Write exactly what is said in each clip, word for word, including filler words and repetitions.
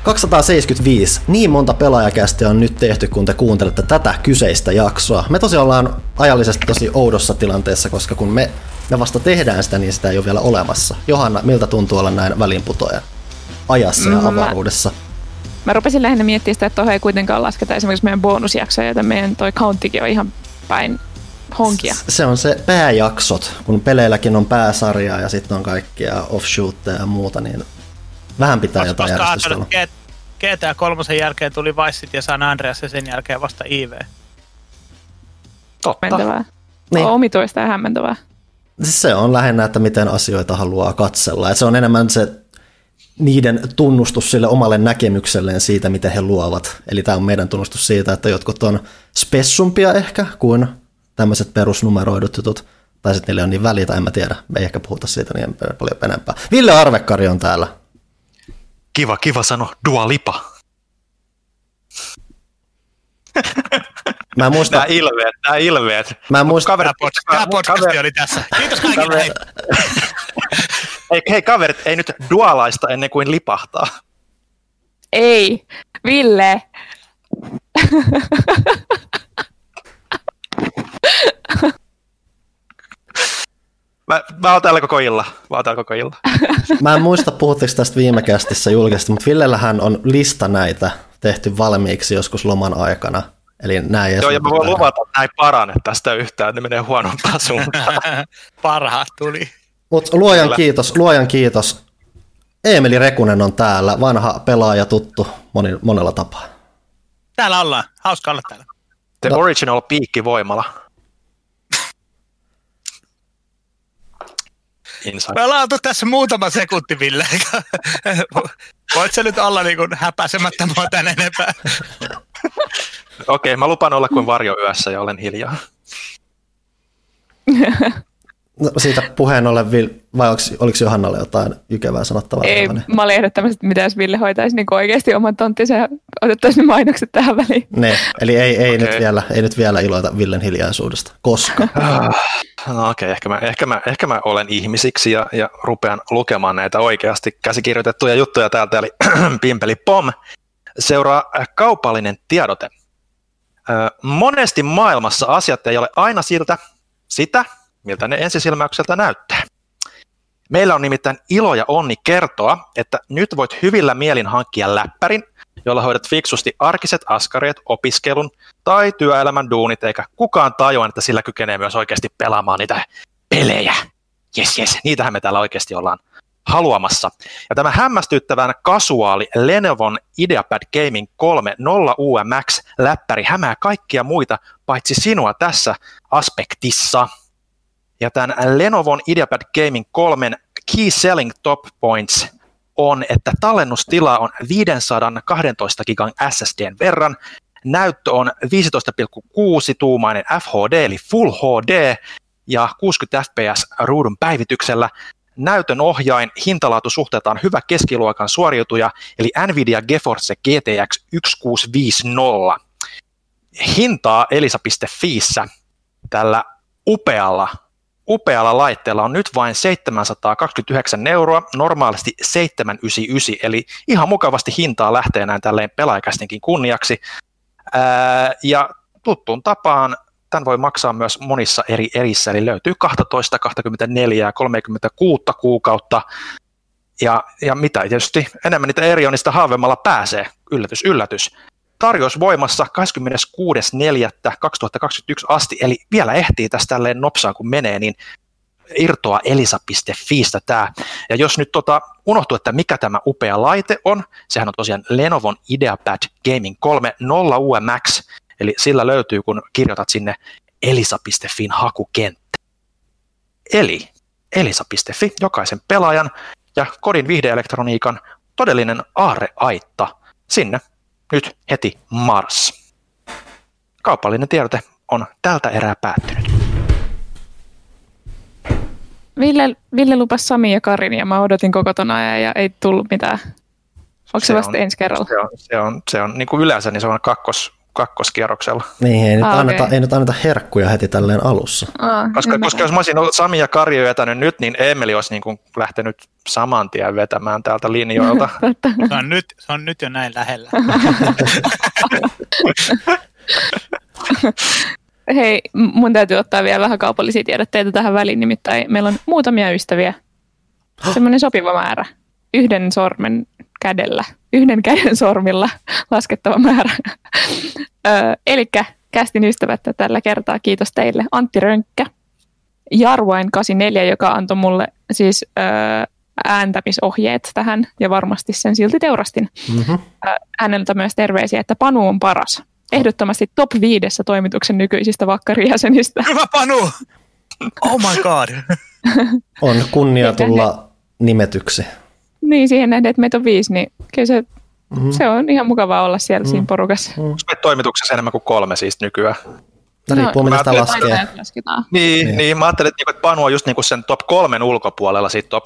kaksisataaseitsemänkymmentäviisi. Niin monta pelaajakästiä on nyt tehty, kun te kuuntelette tätä kyseistä jaksoa. Me tosiaan ollaan ajallisesti tosi oudossa tilanteessa, koska kun me, me vasta tehdään sitä, niin sitä ei ole vielä olemassa. Johanna, miltä tuntuu olla näin välinputoajan ajassa ja avaruudessa? Mä, mä rupesin lähinnä miettimään sitä, että tuohon ei kuitenkaan lasketa esimerkiksi meidän bonusjaksoja, joten meidän toi counttikin on ihan päin honkia. Se on se pääjaksot, kun peleilläkin on pääsarjaa ja sitten on kaikkia offshootteja ja muuta, niin vähän pitää jotain järjestystä olla. G T A kolme jälkeen tuli Vice City ja San Andreas ja sen jälkeen vasta I V. Totta. Hämmentävää. Niin. Omituista ja hämmentävää. Se on lähinnä, että miten asioita haluaa katsella. Et se on enemmän se niiden tunnustus sille omalle näkemykselleen siitä, miten he luovat. Eli tämä on meidän tunnustus siitä, että jotkut on spessumpia ehkä kuin tämmöiset perusnumeroidut jutut. Tai sitten niille on niin väliä, tai en mä tiedä. Me ei ehkä puhuta siitä niin paljon enempää. Ville Arvekkari on täällä. Kiva, kiva sano Dua Lipa. Mä en muista... Nää ilveet, nää ilveet. Mä en muista... Kaverit, tämä podcasti kaveri... oli tässä. Kiitos kaikille. Hei, hei kaverit, ei nyt dualaista ennen kuin lipahtaa. Ei, Ville. Mä, mä oon täällä koko illan. Mä oon täällä koko illan. Mä en muista, puhuttiinko tästä viime kästissä julkisesti, mutta Villellähän on lista näitä tehty valmiiksi joskus loman aikana. Eli näin. Joo, ja mä voin luvata, että näin parane tästä yhtään, että ne menee huonompaan suuntaan. Parhaat tuli. Mutta luojan Kyllä. kiitos, luojan kiitos. Eemeli Rekunen on täällä, vanha pelaaja tuttu moni, monella tapaa. Täällä ollaan, hauska olla täällä. The no. Original piikkivoimala. Inside. Me ollaan oltu tässä muutama sekunti, Ville. Voit sä nyt olla niin kuin häpäisemättä mua tän enempää? Okei, mä lupaan olla kuin varjo yössä ja olen hiljaa. No, siitä puheen ollen, vai oliko, oliko Johannalle jotain jykevää sanottavaa? Ei, mä olin ehdottomasti, että mitä jos Ville hoitaisi niin oikeasti oman tonttinsa ja otettaisi ne mainokset tähän väliin. Ne, eli ei, ei, okay. nyt vielä, ei nyt vielä iloita Villen hiljaisuudesta, koska. No okei, okay, ehkä, mä, ehkä, mä, ehkä mä olen ihmisiksi ja, ja rupean lukemaan näitä oikeasti käsikirjoitettuja juttuja täältä, eli pimpeli pom. Seuraa kaupallinen tiedote. Monesti maailmassa asiat ei ole aina siltä, sitä, miltä ne ensisilmäykseltä näyttää. Meillä on nimittäin ilo ja onni kertoa, että nyt voit hyvillä mielin hankkia läppärin, jolla hoidat fiksusti arkiset askareet, opiskelun tai työelämän duunit, eikä kukaan tajua, että sillä kykenee myös oikeasti pelaamaan niitä pelejä. Jes, jes, niitähän me täällä oikeasti ollaan haluamassa. Ja tämä hämmästyttävän kasuaali Lenovon IdeaPad Gaming kolme nolla U M X-läppäri hämää kaikkia muita, paitsi sinua tässä aspektissa. Ja tämän Lenovon IdeaPad Gaming kolmen Key Selling Top Points on, että tallennustila on viisisataakaksitoista gigan S S D:n verran, näyttö on viisitoista pilkku kuusi tuumainen F H D eli Full H D ja kuusikymmentä F P S ruudun päivityksellä. Näytön ohjain hintalaatu suhteetaan hyvä keskiluokan suoriutuja eli Nvidia GeForce G T X yksi kuusi viisi nolla. Hintaa elisa piste fiissä tällä upealla Upealla laitteella on nyt vain seitsemänsataakaksikymmentäyhdeksän euroa, normaalisti seitsemänsataayhdeksänkymmentäyhdeksän, eli ihan mukavasti hintaa lähtee näin tälleen pelaajakästinkin kunniaksi. Ää, ja tuttuun tapaan tämän voi maksaa myös monissa eri erissä, eli löytyy kaksitoista, kaksikymmentäneljä, kolmekymmentäkuusi kuukautta, ja, ja mitä tietysti enemmän niitä eri on, niin sitä halvemmalla pääsee, yllätys, yllätys. Tarjous voimassa kahdeskymmeneskuudes neljättä kaksituhattakaksikymmentäyksi asti, eli vielä ehtii tästä tälleen nopsaan kun menee, niin irtoa elisa piste fiistä tämä. Ja jos nyt tota, unohtuu, että mikä tämä upea laite on, sehän on tosiaan Lenovon IdeaPad Gaming kolme nolla U M X, eli sillä löytyy, kun kirjoitat sinne elisa piste fin hakukenttä. Eli elisa piste fi, jokaisen pelaajan ja kodin viihdeelektroniikan todellinen aarreaitta sinne. Nyt heti Mars. Kaupallinen tiedote on tältä erää päättynyt. Ville, Ville lupasi Sami ja Karin ja mä odotin koko ton ajan ja ei tullut mitään. Onko se, se vasta on, ensi kerralla? Se on, se on, se on niin kuin yleensä, niin se on kakkos, kakkoskierroksella. Niin, ei nyt, Ah, anneta, okay. ei nyt anneta herkkuja heti tälleen alussa. Aa, Koska, koska jos mä olisin ollut Sami ja Kari jo jätänyt nyt, niin Eemeli olisi niin kuin lähtenyt saman tien vetämään täältä linjoilta. Se on nyt, se on nyt jo näin lähellä. Hei, mun täytyy ottaa vielä vähän kaupallisia tiedotteita tähän väliin, nimittäin meillä on muutamia ystäviä. Semmoinen sopiva määrä. Yhden sormen kädellä, yhden käden sormilla laskettava määrä. Elikkä kästin ystävät tällä kertaa, kiitos teille. Antti Rönkkä, Jarvain kahdeksankymmentäneljä, joka antoi mulle siis ö, ääntämisohjeet tähän ja varmasti sen silti teurastin. Mm-hmm. Häneltä myös terveisiä, että Panu on paras. Ehdottomasti top viidessä toimituksen nykyisistä vakkarijäsenistä. Hyvä Panu! Oh my god! On kunnia tulla nimetyksi. Niin, siihen nähden, että meitä on viisi, niin kyllä se, mm-hmm. se on ihan mukavaa olla siellä mm-hmm. siinä porukassa. Onko meitä toimituksessa enemmän kuin kolme siis nykyään? No, riippuu, mitä sitä laskee. Niin, niin. niin, mä ajattelin, että Panu on just niinku sen top kolmen ulkopuolella siitä top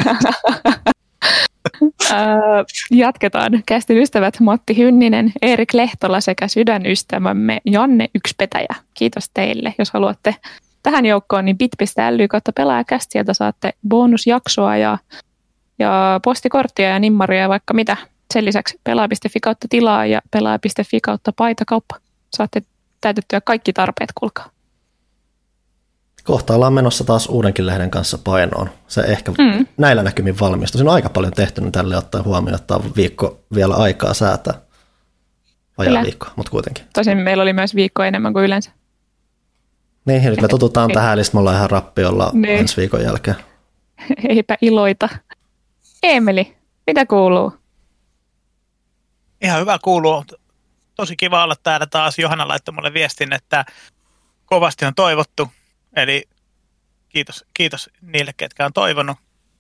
Jatketaan. Kästin ystävät Matti Hynninen, Erik Lehtola sekä sydänystävämme Janne Yksipetäjä. Kiitos teille. Jos haluatte tähän joukkoon, niin bit piste ly kautta pelaajakäst. Sieltä saatte bonusjaksoa ja, ja postikorttia ja nimmaria ja vaikka mitä. Sen lisäksi pelaaja piste fi kautta tilaa ja pelaaja piste fi kautta paitakauppa. Saatte täytettyä kaikki tarpeet, kuulkaa. Kohta ollaan menossa taas uudenkin lehden kanssa painoon. Se ehkä mm. näillä näkymin valmistuu. Siinä on aika paljon tehty niin tälle ottaa huomioon, että on viikko vielä aikaa säätää. Vajaa viikko, mutta kuitenkin. Tosin meillä oli myös viikko enemmän kuin yleensä. Niin, nyt me tututaan niin. tähän, eli me ollaan ihan rappiolla niin. ensi viikon jälkeen. Eipä iloita. Eemeli, mitä kuuluu? Ihan hyvä kuuluu. Tosi kiva olla täällä taas. Johanna laittoi mulle viestin, että kovasti on toivottu. Eli kiitos, kiitos niille, ketkä on toivonut.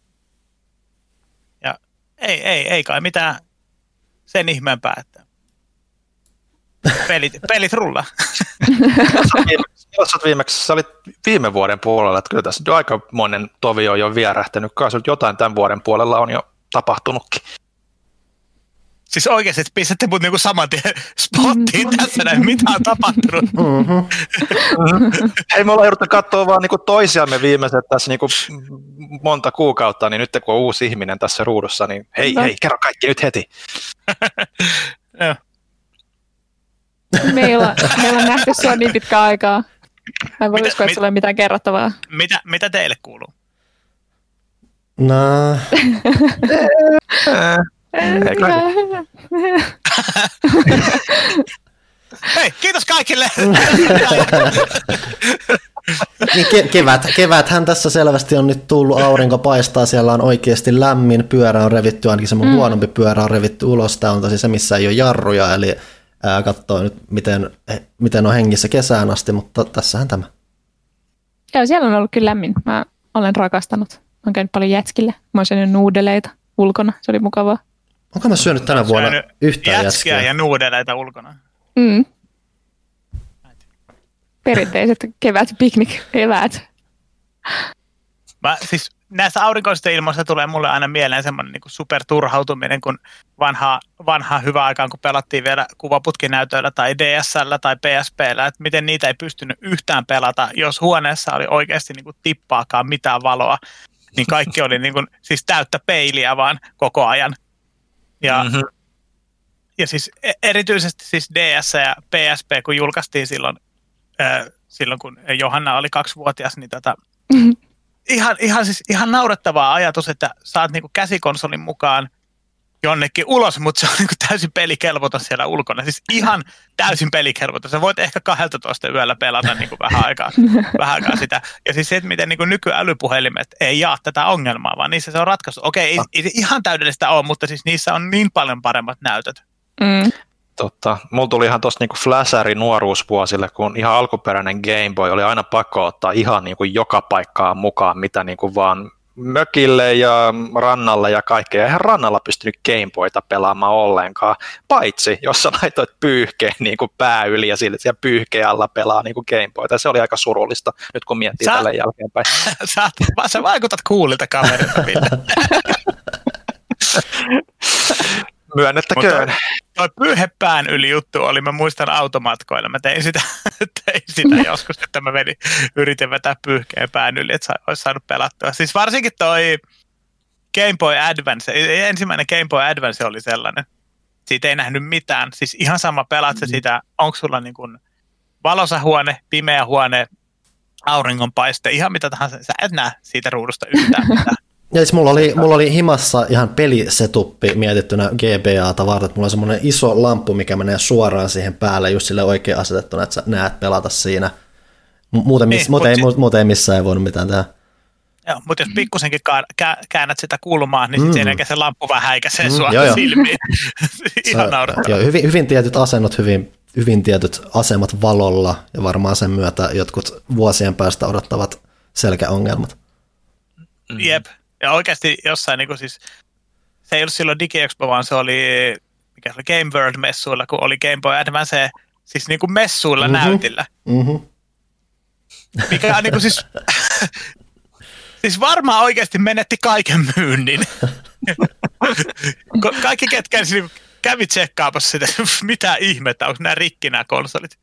Ja ei, ei, ei kai mitään sen ihmeempää, että pelit, pelit rullaa. Jos olet viimeksi, sä olit viime vuoden puolella, että kyllä tässä aikamoinen tovi on jo vierähtänyt. Kai jotain tämän vuoden puolella on jo tapahtunutkin. Siis oikeasti, että pistätte mut niinku saman tien spottiin tässä näin, mitä on tapahtunut. Mm-hmm. Hei, me ollaan jouduttu katsoa vaan niinku toisiamme viimeiset tässä niinku monta kuukautta, niin nyt kun on uusi ihminen tässä ruudussa, niin hei, no. hei, kerro kaikki nyt heti. meillä, meillä on nähty sua niin pitkään aikaa. Mä voin uskoa, että sulla ei mitään kerrottavaa. Mitä, mitä teille kuuluu? No... Hei, kiitos kaikille! niin ke- kevät, keväthän tässä selvästi on nyt tullut, aurinko paistaa, siellä on oikeasti lämmin, pyörä on revitty, ainakin se mun mm. huonompi pyörä on revitty ulos, tämä on tosi se, missä ei ole jarruja, eli ää, katsoo nyt, miten, miten on hengissä kesään asti, mutta tässähän tämä. Joo, siellä on ollut kyllä lämmin, mä olen rakastanut, mä oon käynyt paljon jätskille, mä oon syönyt nuudeleita ulkona, se oli mukavaa. Onko mä syönyt tänä vuonna yhtään jätskiä? Ja nuudeleita ulkona. Mm. Perinteiset kevät piknik-eväät. Mä, siis näistä aurinkoisista ilmoista tulee mulle aina mieleen semmoinen niin kuin superturhautuminen, kun vanhaa, vanhaa hyvää aikaan, kun pelattiin vielä kuvaputkinäytöillä tai D S L tai P S P:llä, että miten niitä ei pystynyt yhtään pelata, jos huoneessa oli oikeasti niin kuin tippaakaan mitään valoa, niin kaikki oli niin kuin, siis täyttä peiliä vaan koko ajan. Ja, mm-hmm. ja siis erityisesti siis D S ja P S P, kun julkaistiin silloin, äh, silloin kun Johanna oli kaksivuotias, niin tota, mm-hmm. ihan, ihan, siis, ihan naurettavaa ajatus, että saat niinku käsikonsolin mukaan jonnekin ulos, mutta se on niinku täysin pelikelvoton siellä ulkona. Siis ihan täysin pelikelvoton. Sä voit ehkä kaksitoista yöllä pelata niinku vähän, aikaa, vähän aikaa sitä. Ja siis se, että miten niinku nykyalypuhelimet ei jaa tätä ongelmaa, vaan niissä se on ratkaisu. Okei, ei, ei se ihan täydellistä ole, mutta siis niissä on niin paljon paremmat näytöt. Mm. Totta. Mulla tuli ihan tuosta niinku fläsäri nuoruusvuosille, kun ihan alkuperäinen Game Boy oli aina pakko ottaa ihan niinku joka paikkaan mukaan, mitä niinku vaan mökille ja rannalle ja kaikkea. Eihän rannalla pystynyt Game Boyta pelaamaan ollenkaan, paitsi jos sä laitoit pyyhkeen niin kuin pää yli ja sille siellä pyyhkeen alla pelaa niin kuin Game Boyta. Se oli aika surullista, nyt kun miettii sä, tälle jälkeenpäin. Sä, sä vaikutat kuulilta kaverilta, Ville. Myönnettäköön. Toi, toi pyyhepään yli juttu oli, mä muistan automatkoilla, mä tein sitä, tein sitä joskus, että mä vedin, yritin vetää pyyhkeen pään yli, että olisi saanut pelattua. Siis varsinkin toi Game Boy Advance, ensimmäinen Game Boy Advance oli sellainen. Siitä ei nähnyt mitään. Siis ihan sama pelaat se sitä, onko sulla niin kuin valoisa huone, pimeä huone, auringonpaiste, ihan mitä tahansa. Sä et näe siitä ruudusta yhtään mitään. Ja siis mulla oli, mulla oli himassa ihan pelisetuppi mietittynä G B A:ta varten, että mulla on semmoinen iso lamppu, mikä menee suoraan siihen päälle just sille oikein asetettuna, että sä näet pelata siinä. Muuten, miss, niin, muuten, ei, si- muuten ei missään ei voinut mitään tehdä. Joo, mutta jos pikkusenkin käännät sitä kulmaa, niin mm. sitten se lamppu vähän häikäisee mm, sua joo, silmiin. Ihan naurettavaa. Hyvin, hyvin tietyt asennot, hyvin, hyvin tietyt asemat valolla ja varmaan sen myötä jotkut vuosien päästä odottavat selkäongelmat. Mm. Jep, ja oikeasti jossain, niin kuin siis, se ei ollut silloin DigiExpo, vaan se oli, mikä se oli Game World-messuilla, kun oli Game Boy Advance, siis niin kuin messuilla mm-hmm. näytillä. Mm-hmm. Mikä on niin kuin siis... Siis varmaan oikeasti menetti kaiken myynnin. Kaikki ketkä kävi tsekkaamassa sitä, mitä ihmettä, onko nämä rikki nämä konsolit.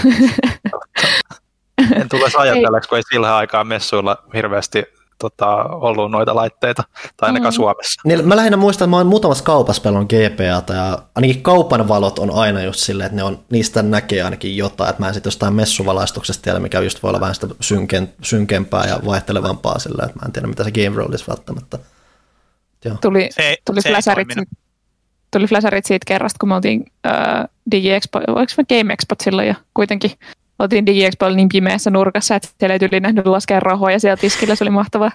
En tule ajatelleeksi, kun ei sillä aikaa messuilla hirveästi tota, ollut noita laitteita, tai ainakaan mm. Suomessa. Niin, mä lähinnä muistan, että mä oon muutamassa kaupassa pelannut G P A:ta, ja ainakin kaupan valot on aina just silleen, että ne on, niistä näkee ainakin jotain, että mä en sitten jostain messuvalaistuksesta tiedä, mikä just voi olla vähän sitä synken, synkempää ja vaihtelevampaa silleen, että mä en tiedä, mitä se Game World olisi välttämättä. Joo. Tuli, se, tuli, se flasherit, tuli flasherit siitä kerrasta, kun me oltiin äh, DigiExpo, oliko me Game Expot silloin jo kuitenkin? Oltiin DigiExpoilla niin pimeässä nurkassa, että siellä ei tyyli nähnyt laskea rahoja ja siellä tiskillä se oli mahtavaa.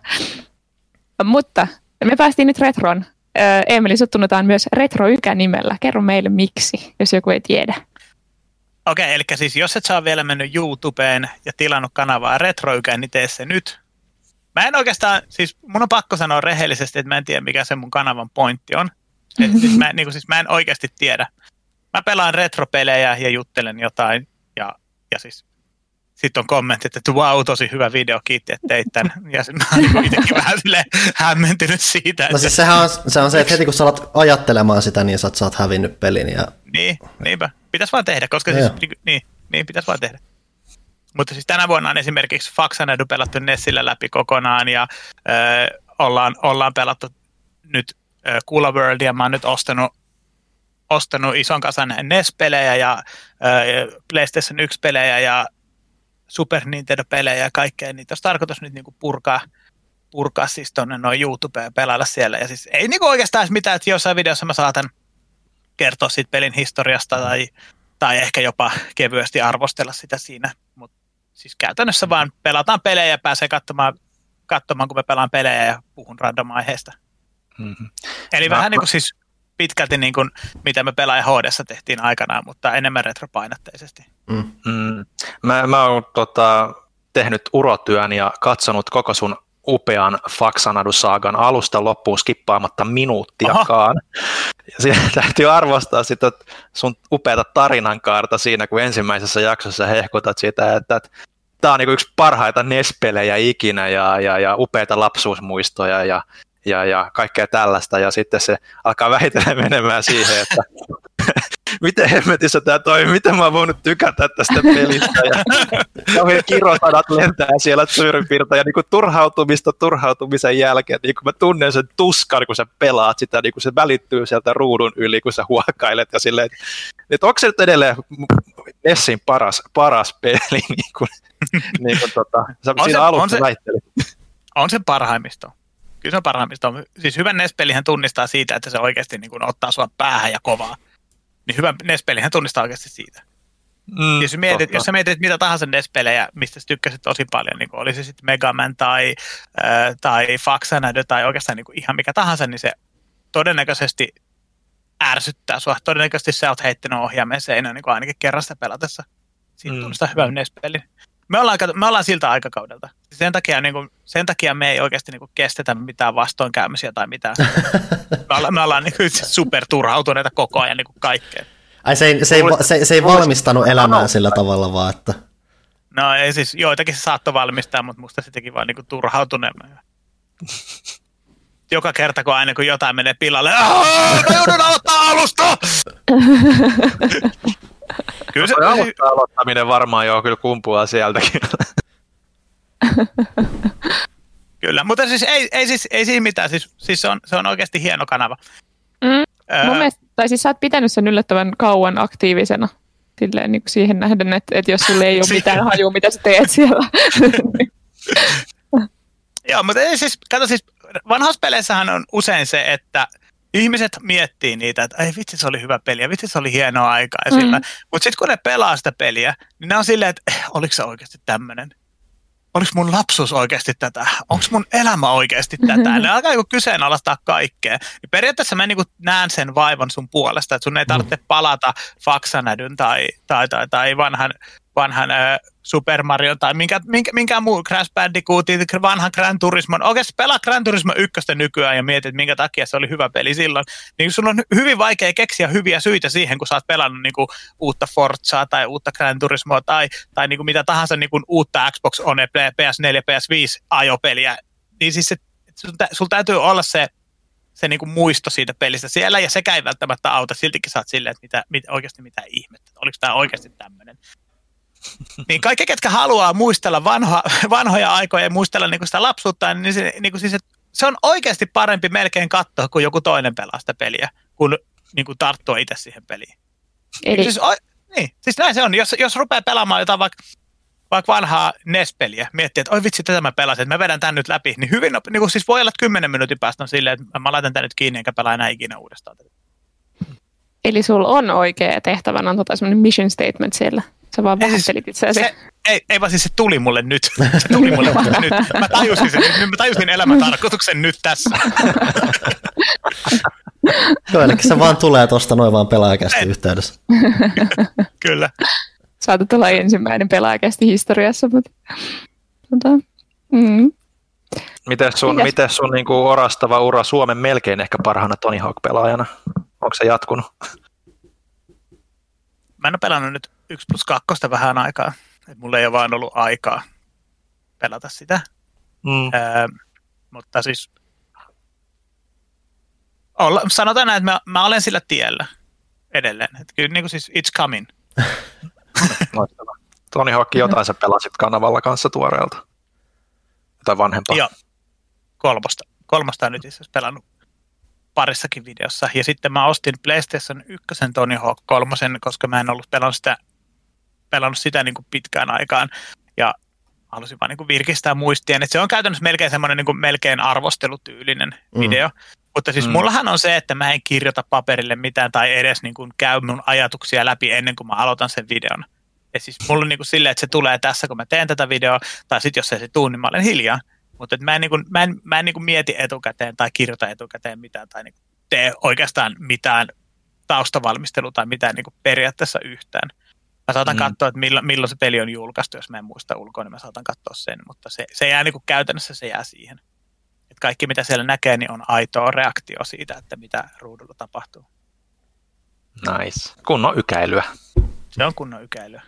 Mutta me päästiin nyt retroon. Eemeli, sut tunnetaan myös Retro Ykä nimellä. Kerro meille miksi, jos joku ei tiedä. Okei, okay, eli siis jos et sä ole vielä mennyt YouTubeen ja tilannut kanavaa Retro Ykä, niin tee se nyt. Mä en oikeastaan, siis mun on pakko sanoa rehellisesti, että mä en tiedä mikä se mun kanavan pointti on. Et, siis, mä, niin kuin, siis mä en oikeasti tiedä. Mä pelaan retropelejä ja juttelen jotain ja Ja siis sitten on kommentit, että wow, tosi hyvä video, kiitti, että teit tämän. Ja mä oon itsekin vähän silleen hämmentynyt siitä. Että... No siis sehän on, se on se, että heti kun sä alat ajattelemaan sitä, niin sä oot hävinnyt pelin. Ja... Niin, niinpä. Pitäisi vaan tehdä, koska siis, niin, niin, pitäisi vaan tehdä. Mutta siis tänä vuonna on esimerkiksi Faxanadu pelattu Nessillä läpi kokonaan ja äh, ollaan, ollaan pelattu nyt äh, Cooler Worldia. Mä oon nyt ostanut ostanut ison kasan N E S-pelejä ja äh, PlayStation yksi-pelejä ja Super Nintendo-pelejä ja kaikkea. Niitä olisi tarkoitus nyt niinku purkaa, purkaa siis tuonne noin YouTubeen ja pelailla siellä. Ja siis ei niinku oikeastaan mitään, että jossain videossa mä saatan kertoa siitä pelin historiasta tai, tai ehkä jopa kevyesti arvostella sitä siinä. Mutta siis käytännössä vaan pelataan pelejä ja pääsee katsomaan, katsomaan kun me pelaan pelejä ja puhun random aiheesta. Mm-hmm. Eli mä, vähän niin kuin siis... pitkälti niin kuin, mitä me pelaaja H D:ssä tehtiin aikanaan, mutta enemmän retropainotteisesti. Mm. Mm. Mä, mä oon tota, tehnyt urotyön ja katsonut koko sun upean Faxanadu-saagan alusta loppuun skippaamatta minuuttiakaan. Ja siinä täytyy arvostaa sitä sun upeata tarinankaarta siinä, kun ensimmäisessä jaksossa hehkutat sitä, että, että tää on niin kuin yksi parhaita N E S-pelejä ikinä ja, ja, ja upeita lapsuusmuistoja ja Ja, ja kaikkea tällaista, ja sitten se alkaa vähitellen menemään siihen, että miten hemmetissä tämä toimii, miten mä oon voinut tykätä tästä pelistä, ja kauhean kirosanat lentää siellä suurin piirtein, ja niin kuin turhautumista turhautumisen jälkeen, niin kuin mä tunnen sen tuskan, kun sä pelaat sitä, niin kuin se välittyy sieltä ruudun yli, kun sä huokailet, ja silleen, että onko se nyt edelleen Nessin paras, paras peli, niin kuin, niin kuin tota, sä on siinä se, alussa on se, väittelit. On se parhaimmista. Kyllä se on parhaimmista. Siis hyvä N E S-pelihän tunnistaa siitä, että se oikeasti niin kuin ottaa sua päähän ja kovaa. Niin hyvä N E S-pelihän tunnistaa oikeasti siitä. Mm, jos, mietit, jos sä mietit mitä tahansa N E S-pelejä, mistä sä tykkäsit tosi paljon, niin kuin oli se sitten Mega Man tai, äh, tai Faxanadu tai oikeastaan niin kuin ihan mikä tahansa, niin se todennäköisesti ärsyttää sua. Todennäköisesti sä oot heittänyt ohjaimen seinään niin kuin ainakin kerran sitä pelatessa. Siitä mm. tunnistaa hyvä N E S-peli. Me ollaan, me ollaan siltä aikakaudelta. Sen takia, niin kuin, sen takia me ei oikeasti niin kuin kestetä mitään vastoinkäymisiä tai mitään. Me ollaan, me ollaan niin kuin superturhautuneita koko ajan niin kuin kaikkeen. Ai se ei, se ei, se, se ei valmistanut elämää sillä tavalla vaan, että... No ei siis, joitakin se saattoi valmistaa, mutta musta se teki vaan niin kuin turhautuneemman. joka kerta, kun aina kun jotain menee pilalle, mä joudun aloittaa alusta! Kyllä se, alusta aloittaminen varmaan joo, kyllä kumpuaa sieltäkin. Kyllä, mutta siis ei, ei, siis, ei siinä mitään, siis, siis se, on, se on oikeasti hieno kanava. Mm. Öö, Mun mielestä, tai siis sä oot pitänyt sen yllättävän kauan aktiivisena, silleen niin kuin siihen nähden, että, että jos sulle ei ole mitään hajua, mitä sä teet siellä. Joo, mutta ei siis, kato siis, vanhassa peleissähän on usein se, että ihmiset miettii niitä, että ei vitsi, se oli hyvä peli ja vitsi, se oli hienoa aikaa. Mm. Mutta sitten kun ne pelaa sitä peliä, niin ne on silleen, että eh, oliko se oikeasti tämmöinen? Oliko mun lapsuus oikeasti tätä? Onko mun elämä oikeasti tätä? Ne alkaa niinku kyseenalaistaa kaikkea. Ja periaatteessa mä niinku näen sen vaivan sun puolesta, että sun ei tarvitse palata Faksanädyn tai, tai, tai, tai vanhan, vanhan äh, Super Mario tai minkä, minkä, minkään muu Crash Bandicootin, vanhan Gran Turismon. Oikeasti pelaa Gran Turismo ykköstä nykyään ja mietit, minkä takia se oli hyvä peli silloin. Niin sun on hyvin vaikea keksiä hyviä syitä siihen, kun sä oot pelannut niinku uutta Forzaa tai uutta Gran Turismoa tai, tai niinku mitä tahansa niinku uutta Xbox One, P S neljä, P S viisi ajopeliä. Niin siis se, sulla täytyy olla se, se niinku muisto siitä pelistä siellä ja sekä ei välttämättä auta. Siltikin sä oot silleen, että mitä, mitä, oikeasti mitä ihmettä. Oliko tämä oikeasti tämmöinen? Niin kaikki, ketkä haluaa muistella vanhoja, vanhoja aikoja ja muistella niinku sitä lapsuutta, niin, se, niinku siis, se on oikeasti parempi melkein katsoa, kun joku toinen pelaa sitä peliä, kun niinku tarttua itse siihen peliin. Eli... Siis, o, niin, siis näin se on. Jos, jos rupeaa pelaamaan jotain vaikka vaikka vanhaa N E S-peliä, miettii, että oi vitsi, tätä mä pelasin, että mä vedän tän nyt läpi, niin hyvin, niin kuin siis voi olla, että kymmenen minuutin päästä on silleen, että mä laitan tän nyt kiinni, enkä pelaa enää ikinä uudestaan. Eli sulla on oikea tehtävänä, on tota semmoinen mission statement siellä. Sä vaan vähättelit itseäsi. Se, ei, ei vaan siis se tuli mulle nyt. Se tuli mulle vasta nyt. Mä tajusin sen nyt. Mä tajusin elämän tarkoituksen nyt tässä. Joo, eli se vaan tulee tosta noin vaan pelaajakästi yhteydessä. Kyllä. Saatat olla ensimmäinen pelaajakästi historiassa, mutta... Tota, mm. Miten sun, miten sun niin kuin orastava ura Suomen melkein ehkä parhaana Tony Hawk-pelaajana? Onko se jatkunut? Mä en ole pelannut nyt yksi plus kaksi vähän aikaa. Et mulla ei ole vaan ollut aikaa pelata sitä. Mm. Öö, mutta siis olla, sanotaan näin, että mä, mä olen sillä tiellä edelleen. Et kyllä niin kuin siis it's coming. Tony Hawk, jotain sä pelasit kanavalla kanssa tuoreelta. Tai vanhempaa. Joo, kolmosta. Kolmosta on nyt itse asiassa pelannut parissakin videossa. Ja sitten mä ostin PlayStation yksi Tony Hawk kolme, koska mä en ollut pelannut sitä, pelannut sitä niin kuin pitkään aikaan. Ja halusin vaan niin kuin virkistää muistia. Et se on käytännössä melkein semmoinen niin kuin melkein arvostelutyylinen mm. video. Mutta siis mm. mullahan on se, että mä en kirjoita paperille mitään tai edes niin kuin käy mun ajatuksia läpi ennen kuin mä aloitan sen videon. Et siis mulla on niin kuin silleen, että se tulee tässä, kun mä teen tätä videoa, tai sitten jos ei se tuu, niin mä olen hiljaa. Mutta mä en, niin kuin, mä en, mä en niin kuin mieti etukäteen tai kirjoita etukäteen mitään tai niin kuin tee oikeastaan mitään taustavalmistelua tai mitään niin kuin periaatteessa yhtään. Mä saatan mm. katsoa, että milloin, milloin se peli on julkaistu, jos mä en muista ulkoa, niin mä saatan katsoa sen, mutta se, se jää niin kuin käytännössä, se jää siihen. Et kaikki, mitä siellä näkee, niin on aitoa reaktio siitä, että mitä ruudulla tapahtuu. Nice. Kunnon ykäilyä. Se on kunnon ykäilyä.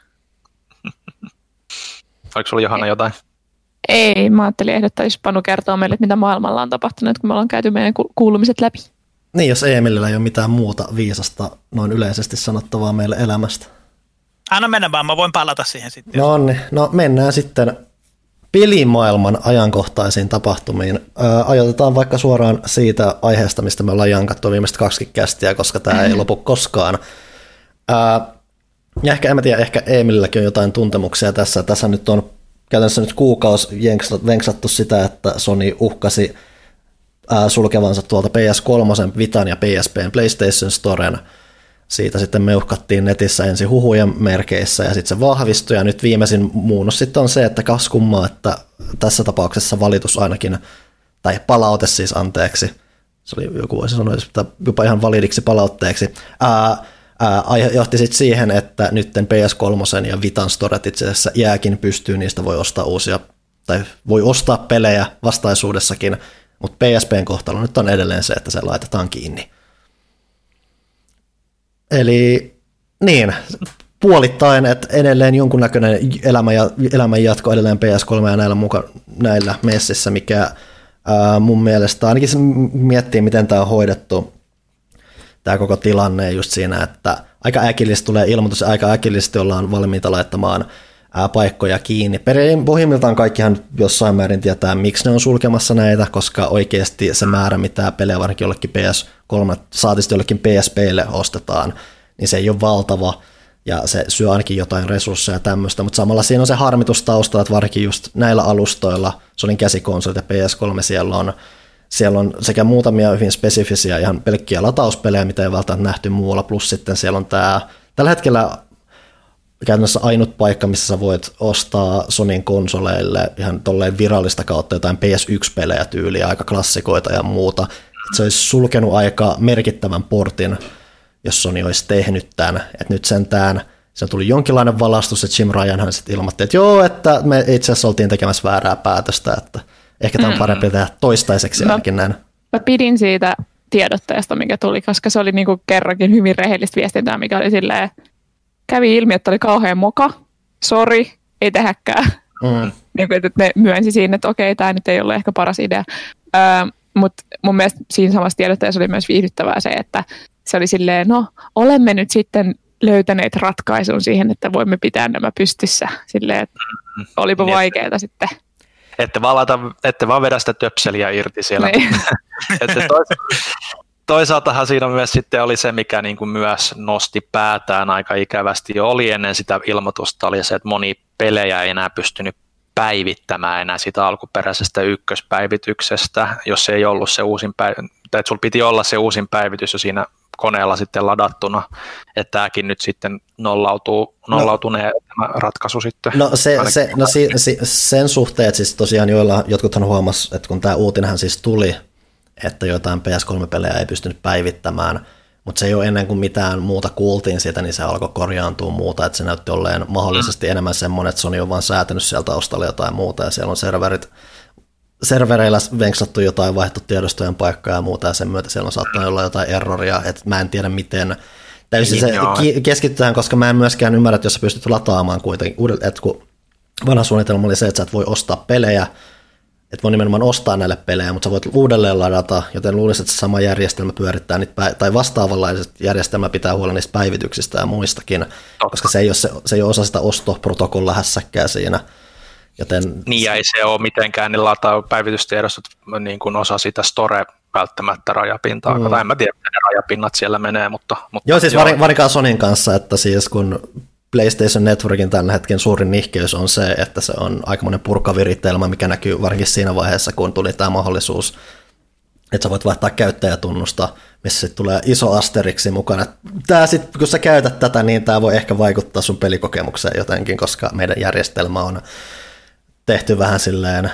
Oliko sulla Johanna jotain? Ei, mä ajattelin ehdottaa, jos Panu kertoo meille, että mitä maailmalla on tapahtunut, kun me ollaan käyty meidän kuulumiset läpi. Niin, jos Eemilillä ei ole mitään muuta viisasta noin yleisesti sanottavaa meille elämästä. Anna mennä vaan, mä voin palata siihen sitten. No niin, no mennään sitten pelimaailman ajankohtaisiin tapahtumiin. Ää, ajoitetaan vaikka suoraan siitä aiheesta, mistä me ollaan jankattu viimeiset kaksikin kästiä, koska tämä ei lopu koskaan. Ää, ja ehkä, en mä tiedä, ehkä Eemililläkin on jotain tuntemuksia tässä. Tässä nyt on käytännössä nyt kuukausi venksattu sitä, että Sony uhkasi ää, sulkevansa tuolta P S kolme, Vitan ja P S P:n PlayStation Storen. Siitä sitten meuhkattiin netissä ensin huhujen merkeissä ja sitten se vahvistui. Ja nyt viimeisin muunnos sitten on se, että kas kummaa, että tässä tapauksessa valitus ainakin, tai palaute siis anteeksi, se oli joku voisi sanoa, että jopa ihan validiksi palautteeksi, ää, ää, johti sitten siihen, että nyt P S kolme ja Vitan Storet itse asiassa jääkin pystyy, niistä voi ostaa uusia, tai voi ostaa pelejä vastaisuudessakin, mutta P S P:n kohtalo nyt on edelleen se, että se laitetaan kiinni. Eli niin, puolittain, että edelleen jonkunnäköinen elämän, ja, elämän jatko edelleen P S kolme ja näillä, muka, näillä messissä, mikä Ää, mun mielestä ainakin se miettii, miten tämä on hoidettu, tämä koko tilanne just siinä, että aika äkillisesti tulee ilmoitus ja aika äkillisesti ollaan valmiita laittamaan ää, paikkoja kiinni. Pohjimmiltaan kaikkihan jossain määrin tietää, miksi ne on sulkemassa näitä, koska oikeasti se määrä, mitä pelejä varsinkin jollekin P S kolme, saatisesti jollekin P S P:lle ostetaan, niin se ei ole valtava. Ja se syö ainakin jotain resursseja ja tämmöistä, mutta samalla siinä on se harmitus taustalla, että varsinkin just näillä alustoilla, Sonyn käsikonsolit ja P S kolme, siellä on, siellä on sekä muutamia hyvin spesifisiä ihan pelkkiä latauspelejä, mitä ei välttämättä nähty muualla, plus sitten siellä on tämä, tällä hetkellä käytännössä ainut paikka, missä sä voit ostaa Sonyn konsoleille ihan tolleen virallista kautta jotain P S yksi-pelejä tyyliä, aika klassikoita ja muuta. Et se olisi sulkenut aika merkittävän portin, jos Sony olisi tehnyt tämän, että nyt sentään se tuli jonkinlainen valastus, että Jim Ryanhan sitten ilmoitti, että joo, että me itse asiassa oltiin tekemässä väärää päätöstä, että ehkä tämä on parempi tehdä toistaiseksi mä, ainakin näin. Mä pidin siitä tiedotteesta, mikä tuli, koska se oli niinku kerrankin hyvin rehellistä viestintää, mikä oli silleen, kävi ilmi, että oli kauhean moka, sori, ei tehäkään. Mm. Niin kuin, että ne myönsi siinä, että okei, tämä nyt ei ole ehkä paras idea. Öö, mutta mun mielestä siinä samassa tiedotteessa oli myös viihdyttävää se, että se oli silleen, no olemme nyt sitten löytäneet ratkaisun siihen, että voimme pitää nämä pystyssä. Silleen, että olipa niin, vaikeaa sitten. Ette vaan, laita, ette vaan vedä sitä töpseliä irti siellä. Että toisaaltahan siinä myös sitten oli se, mikä niin kuin myös nosti päätään aika ikävästi jo oli ennen sitä ilmoitusta, oli se, että moni pelejä ei enää pystynyt päivittämään enää sitä alkuperäisestä ykköspäivityksestä, jos ei ollut se uusin päivitys, tai että sulla piti olla se uusin päivitys jo siinä koneella sitten ladattuna, että tämäkin nyt sitten nollautuu, nollautuneen no, tämä ratkaisu sitten. No, se, se, no si, si, sen suhteen, että siis tosiaan joilla, jotkuthan huomasi, että kun tämä uutinenhan siis tuli, että joitain P S kolme-pelejä ei pystynyt päivittämään, mutta se ei ole ennen kuin mitään muuta kuultiin siitä, niin se alkoi korjaantua muuta, että se näytti olleen mahdollisesti mm. enemmän semmoinen, että Sony on vaan säätänyt sieltä taustalla jotain muuta, ja siellä on serverit, servereillä venksattu jotain, vaihtu tiedostojen paikkaa ja muuta, ja sen myötä siellä on saattanut olla jotain erroria, että mä en tiedä miten täysin se ki- keskitytään, koska mä en myöskään ymmärrä, että jos sä pystyt lataamaan kuitenkin, että kun vanha suunnitelma oli se, että sä et voi ostaa pelejä, että voi nimenomaan ostaa näille pelejä, mutta sä voit uudelleen ladata, joten luulisin, että se sama järjestelmä pyörittää niitä, päi- tai vastaavanlaiset järjestelmä pitää huolen niistä päivityksistä ja muistakin, koska se ei ole, se, se ei ole osa sitä ostoprotokolla hässäkkää siinä. Joten... Niin ja ei se ole mitenkään, niin lataa päivitystiedostot niin kuin osa sitä store välttämättä rajapintaa, mm. tai en mä tiedä, miten ne rajapinnat siellä menee, mutta... mutta joo, siis joo. Varikaan Sonyn kanssa, että siis kun PlayStation Networkin tällä hetken suurin nihkeys on se, että se on aikamoinen purkaviritelmä, mikä näkyy varsinkin siinä vaiheessa, kun tuli tämä mahdollisuus, että sä voit vaihtaa käyttäjätunnusta, missä sitten tulee iso asteriksi mukana. Tää sit, kun sä käytät tätä, niin tämä voi ehkä vaikuttaa sun pelikokemukseen jotenkin, koska meidän järjestelmä on tehty vähän silleen,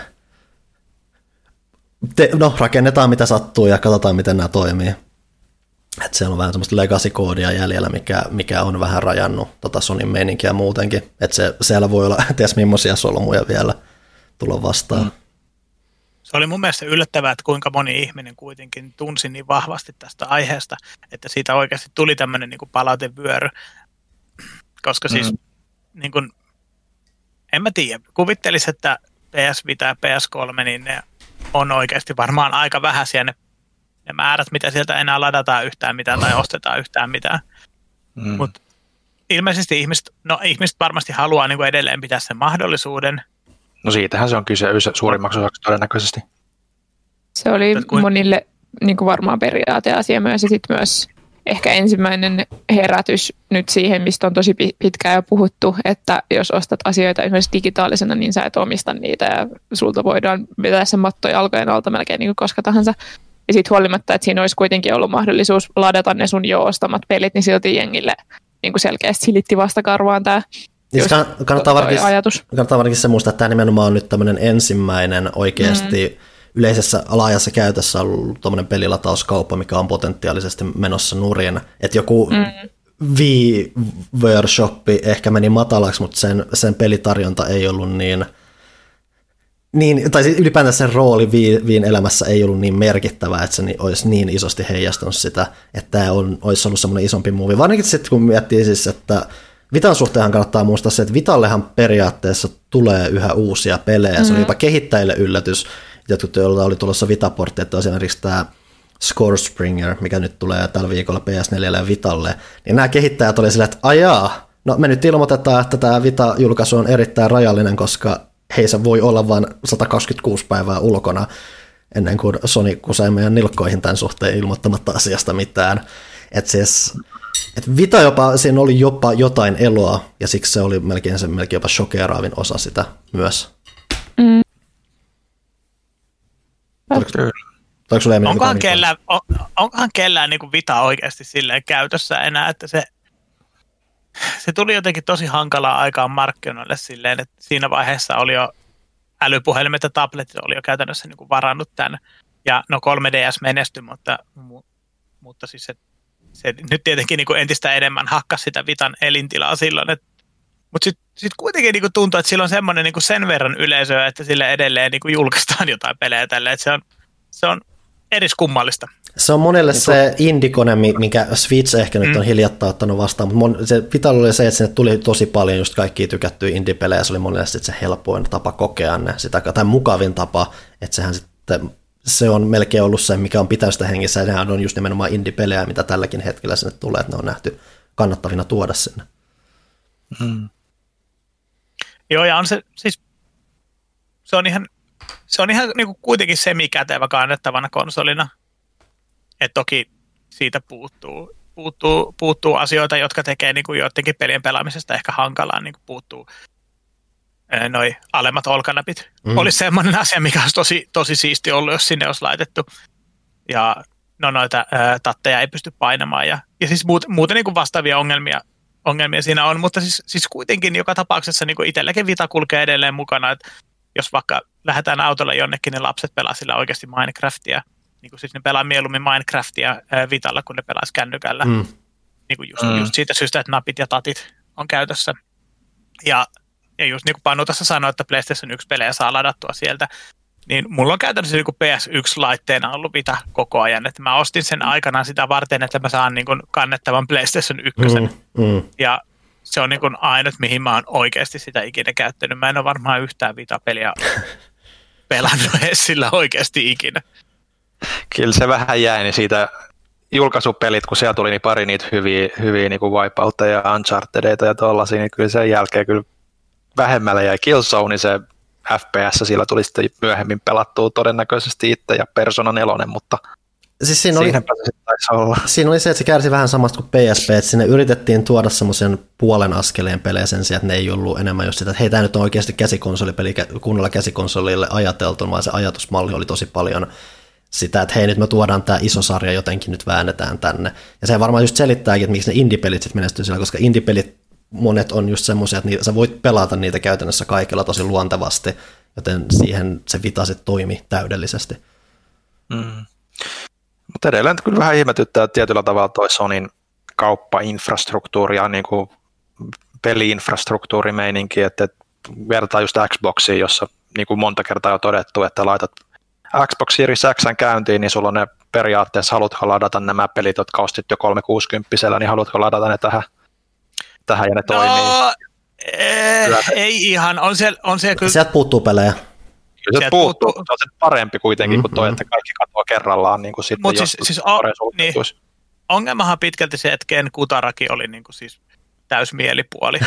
te, no rakennetaan mitä sattuu ja katsotaan miten nämä toimii. Että siellä on vähän semmoista legacy-koodia jäljellä, mikä, mikä on vähän rajannut tota Sonyn meininkiä muutenkin. Että se, siellä voi olla ties millaisia solmuja vielä tulla vastaan. Mm. Se oli mun mielestä yllättävää, että kuinka moni ihminen kuitenkin tunsi niin vahvasti tästä aiheesta, että siitä oikeasti tuli tämmöinen niin kuin palautevyöry. Koska siis, mm. niin kuin, en mä tiedä, kuvittelisi, että P S Vita ja P S kolme, niin ne on oikeasti varmaan aika vähäisiä ne, ne määrät, mitä sieltä enää ladataan yhtään mitään tai ostetaan yhtään mitään. Mm. Mutta ilmeisesti ihmiset, no ihmiset varmasti haluaa niin kuin edelleen pitää sen mahdollisuuden. No siitähän se on kyse suurimmaksi osaksi todennäköisesti. Se oli monille niin kuin varmaan periaateasia myös ja sitten myös ehkä ensimmäinen herätys nyt siihen, mistä on tosi pitkään jo puhuttu, että jos ostat asioita esimerkiksi digitaalisena, niin sä et omista niitä ja sulta voidaan vetää sen matto jalkojen alta melkein niin kuin koska tahansa. Ja sitten huolimatta, että siinä olisi kuitenkin ollut mahdollisuus ladata ne sun jo ostamat pelit, niin silti jengille niin kuin selkeästi silitti vastakarvaan tämä Niin kannattaa varsinkin, kannattaa varsinkin se muistaa, että tämä nimenomaan on nyt tämmöinen ensimmäinen oikeasti mm. yleisessä laajassa käytössä ollut tuommoinen pelilatauskauppa, mikä on potentiaalisesti menossa nurin. Että joku mm. V-workshoppi ehkä meni matalaksi, mutta sen, sen pelitarjonta ei ollut niin, niin tai ylipäätään sen rooli Viin elämässä ei ollut niin merkittävä, että se olisi niin isosti heijastunut sitä, että tämä on, olisi ollut semmoinen isompi muuvi. Varsinkin sitten kun miettii siis, että Vitan suhteenhan kannattaa muistaa se, että Vitallehan periaatteessa tulee yhä uusia pelejä, mm-hmm. se on jopa kehittäjille yllätys, jotkut, joilla oli tulossa Vita-portti, että esimerkiksi tämä Scorespringer, mikä nyt tulee tällä viikolla P S neljälle ja Vitalle, niin nämä kehittäjät oli silleen, että ajaa, no me nyt ilmoitetaan, että tämä Vita-julkaisu on erittäin rajallinen, koska hei se voi olla vain sata kaksikymmentäkuusi päivää ulkona, ennen kuin Sony kusee meidän nilkkoihin tämän suhteen ilmoittamatta asiasta mitään. Että siis, et Vita jopa, siinä oli jopa jotain eloa, ja siksi se oli melkein, se melkein jopa shokeeraavin osa sitä myös. Mm. Onkohan kellään, on, onkohan kellään niin kuin Vita oikeasti silleen käytössä enää, että se, se tuli jotenkin tosi hankalaa aikaan markkinoille silleen, että siinä vaiheessa oli jo älypuhelimet ja tabletit oli jo käytännössä niin kuin varannut tämän. Ja no kolme D S menestyi, mutta, mutta siis se, se nyt tietenkin niin kuin entistä enemmän hakkasi sitä Vitan elintilaa silloin. Et, mutta sitten sit kuitenkin niin kuin tuntuu, että sillä on semmoinen niin kuin sen verran yleisöä, että sille edelleen niin kuin julkaistaan jotain pelejä tälle. Että se on, se on eriskummallista. Se on monelle se indie-kone, minkä Switch ehkä nyt on mm. hiljattain ottanut vastaan, mutta se Vitalla oli se, että sinne tuli tosi paljon just kaikkia tykättyjä indie-pelejä, se oli monelle se helpoin tapa kokea ne, sitä, tai mukavin tapa, että sehän sitten, se on melkein ollut se, mikä on pitänyt sitä hengissä, ja nehän on just nimenomaan indie-pelejä, mitä tälläkin hetkellä sinne tulee, että ne on nähty kannattavina tuoda sinne. Mm. Joo, ja on se, siis se on ihan, se on ihan niin kuin kuitenkin semikätevä kannettavana konsolina. Et toki siitä puuttuu, puuttuu, puuttuu asioita, jotka tekee niin kuin joidenkin pelien pelaamisesta ehkä hankalaa, niin kuin puuttuu noi alemmat olkanäpit. Mm. Olisi semmoinen asia, mikä olisi tosi, tosi siisti ollut, jos sinne olisi laitettu. Ja no noita ää, tatteja ei pysty painamaan. Ja, ja siis muut, muuten niin kuin vastaavia ongelmia, ongelmia siinä on, mutta siis, siis kuitenkin joka tapauksessa niin kuin itselläkin Vita kulkee edelleen mukana, että jos vaikka lähdetään autolla jonnekin, niin lapset pelaa sillä oikeasti Minecraftia. Niin kuin siis ne pelaa mieluummin Minecraftia ää, Vitalla, kun ne pelaisi kännykällä. Mm. Niin kuin just, mm. just siitä syystä, että napit ja tatit on käytössä. Ja, ja just niin kuin Panu tässä sanoi, että PlayStation yksi pelejä saa ladattua sieltä, niin mulla on käytännössä niin kuin P S yksi-laitteena ollut Vita koko ajan. Että mä ostin sen aikanaan sitä varten, että mä saan niin kuin kannettavan PlayStation yksi. Mm. Mm. Ja se on niin kuin ainut, mihin mä oon oikeasti sitä ikinä käyttänyt. Mä en ole varmaan yhtään Vita-peliä pelannut edes sillä oikeasti ikinä. Kyllä se vähän jäi, niin siitä julkaisupelit, kun siellä tuli niin pari niitä hyviä, hyviä niin kuin Wipeoutta ja Unchartedeita ja tollaisia, niin kyllä sen jälkeen kyllä vähemmällä jäi Killzone, se F P S, sillä tuli sitten myöhemmin pelattua todennäköisesti itse ja Persona neljä, mutta siis siinä, oli, siinä oli se, että se kärsi vähän samasta kuin P S P, että sinne yritettiin tuoda semmoisen puolen askeleen pelejä sen sijaan, että ne ei ollut enemmän just sitä, että hei, tämä nyt on oikeasti käsikonsolipeli, kunnolla käsikonsolille ajateltu, vaan se ajatusmalli oli tosi paljon sitä, että hei, nyt me tuodaan tämä iso sarja jotenkin, nyt väännetään tänne. Ja se varmaan just selittääkin, että miksi ne indie-pelit sitten menestyy sillä, koska indie-pelit monet on just semmoisia, että sä voit pelata niitä käytännössä kaikilla tosi luontevasti, joten siihen se Vita sitten toimi täydellisesti. Mm. Mutta edelleen kyllä vähän ihmetyttää, että tietyllä tavalla toi Sonyn kauppainfrastruktuuri ja niin kuin peli-infrastruktuurimeininki, että vertaa just Xboxiin, jossa niin kuin monta kertaa on todettu, että laitat Xbox Series X:n käyntiin, niin sulla on ne periaatteessa, haluatko ladata nämä pelit, jotka ostit jo kolmesataakuusikymmentä, niin haluatko ladata ne tähän, tähän ja ne no, toimii? Eh, ei ihan, on siellä, on siellä kyllä. Sieltä puuttuu pelejä. Kyllä se puuttuu, mutta on se parempi kuitenkin kuin toi, että kaikki katoaa kerrallaan. Niin kuin sitten, Mut siis, siis on, niin, ongelmahan pitkälti se, että Ken Kutaragi oli niin kuin siis täysmielipuoli.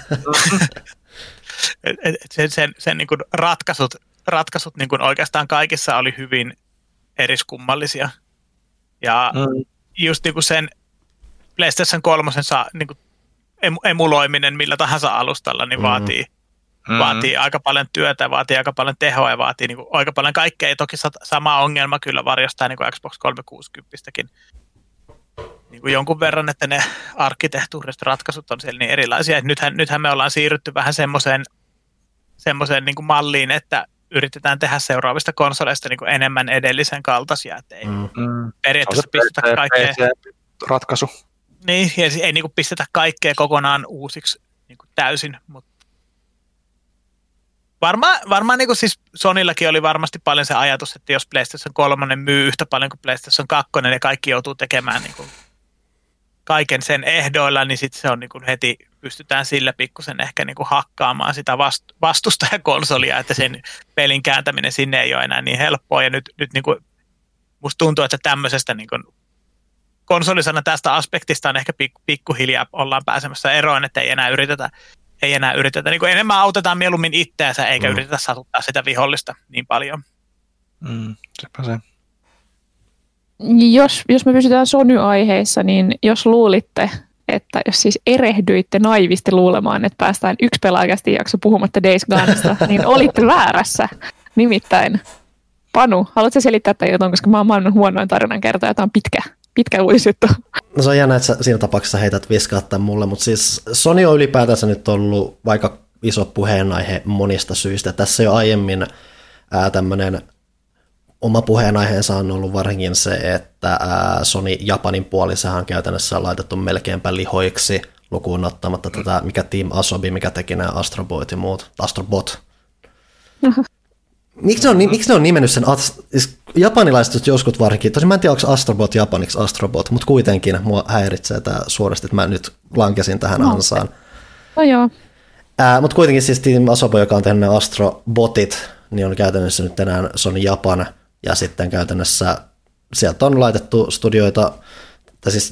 et, et, sen sen, sen niin kuin ratkaisut, ratkaisut niin kuin oikeastaan kaikissa oli hyvin eriskummallisia. Ja mm. just niin kuin sen PlayStation kolme niin kuin emuloiminen millä tahansa alustalla niin mm. vaatii, mm. vaatii aika paljon työtä, vaatii aika paljon tehoa ja vaatii niin kuin aika paljon kaikkea. Toki sama ongelma kyllä varjostaa niin kuin Xbox kolmesataakuusikymmentäkin niin kuin jonkun verran, että ne arkkitehtuuriset ratkaisut on siellä niin erilaisia. Että nythän, nythän me ollaan siirrytty vähän semmoiseen, semmoiseen niin kuin malliin, että yritetään tehdä seuraavista konsoleista niin kuin enemmän edellisen kaltaisia, että ei mm. periaatteessa pistetä kaikkea. Ratkaisu. Niin, ja ei niin kuin pistetä kaikkea kokonaan uusiksi niin kuin täysin, mutta varmaan, varmaan niin kuin siis Sonyllakin oli varmasti paljon se ajatus, että jos PlayStation kolme myy yhtä paljon kuin PlayStation kaksi ja kaikki joutuu tekemään niin kuin kaiken sen ehdoilla, niin sitten se on niin kuin heti pystytään sillä pikkusen ehkä niin kuin hakkaamaan sitä vastustajakonsolia, että sen pelin kääntäminen sinne ei ole enää niin helppoa. Ja nyt, nyt niin kuin, musta tuntuu, että tämmöisestä niin kuin konsolisana tästä aspektista on ehkä pikku, pikkuhiljaa ollaan pääsemässä eroon, että ei enää yritetä, ei enää yritetä. Niin kuin enemmän autetaan mieluummin itseänsä, eikä mm. yritetä satuttaa sitä vihollista niin paljon. Mm, sepä se. Jos, jos me pysytään Sony-aiheissa, niin jos luulitte, että jos siis erehdyitte naivisti luulemaan, että päästään yksi pelaajakästi jakso puhumatta Days Gonesta, niin olitte väärässä. Nimittäin, Panu, haluatko selittää tämän jotain, koska mä oon maailman huonoin tarinan kertoja, tämä on pitkä, pitkä uutisjuttu. No se on jännä, että sä siinä tapauksessa heität viskaa tämän mulle, mutta siis Sony on ylipäätänsä nyt ollut vaikka iso puheenaihe monista syistä. Tässä jo aiemmin ää, tämmöinen oma puheenaiheensa on ollut varsinkin se, että ää, Sony Japanin puolisahan on käytännössä laitettu melkeinpä lihoiksi, lukuun ottamatta tätä, mikä Team Asobi, mikä teki nämä Astroboit ja muut, Astrobot. Miksi ne on, miksi ne on nimennyt sen, siis japanilaiset joskus varsinkin, tosin mä en tiedä, onko Astrobot japaniksi Astrobot, mutta kuitenkin mua häiritsee tämä suorasti, että mä nyt lankesin tähän no, ansaan. No joo. Ää, mutta kuitenkin siis Team Asobo, joka on tehnyt ne Astrobotit, niin on käytännössä nyt enää Sony Japan, ja sitten käytännössä sieltä on laitettu studioita, tai siis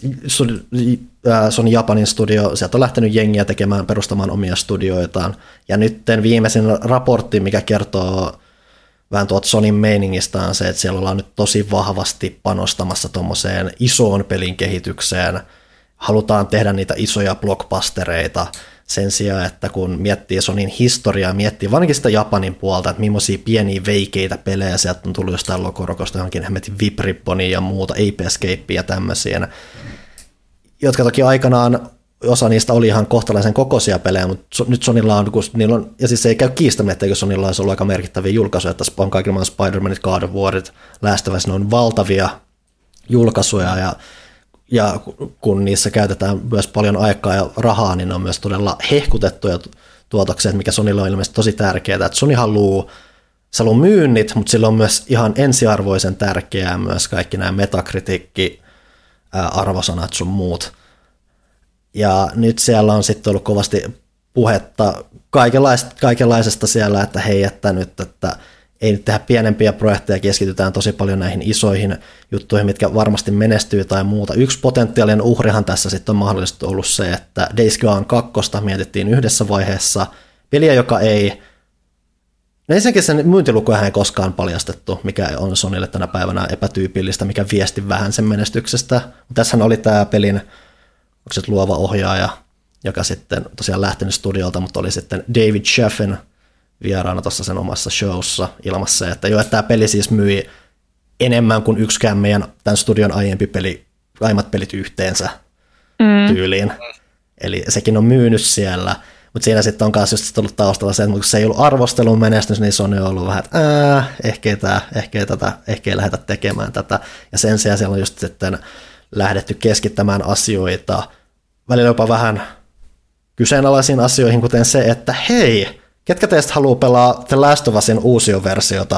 Sony Japanin studio, sieltä on lähtenyt jengiä tekemään, perustamaan omia studioitaan, ja nyt viimeisin raportti, mikä kertoo vähän tuolta Sonyn meiningistä on se, että siellä ollaan nyt tosi vahvasti panostamassa tuommoiseen isoon pelin kehitykseen, halutaan tehdä niitä isoja blockbustereita, sen sijaan, että kun miettii Sonyn historiaa, miettii varsinkin sitä Japanin puolta, että millaisia pieniä veikeitä pelejä sieltä on tullut jostain Logorokosta johonkin hemmetin Vibripponia ja muuta, Ape Escapea ja tämmöisiä, jotka toki aikanaan osa niistä oli ihan kohtalaisen kokoisia pelejä, mutta nyt Sonylla on, kun niillä on, ja siis ei käy kiistämään, etteikö Sonylla olisi ollut aika merkittäviä julkaisuja, että on kaikilla maan Spider-Manit, God of Warit, Last of Us, ne on valtavia julkaisuja, ja Ja kun niissä käytetään myös paljon aikaa ja rahaa, niin ne on myös todella hehkutettuja tuotoksia, mikä Sonylla on ilmeisesti tosi tärkeää. Että Sony haluaa, se haluaa myynnit, mutta sillä on myös ihan ensiarvoisen tärkeää myös kaikki nämä metakritiikki, arvosanat sun muut. Ja nyt siellä on sitten ollut kovasti puhetta kaikenlaista, kaikenlaisesta siellä, että hei, että nyt, että ei nyt tehdä pienempiä projekteja, keskitytään tosi paljon näihin isoihin juttuihin, mitkä varmasti menestyy tai muuta. Yksi potentiaalinen uhrihan tässä sitten on mahdollisesti ollut se, että Days Gone kaksi mietittiin yhdessä vaiheessa, peliä, joka ei, no ensinnäkin sen myyntilukuja ei koskaan paljastettu, mikä on Sonylle tänä päivänä epätyypillistä, mikä viesti vähän sen menestyksestä. Tässähän oli tämä pelin, onko se luova ohjaaja, joka sitten tosiaan lähtenyt studiolta, mutta oli sitten David Chaffin vieraana tuossa sen omassa showssa ilmassa, että jo, että tämä peli siis myi enemmän kuin yksikään meidän tämän studion aiempi peli, aiemmat pelit yhteensä mm. tyyliin. Eli sekin on myynyt siellä, mutta siinä sitten on myös just ollut taustalla se, että kun se ei ollut arvostelun menestys, niin Sony on ollut vähän, että ää, ehkä ei, tää, ehkä ei, tätä, ehkä ei lähdetä tekemään tätä. Ja sen sijaan siellä on just sitten lähdetty keskittämään asioita, välillä jopa vähän kyseenalaisiin asioihin, kuten se, että hei, ketkä teistä haluaa pelaa The Last of Usin uusioversiota?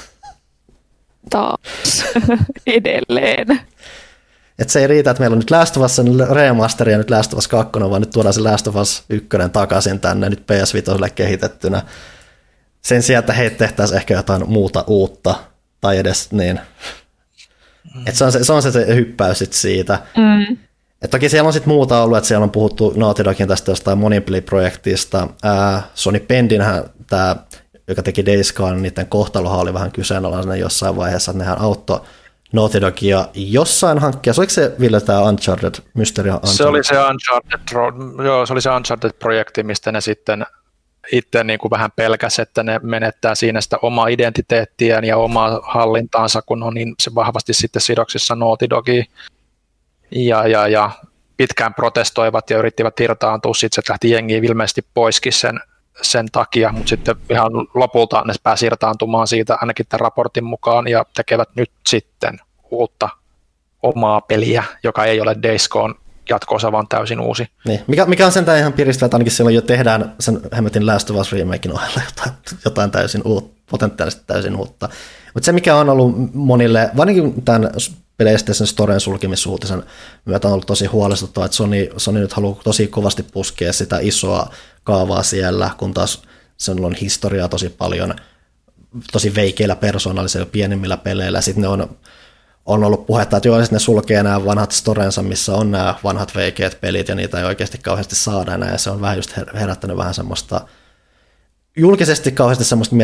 Taas. Edelleen. Et se ei riitä, että meillä on nyt Last of Usin remaster ja nyt Last of Us kaksi, vaan nyt tuodaan se Last of Us yksi takaisin tänne nyt P S viisi kehitettynä. Sen sijaan, että heitä tehtäisiin ehkä jotain muuta uutta, tai edes niin. Mm. Et se on se, se, on se, se hyppäys sit siitä. Mm. Et toki siellä on sitten muuta ollut, että siellä on puhuttu Naughty Dogin tästä jostain monipeli-projektista. Ää, Sony Pendinhän, tämä, joka teki Days Gone, niiden kohtalohan oli vähän kyseenalainen jossain vaiheessa, että nehän auttoi Naughty Dogia jossain hankkeessa. Oliko se, Ville, tämä Uncharted, Mystery Uncharted? Se oli se Uncharted, joo, se oli se Uncharted-projekti, mistä ne sitten itse niin kuin vähän pelkäsi, että ne menettää siinä sitä omaa identiteettiään ja omaa hallintaansa, kun on niin se vahvasti sitten sidoksissa Naughty Dogiin. Ja, ja, ja pitkään protestoivat ja yrittivät irtaantua, sitten se lähti jengiin ilmeisesti poiskin sen, sen takia, mutta sitten ihan lopulta ne pääsi irtaantumaan siitä ainakin tämän raportin mukaan ja tekevät nyt sitten uutta omaa peliä, joka ei ole Days Gone jatko-osa vaan täysin uusi. Niin. Mikä, mikä on sentään ihan piristävä, että ainakin silloin jo tehdään sen hemmetin Last of Us remaken ohella jotain, jotain täysin uutta, potentiaalisesti täysin uutta. Mutta se, mikä on ollut monille, varsinkin tämän PlayStation Storen sulkemisuutisen myötä on ollut tosi huolestuttavaa, että Sony, Sony nyt haluaa tosi kovasti puskea sitä isoa kaavaa siellä, kun taas sen on historiaa tosi paljon, tosi veikeillä persoonallisilla pienemmillä peleillä. Sitten ne on, on ollut puhetta, että joo, ne sulkee nämä vanhat storensa, missä on nämä vanhat veikeät pelit, ja niitä ei oikeasti kauheasti saada enää, ja se on vähän just herättänyt vähän semmoista julkisesti kauheasti semmoista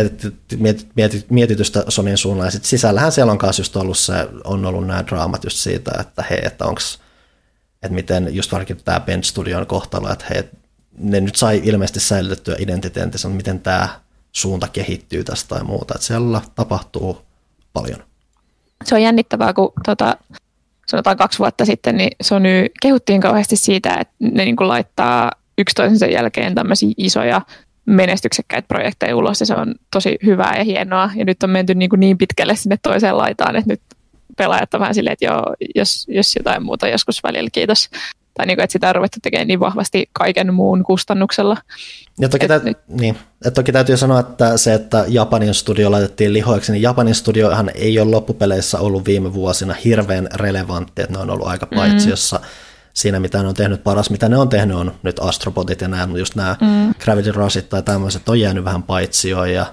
mietitystä Sonyn suunnalla, ja sitten sisällähän siellä on myös just ollut se, on ollut nämä draamat just siitä, että hei, että onks, että miten just varsinkin tämä Bend Studion kohtalo, että hei, ne nyt sai ilmeisesti säilytettyä identiteettinsä, miten tämä suunta kehittyy tästä tai muuta, että siellä tapahtuu paljon. Se on jännittävää, kun tota, sanotaan kaksi vuotta sitten, niin Sony kehuttiin kauheasti siitä, että ne niin kuin laittaa yksi toisensa jälkeen tämmöisiä isoja menestyksekkäitä projekteja ulos, ja se on tosi hyvää ja hienoa, ja nyt on menty niin, kuin niin pitkälle sinne toiseen laitaan, että nyt pelaajat on vähän silleen, että joo, jos, jos jotain muuta joskus välillä, kiitos. Tai niin kuin, että sitä on ruvettu tekemään niin vahvasti kaiken muun kustannuksella. Ja toki, täyt, niin, että toki täytyy sanoa, että se, että Japanin studio laitettiin lihoiksi, niin Japanin studiohan ei ole loppupeleissä ollut viime vuosina hirveän relevantti, että ne on ollut aika paitsiossa mm. siinä, mitä ne on tehnyt. Paras, mitä ne on tehnyt, on nyt Astrobotit ja nämä, just nämä mm. Gravity Rushit tai tämmöiset on jäänyt vähän paitsioon, ja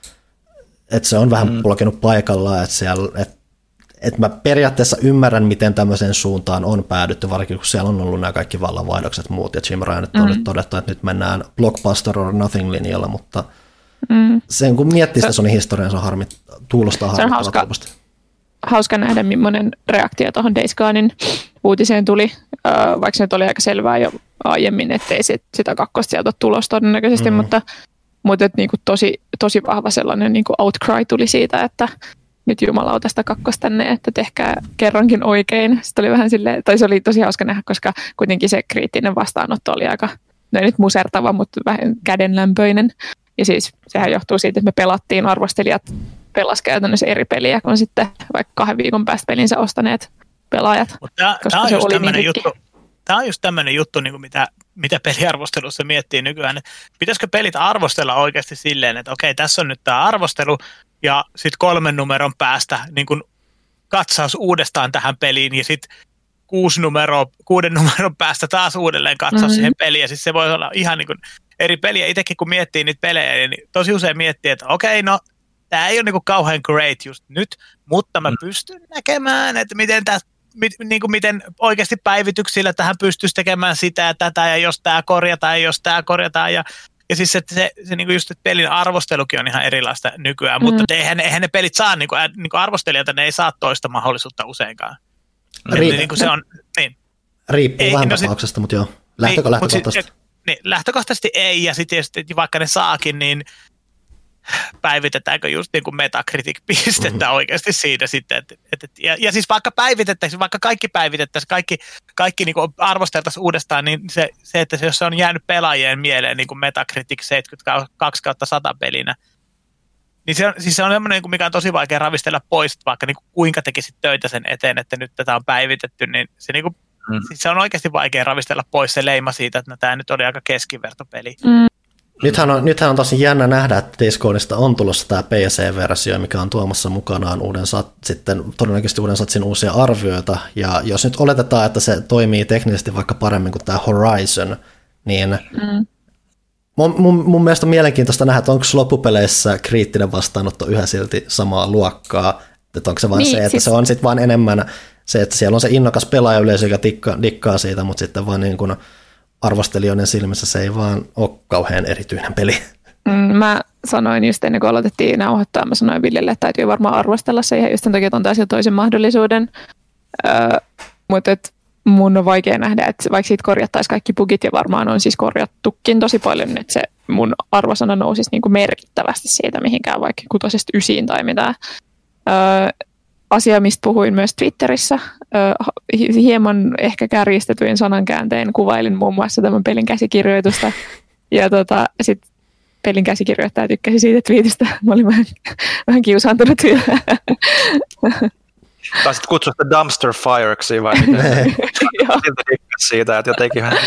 että se on vähän mm. polkenut paikallaan, että siellä, että että mä periaatteessa ymmärrän, miten tämmöiseen suuntaan on päädytty, varsinkin kun siellä on ollut nämä kaikki vallanvaihdokset muut, ja Jim Ryan on mm. nyt todettu, että nyt mennään blockbuster or nothing linjalla, mutta mm. sen kun miettii sitä Sonin historiaa, se on harmi, tuulostaa harmittavaa hauska, hauska nähdä, millainen reaktio tuohon Days Gonein uutiseen tuli, vaikka se nyt oli aika selvää jo aiemmin, ettei sit, sitä kakkosta sieltä ole tulossa todennäköisesti, mm. mutta, mutta et niinku tosi, tosi vahva sellainen niinku outcry tuli siitä, että nyt jumalauta sitä kakkosta tänne, että tehkää kerrankin oikein. Sitten oli vähän silleen, tai se oli tosi hauska nähdä, koska kuitenkin se kriittinen vastaanotto oli aika, no ei nyt musertava, mutta vähän kädenlämpöinen. Ja siis sehän johtuu siitä, että me pelattiin, arvostelijat pelas käytännössä eri peliä, kun sitten vaikka kahden viikon päästä pelinsä ostaneet pelaajat. Tämä on, niin on just tämmöinen juttu, niin kuin mitä, mitä peliarvostelussa miettii nykyään. Pitäisikö pelit arvostella oikeasti silleen, että okei, tässä on nyt tämä arvostelu, ja sitten kolmen numeron päästä niin kun katsaus uudestaan tähän peliin, ja sitten kuusi numeroa, kuuden numeron päästä taas uudelleen katsaus mm-hmm. siihen peliin, ja siis se voi olla ihan niin kun eri peliä. Itsekin kun miettii niitä pelejä, niin tosi usein miettii, että okei, no tämä ei ole niin kuin kauhean great just nyt, mutta mä pystyn näkemään, että miten, tää, mit, niin kuin miten oikeasti päivityksillä tähän pystyisi tekemään sitä ja tätä, ja jos tämä korjataan, ja jos tämä korjataan, ja Ja siis että se, se niinku just, että pelin arvostelukin on ihan erilaista nykyään, mm. mutta eihän, eihän ne pelit saa, niinku, niinku arvostelijat, ne ei saa toista mahdollisuutta useinkaan. Riip- niinku se on, niin. Riippuu ei, vähän no tapauksesta, sit, mutta joo, lähtökö niin, lähtökohtaisesti? Niin, lähtökohtaisesti ei, ja sitten vaikka ne saakin, niin päivitetäänkö just niin kuin Metacritic-pistettä mm-hmm. oikeasti siitä sitten. Et, et, et, ja, ja siis vaikka päivitettäisiin, vaikka kaikki päivitettäisiin, kaikki, kaikki niin kuin arvosteltaisiin uudestaan, niin se, se, että jos se on jäänyt pelaajien mieleen niin kuin Metacritic seitsemänkymmentäkaksi kautta sata pelinä, niin se on, siis se on semmoinen, mikä on tosi vaikea ravistella pois, vaikka niin kuin kuinka tekisit töitä sen eteen, että nyt tätä on päivitetty, niin se, niin kuin, mm. siis se on oikeasti vaikea ravistella pois se leima siitä, että no, tämä nyt oli aika keskivertopeli. Mm. Nythän on, nythän on tosi jännä nähdä, että Days Goneista on tulossa tämä P C-versio, mikä on tuomassa mukanaan uuden sat, sitten todennäköisesti uuden satsin uusia arvioita, ja jos nyt oletetaan, että se toimii teknisesti vaikka paremmin kuin tämä Horizon, niin mm. mun, mun, mun mielestä on mielenkiintoista nähdä, että onko loppupeleissä kriittinen vastaanotto yhä silti samaa luokkaa, että onko se vain niin, se, että siis se on sitten vaan enemmän se, että siellä on se innokas pelaajayleisö, joka dikkaa, dikkaa siitä, mutta sitten vaan niin kuin arvostelijoiden silmissä se ei vaan ole kauhean erityinen peli. Mä sanoin just ennen kuin aloitettiin nauhoittaa, mä sanoin Villelle, että täytyy varmaan arvostella se ihan just sen takia, että on taas jo toisen mahdollisuuden. Öö, mutta et mun on vaikea nähdä, että vaikka siitä korjattaisiin kaikki bugit, ja varmaan on siis korjattukin tosi paljon, että se mun arvosana nousisi niinku merkittävästi siitä mihinkään vaikka kutosesta ysiin tai mitään. Öö, asia, mistä puhuin myös Twitterissä, hieman ehkä kärjistetyin sanankääntein kuvailin muun muassa tämän pelin käsikirjoitusta, ja tota, sitten pelin käsikirjoittaja tykkäsi siitä twiitistä. Mä olin vähän, vähän kiusaantunut. Taisit kutsua sitä dumpster fireksi vai mitä? siitä, että jotenkin hän...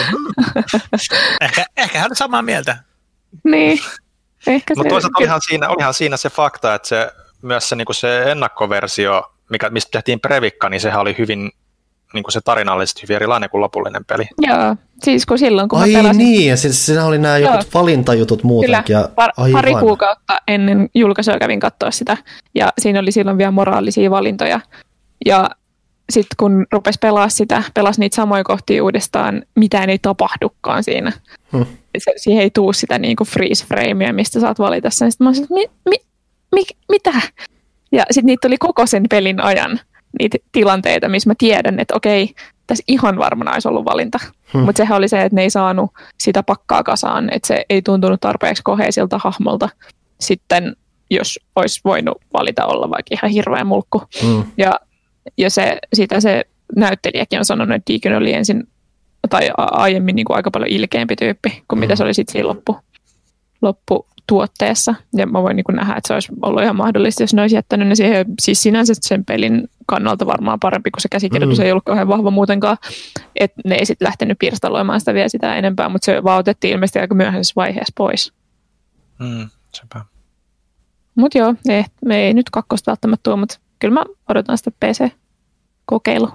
ehkä, ehkä hän oli samaa mieltä. Niin. Ehkä Mutta se, toisaalta olihan siinä, olihan siinä se fakta, että se, myös se, niin se ennakkoversio, mikä, mistä tehtiin previkka, niin sehän oli hyvin, niin se tarinallisesti hyvin erilainen kuin lopullinen peli. Joo, siis kun silloin kun Ai mä pelasin... niin, ja siis siinä oli nämä Joo. jotkut valintajutut muutenkin. Kyllä, Ja, par- pari kuukautta ennen julkaisua kävin katsoa sitä, ja siinä oli silloin vielä moraalisia valintoja. Ja sitten kun rupesi pelaa sitä, pelasi niitä samoja kohtia uudestaan, mitään ei tapahdukaan siinä. Hmm. Se, siihen ei tule sitä niinku freeze framea, mistä saat valita sen. Sitten mä olisin, mi, mi, mi, mitä? Ja sitten niitä oli koko sen pelin ajan, niitä tilanteita, missä mä tiedän, että okei, tässä ihan varmana olisi ollut valinta. Hmm. Mutta sehän oli se, että ne ei saanut sitä pakkaa kasaan, että se ei tuntunut tarpeeksi koheisilta hahmolta sitten, jos olisi voinut valita olla vaikka ihan hirveä mulkku. Hmm. Ja, ja se, sitä se näyttelijäkin on sanonut, että Deacon oli ensin tai aiemmin niin kuin aika paljon ilkeämpi tyyppi kuin hmm. mitä se oli sitten siinä loppu, lopputuotteessa. Ja mä voin niin kuin nähdä, että se olisi ollut ihan mahdollista, jos ne olisi jättänyt ne siihen. Siis sinänsä sen pelin kannalta varmaan parempi, kun se käsikirjoitus mm. ei ollut kauhean vahva muutenkaan. Että ne ei sitten lähtenyt pirstaloimaan sitä vielä sitä enempää, mutta se vaan otettiin ilmeisesti aika myöhäisessä vaiheessa pois. Mm, sepä. Mutta joo, ei, me ei nyt kakkosta välttämättä tuo, mutta kyllä mä odotan sitä P C-kokeilua.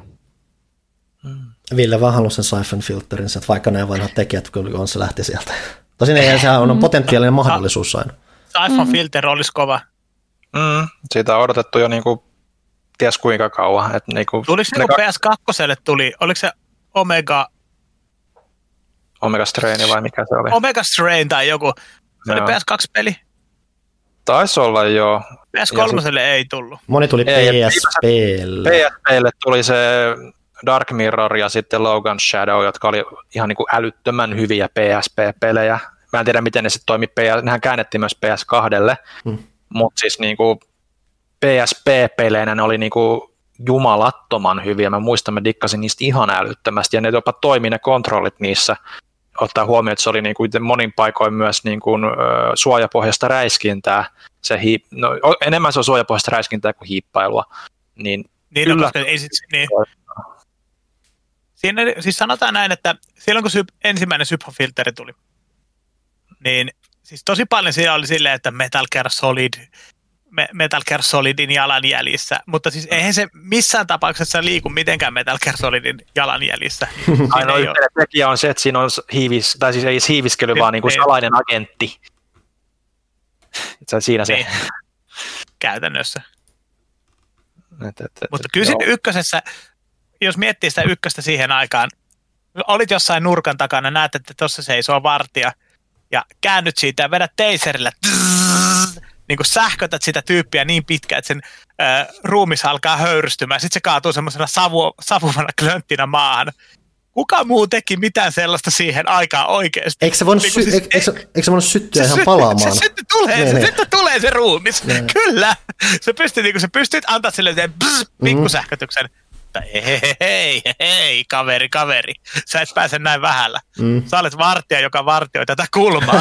Mm. Ville vaan halusi sen Siphon filterin, että vaikka nämä vanhat tekijät, kyllä on se lähti sieltä. Tosin ei se on mm. potentiaalinen mahdollisuus aina. Siphon mm. filter olisi kova. Mm, siitä on odotettu jo niinku ties kuinka kauan. Että niinku, tuliko se, kun P S kaksi tuli, oliko se Omega... Omega Strain vai mikä se oli? Omega Strain tai joku. Se oli P S kaksi-peli. Taisi olla jo. P S kolme ei tullut. Moni tuli ei, P S P:lle. P S P:lle tuli se Dark Mirror ja sitten Logan Shadow, jotka oli ihan niin kuin älyttömän hyviä P S P-pelejä. Mä en tiedä, miten ne sitten toimi. Nehän käännettiin myös P S kahdelle, hmm. mutta siis niin kuin P S P-peleinä ne oli niin kuin jumalattoman hyviä. Mä muistan, mä dikkasin niistä ihan älyttömästi ja ne jopa toimi ne kontrollit niissä. Ottaa huomioon, että se oli niin kuin monin paikoin myös niin kuin, ö, suojapohjaista räiskintää. Se hiip... no, enemmän se on suojapohjaista räiskintää kuin hiippailua. Niin, niin, no, koska ei sit, niin. Siinä, siis sanotaan näin, että silloin kun syp, ensimmäinen Syphon-filteri tuli, niin siis tosi paljon siinä oli silleen, että Metal Gear Solid, Metal Gear Solidin jalanjäljissä, mutta siis eihän se missään tapauksessa liiku mitenkään Metal Gear Solidin jalanjäljissä. Ainoa yhteinen tekijä on se, että siinä on hiivis, tai siis ei hiiviskely, niin, vaan niin kuin salainen agentti. Siinä se. Niin. Käytännössä. Et, et, et, mutta kyllä siinä ykkösessä, jos miettii sitä ykköstä siihen aikaan, olit jossain nurkan takana, näet, että tuossa seisoo vartija, ja käännyt siitä ja vedät teiserillä, niin kuin sähkötät sitä tyyppiä niin pitkään, että sen äh, ruumis alkaa höyrystymään. Sitten se kaatuu semmoisena savu, savuvana klönttinä maahan. Kuka muu teki mitään sellaista siihen aikaan oikeasti? Eikö se voinut, niin sy- siis, eikö, eikö, eikö se voinut syttyä se ihan palaamaan? Se sitten tulee, ne, se, ne. Sitten tulee se ruumis. Ne. Kyllä. Se pystyy, niin se pystyy antaa sille pikkusähkötyksen. Hei, hei, hei, hei, kaveri, kaveri. Sä et pääse näin vähällä. Mm. Sä olet vartija, joka vartioi tätä kulmaa.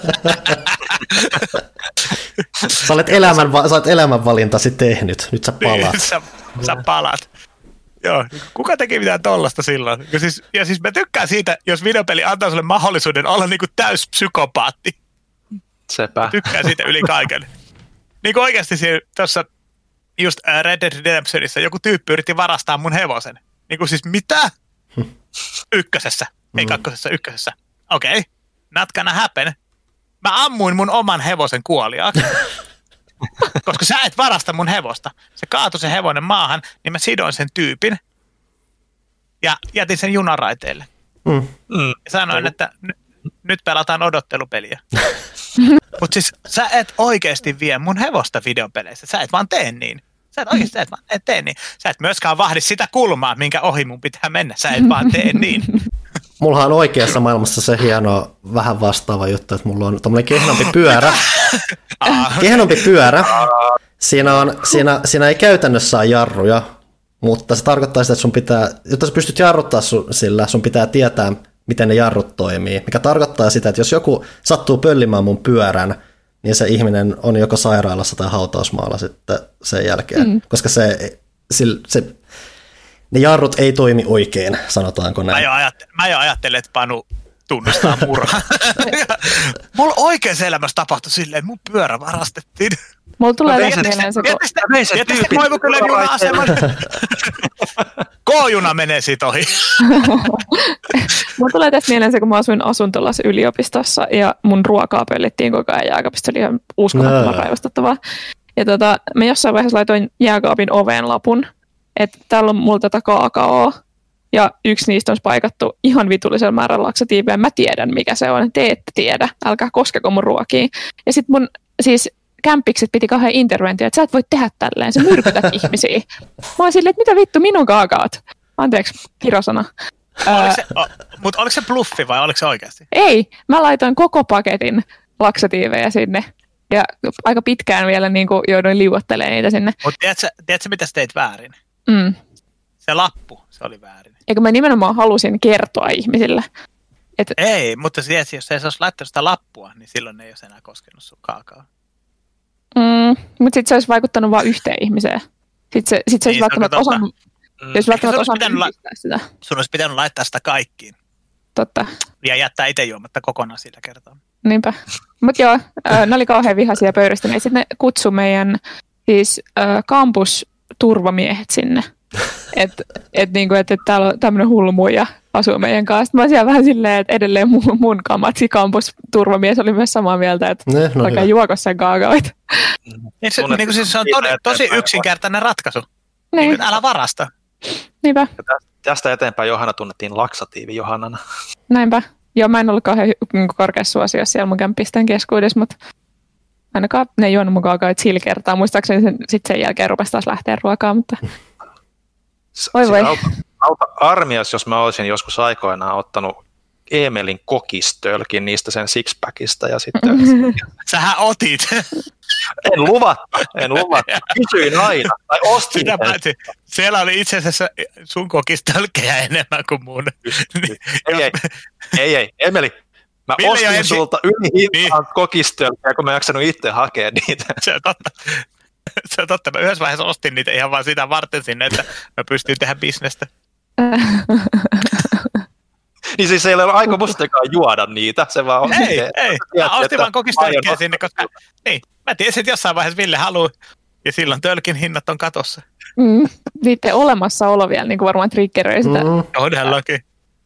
Sä olet, elämän, sä olet elämänvalintasi tehnyt. Nyt sä palaat. sä, sä palaat. Joo, kuka teki mitään tollasta silloin? Ja siis, ja siis mä tykkään siitä, jos videopeli antaa sulle mahdollisuuden olla niinku täys psykopaatti. Sepä. Mä tykkään siitä yli kaiken. Niin kuin oikeasti tuossa just Red Dead Redemptionissa joku tyyppi yritti varastaa mun hevosen. Niin kuin siis mitä? Ykkösessä, ei kakkosessa, ykkösessä. Okei, okay. Not gonna happen. Mä ammuin mun oman hevosen kuoliaaksi. Koska sä et varasta mun hevosta. Se kaatui se hevonen maahan, niin mä sidoin sen tyypin ja jätin sen junaraiteille. Mm. Ja sanoin, että n- nyt pelataan odottelupeliä. Mutta siis sä et oikeasti vie mun hevosta videopeleissä. Sä et vaan tee niin. Sä et oikeasti et vaan et tee niin. Sä et myöskään vahdi sitä kulmaa, minkä ohi mun pitää mennä. Sä et vaan tee niin. Mulla on oikeassa maailmassa se hieno vähän vastaava juttu, että mulla on tommoinen kehnompi pyörä. Kehnompi pyörä. Siinä, on, siinä, siinä ei käytännössä ole jarruja, mutta se tarkoittaa sitä, että sun pitää, jotta sä pystyt jarruttaa sun, sillä, sun pitää tietää, miten ne jarrut toimii. Mikä tarkoittaa sitä, että jos joku sattuu pöllimään mun pyörän, niin se ihminen on joko sairaalassa tai hautausmaalla sitten sen jälkeen. Mm. Koska se, se, se ne jarrut ei toimi oikein, sanotaanko näin. Mä jo, ajattelen, mä jo ajattelen, että Panu tunnustaa murhaa. Mulla oikeassa elämässä tapahtui silleen, että mun pyörä varastettiin. Mulla tulee tästä mieleen se, kun... Tietysti Koivukylän juna-aseman. K-juna menee siitä ohi. Mulla tulee tästä mieleen se, kun mä asuin asuntolassa yliopistossa ja mun ruokaa pöllittiin koko ajan jääkaapista. Se oli ihan uskomattoman raivostuttavaa. Ja tota, mä jossain vaiheessa laitoin jääkaapin oveen lapun, että täällä on mulla tätä kaakaoa. Ja yksi niistä on paikattu ihan vitullisella määrällä laksatiivia. Mä tiedän, mikä se on. Te ette tiedä. Älkää koskeko mun ruokiin. Ja sit mun siis kämpikset piti kauhean interventio, että sä et voi tehdä tälleen. Sä myrkytät ihmisiä. Mä oon silleen, että mitä vittu minun kaakaot? Anteeksi, kirosana. Oliko se, o, mutta oliko se bluffi vai oliko se oikeasti? Ei. Mä laitoin koko paketin laksatiiveja sinne. Ja aika pitkään vielä niin kuin jouduin liuottelemaan niitä sinne. Mutta tiedätkö, tiedätkö, mitä sä teit väärin? Mm. Se lappu, se oli väärin. Eikö mä nimenomaan halusin kertoa ihmisille. Et... Ei, mutta tiedätkö, jos ei se olisi laittanut sitä lappua, niin silloin ei olisi enää koskenut sun kaakaoa. Mm, mutta sitten se olisi vaikuttanut vain yhteen ihmiseen. Sitten se, sit se olisi niin, välttämättä osa, mm. olisi välttämättä osa la- sitä. Sun olisi pitänyt laittaa sitä kaikkiin. Totta. Ja jättää itse juomatta kokonaan sillä kertaa. Niinpä. Mutta joo, äh, ne oli kauhean vihaisia pöyristyneet. Sitten ne kutsui meidän siis äh, kampusturvamiehet sinne. Että et, niinku, et, et täällä on tämmöinen hullu muija asuu meidän kanssa. Sitten mä siellä vähän silleen, että edelleen mun, mun kamatsi kampusturvamies oli myös samaa mieltä, että ne, no alkaa juoko sen kaakaoit. Niin se, niin siis se on tosi, tosi yksinkertainen ratkaisu. Niin. Niin, älä varasta. Niinpä. Tästä eteenpäin Johanna tunnettiin laksatiivi Johannana. Näinpä. Joo, mä en ollut kauhean korkeassa suosiossa siellä mun kämpisten keskuudessa, mutta ainakaan ne ei juonut mun kaakaoit sillä kertaa. Muistaakseni sen, sitten sen jälkeen rupesi taas lähteä ruokaa, mutta voi voi. Auta, auta armias, jos mä olisin joskus aikoinaan ottanut Emelin kokistölkin niistä sen sixpackista ja sitten... Sähän otit. En luvatta, en luvatta. Kysyin aina, tai ostin. Sitä päätin. Siellä oli itse asiassa sun kokistölkejä enemmän kuin mun. Niin, ei, ei, ei, ei, Emeli, mä Ville ostin ensi... sulta ylihintaan niin. kokistölkejä, kun mä en jaksanut itse hakea niitä. Se on totta. Se on totta. Mä yhdessä vaiheessa ostin niitä ihan vaan sitä varten sinne, että mä pystyin tehdä bisnestä. Niin siis ei ole aikomustakaan juoda niitä, se vaan on... Ei, ei, ei. Mä ostin vaan kokistölkkiä sinne, koska niin, mä tiesin, että jossain vaiheessa Ville haluaa, ja silloin tölkin hinnat on katossa. Mm, niiden olemassaolo vielä niin kuin varmaan triggeröi sitä mm. Todellakin.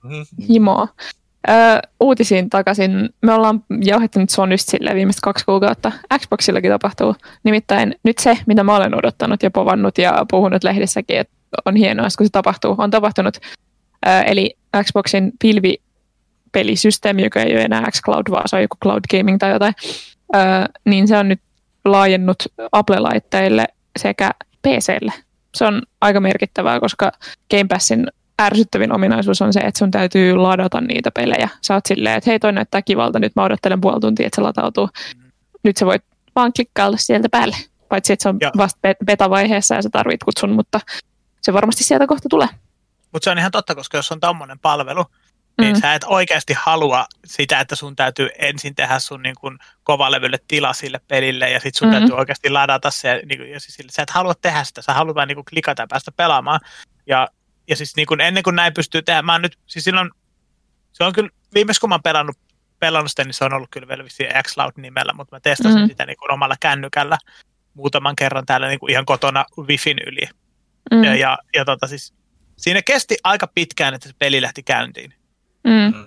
himoa. Ö, uutisiin takaisin. Me ollaan jauhettu nyt Sonysta silleen viimeiset kaksi kuukautta. Xboxillakin tapahtuu. Nimittäin nyt se, mitä mä olen odottanut ja povannut ja puhunut lehdissäkin, että on hienoa, kun se tapahtuu, on tapahtunut. Ö, eli Xboxin pilvipelisysteemi, joka ei ole enää xCloud, vaan se on joku cloud gaming tai jotain, ö, niin se on nyt laajennut Apple-laitteille sekä P C:lle. Se on aika merkittävää, koska Game Passin ärsyttävin ominaisuus on se, että sun täytyy ladata niitä pelejä. Sä oot silleen, että hei, toi näyttää kivalta, nyt mä odottelen puoli tuntia, että se latautuu. Mm-hmm. Nyt sä voit vaan klikkailla sieltä päälle, paitsi että se on ja. vasta beta-vaiheessa ja sä tarvit kutsun, mutta se varmasti sieltä kohta tulee. Mutta se on ihan totta, koska jos on tommonen palvelu, niin mm. sä et oikeasti halua sitä, että sun täytyy ensin tehdä sun niin kun kovalevylle tila sille pelille ja sit sun mm-hmm. täytyy oikeasti ladata se. Ja, niin kun, ja siis, sä et halua tehdä sitä, sä haluat vain niin kun klikata ja päästä pelaamaan. Ja, ja siis niin kun ennen kuin näin pystyy tehdä, mä oon nyt, siis silloin, se on kyllä, viimeis kun mä oon pelannut, pelannut sitä, niin se on ollut kyllä vielä vissiin xCloud-nimellä, mutta mä testasin mm-hmm. sitä niin kun omalla kännykällä muutaman kerran täällä niin kun ihan kotona Wifin yli. Mm-hmm. Ja, ja, ja tota siis, siinä kesti aika pitkään, että se peli lähti käyntiin. Mm.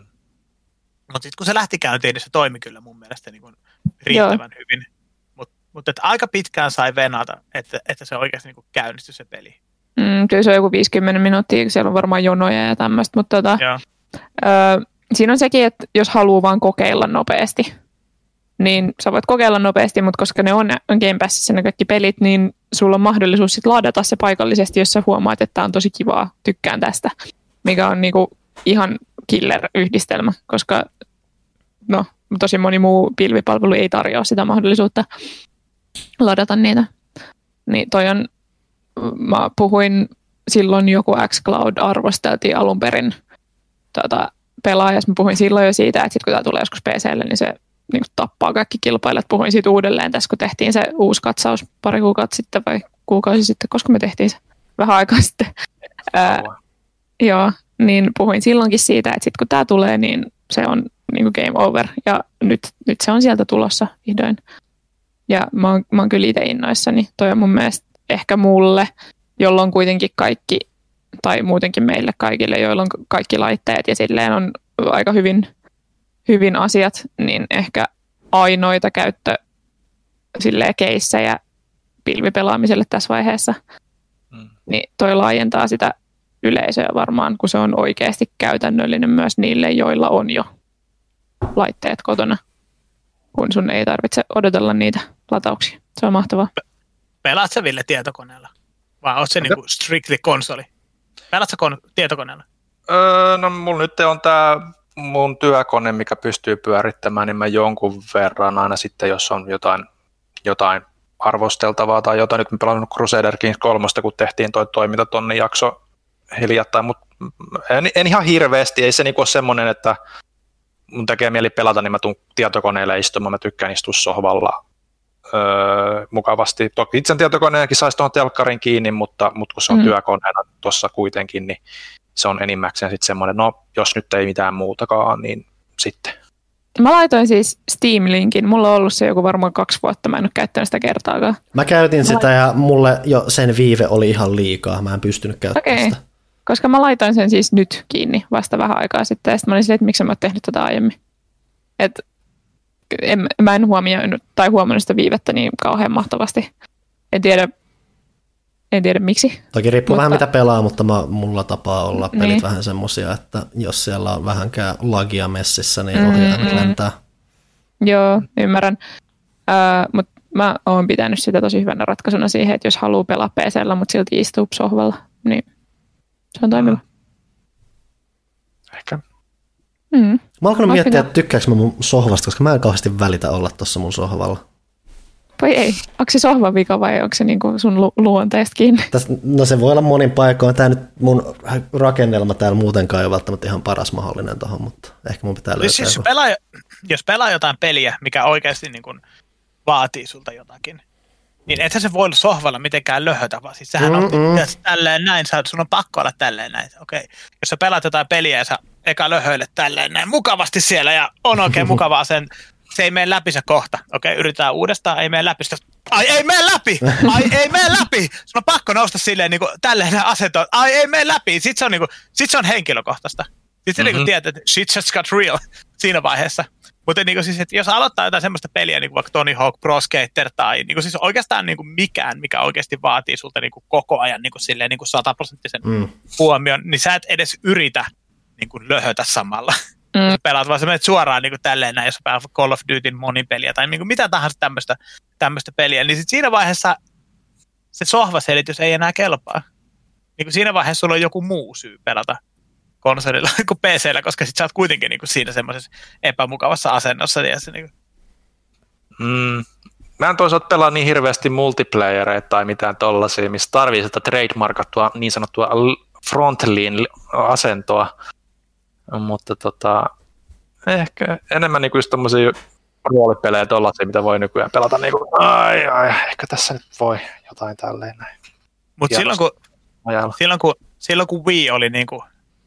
Mutta sitten kun se lähti käyntiin, niin se toimi kyllä mun mielestä niin kuin riittävän Joo. hyvin. Mutta mut aika pitkään sai venata, että, että se oikeasti niin kuin käynnistyi se peli. Mm, kyllä se on joku viisikymmentä minuuttia, siellä on varmaan jonoja ja tämmöistä. Mutta tota, ö, siinä on sekin, että jos haluaa vaan kokeilla nopeasti, niin sä voit kokeilla nopeasti, mutta koska ne on Game Passissa ne kaikki pelit, niin sulla on mahdollisuus sit ladata se paikallisesti, jos sä huomaat, että tää on tosi kivaa, tykkään tästä, mikä on niinku ihan killer-yhdistelmä, koska no, tosi moni muu pilvipalvelu ei tarjoa sitä mahdollisuutta ladata niitä. Niin toi on, mä puhuin silloin joku xCloud arvosteltiin alun perin tota, pelaajassa, mä puhuin silloin jo siitä, että sit kun tää tulee joskus P C:lle, niin se niin tappaa kaikki kilpailijat. Puhuin siitä uudelleen tässä, kun tehtiin se uusi katsaus pari kuukautta sitten vai kuukausi sitten, koska me tehtiin se. vähän aikaa sitten. Ää, joo, niin puhuin silloinkin siitä, että sitten kun tämä tulee, niin se on niin kuin game over. Ja nyt, nyt se on sieltä tulossa vihdoin. Ja mä oon, mä oon kyllä itse innoissani. Toi on mun mielestä ehkä mulle, jolla on kuitenkin kaikki, tai muutenkin meille kaikille, joilla on kaikki laitteet ja silleen on aika hyvin, hyvin asiat, niin ehkä ainoita käyttö silleen keissejä pilvipelaamiselle tässä vaiheessa. Mm. Niin toi laajentaa sitä yleisöä varmaan, kun se on oikeasti käytännöllinen myös niille, joilla on jo laitteet kotona, kun sun ei tarvitse odotella niitä latauksia. Se on mahtavaa. Pelaat sä, Ville, tietokoneella? Vai oot se niinku strictly konsoli? Pelaat sä kon- tietokoneella? Öö, no mulla nyt on tää mun työkone, mikä pystyy pyörittämään, niin mä jonkun verran aina sitten, jos on jotain, jotain arvosteltavaa tai jotain. Nyt mä pelannut Crusader Kings kolme, kun tehtiin toi toimintatonni jakso hiljattain, mutta en, en ihan hirveästi. Ei se niinku ole semmoinen, että mun tekee mieli pelata, niin mä tuun tietokoneelle istumaan. Mä tykkään istua sohvalla öö, mukavasti. Toki itse tietokoneenkin saisi tuohon telkkarin kiinni, mutta, mutta kun se on mm. työkoneena tuossa kuitenkin, niin se on enimmäkseen sitten semmoinen, no jos nyt ei mitään muutakaan, niin sitten. Mä laitoin siis Steam-linkin. Mulla on ollut se joku varmaan kaksi vuotta. Mä en ole käyttänyt sitä kertaakaan. Mä käytin mä sitä ja mulle jo sen viive oli ihan liikaa. Mä en pystynyt käyttämään okay. sitä. Koska mä laitoin sen siis nyt kiinni vasta vähän aikaa sitten. Ja sitten mä olin silleen, että miksi mä oon tehnyt tätä aiemmin. Et en, mä en huomioinut tai huomannut sitä viivettä niin kauhean mahtavasti. En tiedä, en tiedä miksi. Toki riippuu mutta vähän mitä pelaa, mutta mä, mulla tapaa olla pelit niin. vähän semmosia, että jos siellä on vähänkään lagia messissä, niin ohjaimet lentää. Joo, ymmärrän. Äh, mutta mä oon pitänyt sitä tosi hyvänä ratkaisuna siihen, että jos haluaa pelaa P C:llä, mutta silti istuu sohvalla, niin se on toimiva. Ehkä. Mm. Mä oon alkanut miettiä, että tykkääkö mä mun sohvasta, koska mä en kauheasti välitä olla tuossa mun sohvalla. Vai ei? Onko se sohvan vika vai onko se niinku sun lu- luonteesta kiinni? Tästä, no se voi olla monin paikoin. Tämä nyt mun rakennelma täällä muutenkaan ei ole välttämättä ihan paras mahdollinen tuohon, mutta ehkä mun pitää löytää. Siis jos, pelaa, jos pelaa jotain peliä, mikä oikeasti niin kuin vaatii sulta jotakin, niin ethän se voi olla sohvalla mitenkään löhötä, vaan siis sehän on tälleen näin, sun on pakko olla tälleen näin. Okei. Jos sä pelaat jotain peliä ja sä eka löhöilet tälleen näin mukavasti siellä ja on oikein mukavaa sen, se ei mene läpi se kohta. Okei, yritetään uudestaan, ei mene läpi. Sitten, ai ei mene läpi! Ai ei mene läpi! Sun on pakko nousta silleen niin kuin tälleen asentoon. Ai ei mene läpi! Sitten se on, niin kuin, sit se on henkilökohtaista. Sitten mm-hmm. se niin kuin tietää, että shit just got real siinä vaiheessa. Mutta niin kuin siis, että jos aloittaa jotain semmoista peliä, niin kuin vaikka Tony Hawk Pro Skater tai niin kuin siis oikeastaan niin kuin mikään, mikä oikeasti vaatii sulta niin kuin koko ajan niin kuin silleen niin kuin sataprosenttisen mm. huomion, niin sä et edes yritä niin kuin löhötä samalla. Mm. Pelaat vaan sä menet suoraan niin kuin tälleen näin, jos pelaat Call of Dutyn monipeliä tai niin kuin mitä tahansa tämmöistä, tämmöistä peliä, niin sit siinä vaiheessa se sohvaselitys ei enää kelpaa. Niin kuin siinä vaiheessa sulla on joku muu syy pelata konsolilla kuin P C:llä, koska sit sä oot kuitenkin niin kuin siinä semmoisessa epämukavassa asennossa. Niin kuin. Mm. Mä en toisaalta pelaa niin hirveästi multiplayereita tai mitään tollaisia, missä tarvii sitä trademarkattua niin sanottua frontline-asentoa. Mutta tota, ehkä enemmän niinku just tommosia roolipelejä tollaisia, mitä voi nykyään pelata niinku, ai ai, ehkä tässä nyt voi jotain tälleen näin. Mutta silloin kun, silloin, kun, silloin kun Wii oli niinku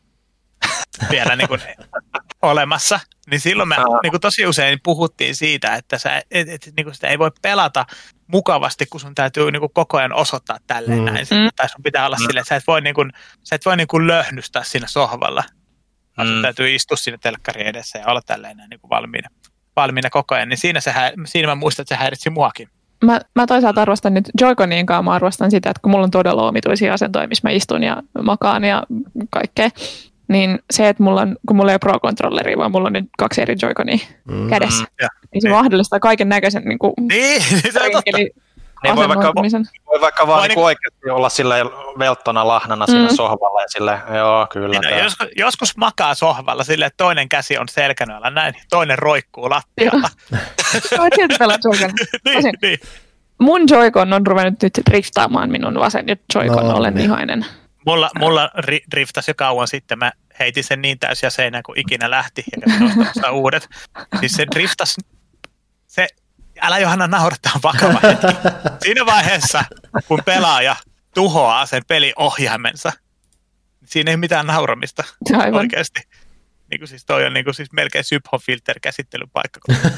vielä niinku olemassa, niin silloin me niinku tosi usein puhuttiin siitä, että sä, et, et, niinku sitä ei voi pelata mukavasti, kun sun täytyy niinku koko ajan osoittaa tälleen mm. näin. Tai sun pitää olla mm. silleen, että sä et voi, niinku, sä et voi niinku löhnystää siinä sohvalla. Mm. Sun täytyy istua siinä telkkarin edessä ja olla tälleen niin kuin valmiina, valmiina koko ajan, niin siinä, se, siinä mä muistan, että se häiritsi muakin. Mä, mä toisaalta arvostan nyt Joy-Conin kanssa, mä arvostan sitä, että kun mulla on todella omituisia asentoja, missä mä istun ja makaan ja kaikkea, niin se, että mulla on, kun mulla ei ole Pro-controlleria, vaan mulla on nyt kaksi eri Joy-Conia mm. kädessä, ja, niin se niin. mahdollistaa kaiken näköisen niin kuin niin, se on totta. Niin voi vaikka, voi vaikka vaan niin oikeasti olla silleen velttona lahnana siinä mm. sohvalla ja silleen, joo kyllä. Niin, no, joskus, joskus makaa sohvalla silleen, että toinen käsi on selkänöllä näin, toinen roikkuu lattialla. Olet silti pelaa Joy-Con. niin, niin. Mun Joy-Con on ruvennut nyt driftaamaan minun vasen Joy-Con, no, olen niin. ihainen. Mulla, mulla ri- driftasi jo kauan sitten, mä heitin sen niin täysiä seinään kuin ikinä lähti ja käsin ostamassa uudet. Siis se driftasi, se... Älä Johanna naurattaa, vakava hetki. Siinä vaiheessa, kun pelaaja tuhoaa sen peliohjaimensa. Siinä ei mitään nauramista Aivan. oikeasti. Niin kuin siis toi on niin kuin siis melkein Syphon-filter-käsittelypaikka.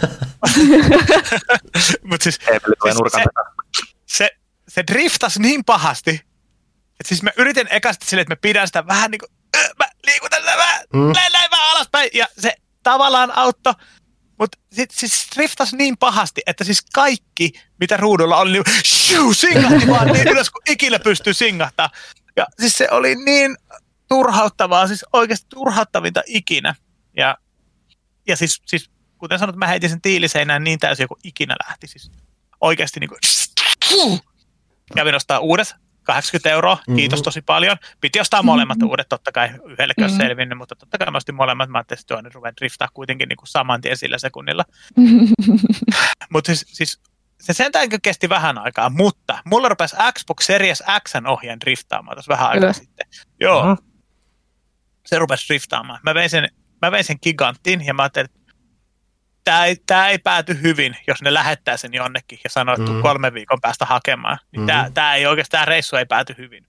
Mutta siis, siis se, se, se driftasi niin pahasti, että siis mä yritin ekasti silleen, että mä pidän sitä vähän niin kuin, mä liikutan sitä vähän, mm. näin, näin vähän alaspäin, ja se tavallaan auttoi. Mutta sitten siis driftasi niin pahasti, että siis kaikki, mitä ruudulla oli, niin shuu, singahti vaan niin ylös, kun ikinä pystyy singahtaa. Ja siis se oli niin turhauttavaa, siis oikeasti turhauttavinta ikinä. Ja, ja siis, siis, kuten sanot, mä heitin sen tiiliseinään niin täysin, kun ikinä lähti. Siis oikeasti niin kuin, kävin ostaa uudet, kahdeksankymmentä euroa, kiitos tosi paljon. Piti ostaa molemmat uudet, totta kai yhdellekö olisi selvinnyt, mutta totta kai mä ostin molemmat. Mä ajattelin, että toinen ruvean driftaa kuitenkin niin kuin saman tien sillä sekunnilla. Mutta siis, siis se sentään kesti vähän aikaa, mutta mulla rupesi Xbox Series X:n ohjaan driftaamaan tuossa vähän aikaa sitten. Joo, uh-huh. Se rupesi driftaamaan. Mä vein sen, mä vein sen Giganttiin ja mä ajattelin, että Tämä ei, tämä ei pääty hyvin, jos ne lähettää sen jonnekin ja sanoo, että mm. kolmen viikon päästä hakemaan. Niin mm. tämä, tämä ei oikeastaan, tämä reissu ei pääty hyvin.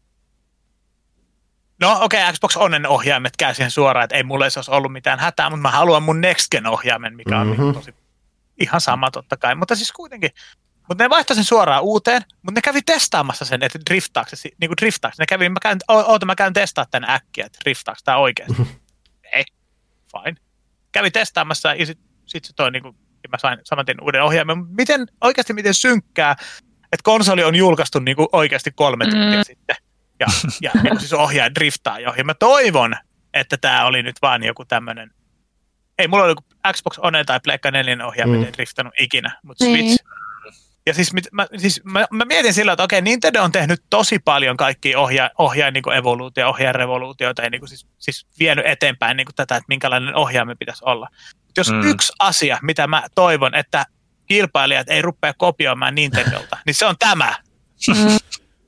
No okei, okay, Xbox Onen ohjaimet käy siihen suoraan, että ei mulle ei olisi ollut mitään hätää, mutta mä haluan mun Next Gen ohjaimen, mikä on mm-hmm. tosi ihan sama totta kai. Mutta siis kuitenkin, mutta ne vaihtoi sen suoraan uuteen, mutta ne kävi testaamassa sen, että driftaako se, niin kuin driftaako. Ne kävi, mä käyn, oota mä käyn testaamaan tänne äkkiä, että driftaako tämä oikeasti. Mm-hmm. Ei, fine. Kävi testaamassa ja sitten Sitten se toi, niin kuin, mä sain saman tien uuden ohjaimen. Miten, oikeasti miten synkkää, että konsoli on julkaistu niin kuin oikeasti kolme mm. tuntia sitten. Ja, ja niin siis ohjaaja driftaa jo. Ja mä toivon, että tämä oli nyt vaan joku tämmöinen, ei mulla oli Xbox One tai Pleikka neljä ohjaimet, mm. ei driftannut ikinä, mutta Switch. Mm. Ja siis, mä, siis mä, mä mietin sillä, että okei, Nintendo on tehnyt tosi paljon kaikkia ohjaa, ohjaa niin kuin evoluutio, ohjaa revoluutioita ja niin kuin siis, siis vienyt eteenpäin niin kuin tätä, että minkälainen ohjaamme pitäisi olla. Jos mm. yksi asia, mitä mä toivon, että kilpailijat ei rupea kopioimaan Nintendolta, niin se on tämä. Mm.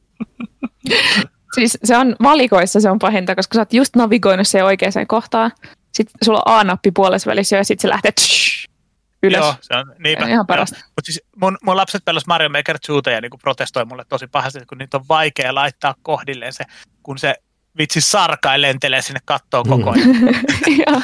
Siis se on valikoissa, se on pahinta, koska sä oot just navigoinut siihen oikeaan kohtaan. Sitten sulla on A-nappi puolessa välissä ja sitten se lähtee tsh, ylös. Joo, se on niinpä. Ihan parasta. Mutta siis mun, mun lapset pelas Mario Maker kaksi ja niinku protestoi mulle tosi pahasti, kun niitä on vaikea laittaa kohdilleen se, kun se vitsi sarkai lentelee sinne kattoon koko ajan. Joo.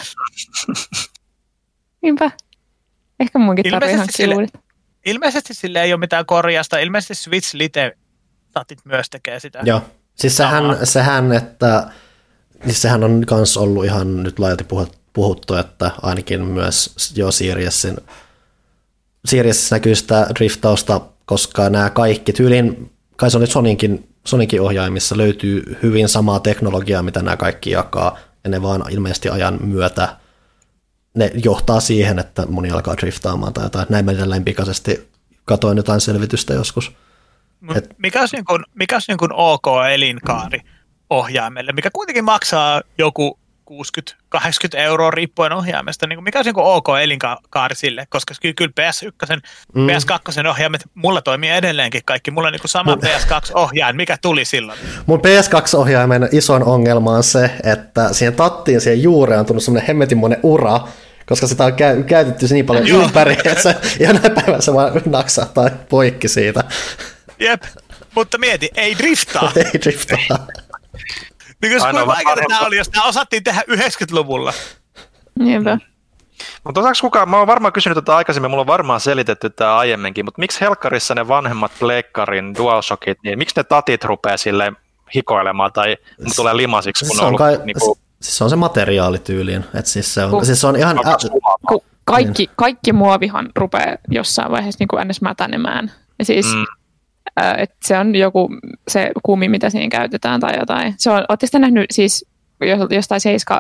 Niinpä. Ehkä munkin tarvii hankkia uudet. Ilmeisesti sille ei ole mitään korjausta. Ilmeisesti Switch Lite-tatit myös tekee sitä. Joo. Siis sehän, sehän, että, siis sehän on myös ollut ihan nyt laajalti puhuttu, että ainakin myös jo Seriesin, Seriesissä näkyy sitä driftausta, koska nämä kaikki tyylin, kai se on nyt Soninkin, Soninkin ohjaimissa löytyy hyvin samaa teknologiaa, mitä nämä kaikki jakaa, ja ne vaan ilmeisesti ajan myötä ne johtaa siihen, että moni alkaa driftaamaan tai jotain. Näin mä edelleen pikaisesti katoin jotain selvitystä joskus. Et, mikä olisi niin kuin, mikä olisi niin kuin ok elinkaari ohjaimelle, mikä kuitenkin maksaa joku kuusikymmentä kahdeksankymmentä euroa riippuen ohjaimesta, niin kuin mikä olisi niin kuin ok elinkaari sille, koska kyllä P S yksi, mm. P S kaksi ohjaimet, mulla toimii edelleenkin kaikki, mulla on niin kuin sama mun... P S kaksi ohjain, mikä tuli silloin. Mun P S kaksi ohjaimen ison ongelma on se, että siihen tattiin, siihen juureen on tullut semmoinen hemmetinmoinen ura, koska sitä on käy- käytetty niin paljon Joo. ympäri, että se ihan päivänä se vaan naksahtaa poikki siitä. Jep, mutta mieti, ei driftaa. ei driftaa. Niin koska kuinka vaikeaa tämä oli, jos tämä osattiin tehdä yhdeksänkymmentäluvulla. Niinpä. Mutta osaako kukaan, mä oon varmaan kysynyt tätä aikaisemmin, mulla on varmaan selitetty tämä aiemminkin, mutta miksi helkkarissa ne vanhemmat pleikkarin DualShockit, niin miksi ne tatit rupeaa silleen hikoilemaan tai S- tulee limasiksi, kun se on ollut kai, niinku... Siis se on se materiaalityyliin, että siis se on, ku, siis se on ihan... Ku, kaikki, kaikki muovihan rupeaa jossain vaiheessa niin kuin ns. Mätänemään. Ja siis... Mm. Että se on joku se kumi, mitä siinä käytetään tai jotain. Se on, ootte sitten nähnyt siis jostain seiska,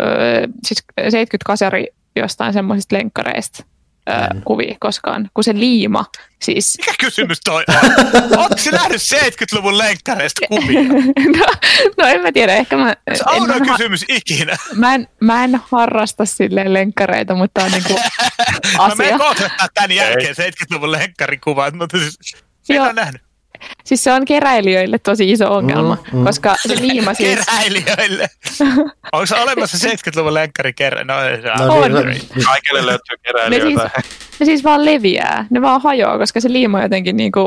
siis seitsemänkymmentä-kasari jostain semmoisista lenkkareista mm. kuvia koskaan, kun se liima siis... Mikä kysymys toi on? Ootko sä nähnyt seitsemänkymmentäluvun lenkkareista kuvia? no, no en mä tiedä, ehkä mä... Se on ainoa kysymys ha- ikinä. Mä en, mä en harrasta silleen lenkkareita, mutta on niinku asia. Mä menen kohtaa tämän jälkeen seitsemänkymmentäluvun lenkkarikuvat, mutta siis... Sen on nähnyt. Siis se on keräilijöille tosi iso ongelma, mm, mm. koska se liima siis... Keräilijöille? Onko se olemassa seitsemänkymmentäluvun lenkkari kerä? No, no, on. Kaikille löytyy keräilijöitä. Ne siis, ne siis vaan leviää, ne vaan hajoaa, koska se liima on jotenkin niinku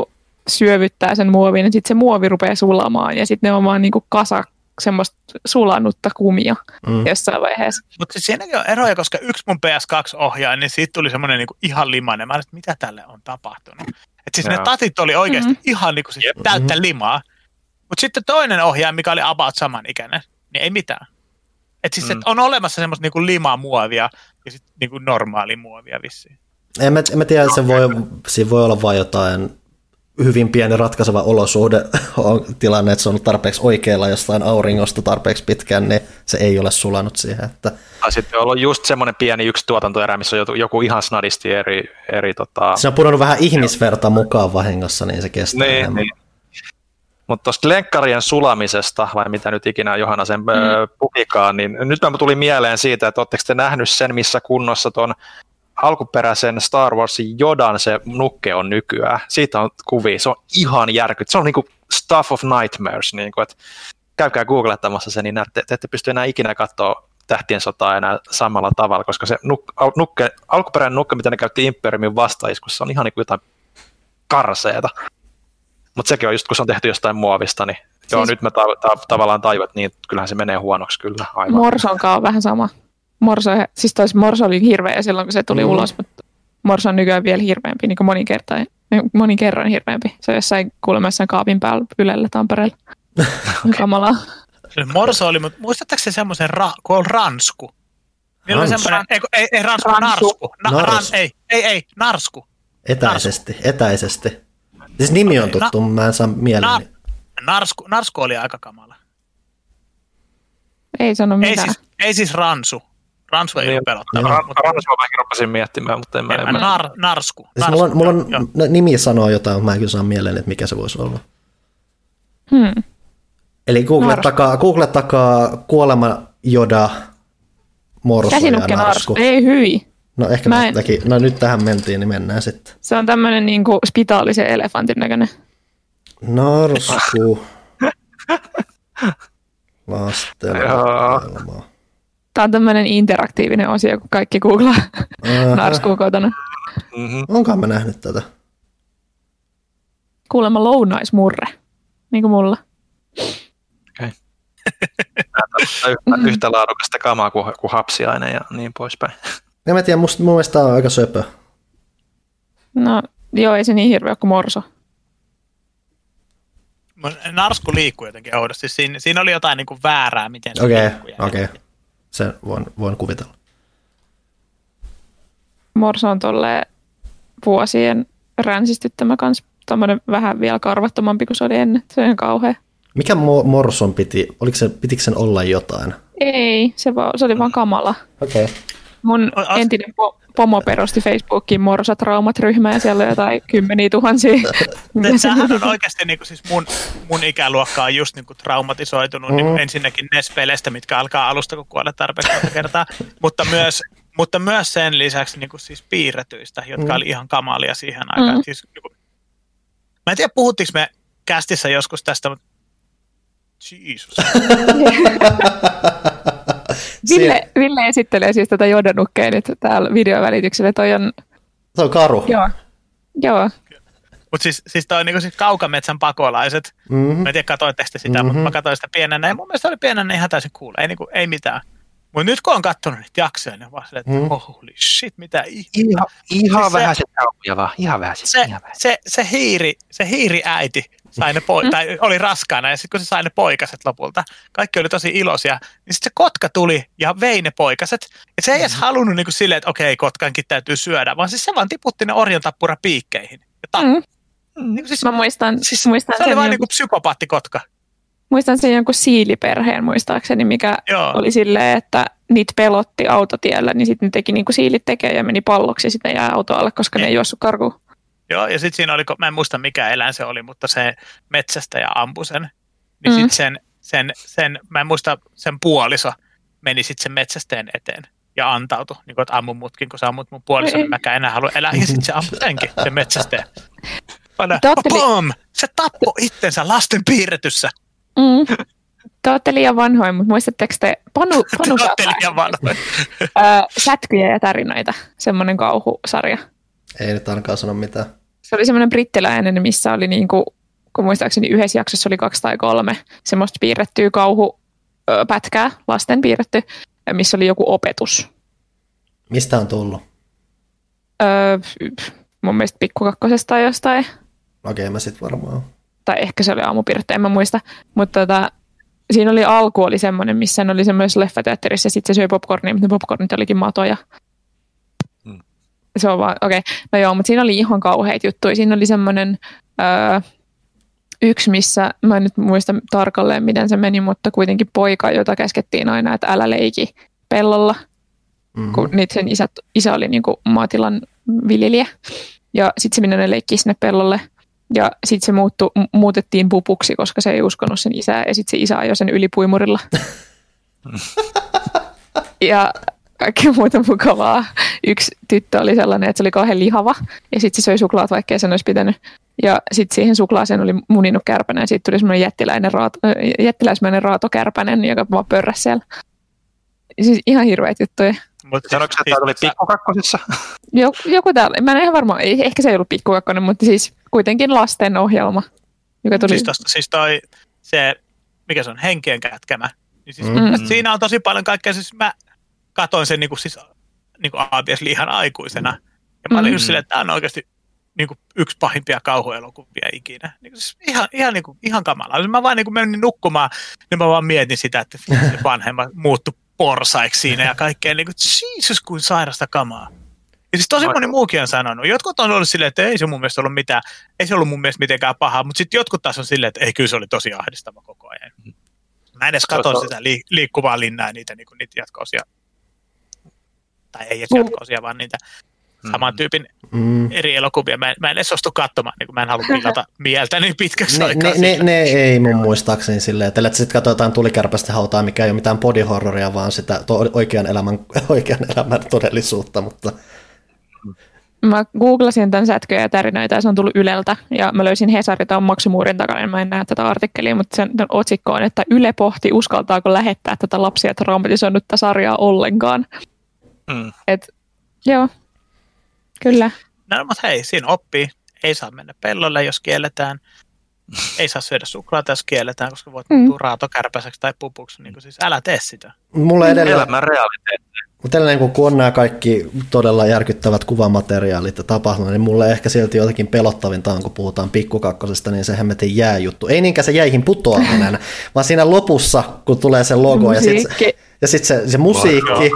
syövyttää sen muovin, niin sitten se muovi rupeaa sulamaan ja sitten ne on vaan niinku kasa semmoista sulanutta kumia mm. jossain vaiheessa. Mutta siis siinäkin on eroja, koska yksi mun P S kaksi-ohjaaja, niin siitä tuli semmoinen niinku ihan limainen. Mä olin, että mitä tälle on tapahtunut. Että siis Jaa. ne tatit oli oikeasti mm-hmm. ihan niinku siis täyttä mm-hmm. limaa. Mutta sitten toinen ohjaaja, mikä oli about samanikäinen, niin ei mitään. Että siis mm. et on olemassa semmoista niinku limamuovia ja sitten niinku normaalia muovia vissiin. En mä, en mä tiedä, että se voi, siinä voi olla vain jotain hyvin pieni ratkaiseva olosuhde on tilanne, että se on ollut tarpeeksi oikealla jostain auringosta tarpeeksi pitkään, niin se ei ole sulanut siihen. Että... Sitten on ollut just semmoinen pieni yksi tuotantoerä, missä on joku ihan snadisti eri... eri tota... Se on pudonnut vähän ihmisverta mukaan vahingossa, niin se kestää niin, enemmän. Niin. Mutta tuosta lenkkarien sulamisesta, vai mitä nyt ikinä Johanna sen mm. pukikaan, niin nyt mä tulin mieleen siitä, että ootteko te nähnyt sen, missä kunnossa ton alkuperäisen Star Warsin Yodan se nukke on nykyään. Siitä on kuvia, se on ihan järkyt. Se on niinku stuff of nightmares, niinku, että käykää googlettamassa sen, niin näette, te ette pysty enää ikinä katsoa Tähtien sotaa enää samalla tavalla, koska se nuk- nukke, alkuperäinen nukke, mitä ne käytti Imperiumin vastaiskussa, on ihan niinku jotain karseeta. Mutta sekin on just, kun se on tehty jostain muovista, niin siis... joo, nyt mä ta- ta- tavallaan tajuan, niin kyllähän se menee huonoksi kyllä. Aivan. Morsonkaan on vähän sama. Morso, siis tois Morso oli hirveä silloin, kun se tuli mm. ulos, mutta Morso on nykyään vielä hirveämpi, niin kuin monin, kertaan, monin kerran hirveämpi. Se on jossain kuulemma jossain kaapin päällä Ylellä Tampereella. Kamalaa. Morso oli, mutta muistatteko se semmoisen, ra- kun on ransku? Niillä oli semmoinen, ei, ei, ei ransku, ransku. narsku. Na, ran, ei, ei, ei, narsku. Etäisesti, narsku. etäisesti. Siis nimi on tuttu, na, mä en saa mieleeni. Na, narsku, narsku oli aika kamala. Ei sano mitään. Ei siis, ei siis ransu. Ransu ei niin, ole pelottava. Ra- mutta... Ransu mä rupesin miettimään, mutta en mä... En nar, narsku. narsku. Siis mulla on, mulla on nimi sanoo jotain, mutta mä en kyllä saa mieleen, että mikä se voisi olla. Hmm. Eli googlettakaa, googlettakaa kuolema Yoda Morso Käsinukke ja narsku. narsku. Ei hyi. No ehkä en... teki, no nyt tähän mentiin, niin mennään sitten. Se on tämmöinen niinku spitaalisen elefantin näköinen. Narsku. Lasten maailma. Tämä on tämmöinen interaktiivinen osio, kun kaikki googlaa narskua kotona. Mm-hmm. Onkohan mä nähnyt tätä? Kuulemma lounaismurre, niin kuin mulla. Okei. Okay. yhtä, yhtä laadukasta kamaa kuin, kuin hapsiaine ja niin poispäin. En mä tiedä, musta, mun mielestä on aika söpö. No joo, ei se niin hirveä kuin Morso. Narsku liikkuu jotenkin oudosti. Siinä, siinä oli jotain niin kuin väärää, miten se okay, liikkuu. Okei, okay. Sen voin, voin kuvitella. Morso on tolleen vuosien ränsistyttämä kans. Tommoinen vähän vielä karvattomampi kuin se oli ennen. Se on ihan kauhea. Mikä mo- Morson piti? Oliko se, pitikö sen olla jotain? Ei, se, va, se oli vaan kamala. Okei. Okay. Mun entinen po- pomo perusti Facebookiin Morsatraumat-ryhmää ja siellä on jotain kymmeniä tuhansia. Tämähän on oikeasti niin kuin, siis mun, mun ikäluokka on just niin kuin traumatisoitunut mm. niin kuin ensinnäkin N E S-peleistä, mitkä alkaa alusta, kun kuolee tarpeeksi monta kertaa, mutta myös, mutta myös sen lisäksi niin kuin siis piirretyistä, jotka mm. oli ihan kamalia siihen aikaan. Mm. Siis, niin kuin, mä en tiedä, puhuttiinko me kästissä joskus tästä, mutta Jeesus. Ville, Ville esittelee siis tätä Yoda-nukkea nyt täällä videovälityksellä. Toi on... Se on karu. Joo. Joo. Mutta siis, siis toi on niinku sit Kaukametsän pakolaiset. Mm-hmm. Mä en tiedä, katoitteko te sitä, mm-hmm. mutta mä katsoin sitä pienenä. Ja mun mielestä oli pienenä ihan täysin cool. Ei, niinku, ei mitään. Mutta nyt kun on katsonut niitä jaksoja, niin on vaan silleen, että mm. holy shit, mitä ihmettä. Ihan, ihan siis vähän se kauhuja vaan, ihan vähän se, ihan vähän. Se, se, hiiri, se hiiri äiti sai ne poi- tai oli raskaana ja sitten kun se sai ne poikaset lopulta, kaikki oli tosi iloisia, niin sitten se kotka tuli ja vei ne poikaset. Ja se ei edes halunnut niin kuin silleen, että okei, kotkankin täytyy syödä, vaan siis se vaan tiputti ne orjantappura piikkeihin. Ja ta- mm. niin siis, mä muistan, siis, muistan se oli vaan jonkun... niin kuin psykopaattikotka. Muistan sen jonkun siiliperheen muistaakseni, mikä Joo. oli silleen, että niitä pelotti autotiellä, niin sitten ne teki niin kuin siilit tekee ja meni palloksi ja sitten ne jää autoalle, koska ei. ne ei juossut karkuun. Joo, ja sitten siinä oli, mä en muista mikä eläin se oli, mutta se metsästäjä ampui sen. Niin mm. sitten sen, sen, sen, mä en muista, sen puoliso meni sitten sen metsästäjän eteen ja antautui. Niin kuin, että ammun mutkin, kun sä ammut mun puolison, niin mäkään enää halua elää. Ja sitten se ampui senkin, se metsästäjä. Pom! Se tappoi itsensä lasten piirretyssä. Mm. Te olette liian vanhoja, mutta muistatteko te Panu, Panu Te olette liian vanhoja. Sätkyjä ja tarinoita, semmoinen kauhusarja. Ei nyt ainakaan sano mitään. Se oli semmoinen brittiläinen, missä oli niinku, kun muistaakseni yhdessä jaksossa oli kaksi tai kolme semmoista piirrettyä kauhupätkää, lasten piirretty, missä oli joku opetus. Mistä on tullut? Öö, mun mielestä Pikkukakkosesta tai jostain. Okei, okay, mä sit varmaan. Tai ehkä se oli aamupiirretty, en mä muista. Mutta tota, siinä oli alku oli semmoinen, missä oli semmoisessa leffateatterissa ja sitten se söi popcornia, mutta ne popcornit olikin matoja. Hmm. Se on vaan, okei. Okay. No joo, mutta siinä oli ihan kauheita juttuja. Siinä oli semmoinen öö, yksi, missä, mä en nyt muista tarkalleen, miten se meni, mutta kuitenkin poika, jota käskettiin aina, että älä leiki pellolla. Mm-hmm. Kun niitä sen isä, isä oli niin kuin maatilan viljelijä. Ja sitten se minne leikki sinne pellolle. Ja sitten se muuttu, muutettiin pupuksi, koska se ei uskonut sen isää. Ja sitten se isä ajoi sen yli puimurilla. Ja kaikkea muuta mukavaa. Yksi tyttö oli sellainen, että se oli kauhean lihava. Ja sitten se söi suklaat, vaikka ei sen olisi pitänyt. Ja sitten siihen suklaaseen oli muninut kärpänen. Ja siitä tuli semmoinen jättiläinen raato, jättiläismäinen raatokärpänen, joka vaan pörräsi siellä. Siis ihan hirveät juttuja. Mutta sanoitko, että tämä oli Pikkukakkosissa? Joku, joku täällä, mä en ihan varmaan, ehkä se ei ollut Pikkukakkonen, mutta siis kuitenkin lasten ohjelma, joka tuli. Siis, tosta, siis toi, se, mikä se on, Henkien kätkemä. Niin siis, mm. Siinä on tosi paljon kaikkea, siis mä katoin sen niin kuin, siis, niin kuin obviously ihan aikuisena. Ja mä olin mm. just silleen, että tämä on oikeasti niin kuin, yksi pahimpia kauhuelokuvia ikinä. Niin kuin, siis ihan, ihan, niin kuin, ihan kamalaa. Mä vaan niin kuin menin nukkumaan, niin mä vaan mietin sitä, että se vanhemmat muuttui porsaiksi siinä ja kaikkea, niin kuin, Jesus, kuin sairasta kamaa. Ja siis tosi moni muukin on sanonut. Jotkut on ollut silleen, että ei se mun mielestä ollut mitään, ei se ollut mun mielestä mitenkään pahaa, mutta sitten jotkut taas on silleen, että ei, kyllä se oli tosi ahdistava koko ajan. Mä en edes katson sitä li- liikkuvaa linnaa, niitä, niin niitä jatko-osia, tai ei edes jatko-osia, vaan niitä saman tyypin mm. eri elokuvia. Mä en, mä en edes suostu katsomaan, niin kun mä en halua pilata mieltä niin pitkäksi ne, aikaa. Ne, ne, ne ei mun muistaakseni silleen, että sitten katsotaan tulikärpästä hautaa, mikä ei ole mitään bodyhorroria, vaan sitä to, oikean, elämän, oikean elämän todellisuutta, mutta... Mä googlasin tämän sätköjä ja tarinoita ja se on tullut Yleltä ja mä löysin Hesari, tämä on maksumuurin takana, mä en näe tätä artikkelia, mutta sen otsikko on, että Yle pohti, uskaltaako lähettää tätä lapsia traumatisoinutta sarjaa ollenkaan. Mm. Et joo, kyllä. No mutta hei, siinä oppii. Ei saa mennä pellolle, jos kielletään. Ei saa syödä suklaata, jos kielletään, koska voit muuttua mm. raatokärpäiseksi tai pupuksi. Niin siis älä tee sitä. Mulla edelleen... Elämän realiteetti. Mutta edelleen kun on nämä kaikki todella järkyttävät kuvamateriaalit ja tapahtumat, niin mulle ehkä silti jotenkin pelottavinta on, kun puhutaan Pikkukakkosesta, niin se hemmetin jääjuttu. Ei niinkään se jäihin putoaminen, vaan siinä lopussa, kun tulee se logo ja sitten ja sit se, se musiikki,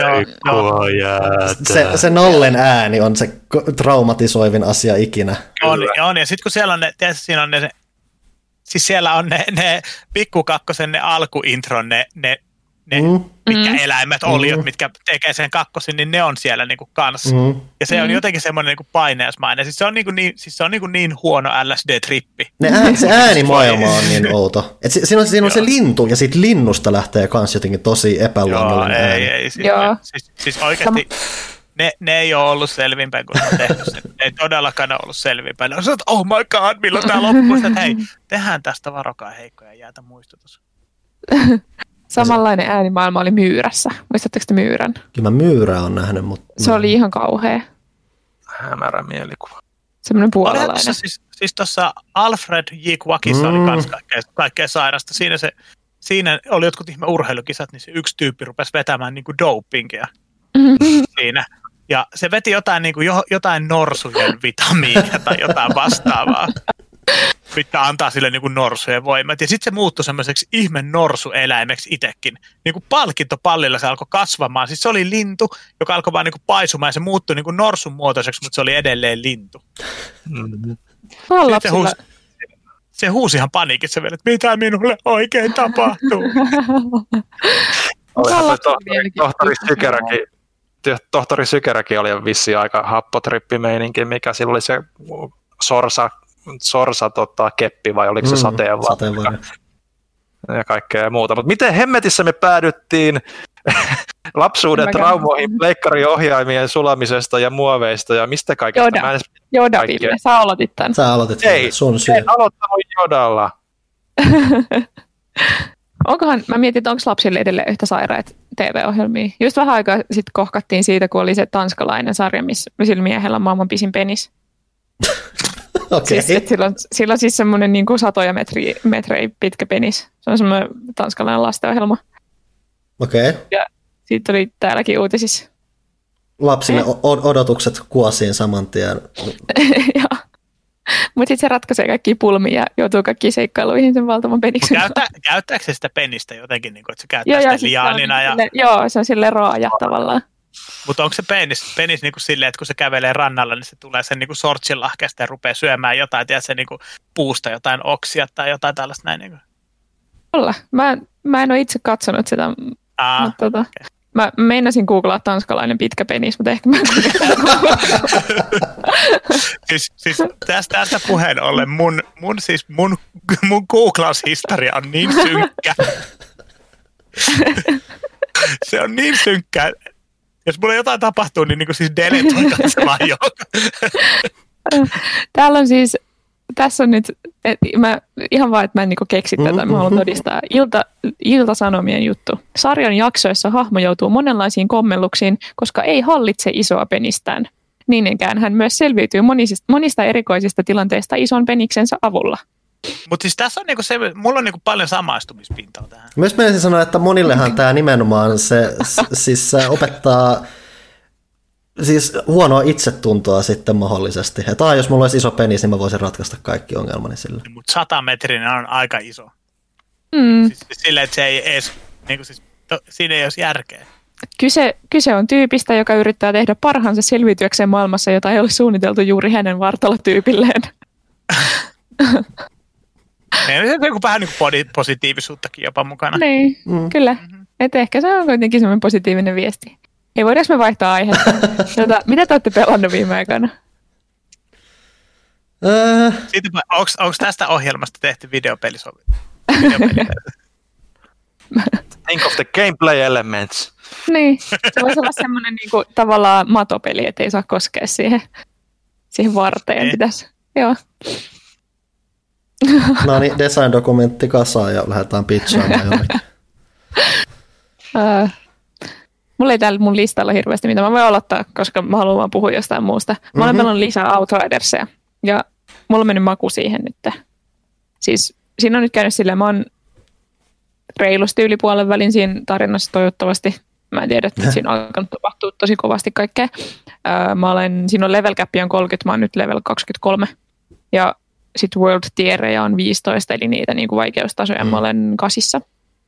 se, se nallen ääni on se traumatisoivin asia ikinä. On, on. Ja sitten kun siellä on ne, tietysti siinä on ne, siis siellä on ne, ne Pikkukakkosen ne alkuintron, ne, ne ne, mm. mitkä mm. eläimet, oliot, mm. mitkä tekee sen kakkosin, niin ne on siellä niinku kanssa. Mm. Ja se on jotenkin semmoinen niinku paineasmainen. Siis se on niinku niin, siis se on niinku niin huono L S D-trippi. Ne ää, se äänimaailma on niin outo. Et siinä on, siinä on se lintu, ja siitä linnusta lähtee kans jotenkin tosi epäluonnollinen Joo, ääni. ei, ei. Siis, Joo. siis, siis oikeasti ne, ne ei ole ollut selvinpäin, kun on tehty sen. Ne ei todellakaan ole ollut selvinpäin. Ne on sanonut, oh my god, milloin tää loppuu? Että hei, tehdään tästä varokaa heikkoja ja jäätä muistutus. Samanlainen äänimaailma oli Myyrässä. Muistatteko te Myyrän? Kyllä mä Myyrää on nähnyt, mutta... Se oli ihan kauhea. Hämärä mielikuva. Semmoinen puolalainen. Tuossa, siis siis tuossa Alfred J. Quackissa mm. oli kans kaikkea, kaikkea sairasta. Siinä, se, siinä oli jotkut ihme urheilukisat, niin se yksi tyyppi rupesi vetämään niin kuin dopingia mm-hmm. siinä. Ja se veti jotain, niin kuin, jotain norsujen vitamiinia tai jotain vastaavaa. Pitää antaa sille niin kuin norsujen voimat. Ja sitten se muuttui semmoiseksi ihme norsueläimeksi itsekin. Niin kuin palkintopallilla se alkoi kasvamaan. Siis se oli lintu, joka alkoi vaan niin kuin paisumaan ja se muuttui niin kuin norsun muotoiseksi, mutta se oli edelleen lintu. Mm-hmm. Se, huusi, se huusi ihan paniikissa vielä, että mitä minulle oikein tapahtuu. tohtori, tohtori Sykeräkin. Tohtori Sykeräkin oli vissiin aika happotrippimeininki, mikä sillä oli se sorsa, sorsa tota, keppi vai oliko se mm, sateenvarjo ja kaikkea muuta. Mutta miten hemmetissä me päädyttiin lapsuuden traumoihin, leikkariohjaimien sulamisesta ja muoveista ja mistä kaikesta? Joda, edes... Joda Ville, sä aloitit tämän. Sä aloitit Ei, sun syy. En aloittanut Jodalla. Onkohan, mä mietin, että onko lapsille edelleen yhtä sairaat T V-ohjelmia. Just vähän aikaa sitten kohkattiin siitä, kun oli se tanskalainen sarja, missä sillä miehellä on maailman pisin penis. Okei. Siis, sillä, on, sillä on siis semmoinen niin kuin satoja metri, metrejä pitkä penis. Se on semmoinen tanskalainen lastenohjelma. Okei. Okay. Ja siitä oli täälläkin uutisissa. Lapsille o- odotukset kuosiin saman tien. Joo. Mutta sitten se ratkaisee kaikkia pulmia ja joutuu kaikkiin seikkailuihin sen valtavan peniksen. Käyttä, käyttääkö se sitä penistä jotenkin, niin kuin, että se käyttää joo, sitä joo, lianina? Ja... Sille, joo, se on silleen raaja tavallaan. Mutta onko se penis, penis niin kuin silleen, että kun se kävelee rannalla, niin se tulee sen niin kuin sortsin lahkeesta ja rupeaa syömään jotain, tiedät, se niin kuin puusta jotain oksia tai jotain tällaista näin? Niin kuin. Olla. Mä, mä en ole itse katsonut sitä, Aa, mutta tota, okay. mä meinasin googlaa tanskalainen pitkä penis, mutta ehkä mä en siis, siis tästä, tästä puheen ollen mun, mun, siis mun, mun googlaushistoria on niin synkkä. Se on niin synkkä. Jos mulle jotain tapahtuu, niin, niin kuin siis deletoitaan se vaan jo. Täällä on siis, tässä on nyt, et mä, ihan vaan, että mä en niin keksi tätä, mä haluan todistaa. Ilta, Ilta-Sanomien juttu. Sarjan jaksoissa hahmo joutuu monenlaisiin kommelluksiin, koska ei hallitse isoa penistään. Niin enkään hän myös selviytyy monista, monista erikoisista tilanteista ison peniksensä avulla. Mutta siis tässä on niinku se, mulla on niinku paljon samaistumispintaa tähän. Myös menisin sanoa, että monillehan tämä nimenomaan se, siis se opettaa siis huonoa itsetuntoa sitten mahdollisesti. Että ah, jos mulla olisi iso penis, niin mä voisin ratkaista kaikki ongelmani sillä. Mutta satametrinen on aika iso. Mm. Siis, siis silleen, että se ei edes, niinku siis, to, siinä ei olisi järkeä. Kyse, kyse on tyypistä, joka yrittää tehdä parhaansa selviytyäkseen maailmassa, jota ei ole suunniteltu juuri hänen vartalotyypilleen. Meillä on joku vähän niin kuin positiivisuuttakin jopa mukana. Niin, mm. kyllä. Mm-hmm. Että ehkä se on kuitenkin semmoinen positiivinen viesti. Ei voidaanko me vaihtaa aihetta? Jota, mitä te olette pelannut viime aikana? Äh. Onko tästä ohjelmasta tehty videopelisovi? Videopeli. Think of the gameplay elements. Niin, se voisi olla semmoinen niinku, tavallaan matopeli, että ei saa koskea siihen, siihen varteen. Niin. Pitäisi. Joo. No niin, design-dokumentti kasaan ja lähdetään pitchaamaan jonnekin. Uh, mulla ei täällä mun listalla hirveästi, mitä mä voin aloittaa, koska mä haluan vaan puhua jostain muusta. Mä olen mm-hmm. pelannut lisää Outridersia ja mulla on mennyt maku siihen nyt. Siis siinä on nyt käynyt silleen, mä oon reilusti yli puolen välin siinä tarinassa toivottavasti. Mä en tiedä, että siinä on alkanut tapahtua tosi kovasti kaikkea. Uh, mä olen, siinä on level cap on kolmekymmentä, mä oon nyt level kaksikymmentäkolme ja sitten world tierejä on viisitoista, eli niitä niin kuin vaikeustasoja mm. mä olen kasissa.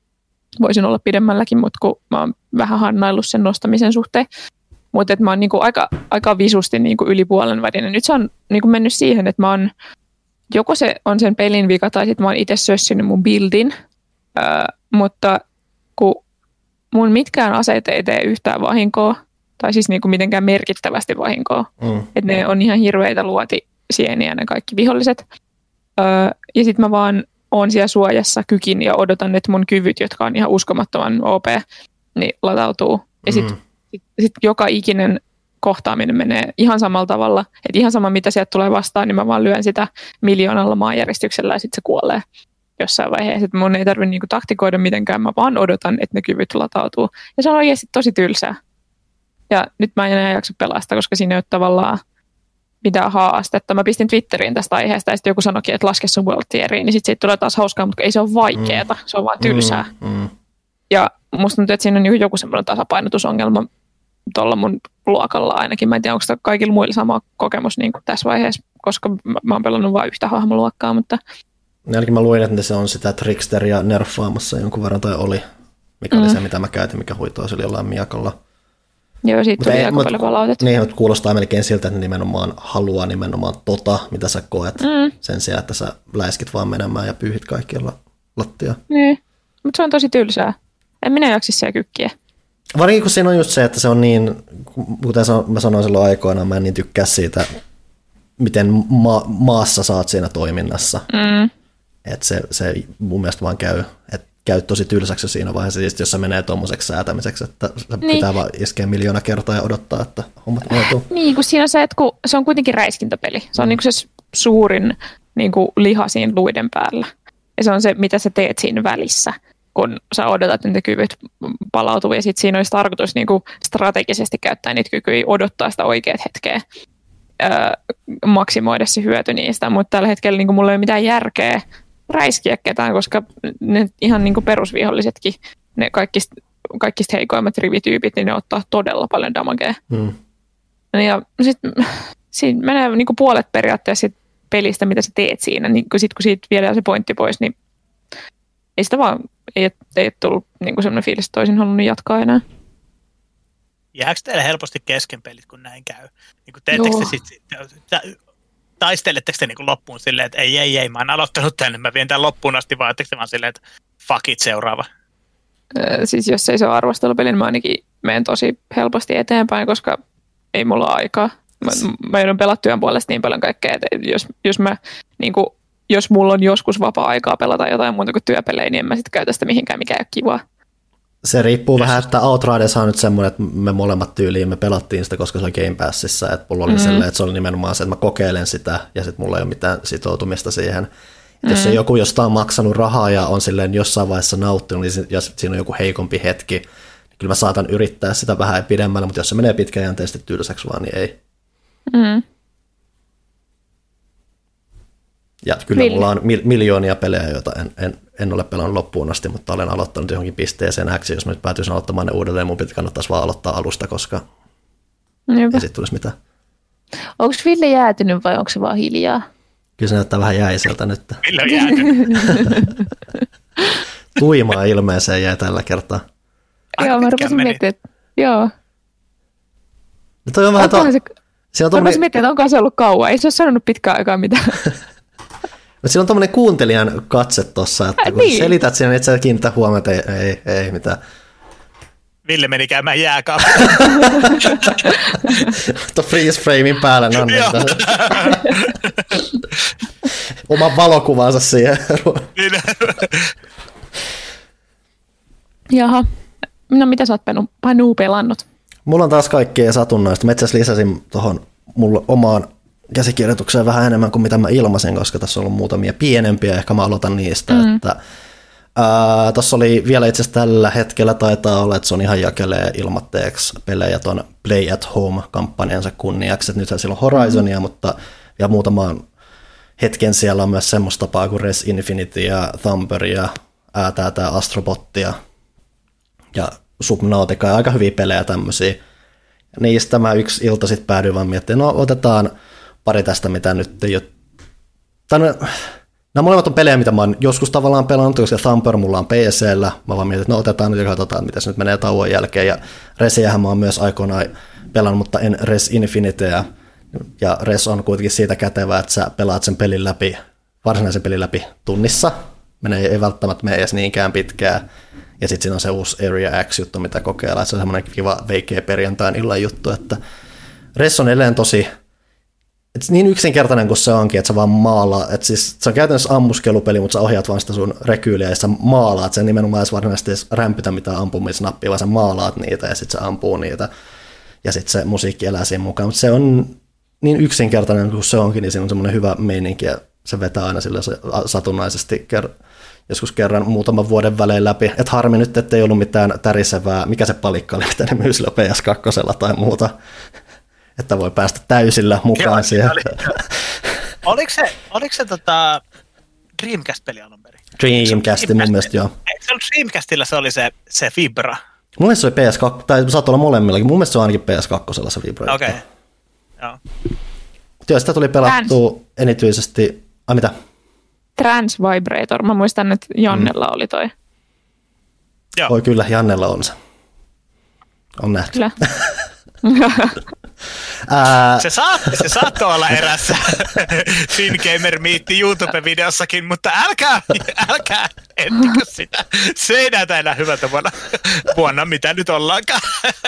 Voisin olla pidemmälläkin, mutta kun mä oon vähän hannaillut sen nostamisen suhteen. Mutta mä oon niin kuin aika, aika visusti niin kuin yli puolen välinen. Nyt se on niin kuin mennyt siihen, että mä oon, joko se on sen pelin vika, tai sitten mä oon itse sössinyt mun buildin. Öö, mutta kun mun mitkään aseet ei tee yhtään vahinkoa, tai siis niin kuin mitenkään merkittävästi vahinkoa. Mm. Että ne on ihan hirveitä luotisieniä ne kaikki viholliset. Öö, ja sitten mä vaan oon siellä suojassa kykin ja odotan, että mun kyvyt, jotka on ihan uskomattoman O P, niin latautuu. Ja sitten mm. sit, sit joka ikinen kohtaaminen menee ihan samalla tavalla. Että ihan sama, mitä sieltä tulee vastaan, niin mä vaan lyön sitä miljoonalla maanjäristyksellä ja sitten se kuolee jossain vaiheessa. Että mun ei tarvitse niinku taktikoida mitenkään, mä vaan odotan, että ne kyvyt latautuu. Ja se on oikeasti tosi tylsää. Ja nyt mä en enää jaksa pelastaa, koska siinä ei ole tavallaan mitään haastetta. Mä pistin Twitteriin tästä aiheesta ja sitten joku sanoikin, että laske sun world tieriin, niin sitten siitä tulee taas hauskaa, mutta ei se ole vaikeeta, mm. se on vaan tylsää. Mm. Mm. Ja musta tuntuu, että siinä on joku semmoinen tasapainotusongelma tuolla mun luokalla ainakin. Mä en tiedä, onko kaikilla muilla sama kokemus niin kuin tässä vaiheessa, koska mä oon pelannut vain yhtä hahmoluokkaa, mutta ainakin mä luin, että se on sitä tricksteria nerfaamassa jonkun verran toi oli, mikä mm. oli se, mitä mä käytin, mikä huitoo sillä jollain miakalla. Joo, siitä tuli aika paljon palautetta. Niin, mutta kuulostaa melkein siltä, että ne nimenomaan haluaa nimenomaan tota, mitä sä koet, mm. sen sijaan, että sä läiskit vaan menemään ja pyyhit kaikkialla lattia. Niin, mutta se on tosi tylsää. En minä jaksi siellä kykkiä. Varsinkin kun siinä on just se, että se on niin, kuten mä sanoin silloin aikoinaan, mä en niin tykkää siitä, miten ma- maassa saat siinä toiminnassa. Mm. Että se, se mun mielestä vaan käy, että käy tosi tylsäksi siinä vaiheessa, jos se menee tuommoiseksi säätämiseksi, että se niin. pitää vaan iskeä miljoona kertaa ja odottaa, että hommat hoituu. Niin, kun siinä on se, että kun se on kuitenkin räiskintäpeli. Se on mm. niin kuin se suurin niin kuin liha siinä luiden päällä. Ja se on se, mitä sä teet siinä välissä, kun sä odotat, että ne kyvyt palautuu. Ja sitten siinä olisi tarkoitus niin kuin strategisesti käyttää niitä kykyjä, odottaa sitä oikeat hetkeä. ää, maksimoida se hyöty niistä, mutta tällä hetkellä niin kuin mulla ei ole mitään järkeä räiskiä ketään, koska ne ihan niin kuin perusvihollisetkin, ne kaikista, kaikista heikoimmat rivityypit, niin ne ottaa todella paljon damagea. Mm. Ja sitten siinä menee niin kuin puolet periaatteessa sit pelistä, mitä sä teet siinä. Niin kun, sit, kun siitä viedään se pointti pois, niin ei sitä vaan, ei, ei ole tullut niin kuin sellainen fiilis, että olisin halunnut jatkaa enää. Jääkö teille helposti kesken pelit, kun näin käy? Niin kuin teettekö te sitten, taisteletteko te niin kuin loppuun silleen, että ei, ei, ei, mä oon aloittanut tänne, mä vien tämän loppuun asti, vai oletteko te vaan silleen, että fuck it, seuraava? Öö, siis jos ei se ole arvostelupeli, niin mä ainakin menen tosi helposti eteenpäin, koska ei mulla ole aikaa. Mä, mä joudun pelata työn puolesta niin paljon kaikkea, että jos, jos, mä, niin kuin, jos mulla on joskus vapaa-aikaa pelata jotain muuta kuin työpelejä, niin en mä sitten käytä sitä mihinkään, mikä ei ole kivaa. Se riippuu vähän, että Outriders on nyt semmoinen, että me molemmat tyyliin me pelattiin sitä, koska se oli Game Passissa, että mulla oli mm-hmm. sellainen, että se oli nimenomaan se, että mä kokeilen sitä ja sitten mulla ei ole mitään sitoutumista siihen. Mm-hmm. Jos se joku jostain on maksanut rahaa ja on silleen jossain vaiheessa nauttinut, niin ja siinä on joku heikompi hetki, niin kyllä mä saatan yrittää sitä vähän pidemmälle, mutta jos se menee pitkäjänteisesti tylsäksi vaan, niin ei. Mm-hmm. Ja kyllä Ville. Mulla on mil- miljoonia pelejä, joita en, en, en ole pelannut loppuun asti, mutta olen aloittanut johonkin pisteeseen X, jos mä nyt päätyisin aloittamaan ne uudelleen, mun pitää kannattaisi vaan aloittaa alusta, koska Jopä. Ei sitten tulisi mitään. Onko Ville jäätynyt vai onko se vaan hiljaa? Kyllä se näyttää vähän jäiseltä nyt. Ville on jäätynyt. Tuimaa ilmeeseen jäi tällä kertaa. Aika joo, mä rupesin miettimään, että joo. No toi on vähän to... se... Mä rupesin miettimään, että onko se ollut kauan. Ei se ole sanonut pitkään aikaa mitään. Mutta siinä on tommoinen kuuntelijan katse tossa, että kun niin. selität siinä, että sä kiinnitä huomiota, ei, ei, ei mitään. Ville meni käymään jääkaapilla. Tuo freeze framein päällä, no niin. Oman valokuvansa siihen. Jaha. No mitä sä oot Panu pelannut? Mulla on taas kaikkea satunnaista. Mä itse asiassa lisäsin tuohon mulle omaan käsikirjoitukseen vähän enemmän kuin mitä mä ilmasin, koska tässä on ollut muutamia pienempiä, ehkä mä aloitan niistä. Mm. Että, ää, tossa oli vielä itse asiassa tällä hetkellä taitaa olla, että Sony ihan jakelee ilmatteeksi pelejä ton Play at Home-kampanjansa kunniaksi. Että nythän siellä on Horizonia, mm. mutta ja muutamaan hetken siellä on myös semmoista tapaa kuin Res Infinity ja Thumper ja ää, tää, tää Astrobotti ja, ja Subnautica ja aika hyviä pelejä tämmöisiä. Niistä mä yksi ilta sitten päädyin vaan miettimään, no otetaan pari tästä, mitä nyt ei ole. Tai no, nämä molemmat on pelejä, mitä mä oon joskus tavallaan pelannut, koska Thumper mulla on P C:llä. Mä vaan mietin, että no otetaan nyt ja katsotaan, miten se nyt menee tauon jälkeen. Ja Resiähän mä oon myös aikoinaan pelannut, mutta en Res Infinityä. Ja Res on kuitenkin siitä kätevää, että sä pelaat sen pelin läpi, varsinaisen pelin läpi tunnissa. Menee, ei välttämättä mene edes niinkään pitkään. Ja sitten siinä on se uusi Area X-juttu, mitä kokeillaan. Se on semmoinen kiva veikeä perjantain illan juttu, että Res on edelleen tosi niin yksinkertainen kuin se onkin, että sä vaan maalaa. Että siis, se on käytännössä ammuskelupeli, mutta sä ohjaat vaan sitä sun rekyyliä ja sä maalaat. Sen nimenomaan edes varsinaisesti edes rämpytä mitään ampumisnappia, vaan sä maalaat niitä ja sitten se ampuu niitä. Ja sitten se musiikki elää siinä mukaan. Mutta se on niin yksinkertainen kuin se onkin, niin siinä on semmoinen hyvä meininki ja se vetää aina sillä satunnaisesti ker- joskus kerran muutaman vuoden välein läpi. Että harmi nyt, ettei ollut mitään tärisevää, mikä se palikka oli, mitä ne myy sillä P S kaksi tai muuta. Että voi päästä täysillä mukaan Joo, siihen. Oli. Oliko se, oliko se tota Dreamcast-peli alun perin? Dreamcast, mun mielestä joo. Eikö se ollut Dreamcastilla se oli se, se Vibra? Mun mielestä se oli P S kaksi, tai saattoi olla molemmillakin. Mun mielestä se on ainakin P S kaksi se Vibra. Okei, okay. Joo. Joo, sitä tuli pelattua Trans. Erityisesti, ai mitä? Trans Vibrator, mä muistan, että Jannella mm. oli toi. Joo. Oi kyllä, Jannella on se. On nähty. Kyllä. se, saat, se saattoi olla erässä Fingamer Meetti YouTube-videossakin, mutta älkää, älkää ettikö sitä. Se ei näytä enää hyvältä vuonna, vuonna mitä nyt ollaankaan.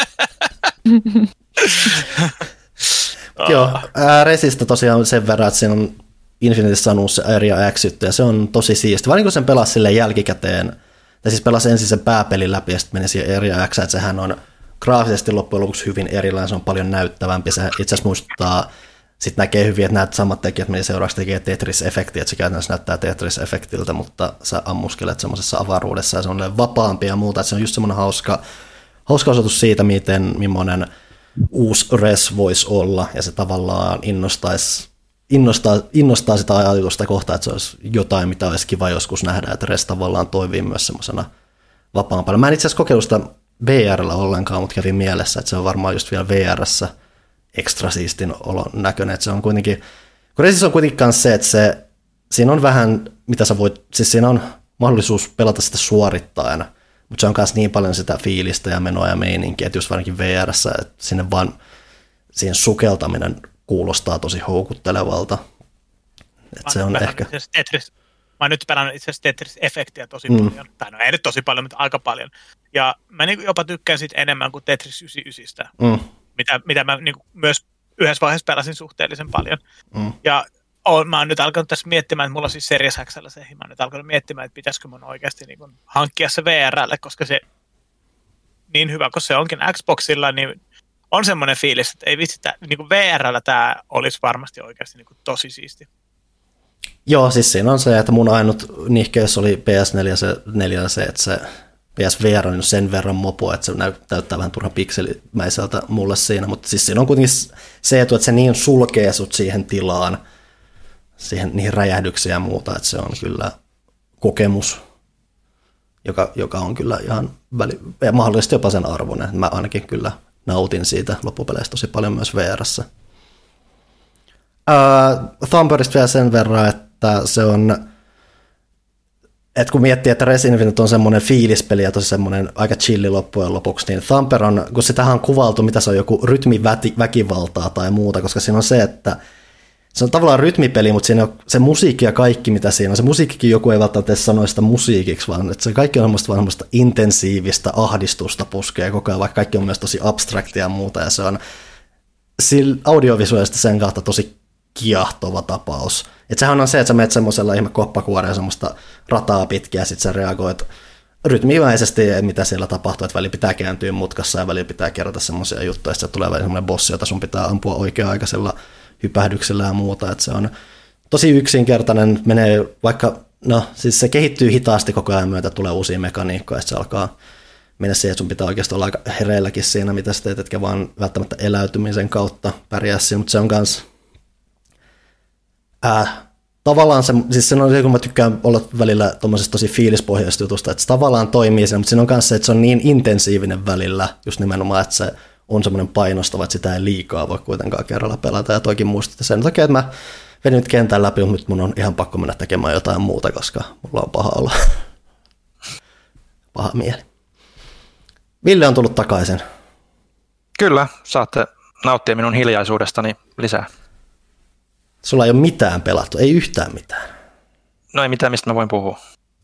Joo, Resistä tosiaan sen verran, että siinä on Infinityssä on uusi Area X, ja se on tosi siisti. Vaan niin kuin sen pelasi silleen jälkikäteen, tai siis pelasi ensin sen pääpelin läpi, ja sitten meni siihen Area X, että sehän on graafisesti loppujen lopuksi hyvin erilainen, se on paljon näyttävämpi. Se itse asiassa muistuttaa, sitten näkee hyvin, että näet samat tekijät, meni seuraavaksi tekee Tetris-efekti, että se käytännössä näyttää Tetris-efektiltä, mutta sä ammuskelet semmoisessa avaruudessa ja se on vapaampi ja muuta, että se on just semmoinen hauska, hauska osoitus siitä, miten millainen uusi res voisi olla, ja se tavallaan innostaisi, innostaa, innostaa sitä ajatusta kohtaa, että se olisi jotain, mitä olisi kiva joskus nähdä, että res tavallaan toimii myös semmoisena vapaampana. Mä en itse asiassa kokeillut sitä V R:llä ollenkaan, mutta kävi mielessä, että se on varmaan just vielä V R:ssä ekstra siistin olon näköinen, että se on kuitenkin, kun Resissä on kuitenkin se, että se, siinä on vähän, mitä sä voit, siis siinä on mahdollisuus pelata sitä suorittaen, mutta se on myös niin paljon sitä fiilistä ja menoa ja meininkiä, että just varsinkin V R:ssä, että sinne vaan siihen sukeltaminen kuulostaa tosi houkuttelevalta. Että se on ehkä... Tetris, mä oon nyt pelannut itse asiassa Tetris-efektiä tosi mm. paljon, tai no ei nyt tosi paljon, mutta aika paljon. Ja mä niin jopa tykkään siitä enemmän kuin Tetris yhdeksänkymmentäyhdeksän, mm. mitä, mitä mä niin myös yhdessä vaiheessa pelasin suhteellisen paljon. Mm. Ja on, mä oon nyt alkanut tässä miettimään, että mulla on siis Series X:llä se, mä oon nyt alkanut miettimään, että pitäisikö mun oikeasti niin kuin hankkia se V R:lle, koska se niin hyvä kuin se onkin Xboxilla, niin on semmoinen fiilis, että ei vitsi, niin kuin V R:llä tämä olisi varmasti oikeasti niin kuin tosi siisti. Joo, siis siinä on se, että mun ainut nihkeys oli P S neljä se, että se P S V R on sen verran mopo, että se näyttää vähän turhan pikselimäiseltä mulle siinä, mutta siis siinä on kuitenkin se etu, että se niin sulkee sut siihen tilaan, siihen, niihin räjähdyksiin ja muuta, että se on kyllä kokemus, joka, joka on kyllä ihan väli, ja mahdollisesti jopa sen arvoinen. Mä ainakin kyllä nautin siitä loppupeleistä tosi paljon myös V R:ssä. Uh, Thumperista vielä sen verran, että se on, että kun miettii, että Resident Evil on semmoinen fiilispeli ja tosi semmoinen aika chilli loppujen lopuksi, niin Thumper on, kun sitähän on kuvailtu, mitä se on joku rytmiväkivaltaa tai muuta, koska siinä on se, että se on tavallaan rytmipeli, mutta siinä on se musiikki ja kaikki, mitä siinä on. Se musiikkikin joku ei välttämättä sano sitä musiikiksi, vaan että se kaikki on semmoista, semmoista intensiivistä ahdistusta puskee koko ajan, vaikka kaikki on myös tosi abstraktia ja muuta, ja se on audiovisuaalisesti sen kautta tosi kiehtova tapaus. Et sehän on se, että sä menet semmoisella ihme koppakuoreen semmoista rataa pitkiä, ja sit sä reagoit rytmimäisesti, mitä siellä tapahtuu, että väli pitää kääntyä mutkassa ja väli pitää kerätä semmoisia juttuja, että tulee väli semmoinen bossi, jota sun pitää ampua oikea-aikaisella hypähdyksellä ja muuta, että se on tosi yksinkertainen, menee vaikka, no siis se kehittyy hitaasti koko ajan myötä, tulee uusia mekaniikkoja, että se alkaa mennä siihen, että sun pitää oikeasti olla aika hereilläkin siinä, mitä sä teet, etkä vaan välttämättä eläytymisen kautta pärjää siinä, mutta se on kans äh, tavallaan se, siis se on se, kun mä tykkään olla välillä tuommoisesta tosi fiilispohjaisesta jutusta, että se tavallaan toimii siinä, mutta siinä on myös se, että se on niin intensiivinen välillä, just nimenomaan, että se on semmoinen painostava, että sitä ei liikaa voi kuitenkaan kerralla pelata, ja toikin muistutti sen takia, että mä vedin nyt kentän läpi, mutta nyt mun on ihan pakko mennä tekemään jotain muuta, koska mulla on paha olla. Paha mieli. Ville on tullut takaisin. Kyllä, saatte nauttia minun hiljaisuudestani lisää. Sulla ei ole mitään pelattu, ei yhtään mitään. No ei mitään, mistä mä voin puhua.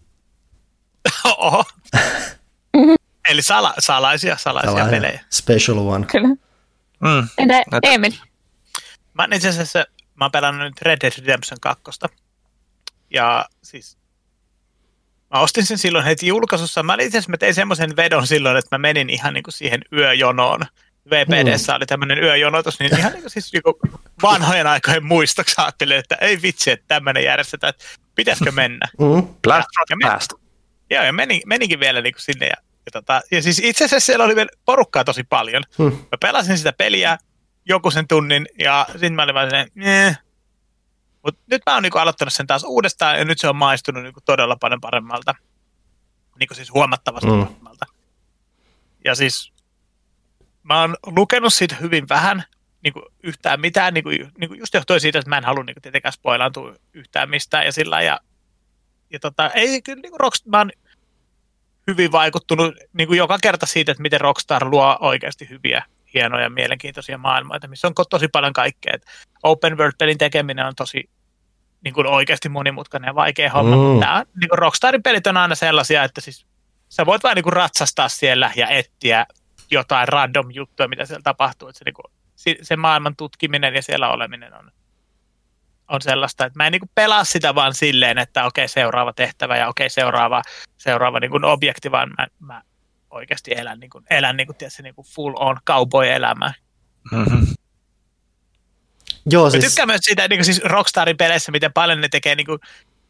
Oho. Eli sala, salaisia, salaisia Salainen. pelejä. Special one. Kyllä. Mm. Entä Emil? Mä itse asiassa, mä oon pelannut nyt Red Dead Redemption kaksi. Ja siis mä ostin sen silloin heti julkaisussa. Mä itse asiassa mä tein semmoisen vedon silloin, että mä menin ihan niinku siihen yöjonoon. V P D:ssä oli tämmöinen yöjonotus, niin ihan niinku siis niinku vanhojen aikojen muistoksi ajattelin, että ei vitsi, että tämmöinen järjestetään, että pitäisikö mennä. Mm. Blast from the past. Joo, ja menin, meninkin vielä niinku sinne. Ja, ja, tota, ja siis itse asiassa siellä oli vielä porukkaa tosi paljon. Mm. Mä pelasin sitä peliä joku sen tunnin, ja sitten mä olin vaan silleen, nee. Mutta nyt mä oon niinku aloittanut sen taas uudestaan, ja nyt se on maistunut niinku todella paljon paremmalta. Niinku siis huomattavasti mm. paremmalta. Ja siis mä oon lukenut siitä hyvin vähän, niinku yhtään mitään, niinku, niinku just johtuen siitä, että mä en halua niinku tietenkään spoilaantua yhtään mistään, ja sillä ja, ja tota, ei kyllä niinku Rockstar, mä oon hyvin vaikuttunut niinku joka kerta siitä, että miten Rockstar luo oikeasti hyviä, hienoja, mielenkiintoisia maailmoita, missä on tosi paljon kaikkea. Et open world-pelin tekeminen on tosi niin kuin oikeasti monimutkainen ja vaikea homma. Mm. Tää, niin kuin Rockstarin pelit on aina sellaisia, että siis sä voit vain niin kuin ratsastaa siellä ja etsiä jotain random juttuja, mitä siellä tapahtuu. Että se, niin kuin, se maailman tutkiminen ja siellä oleminen on, on sellaista, että mä en niin kuin pelaa sitä vaan silleen, että okei, seuraava tehtävä ja okei, seuraava, seuraava niin kuin objekti, vaan mä, mä oikeasti elän, niin kuin, elän niin kuin, tiedätkö, niin kuin full on cowboy-elämää. Mm-hmm. Joo, mä siis... tykkään myös siitä niin kuin siis Rockstarin peleissä, miten paljon ne tekee niin kuin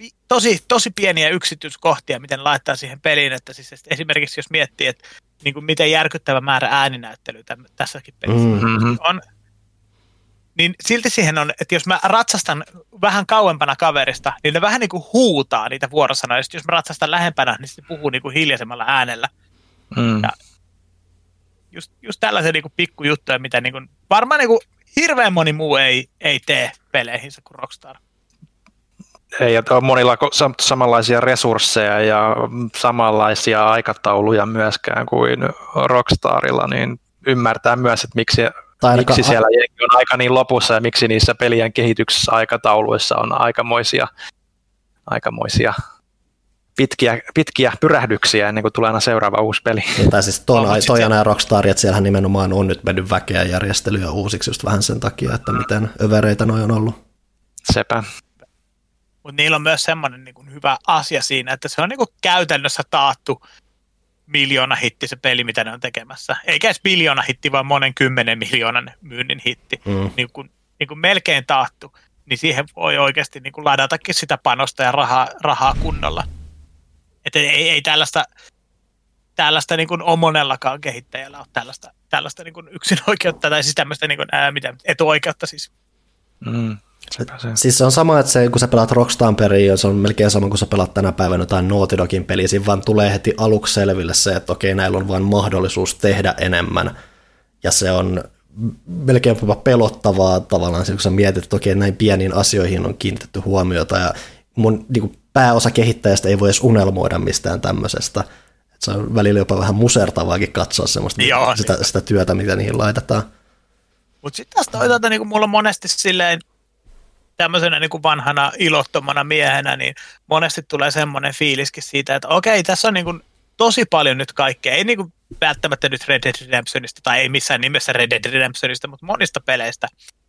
tosi, tosi pieniä yksityiskohtia, miten laittaa siihen peliin, että siis esimerkiksi jos miettii, että niin kuin miten järkyttävä määrä ääninäyttelyä täm, tässäkin pelissä mm-hmm. on, niin silti siihen on, että jos mä ratsastan vähän kauempana kaverista, niin ne vähän niin kuin huutaa niitä vuorosanoja, ja jos mä ratsastan lähempänä, niin sitten puhuu niin kuin hiljaisemmalla äänellä. Mm. Ja just, just tällaisia niin kuin pikkujuttuja, mitä niin kuin, varmaan niin kuin hirveän moni muu ei, ei tee peleihinsä kuin Rockstar. Ei, että on monilla samanlaisia resursseja ja samanlaisia aikatauluja myöskään kuin Rockstarilla, niin ymmärtää myös, että miksi, miksi siellä jengi on aika niin lopussa ja miksi niissä pelien kehityksessä aikatauluissa on aikamoisia, aikamoisia pitkiä, pitkiä pyrähdyksiä ennen kuin tulee aina seuraava uusi peli. Tai siis ton, no, toi aina Rockstar, että siellähän nimenomaan on nyt mennyt väkeä järjestelyä uusiksi just vähän sen takia, että miten övereitä noi on ollut. Sepä. Mutta niillä on myös semmoinen niin kuin hyvä asia siinä, että se on niin kuin käytännössä taattu miljoona hitti se peli, mitä ne on tekemässä. Eikä edes miljoona hitti, vaan monen kymmenen miljoonan myynnin hitti. Mm. Niin kuin, niin kuin melkein taattu. Niin siihen voi oikeasti niin kuin ladatakin sitä panosta ja rahaa, rahaa kunnolla. Että ei, ei tällaista, tällaista niin kuin monellakaan kehittäjällä ole tällaista, tällaista niin kuin yksinoikeutta tai siis tämmöistä niin kuin, ää, mitä, etuoikeutta siis. Mm. Se, siis se on sama, että se, kun sä pelaat Rockstamperia, se on melkein sama kuin sä pelaat tänä päivänä jotain Naughty Dogin peliä, siinä vaan tulee heti aluksi selville se, että okei, näillä on vain mahdollisuus tehdä enemmän, ja se on melkein jopa pelottavaa tavallaan, kun sä mietit, että okei, näin pieniin asioihin on kiinnitetty huomiota, ja mun niin kuin pääosa kehittäjästä ei voi edes unelmoida mistään tämmöisestä, että se on välillä jopa vähän musertavaakin katsoa semmoista Joo, sitä, niin. sitä työtä, mitä niihin laitetaan. Mutta sitten taas toisaalta niin mulla on monesti silleen, tämmöisenä niin kuin vanhana ilottomana miehenä, niin monesti tulee semmoinen fiiliskin siitä, että okei, tässä on niin kuin tosi paljon nyt kaikkea. Ei niin kuin välttämättä nyt Red Dead Redemptionista, tai ei missään nimessä Red Dead Redemptionista, mutta monista peleistä.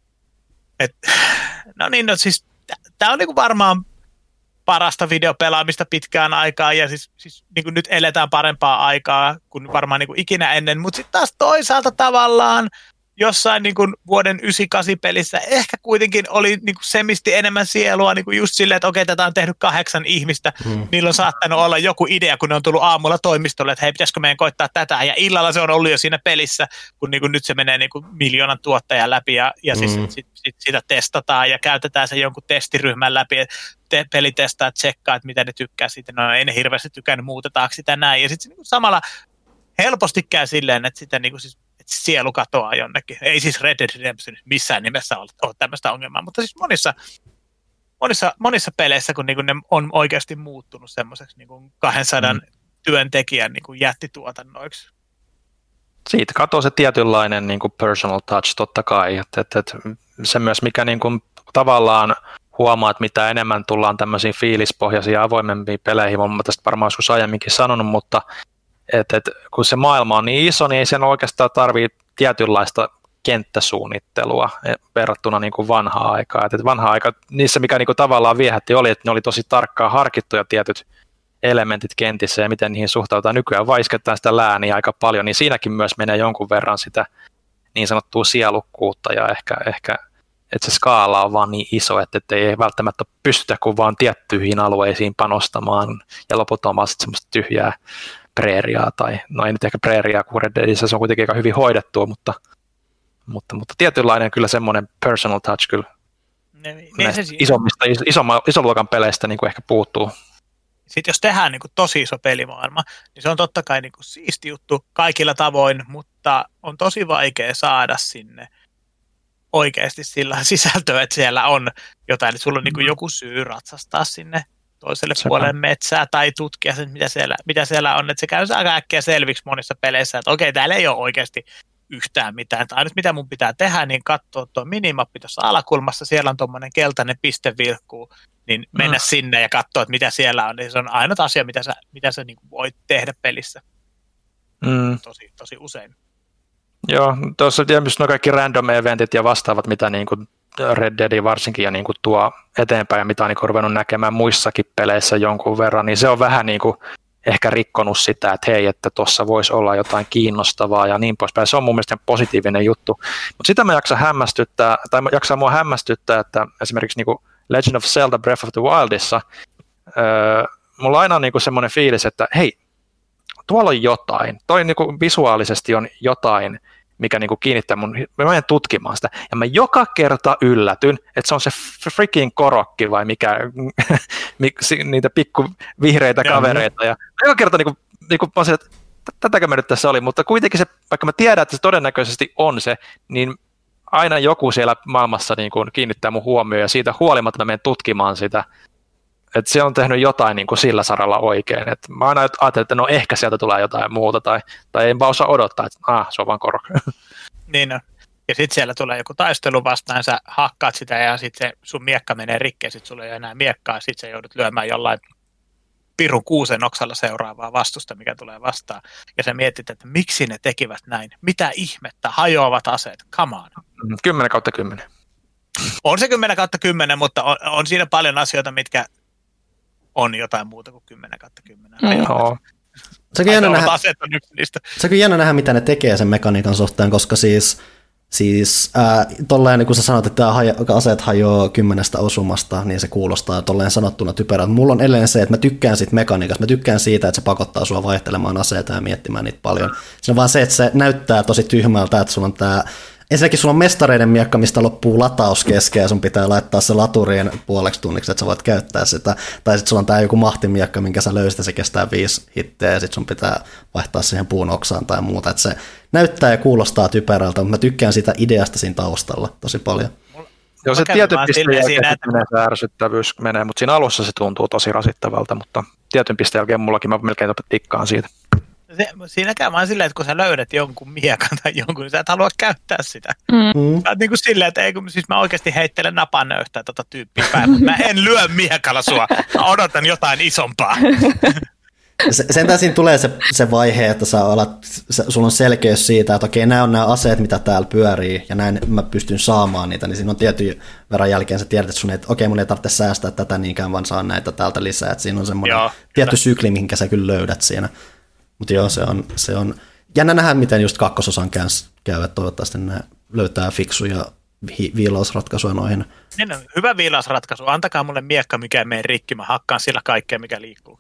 Et, no niin, no siis tämä on niin kuin varmaan parasta videopelaamista pitkään aikaa, ja siis, siis niin kuin nyt eletään parempaa aikaa kuin varmaan niin kuin ikinä ennen, mutta sitten taas toisaalta tavallaan jossain niin kuin vuoden yhdeksänkymmentäkahdeksan pelissä ehkä kuitenkin oli niin kuin semisti enemmän sielua niin kuin just silleen, että okei, tätä on tehnyt kahdeksan ihmistä. Mm. Niillä on saattanut olla joku idea, kun ne on tullut aamulla toimistolle, että hei, pitäisikö meidän koittaa tätä. Ja illalla se on ollut jo siinä pelissä, kun niin kuin nyt se menee niin kuin miljoonan tuottajan läpi ja, ja siis mm. sit, sit, sitä testataan ja käytetään se jonkun testiryhmän läpi. Te, peli testaa, tsekkaa, että mitä ne tykkää siitä. No ei ne hirveästi tykännyt, muutetaanko sitä näin. Ja sitten niin samalla helposti käy silleen, että sitä niin kuin siis sielu katoaa jonnekin. Ei siis Red Dead Redemption missään nimessä ole, ole tämmöistä ongelmaa, mutta siis monissa, monissa, monissa peleissä, kun niinku ne on oikeasti muuttunut semmoiseksi niinku kahdensadan mm. työntekijän niinku jättituotannoiksi. Siitä katoaa se tietynlainen niinku personal touch totta kai. Et, et, et, se myös, mikä niinku tavallaan huomaa, että mitä enemmän tullaan tämmöisiin fiilispohjaisiin ja avoimempiin peleihin, olen tästä varmaan joskus aiemminkin sanonut, mutta Et, et, kun se maailma on niin iso, niin ei sen oikeastaan tarvitse tietynlaista kenttäsuunnittelua verrattuna niin kuin vanhaan aikaan. Et, et vanha aika, niissä mikä niin kuin tavallaan viehätti oli, että ne oli tosi tarkkaan harkittuja tietyt elementit kentissä ja miten niihin suhtautaan. Nykyään vaisketaan sitä lääniä aika paljon, niin siinäkin myös menee jonkun verran sitä niin sanottua sielukkuutta ja ehkä, ehkä että se skaala on vaan niin iso, että, että ei välttämättä pystytä kuin vaan tiettyihin alueisiin panostamaan ja loput on vaan sitten semmoista tyhjää preeriaa, tai no ei nyt ehkä preeriaa, kun Red Deadissä se on kuitenkin aika hyvin hoidettua, mutta, mutta, mutta tietynlainen kyllä semmoinen personal touch kyllä ne, ne se isommista, isomma, isoluokan peleistä niin kuin ehkä puuttuu. Sitten jos tehdään niin kuin tosi iso pelimaailma, niin se on totta kai niin kuin siisti juttu kaikilla tavoin, mutta on tosi vaikea saada sinne oikeasti sillä sisältöä, että siellä on jotain, että sulla on niin kuin joku syy ratsastaa sinne toiselle Sepä. puolelle metsää tai tutkia sen, mitä siellä, mitä siellä on. Että se käy aika äkkiä selviksi monissa peleissä, että okei, täällä ei ole oikeasti yhtään mitään. Tai nyt mitä mun pitää tehdä, niin katsoa tuo minimappi tuossa alakulmassa, siellä on tuommoinen keltainen piste vilkkuu, niin mennä mm. sinne ja katsoa, että mitä siellä on. Niin se on ainut asia, mitä sä, mitä sä niin kuin voit tehdä pelissä. Mm. Tosi, tosi usein. Joo, tuossa tietysti nuo kaikki random eventit ja vastaavat, mitä niin kuin Red Dead varsinkin ja niin kuin tuo eteenpäin ja mitä on niin kuin ruvennut näkemään muissakin peleissä jonkun verran, niin se on vähän niin kuin ehkä rikkonut sitä, että hei, että tuossa voisi olla jotain kiinnostavaa ja niin poispäin. Se on mun mielestä positiivinen juttu. Mutta sitä mä jaksan hämmästyttää, tai jaksaa mua hämmästyttää, että esimerkiksi niin kuin Legend of Zelda Breath of the Wildissa öö, mulla aina on niinku semmoinen fiilis, että hei, tuolla on jotain, toi niinku visuaalisesti on jotain, mikä niinku kiinnittää mun, mä menen tutkimaan sitä, ja mä joka kerta yllätyn, että se on se freaking korokki vai mikä, niitä pikku vihreitä kavereita, ja joka kerta niinku, niinku mä olisin, että tätäkö mä nyt tässä oli, mutta kuitenkin se, vaikka mä tiedän, että se todennäköisesti on se, niin aina joku siellä maailmassa niinku kiinnittää mun huomioon, ja siitä huolimatta mä menen tutkimaan sitä, että se on tehnyt jotain niin kuin sillä saralla oikein. Et mä aina ajattelin, että no ehkä sieltä tulee jotain muuta, tai, tai en vaan osaa odottaa, että ah, se on vaan korok. Niin on. Ja sitten siellä tulee joku taistelu vastaan, sä hakkaat sitä, ja sitten se sun miekka menee rikki, ja sitten sulla ei ole enää miekkaa, ja sitten sä joudut lyömään jollain pirun kuusen oksalla seuraavaa vastusta, mikä tulee vastaan. Ja sä mietit, että miksi ne tekivät näin? Mitä ihmettä? Hajoavat aseet? Come on. kymmenen kautta kymmenen. On se kymmenen kautta kymmenen, mutta on, on siinä paljon asioita, mitkä on jotain muuta kuin kymmenen kautta kymmenen. Mm. Joo. Se on jännä nähdä, on yksi niistä. se on jännä nähdä, mitä ne tekee sen mekaniikan suhteen, koska siis, siis ää, tolleen, niin kun sä sanot, että tämä aseet hajoaa kymmenestä osumasta, niin se kuulostaa tolleen sanottuna typerältä. Mulla on edelleen se, että mä tykkään siitä mekaniikasta, mä tykkään siitä, että se pakottaa sua vaihtelemaan aseita ja miettimään niitä paljon. Se on vaan se, että se näyttää tosi tyhmältä, että sulla on tää. Ensinnäkin sulla on mestareiden miekka, mistä loppuu lataus kesken ja sun pitää laittaa se laturiin puoleksi tunniksi, että sä voit käyttää sitä. Tai sitten sulla on tää joku mahtimiekka, minkä sä löysit ja se kestää viisi hitteä ja sit sun pitää vaihtaa siihen puun oksaan tai muuta. Että se näyttää ja kuulostaa typerältä, mutta mä tykkään siitä ideasta siinä taustalla tosi paljon. Joo, se tietyn pisteen jälkeen että... se ärsyttävyys menee, mutta siinä alussa se tuntuu tosi rasittavalta, mutta tietyn pisteen jälkeen mullakin mä melkein tikkaan siitä. Se, siinä käy vaan silleen, että kun sä löydät jonkun miekan tai jonkun, niin sä et halua käyttää sitä. Mm. Sä oot niin kuin silleen, että ei, kun, siis mä oikeasti heittelen napannöyhtää tota tyyppiä päin, mutta mä en lyö miekalla sua, mä odotan jotain isompaa. Sentään siinä tulee se, se vaihe, että sä alat, sä, sulla on selkeys siitä, että okei, nämä on nämä aseet, mitä täällä pyörii, ja näin mä pystyn saamaan niitä, niin siinä on tietyn verran jälkeen sä tiedät, että sun ei, että okei, mun ei tarvitse säästää tätä niinkään, vaan saa näitä täältä lisää, että siinä on semmoinen joo, tietty kyllä. Sykli, minkä sä kyllä löydät siinä. Mutta joo, se on, se on jännä nähdä, miten just kakkososan käy, että toivottavasti ne löytää fiksuja vi- viilausratkaisuja noihin. Niin on hyvä viilausratkaisu. Antakaa mulle miekka, mikä ei mene rikki. Mä hakkaan sillä kaikkea, mikä liikkuu.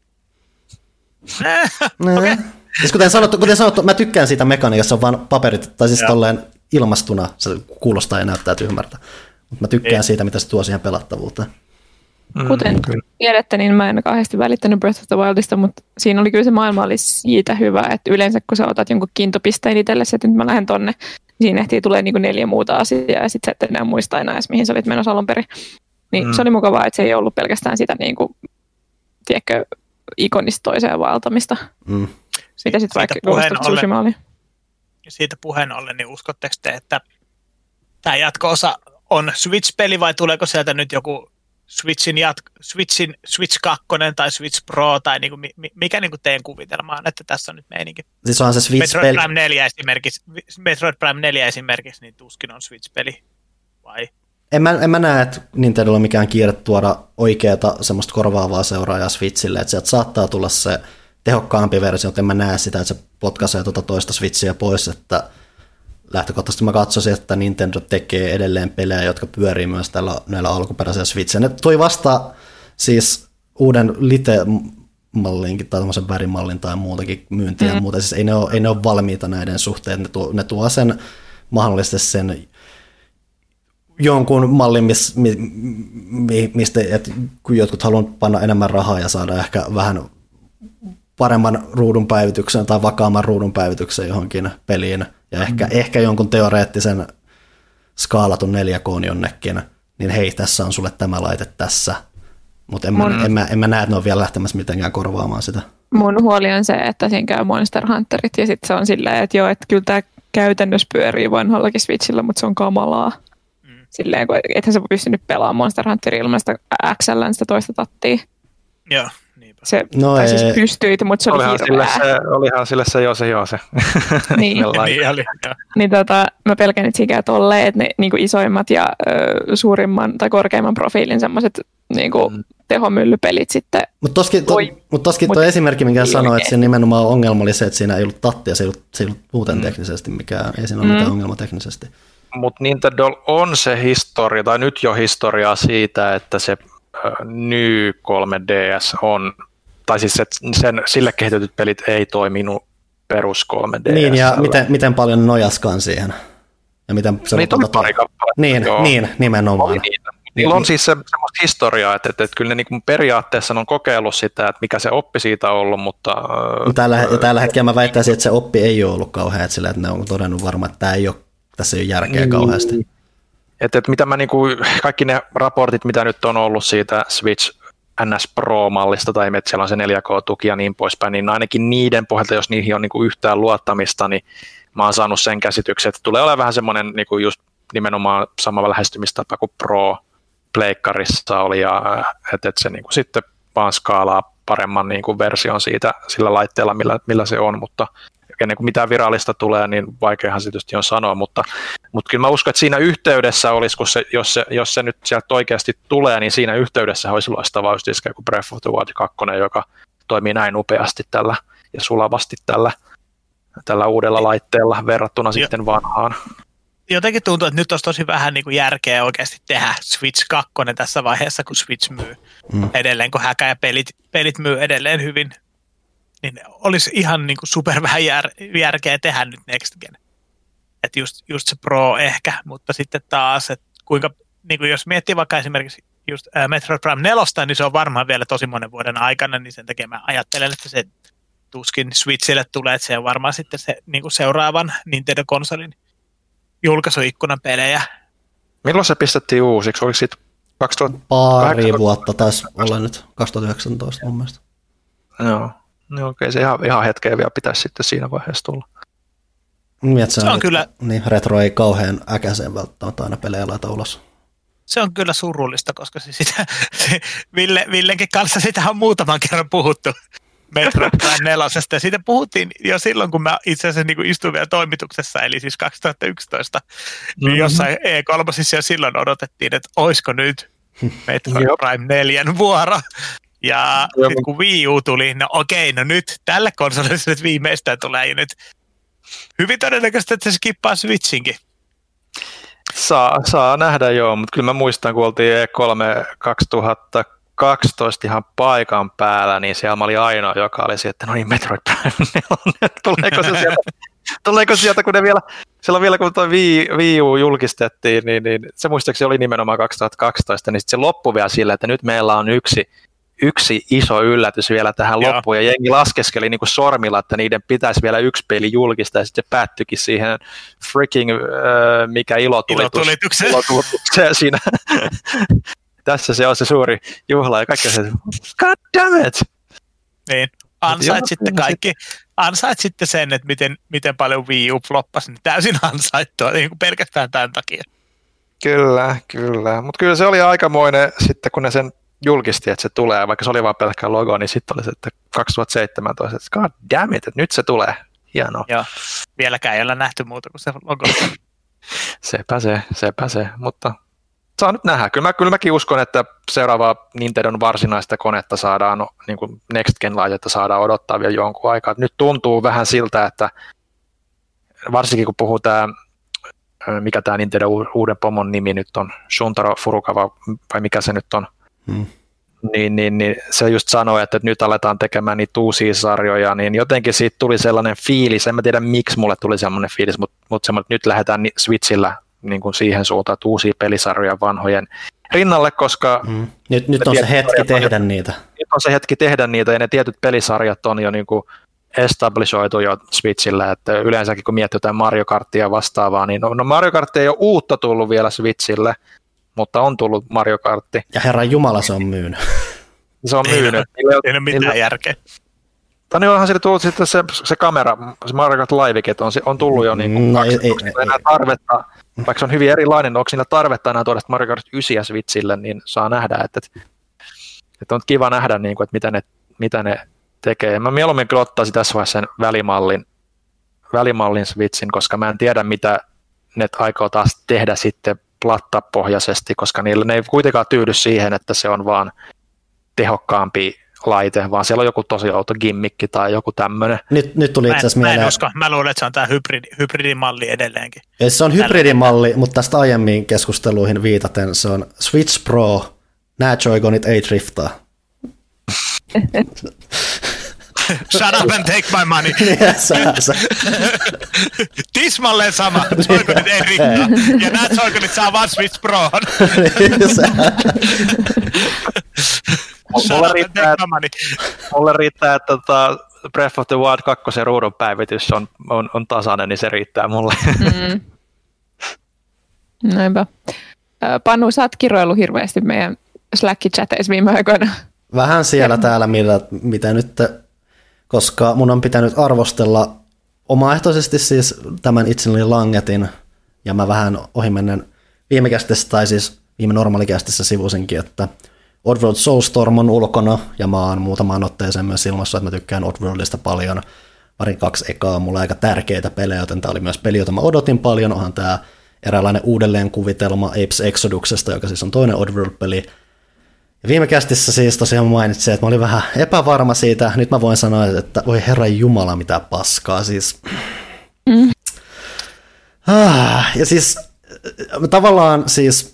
Okay. Siis kuten sanottu, kuten sanottu, mä tykkään siitä mekaniikassa, on vaan paperit, tai siis tolleen ilmastuna, se kuulostaa ja näyttää tyhmältä. Mutta mä tykkään ei. siitä, mitä se tuo siihen pelattavuuteen. Kuten mm, tiedätte, niin mä en kauheasti välittänyt Breath of the Wildista, mutta siinä oli kyllä se maailma oli siitä hyvä, että yleensä kun sä otat jonkun kiintopisteen itsellesi, että nyt mä lähden tonne, siinä ehtii tulee niin kuin neljä muuta asiaa ja sit sä et enää muista enää edes, mihin sä olit menossa alun perin. Niin mm. se oli mukavaa, että se ei ollut pelkästään sitä niin kuin, tiedätkö, ikonista toiseen vaeltamista. Mm. Mitä sitten vaikka Ghost of Tsushima oli? Siitä puheen ollen, niin uskotteko te, että tämä jatko-osa on Switch-peli vai tuleeko sieltä nyt joku Switchin, jat- Switchin Switch kaksi tai Switch Pro tai niinku, mikä niinku teidän kuvitelma on, että tässä on nyt meininki? Siis on se Switch Metroid Prime neljä esimerkiksi, Metroid Prime neljä esimerkiksi, niin tuskin on Switch-peli, vai? En mä, en mä näe, että Nintendolla on mikään kiire tuoda oikeata semmoista korvaavaa seuraajaa Switchille, että sieltä saattaa tulla se tehokkaampi versio, mutta en mä näe sitä, että se potkaisee tuota toista Switchiä pois, että lähtökohtaisesti mä katsoisin, että Nintendo tekee edelleen pelejä, jotka pyörii myös tällä, näillä alkuperäisillä Switchillä. Ne toi vasta siis uuden Lite-mallinkin tai tämmöisen värimallin tai muutakin myyntiä mm. ja muuta. Siis ei ne, ole, ei ne ole valmiita näiden suhteen. Ne tuo, ne tuo sen mahdollisesti sen jonkun mallin, mis, mi, mi, mistä et, kun jotkut haluavat panna enemmän rahaa ja saada ehkä vähän paremman ruudun päivityksen tai vakaamman ruudun päivityksen johonkin peliin ja ehkä, mm. ehkä jonkun teoreettisen skaalatun neljä K:n jonnekin, niin hei, tässä on sulle tämä laite tässä. Mutta en, Mun... en, mä, en mä näe, että ne on vielä lähtemässä mitenkään korvaamaan sitä. Mun huoli on se, että siinä käy Monster Hunterit ja sitten se on silleen, että joo, että kyllä tämä käytännössä pyörii vanhallakin Switchillä, mutta se on kamalaa. Mm. Silleen, kun ethän sä pystynyt pelaamaan Monster Hunterin ilman sitä X L, sitä toista tattia. Joo. Se, no tai siis pystyit, mutta se oli olihan hirveää. Sille se, olihan sille se joo se joo se. Niin, niin, oli, niin tota, mä pelkään, että siinä käy tolleen, että ne niin kuin isoimmat ja ö, suurimman tai korkeimman profiilin semmoiset niin kuin mm. tehomyllypelit sitten. Mutta toskin to, mut toskin tuo esimerkki, minkä sanoit, että siinä nimenomaan ongelma oli se, että siinä ei ollut tattia, se ei ollut, se ei ollut muuten mm. teknisesti mikään, ei siinä ole mm. mitään ongelma teknisesti. Mutta Nintendo on se historia, tai nyt jo historiaa siitä, että se New kolme D S on, tai siis että sen, sille kehitetyt pelit ei toiminut perus kolme D S. Niin, ja miten, miten paljon nojaskaan siihen? Ja miten se niitä on pari kappaletta. Niin, niin, nimenomaan. Niillä on siis se, semmoista historiaa, että, että, että kyllä ne niin periaatteessa on kokeillut sitä, että mikä se oppi siitä on ollut, mutta... Tällä, ja tällä hetkellä mä väittäisin, että se oppi ei ole ollut kauhean, että, sillä, että ne on todennut varmaan, että tämä ei ole, tässä ei ole järkeä mm. kauheasti. Että, että mitä mä niin kuin, kaikki ne raportit, mitä nyt on ollut siitä Switch N S Pro-mallista, tai että siellä on se neljä K-tuki ja niin poispäin, niin ainakin niiden pohjalta, jos niihin on niin kuin yhtään luottamista, niin mä oon saanut sen käsityksen, että tulee olemaan vähän semmoinen niin kuin just nimenomaan sama lähestymistapa kuin Pro pleikkarissa oli, ja että, että se niin kuin sitten vaan skaalaa paremman niin kuin version siitä sillä laitteella, millä, millä se on, mutta ennen kuin mitään virallista tulee, niin vaikeahan se tietysti on sanoa, mutta, mutta kyllä mä uskon, että siinä yhteydessä olisi, kun se, jos, se, jos se nyt sieltä oikeasti tulee, niin siinä yhteydessä olisi loistavaa just iskeä kuin Breath of the Wild kaksi, joka toimii näin upeasti tällä ja sulavasti tällä, tällä uudella laitteella verrattuna jo. Sitten vanhaan. Jotenkin tuntuu, että nyt olisi tosi vähän niin kuin järkeä oikeasti tehdä Switch kaksi tässä vaiheessa, kun Switch myy mm. edelleen, kun häkä ja pelit, pelit myy edelleen hyvin. Niin olisi ihan niin kuin super vähän jär, järkeä tehdä nyt Next Gen. Että just, just se Pro ehkä, mutta sitten taas, että kuinka, niin kuin jos miettii vaikka esimerkiksi just ää, Metroid Prime neljä, niin se on varmaan vielä tosi monen vuoden aikana, niin sen takia mä ajattelen, että se tuskin Switchille tulee, että se on varmaan sitten se niin kuin seuraavan Nintendo-konsolin julkaisuikkunan pelejä. Milloin se pistettiin uusiksi? Oliko siitä kaksituhatta Pari vuotta taisi olla nyt, kaksituhattayhdeksäntoista mun mielestä. Joo. No okei, se ihan, ihan hetkeä vielä pitäisi sitten siinä vaiheessa tulla. Niin, se on nyt, kyllä, niin, retro ei kauhean äkäiseen välttämättä aina pelejä laita ulos. Se on kyllä surullista, koska se sitä, se Ville, Villenkin kanssa sitä on muutaman kerran puhuttu Metroid Prime nelosesta. Ja siitä puhuttiin jo silloin, kun mä itse asiassa niin istuin vielä toimituksessa, eli siis kaksituhattayksitoista, mm-hmm. niin jossain E kolme jo silloin odotettiin, että oisko nyt Metroid Prime neljän vuoro. Ja sitten kun Wii U tuli, no okei, no nyt tälle konsolille se nyt viimeistään tulee ja nyt hyvin todennäköisesti, että se skippaa Switchinkin. Saa, saa nähdä joo, mutta kyllä mä muistan, kun oltiin E kolme kaksituhattakaksitoista ihan paikan päällä, niin siellä mä olin ainoa, joka oli että no niin, Metroid Prime neljä, tuleeko se sieltä, tuleeko sieltä, kun ne vielä, silloin vielä kun tuo Wii, Wii U julkistettiin, niin, niin se muistaakseni oli nimenomaan kaksituhattakaksitoista, niin sitten se loppui vielä sillä, että nyt meillä on yksi yksi iso yllätys vielä tähän Joo. loppuun, ja jengi laskeskeli niin kuin sormilla, että niiden pitäisi vielä yksi peli julkistaa, ja sitten se päättyikin siihen freaking, äh, mikä ilotulitus, ilotulitus siinä. Tässä se on se suuri juhla, ja kaikki se, god damn it! Niin, ansaitsitte kaikki, ansaitsitte sen, että miten, miten paljon Wii U floppasi, niin täysin ansaittua, niin kuin pelkästään tämän takia. Kyllä, kyllä, mutta kyllä se oli aikamoinen sitten, kun ne sen julkisti, että se tulee, vaikka se oli vaan pelkkä logo, niin sitten oli se, että kaksituhattaseitsemäntoista, että god damn it, että nyt se tulee. Hienoa. Joo, vieläkään ei ole nähty muuta kuin se logo. sepä se, sepä se, mutta saa nyt nähdä. Kyllä, mä, kyllä mäkin uskon, että seuraavaa Nintendon varsinaista konetta saadaan, no, niin kuin Next Gen-laitetta saadaan odottaa vielä jonkun aikaa. Nyt tuntuu vähän siltä, että varsinkin kun puhuu tämä, mikä tämä Nintendo uuden pomon nimi nyt on, Shuntaro Furukawa, vai mikä se nyt on, Hmm. Niin, niin, niin se just sanoi, että nyt aletaan tekemään niitä uusia sarjoja, niin jotenkin siitä tuli sellainen fiilis, en mä tiedä miksi mulle tuli sellainen fiilis, mutta, mutta semmoinen, että nyt lähdetään Switchillä niin kuin siihen suuntaan, että uusia pelisarjoja vanhojen rinnalle, koska... Hmm. Nyt, nyt on se hetki tehdä on, niitä. Nyt on se hetki tehdä niitä, ja ne tietyt pelisarjat on jo niin kuin establishoitu jo Switchillä, että yleensäkin kun miettii jotain Mario Karttia vastaavaa, niin no, no Mario Kart ei ole uutta tullut vielä Switchille, mutta on tullut Mario Kartti. Ja herran jumala se on myynyt. Se on myynyt. Ei ole mitään niillä, järkeä. Tai niin onhan siitä tullut sitten se, se kamera, se Mario Kart Live, on, on tullut jo niin kuin no, kaksi, ei, ei, enää tarvetta, vaikka se on hyvin erilainen, onko niillä tarvetta enää tuoda Mario Kart yhdeksän Switchille, niin saa nähdä, että, että, että on kiva nähdä, niin kuin, että mitä ne, mitä ne tekee. Mä mieluummin kyllä ottaisin tässä vaiheessa sen välimallin, välimallin Switchin, koska mä en tiedä, mitä ne aikoo taas tehdä sitten plattapohjaisesti, koska niillä ne ei kuitenkaan tyydy siihen, että se on vaan tehokkaampi laite, vaan siellä on joku tosi outo gimmikki tai joku tämmöinen. Nyt, nyt tuli itse asiassa mieleen. Mä en usko. Mä luulen, että se on tämä hybridi, hybridimalli edelleenkin. Ja se on hybridimalli, mutta tästä aiemmin keskusteluihin viitaten se on Switch Pro Nää Joy-Conit ei driftaa. Shut up and take my money. sä, sä. Tismalleen sama. Joy-Conit ei riktaa. Ja nämä Joy-Conit saa vaan Switch Proon. Mulle riittää, mulle riittää, että tota Breath of the Wild kaksi ruudun päivitys on, on, on tasainen, niin se riittää mulle. Mm. Näinpä. Panu, sä oot kiroillut hirveästi meidän Slack-chateissa viime aikoina. Vähän siellä täällä, mitä, mitä nyt, koska mun on pitänyt arvostella omaehtoisesti siis tämän itselleni langetin, ja mä vähän ohimennen viime kästissä, tai siis viime normaalikästissä sivusinkin, että Oddworld Soulstorm on ulkona, ja mä oon muutamaan otteeseen myös ilmassa, että mä tykkään Oddworldista paljon. Parin kaksi ekaa on mulle aika tärkeitä pelejä, joten tää oli myös peli, jota mä odotin paljon. Onhan tää eräänlainen uudelleen-kuvitelma Apes Exoduksesta, joka siis on toinen Oddworld-peli. Ja viime kästissä siis tosiaan mainitsin, että mä olin vähän epävarma siitä. Nyt mä voin sanoa, että voi herran jumala, mitä paskaa. Siis. Mm. Ah, ja siis tavallaan siis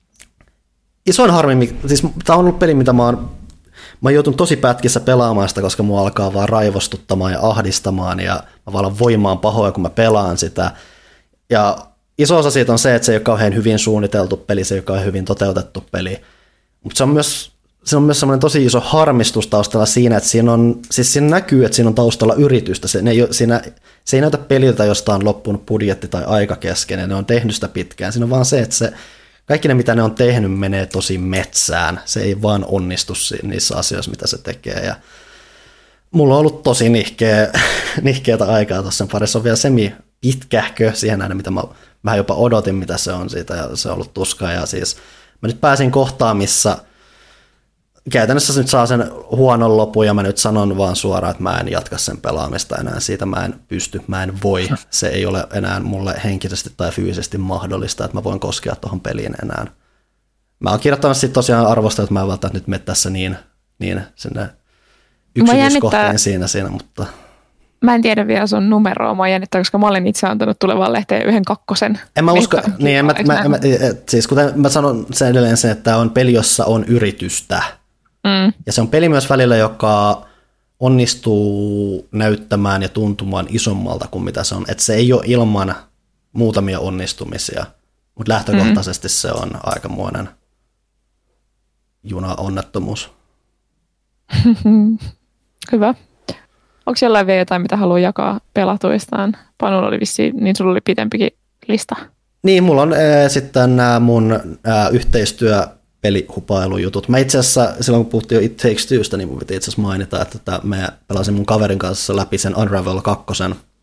isoin harmi, siis tää on ollut peli, mitä mä oon, mä oon joutunut tosi pätkissä pelaamaan sitä, koska mua alkaa vaan raivostuttamaan ja ahdistamaan ja mä vaan voimaan pahoja, kun mä pelaan sitä. Ja iso osa siitä on se, että se ei ole kauhean hyvin suunniteltu peli, se ei ole kauhean hyvin toteutettu peli. Mutta se on myös, se on myös semmoinen tosi iso harmistus taustalla siinä, että siinä, on, siis siinä näkyy, että siinä on taustalla yritystä. Se, ne ei, siinä, se ei näytä peliltä, josta on loppunut budjetti tai aika kesken, ja ne on tehnyt sitä pitkään. Siinä on vaan se, että se, kaikki ne, mitä ne on tehnyt, menee tosi metsään. Se ei vaan onnistu niissä asioissa, mitä se tekee. Ja mulla on ollut tosi nihkeä, nihkeätä aikaa tuossa parissa. On vielä semi pitkähkö siihen nähdä, mitä mä vähän jopa odotin, mitä se on siitä, ja se on ollut tuskaa. Ja siis mä nyt pääsin kohtaan, missä käytännössä se nyt saa sen huonon lopun, ja mä nyt sanon vaan suoraan, että mä en jatka sen pelaamista enää. Siitä mä en pysty, mä en voi. Se ei ole enää mulle henkisesti tai fyysisesti mahdollista, että mä voin koskea tuohon peliin enää. Mä oon kirjoittanut sitten tosiaan arvosta, että mä en välttämättä nyt mene tässä niin, niin sinne yksityiskohteen siinä, siinä, mutta mä en tiedä vielä sun numeroa, mä jännittää, koska mä olen itse antanut tulevaan lehteen yhden kakkosen. En mä usko, niin en mä, mä, mä, siis kuten mä sanon sen edelleen sen, että tämä on peli, jossa on yritystä. Mm. Ja se on peli myös välillä, joka onnistuu näyttämään ja tuntumaan isommalta kuin mitä se on. Että se ei ole ilman muutamia onnistumisia, mutta lähtökohtaisesti mm. se on aikamoinen juna-onnettomuus. Hyvä. Onko jollain vielä jotain, mitä haluaa jakaa pelatuistaan? Panulla oli vissiin, niin sulla oli pitempikin lista. Niin, mulla on äh, sitten nämä mun äh, yhteistyöpelihupailujutut. Mä itse asiassa, silloin kun puhuttiin jo It Takes Twosta, niin mun piti itse asiassa mainita, että mä pelasin mun kaverin kanssa läpi sen Unravel kaksi.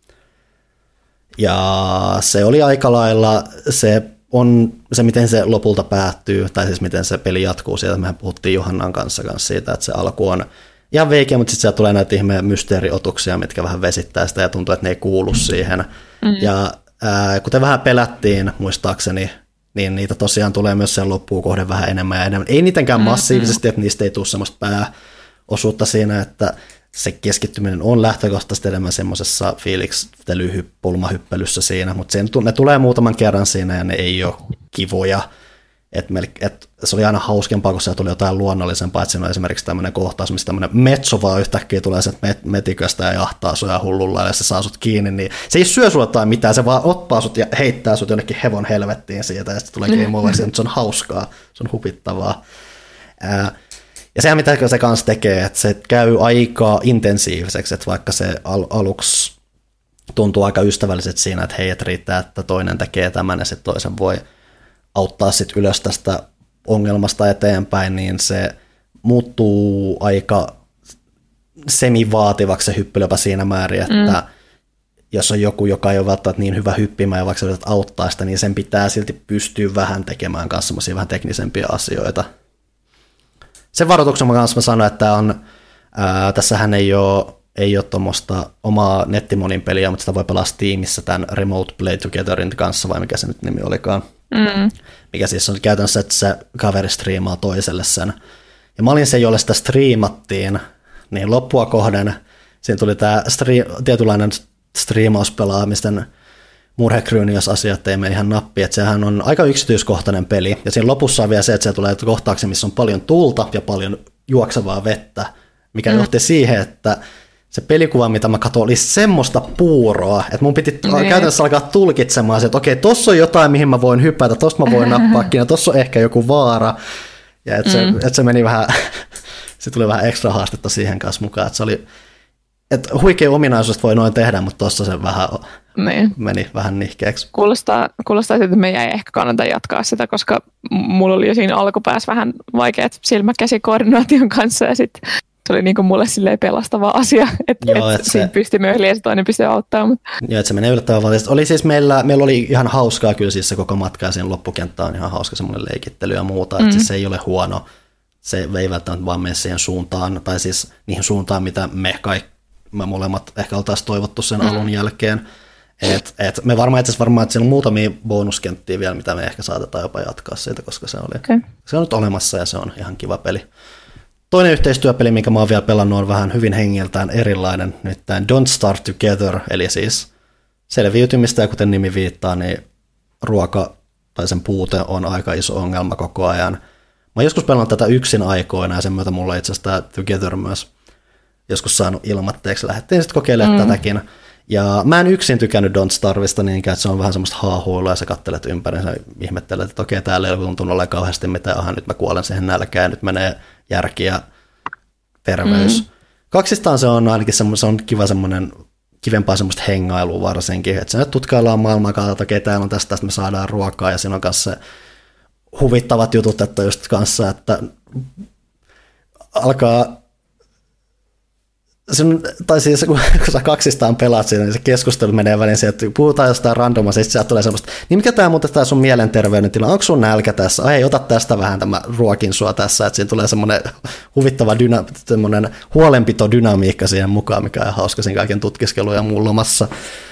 Ja se oli aika lailla, se on se, miten se lopulta päättyy, tai siis miten se peli jatkuu sieltä. Mehän puhuttiin Johannan kanssa, kanssa siitä, että se alku on ihan veikeä, mutta sitten sieltä tulee näitä ihmeen mysteeriotuksia, mitkä vähän vesittää sitä ja tuntuu, että ne ei kuulu siihen. Mm. Ja ää, kuten vähän pelättiin, muistaakseni, niin niitä tosiaan tulee myös sen loppuun kohden vähän enemmän ja enemmän. Ei niitäkään massiivisesti, että niistä ei tule semmoista pääosuutta siinä, että se keskittyminen on lähtökohtaisesti enemmän semmoisessa fiilikselypulmahyppelyssä siinä, mutta ne tulee muutaman kerran siinä ja ne ei ole kivoja. Et melke, et se oli aina hauskempaa, kun siellä tuli jotain luonnollisempaa, että siinä on esimerkiksi tämmöinen kohtaus, missä tämmöinen metso vaan yhtäkkiä tulee sen met- metiköstä ja jahtaa sua ja hullulla, ja se saa sut kiinni, niin se ei syö sulle tai mitään, se vaan ottaa sut ja heittää sut jonnekin hevon helvettiin siitä, ja sitten tulee game over, mutta se on hauskaa, se on hupittavaa. Ää, ja sehän mitä se kanssa tekee, että se käy aika intensiiviseksi, että vaikka se al- aluksi tuntuu aika ystävälliset siinä, että hei, et riittää, että toinen tekee tämän, ja sitten toisen voi auttaa sit ylös tästä ongelmasta eteenpäin, niin se muuttuu aika semivaativaksi se hyppely jopa siinä määrin, että mm. jos on joku, joka ei ole välttämättä niin hyvä hyppimään ja vaikka sä yrität auttaa sitä, niin sen pitää silti pystyä vähän tekemään kanssa semmoisia vähän teknisempiä asioita. Sen varoituksen kanssa mä sanoin, että on, ää, tässähän ei ole, ei ole tuommoista omaa nettimonin peliä, mutta sitä voi pelaa Steamissa tämän Remote Play Togetherin kanssa, vai mikä se nyt nimi olikaan. Mm. Mikä siis on käytännössä, että se kaveri striimaa toiselle sen. Ja mä olin se, jolle sitä striimattiin, niin loppua kohden siinä tuli tämä stri- tietynlainen striimauspelaamisten murhekryyni, jos asiat ei mene ihan nappiin. Että sehän on aika yksityiskohtainen peli. Ja siinä lopussa on vielä se, että siellä tulee kohtauksia, missä on paljon tulta ja paljon juoksevaa vettä, mikä mm. johti siihen, että se pelikuva, mitä mä katsoin, oli semmoista puuroa, että mun piti mm. käytännössä alkaa tulkitsemaan se, että okei, tossa on jotain, mihin mä voin hypätä, tosta mä voin nappaakin, ja tossa on ehkä joku vaara. Ja että se, mm. et se meni vähän, se tuli vähän ekstra haastetta siihen kanssa mukaan, että se oli, että huikea ominaisuus voi noin tehdä, mutta tossa se vähän niin. meni vähän nihkeeksi. Kuulostaa, kuulostaa siltä, että me ei ehkä kannata jatkaa sitä, koska mulla oli jo siinä alkupäässä vähän vaikeat silmäkäsikoordinaation kanssa, ja sitten se oli niinku mulle silleen pelastava asia, että et et siinä pystyi möhliä ja se toinen pystyi auttamaan. Mutta. Joo, että se menee yllättävän valitettavasti. Oli siis meillä, meillä oli ihan hauskaa kyllä siis se koko matka ja siinä loppukenttä on ihan hauska semmoinen leikittely ja muuta, mm. että siis se ei ole huono. Se ei välttämättä vaan mene siihen suuntaan, tai siis niihin suuntaan, mitä me kaikki, me molemmat ehkä oltaisiin toivottu sen mm. alun jälkeen. Et, et me varmaan itse asiassa varmaan, että siellä on muutamia bonuskenttiä vielä, mitä me ehkä saatetaan jopa jatkaa siitä, koska se, oli, okay. se on nyt olemassa ja se on ihan kiva peli. Toinen yhteistyöpeli, minkä mä oon vielä pelannut, on vähän hyvin hengiltään erilainen. Nyt tämä Don't Starve Together, eli siis selviytymistä, ja kuten nimi viittaa, niin ruoka tai sen puute on aika iso ongelma koko ajan. Mä oon joskus pelannut tätä yksin aikoina, ja sen myötä mulla itse asiassa tämä Together myös joskus saanut ilmatteeksi. Lähdettiin sitten kokeilemaan mm. tätäkin. Ja mä en yksin tykännyt Don't Starvesta niinkään, että se on vähän semmoista haahuilua, ja sä kattelet ympäri, ja ihmettelet, että okei, täällä ei ole tuntunut olemaan kauheasti mitään, aha, nyt mä kuolen siihen nälkään, ja nyt menee järki ja terveys. Mm. Kaksistaan se on ainakin semmo, se on kiva semmoinen, kivempaa semmoista hengailua varsinkin, että se nyt tutkaillaan maailmaa, katsotaan, että okei, täällä on tästä, tästä me saadaan ruokaa, ja siinä on kanssa se huvittavat jutut, että just kanssa, että alkaa Sen, tai siis kun, kun sä kaksistaan pelaat siinä, niin se keskustelu menee väliin siihen, että puhutaan jostain randomaa, sitten sieltä tulee semmoista, niin mikä tämä muuten tämä sun mielenterveyden tila, onko sun nälkä tässä, ai ota tästä vähän tämä ruokin sua tässä, että siinä tulee semmoinen huvittava dyna, semmoinen huolenpitodynamiikka siihen mukaan, mikä on hauska siinä kaiken tutkiskelun ja muun lomassa.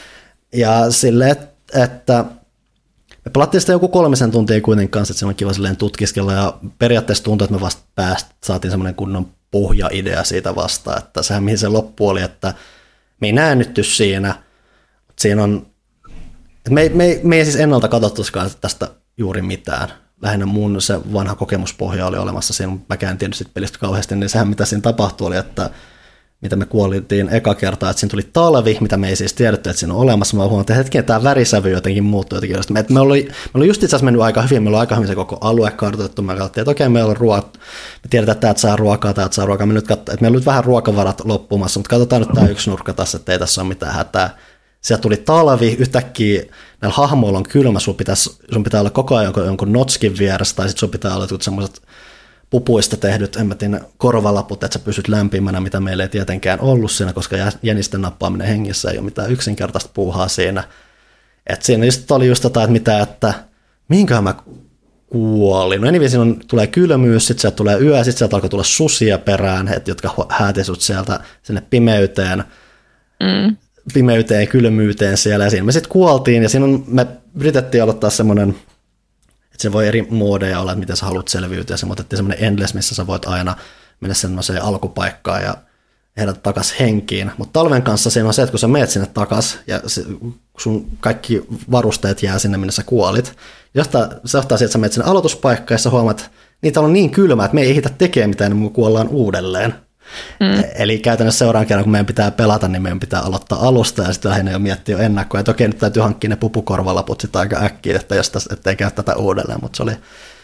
Ja silleen, että me pelattiin sitä joku kolmisen tuntia kuitenkin kanssa, että se on kiva silleen tutkiskella, ja periaatteessa tuntuu, että me vasta pääst, saatiin semmoinen kunnon pohjaidea siitä vastaan, että sehän mihin se loppu oli, että me ei näännytty siinä, mutta siinä on, me ei, me, ei, me ei siis ennalta katsottuisikaan tästä juuri mitään. Lähinnä mun se vanha kokemuspohja oli olemassa siinä, mäkään en tiedä sit pelistä kauheasti, niin sehän mitä siinä tapahtui oli, että mitä me kuoltiin eka kertaa, että siinä tuli talvi, mitä me ei siis tiedetty, että siinä on olemassa. Mä huomasin, että hetken tämä värisävy jotenkin muuttui jotenkin. Me, me oli, me oli just itse asiassa mennyt aika hyvin, me oli aika hyvin se koko alue kartoitettu. Me katsottiin, että okei, meillä on ruoat, me tiedetään, että täältä saa ruokaa, täältä saa ruokaa. Me nyt katso, että meillä on nyt vähän ruokavarat loppumassa, mutta katsotaan nyt tämä yksi nurkka tässä, että ei tässä ole mitään hätää. Sieltä tuli talvi, yhtäkkiä näillä hahmoilla on kylmä, sun, pitäisi, sun pitää olla koko ajan jonkun, jonkun notskin vieressä, tai sitten sun pitää olla semmoiset pupuista tehdyt, en mä tiedä, korvalaput, että sä pysyt lämpimänä, mitä meillä ei tietenkään ollut siinä, koska jänisten nappaaminen hengissä ei ole mitään yksinkertaista puuhaa siinä. Et siinä just oli just tota, että mitä, että mihinköhän mä kuolin. No anyway, siinä on, tulee kylmyys, sitten sieltä tulee yö, sitten sieltä alkoi tulla susia perään, et, jotka hääti sut sieltä sinne pimeyteen, mm. pimeyteen ja kylmyyteen siellä, ja siinä me sitten kuoltiin, ja siinä on, me yritettiin aloittaa semmoinen, että se voi eri muodeja olla, että miten sä haluat selviytyä. Se otettiin semmoinen endless, missä sä voit aina mennä semmoiseen alkupaikkaan ja herätä takas henkiin. Mutta talven kanssa siinä on se, että kun sä meet sinne takas ja sun kaikki varusteet jää sinne, minne sä kuolit, johtaa, se johtaa siihen, että sä menet sinne aloituspaikkaan ja sä huomaat, että niitä on niin kylmä, että me ei ehditä tekemään mitään, niin me kuollaan uudelleen. Mm. Eli käytännössä seuraan kerran, kun meidän pitää pelata, niin meidän pitää aloittaa alusta ja sitten lähinnä jo miettiä jo ennakkoa, että okei, nyt täytyy hankkia ne pupukorvalaput sitten aika äkkiä, että jos tästä, ettei käy tätä uudelleen, mutta se oli,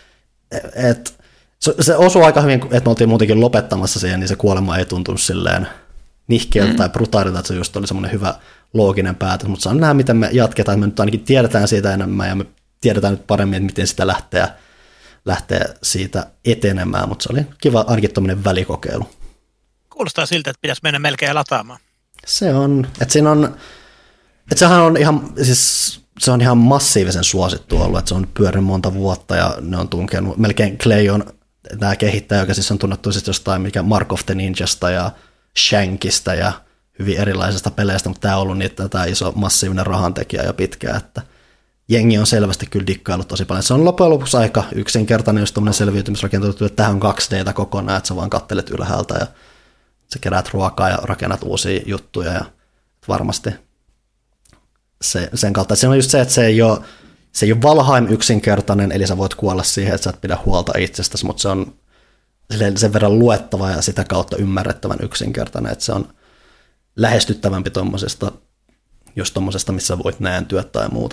et, se osui aika hyvin, että me oltiin muutenkin lopettamassa siihen, niin se kuolema ei tuntunut silleen nihkeältä mm. tai brutaalilta, että se just oli semmoinen hyvä looginen päätös, mutta saa nähdä, miten me jatketaan, että me nyt ainakin tiedetään siitä enemmän ja me tiedetään nyt paremmin, että miten sitä lähtee, lähtee siitä etenemään, mutta se oli kiva ainakin tuommoinen välikokeilu. Kuulostaa siltä, että pitäisi mennä melkein lataamaan. Se on, että siinä on, että sehän on ihan, siis se on ihan massiivisen suosittu ollut, että se on pyörinyt monta vuotta ja ne on tunkenut, melkein Clay on tämä kehittäjä, joka siis on tunnettu sitten jostain mikä Mark of the Ninjasta ja Shankista ja hyvin erilaisista peleistä, mutta tämä on ollut niitä tämä iso massiivinen rahantekijä jo pitkään, että jengi on selvästi kyllä dikkailut tosi paljon. Se on loppujen lopuksi aika yksinkertainen, jos tuommoinen selviytymisrakentettu, että tähän on kaksi D kokonaan, että sä vaan kattelet ylhäältä ja sä keräät ruokaa ja rakennat uusia juttuja ja varmasti se, sen kautta. Se on just se, että se ei ole, se ei ole Valheim yksinkertainen, eli sä voit kuolla siihen, että sä et pidä huolta itsestäsi, mutta se on sen verran luettava ja sitä kautta ymmärrettävän yksinkertainen, että se on lähestyttävämpi tuommoisesta, jos tuommoisesta, missä voit nääntyä tai muuta.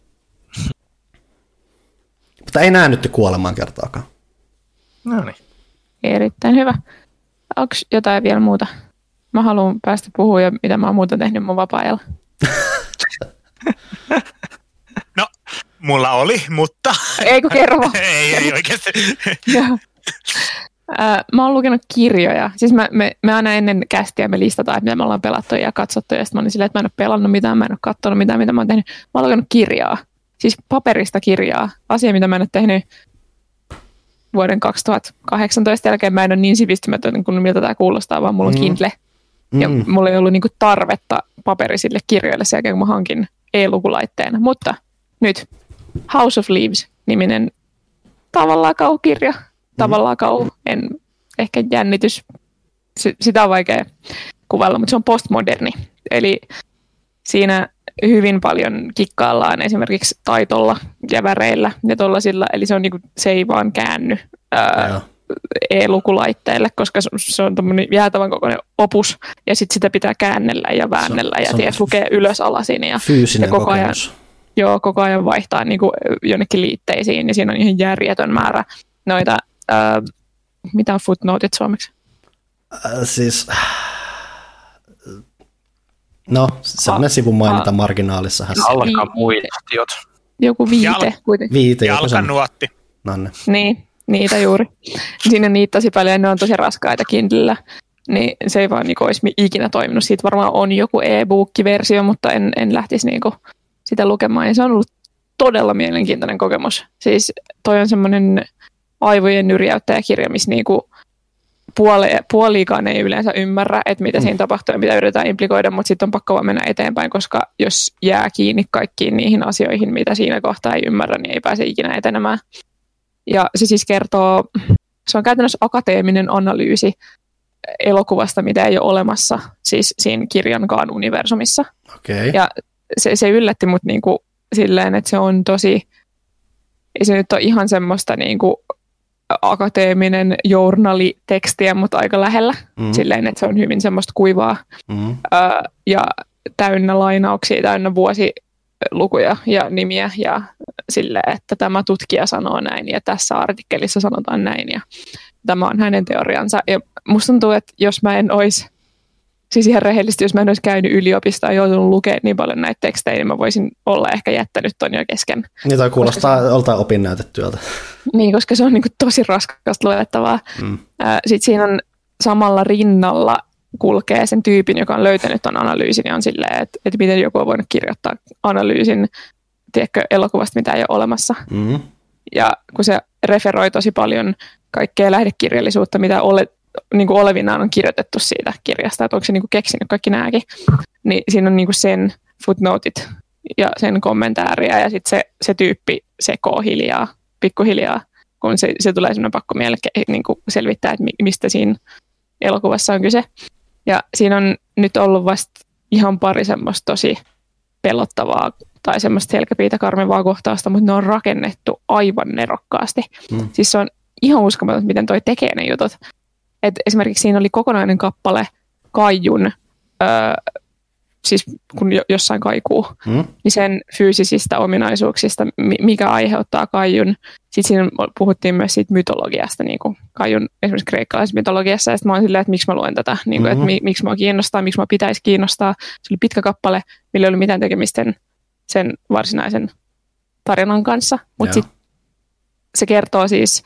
Mutta ei näännytty kuolemaan kertaakaan. No niin. Erittäin hyvä. Onko jotain vielä muuta? Mä haluan päästä puhua ja mitä mä oon muuta tehnyt mun vapaa-ajalla. No, mulla oli, mutta... Ei kun kerro vaan. ei, ei oikeasti. Mä oon lukenut kirjoja. Siis mä, me, me aina ennen kästiä me listataan, että mitä me ollaan pelattu ja katsottu. Ja sitten mä olin silleen, että mä en ole pelannut mitään, mä en ole katsonut mitään, mitä mä oon tehnyt. Mä oon lukenut kirjaa. Siis paperista kirjaa. Asia, mitä mä en ole tehnyt vuoden kaksituhattakahdeksantoista jälkeen. Mä en ole niin sivistymätön kuin miltä tämä kuulostaa, vaan mulla on Kindle. Mm. Ja mulla ei ollut niinku tarvetta paperisille kirjoille sen jälkeen, kun mä hankin e-lukulaitteen. Mutta nyt House of Leaves-niminen tavallaan kaukirja. Tavallaan kauhu, en ehkä jännitys, sitä on vaikea kuvailla, mutta se on postmoderni. Eli siinä hyvin paljon kikkaillaan esimerkiksi taitolla ja väreillä ja tollasilla, eli se, on niinku, se ei vaan käänny ää, e-lukulaitteelle, koska se on tommoinen jäätävän kokoinen opus, ja sitten sitä pitää käännellä ja väännellä, ja ties lukee ylös alasin. Ja, fyysinen ja koko ajan, kokemus. Joo, koko ajan vaihtaa niinku jonnekin liitteisiin, ja siinä on ihan järjetön määrä noita. Uh, mitä on footnotet suomeksi? Äh, siis, no, sellainen sivumaininta a, marginaalissa. Jalkamuistiot. Joku viite Jal- kuitenkin. Viite, Jalkanuotti. Nanne. Niin, niitä juuri. Siinä niitä tosi paljon, ne on tosi raskaita Kindlellä. Niin se ei vaan niinku olisi ikinä toiminut. Siitä varmaan on joku e-book-versio, mutta en, en lähtisi niinku sitä lukemaan. Ja se on ollut todella mielenkiintoinen kokemus. Siis toi on semmoinen aivojen nyrjäyttäjäkirja, missä niinku puole, puoliikaan ei yleensä ymmärrä, että mitä siinä tapahtuu ja mitä yritetään implikoida, mutta sitten on pakko vaan mennä eteenpäin, koska jos jää kiinni kaikkiin niihin asioihin, mitä siinä kohtaa ei ymmärrä, niin ei pääse ikinä etenemään. Ja se siis kertoo, se on käytännössä akateeminen analyysi elokuvasta, mitä ei ole olemassa, siis siinä kirjankaan universumissa. Okay. Ja se, se yllätti mut niinku silleen, että se on tosi, ei se nyt ole ihan semmoista niinku akateeminen journalitekstiä, mutta aika lähellä. Mm. Silleen, että se on hyvin semmoista kuivaa mm. ää, ja täynnä lainauksia, täynnä vuosilukuja ja nimiä ja silleen, että tämä tutkija sanoo näin ja tässä artikkelissa sanotaan näin ja tämä on hänen teoriansa. Ja musta tuntuu, että jos mä en olisi, siis ihan rehellisesti, jos mä en olisi käynyt yliopistoa ja joutunut lukemaan niin paljon näitä tekstejä, niin mä voisin olla ehkä jättänyt ton jo kesken. Niin toi kuulostaa on joltain opinnäytetyöltä. Niin, koska se on niin kuin tosi raskasta luettavaa. Mm. Sitten siinä on samalla rinnalla kulkee sen tyypin, joka on löytänyt ton analyysin, ja on silleen, että, että miten joku on voinut kirjoittaa analyysin, tiedätkö, elokuvasta, mitä ei ole olemassa. Mm. Ja kun se referoi tosi paljon kaikkea lähdekirjallisuutta, mitä ole, niin kuin olevinaan on kirjoitettu siitä kirjasta, että onko se niin kuin keksinyt kaikki nääkin, niin siinä on niin kuin sen footnotit ja sen kommentaaria, ja sitten se, se tyyppi sekoo hiljaa, pikkuhiljaa, kun se, se tulee sellainen pakko miele niin kuin selvittää, että mistä siinä elokuvassa on kyse. Ja siinä on nyt ollut vasta ihan pari semmoista tosi pelottavaa tai semmoista selkäpiitä karmivaa kohtausta, mutta ne on rakennettu aivan nerokkaasti. Mm. Siis se on ihan uskomaton, miten toi tekee ne jutut. Et esimerkiksi siinä oli kokonainen kappale Kaijun, öö, siis kun jossain kaikuu, mm. niin sen fyysisistä ominaisuuksista, mikä aiheuttaa Kaijun. Sitten siinä puhuttiin myös siitä mytologiasta, niin kuin Kaijun esimerkiksi kreikkalaisessa mytologiassa, ja sitten mä oon silleen, että miksi mä luen tätä, niin kuin, mm-hmm. että mi, miksi mua kiinnostaa, miksi mua pitäisi kiinnostaa. Se oli pitkä kappale, millä ei ollut mitään tekemistä sen, sen varsinaisen tarinan kanssa, mutta sitten se kertoo siis,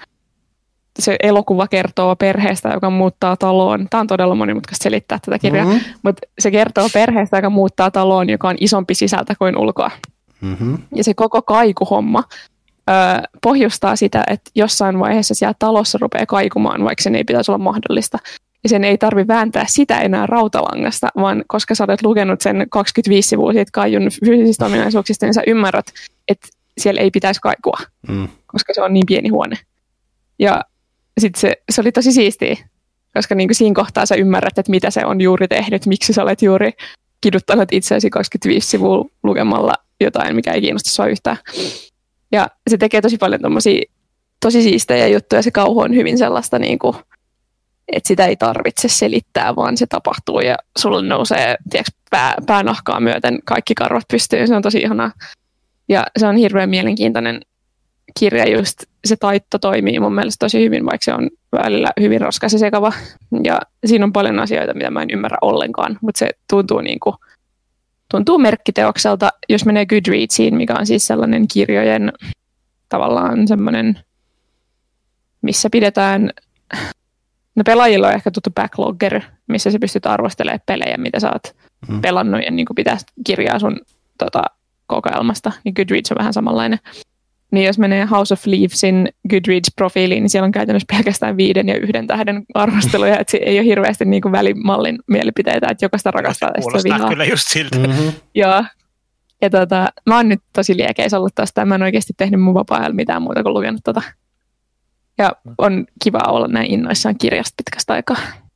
se elokuva kertoo perheestä, joka muuttaa taloon. Tämä on todella monimutkaista selittää tätä kirjaa, mm-hmm. mutta se kertoo perheestä, joka muuttaa taloon, joka on isompi sisältä kuin ulkoa. Mm-hmm. Ja se koko kaikuhomma ö, pohjustaa sitä, että jossain vaiheessa siellä talossa rupeaa kaikumaan, vaikka sen ei pitäisi olla mahdollista. Ja sen ei tarvitse vääntää sitä enää rautalangasta, vaan koska sä olet lukenut sen kaksikymmentäviisi sivua siitä Kaijun fyysisistä ominaisuuksista, niin sä ymmärrät, että siellä ei pitäisi kaikua, mm. koska se on niin pieni huone. Ja sitten se, se oli tosi siistiä, koska niinku siinä kohtaa sä ymmärrät, että mitä se on juuri tehnyt, miksi sä olet juuri kiduttanut itseäsi kaksikymmentäviisi sivua lukemalla jotain, mikä ei kiinnosta sua yhtään. Ja se tekee tosi paljon tommosia tosi siistejä juttuja. Se kauhu on hyvin sellaista, niin kuin, että sitä ei tarvitse selittää, vaan se tapahtuu ja sulle nousee tiiäks, pää, päänahkaa myöten kaikki karvat pystyyn. Se on tosi ihanaa. Ja se on hirveän mielenkiintoinen kirja just. Se taitto toimii mun mielestä tosi hyvin, vaikka se on välillä hyvin raskas ja sekava. Ja siinä on paljon asioita, mitä mä en ymmärrä ollenkaan, mutta se tuntuu, niin kuin, tuntuu merkkiteokselta, jos menee Goodreadsiin, mikä on siis sellainen kirjojen tavallaan semmoinen, missä pidetään, no pelaajilla on ehkä tuttu backlogger, missä sä pystyt arvostelemaan pelejä, mitä sä oot mm. pelannut ja niin kuin pitää kirjaa sun tota, kokoelmasta, niin Goodreads on vähän samanlainen. Niin jos menee House of Leavesin Goodreads-profiiliin, niin siellä on käytännössä pelkästään viiden ja yhden tähden arvosteluja, että ei ole hirveästi niin kuin välimallin mielipiteitä, että jokaista rakastaa ja sitä vihaa. Kyllä just siltä. Mm-hmm. Joo. Ja tota, mä oon nyt tosi liekeis ollut tästä, mä en oikeasti tehnyt mun vapaa-ajalla mitään muuta kuin lukenut tota. Ja on kiva olla näin innoissaan kirjasta pitkästä aikaa.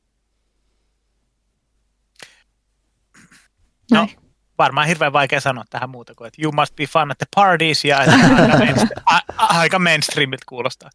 No. Varmaan hirveän vaikea sanoa tähän muuta kuin, että you must be fun at the parties, ja että aika, mainstream, a, aika mainstreamit kuulostaa.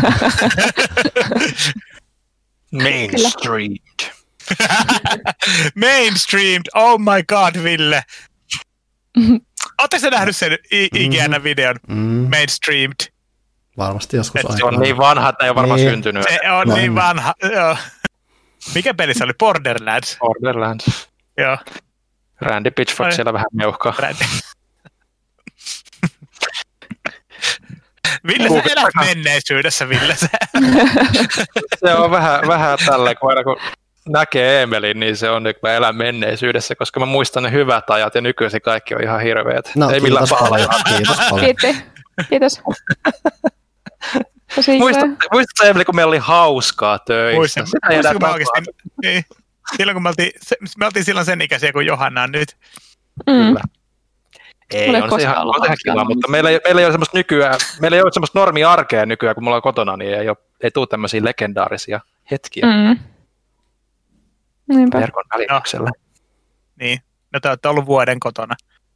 Mainstreamed. Mainstreamed, oh my god, Ville. Oletteko te nähnyt sen I G N-videon? Mm. Mainstreamed. Varmasti joskus aikaa. Se on niin vanha, että ei ole varmaan niin. syntynyt. Se on no. niin vanha, joo. Mikä peli se oli? Borderlands? Borderlands. Joo. Randy Pitchford siellä vähän meuhkaa. Ville, sä elät menneisyydessä, Ville. Se on vähän, vähän tällä, kun aina kun näkee Emelin, niin se on nyt, mä elän menneisyydessä, koska mä muistan ne hyvät ajat ja nykyisin kaikki on ihan hirveät. No, ei kiitos paljon. Kiitos paljon. Kiitos. Muistatko Emeli, kun meillä oli hauskaa töissä? Muistan. Muistan, kun mä oikeasti... Niin. Silloin kun me oltiin, me oltiin silloin sen ikäisiä kuin Johanna on nyt. Mm. Ei, on se ihan, on ihan kiva, mutta meillä ei, meillä ei ole semmoista nykyään, meillä ei ole semmoista normi-arkea nykyään, kun me ollaan kotona, niin ei, ole, ei tule tämmöisiä legendaarisia hetkiä. Mm. Niinpä. Verkon välityksellä. No. Niin, no te olette ollut vuoden kotona.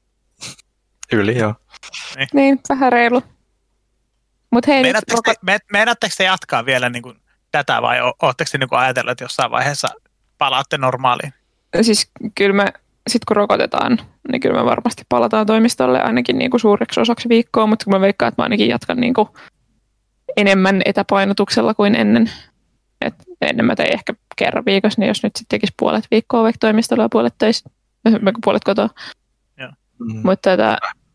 Yli, joo. Niin, niin vähän reilu. Mut hei, meinaatteko te, me, meinaatteko te jatkaa vielä niin kuin tätä vai ootteko te niin kuin ajatellut, että jossain vaiheessa palaatte normaaliin? Siis kyllä me, sit kun rokotetaan, niin kyllä me varmasti palataan toimistolle ainakin niin kuin suureksi osaksi viikkoa, mutta kun mä veikkaan, että mä ainakin jatkan niin kuin enemmän etäpainotuksella kuin ennen. Et ennen mä tein ehkä kerran viikossa, niin jos nyt sitten tekisi puolet viikkoa vaikka toimistolla ja puolet töissä, puolet kotoa. Mm. Mutta tota,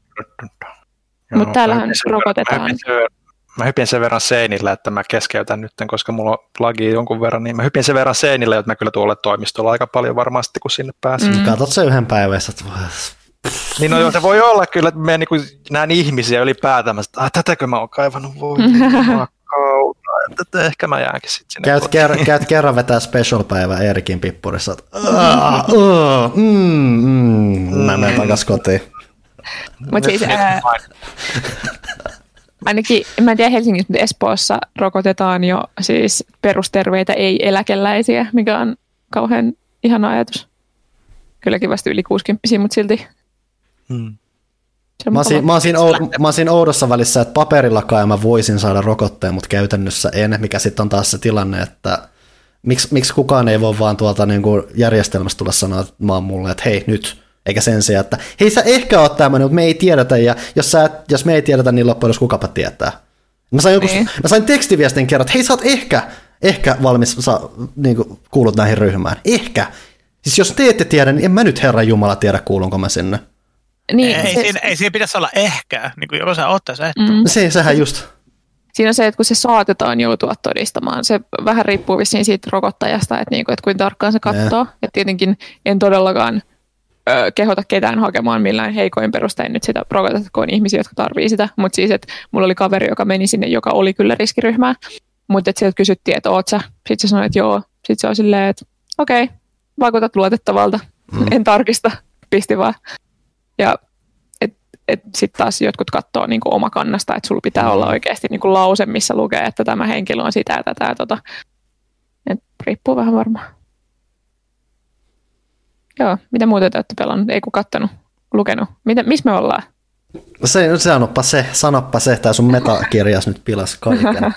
mut täällähän rokotetaan. Mä hypin sen verran seinillä, että mä keskeytän nyt, koska mulla on lagi jonkun verran, niin mä hypin sen verran seinillä, että mä kyllä tuolle toimistolla aika paljon varmasti, kun sinne pääsin. Mm. Katot se yhden päivässä. Niin no, se voi olla kyllä, että mä niin näen ihmisiä ylipäätään, että ah, tätäkö mä oon kaivannut, voi kautta, että ehkä mä jäänkin sitten sinne. Käyt, ker- käyt kerran vetää special-päivä Eerikin pippurissa, että mm, mm, mä menen takas kotiin. Mutta siis ää, ainakin, mä en tiedä Helsingissä, mutta Espoossa rokotetaan jo siis perusterveitä ei-eläkeläisiä, mikä on kauhean ihana ajatus. Kylläkin vasta yli kuusikymppisiä, mutta silti. Hmm. Mä oon, siinä, mä, oon siinä, mä oon siinä oudossa välissä, että paperillakaan mä voisin saada rokotteen, mutta käytännössä en, mikä sitten on taas se tilanne, että miksi, miksi kukaan ei voi vaan tuolta niin kuin järjestelmästä tulla sanomaan mulle, että hei nyt, eikä sen sijaan, että hei sä ehkä oot tämmöinen, mutta me ei tiedetä, ja jos, sä, jos me ei tiedetä, niin loppujen lopuksi kukapa tietää. Mä sain, joku, niin. mä sain tekstiviestin kerran, että hei sä oot ehkä, ehkä valmis, sä niin kuin, kuulut näihin ryhmään, ehkä. Siis jos te ette tiedä, niin en mä nyt Herran Jumala tiedä, kuulunko mä sinne. Niin, ei, se, siinä, ei siinä pitäisi olla ehkä, niin kuin joko sä oot se, mm. se, sehän just. Siinä on se, että kun se saatetaan joutua todistamaan, se vähän riippuu vissiin siitä rokottajasta, että, niinku, että kuinka tarkkaan se katsoo. Yeah. Että tietenkin en todellakaan ö, kehota ketään hakemaan millään heikoin perustein nyt sitä rokotetta, kun on ihmisiä, jotka tarvii sitä. Mutta siis, että mulla oli kaveri, joka meni sinne, joka oli kyllä riskiryhmää. Mutta sieltä kysyttiin, että oot sä? Sitten se sanoi, että joo. Sitten se on silleen, että okei, okay, vaikutat luotettavalta. Mm. En tarkista, pisti vaan. Ja et sitten taas jotkut katsoo niinku omakannasta, että sulla pitää olla oikeasti niinku lause, missä lukee, että tämä henkilö on sitä ja tätä ja tota. Et riippuu vähän varmaan. Joo, mitä muuta te olette pelannut? Ei kun kattonut, lukenut. Mitä, missä me ollaan? Se, sanoppa se, sanoppa se, tää sun metakirjas nyt pilas kaiken.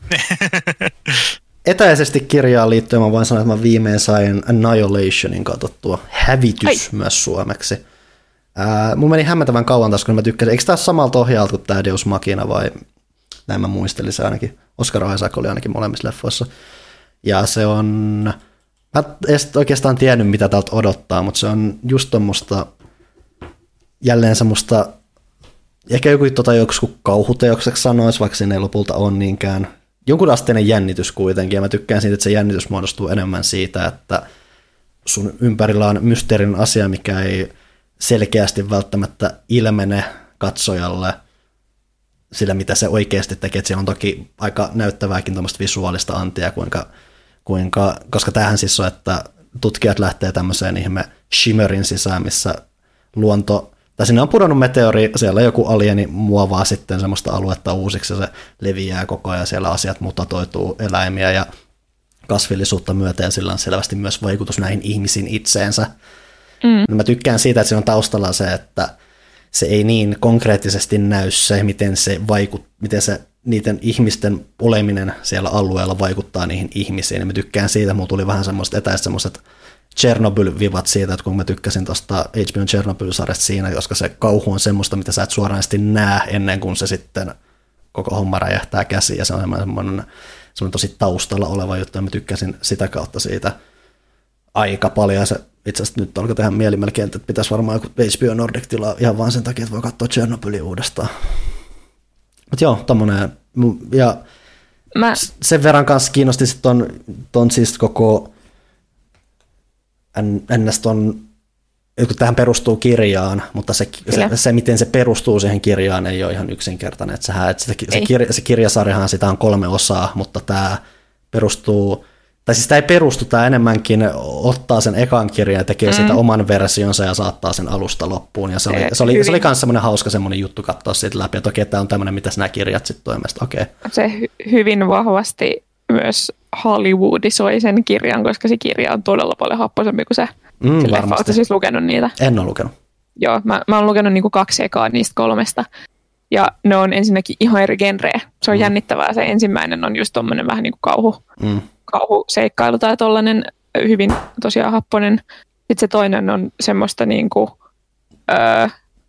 Etäisesti kirjaan liittyen mä voin sanoa, että mä viimein sain Annihilationin katsottua. Hävitys Ai. myös suomeksi. Ää, mun meni hämmentävän kauan taas, kun mä tykkäsin. Eikö tää ole samalta ohjaalta kuin tää Deus Machina vai näin mä muistelin se ainakin. Oscar Isaac oli ainakin molemmissa leffoissa. Ja se on, mä en oikeastaan tiennyt mitä täältä odottaa, mutta se on just tommoista, jälleen semmoista, ehkä joku tota joku kauhuteokseksi sanoisi, vaikka siinä ei lopulta ole niinkään. Jonkun asteinen jännitys kuitenkin, ja mä tykkään siitä, että se jännitys muodostuu enemmän siitä, että sun ympärillä on mysteerin asia, mikä ei selkeästi välttämättä ilmene katsojalle sillä, mitä se oikeasti tekee. Että siellä on toki aika näyttävääkin tuommoista visuaalista antia, kuinka, kuinka, koska tämähän siis on, että tutkijat lähtee tämmöiseen ihme shimmerin sisään, missä luonto, tai sinne on pudonnut meteori, siellä joku alieni muovaa sitten semmoista aluetta uusiksi, ja se leviää koko ajan, siellä asiat mutatoituu eläimiä ja kasvillisuutta myötä, ja sillä on selvästi myös vaikutus näihin ihmisiin itseensä. Mm. Mä tykkään siitä, että siinä on taustalla se, että se ei niin konkreettisesti näy se, miten se, vaikut, miten se niiden ihmisten oleminen siellä alueella vaikuttaa niihin ihmisiin. Ja mä tykkään siitä, mulla tuli vähän semmoiset etäiset semmoiset Chernobyl-vivat siitä, että kun mä tykkäsin tuosta H B O:n Chernobyl-sarjasta siinä, koska se kauhu on semmoista, mitä sä et suoranaisesti näe ennen kuin se sitten koko homma räjähtää käsiin, ja se on semmoinen, semmoinen tosi taustalla oleva juttu, ja mä tykkäsin sitä kautta siitä aika paljon, ja se itse asiassa nyt alkoi tehdä mieli melkein, että pitäisi varmaan joku H B O Nordic tilaa ihan vaan sen takia, että voi katsoa Chernobylia uudestaan. Mutta joo, tommonen, ja mä sen verran kanssa kiinnosti sitten ton, ton siis koko ns. Ton, kun tähän perustuu kirjaan, mutta se, se, se, miten se perustuu siihen kirjaan, ei ole ihan yksinkertainen. Että sehän, että se, se, kirja, se kirjasarjahan sitä on kolme osaa, mutta tämä perustuu, tai siis tämä ei perustu, tämä enemmänkin ottaa sen ekan kirjan ja tekee mm. siitä oman versionsa ja saattaa sen alusta loppuun. Ja se oli, se oli, se oli myös semmoinen hauska semmoinen juttu katsoa siitä läpi, että okei, tämä on tämmöinen, mitä nämä kirjat sitten toimesta, okei. Se hy- hyvin vahvasti myös Hollywoodisoi sen kirjan, koska se kirja on todella paljon happoisempi kuin se. Mm, se leffa. Oletko siis lukenut niitä? En ole lukenut. Joo, mä, mä oon lukenut niinku kaksi ekaa niistä kolmesta. Ja ne on ensinnäkin ihan eri genreä. Se on mm. jännittävää. Se ensimmäinen on just tommonen vähän niin kuin kauhu, mm. kauhuseikkailu tai tollainen hyvin tosiaan happonen. Sitten se toinen on semmoista niin kuin, öö,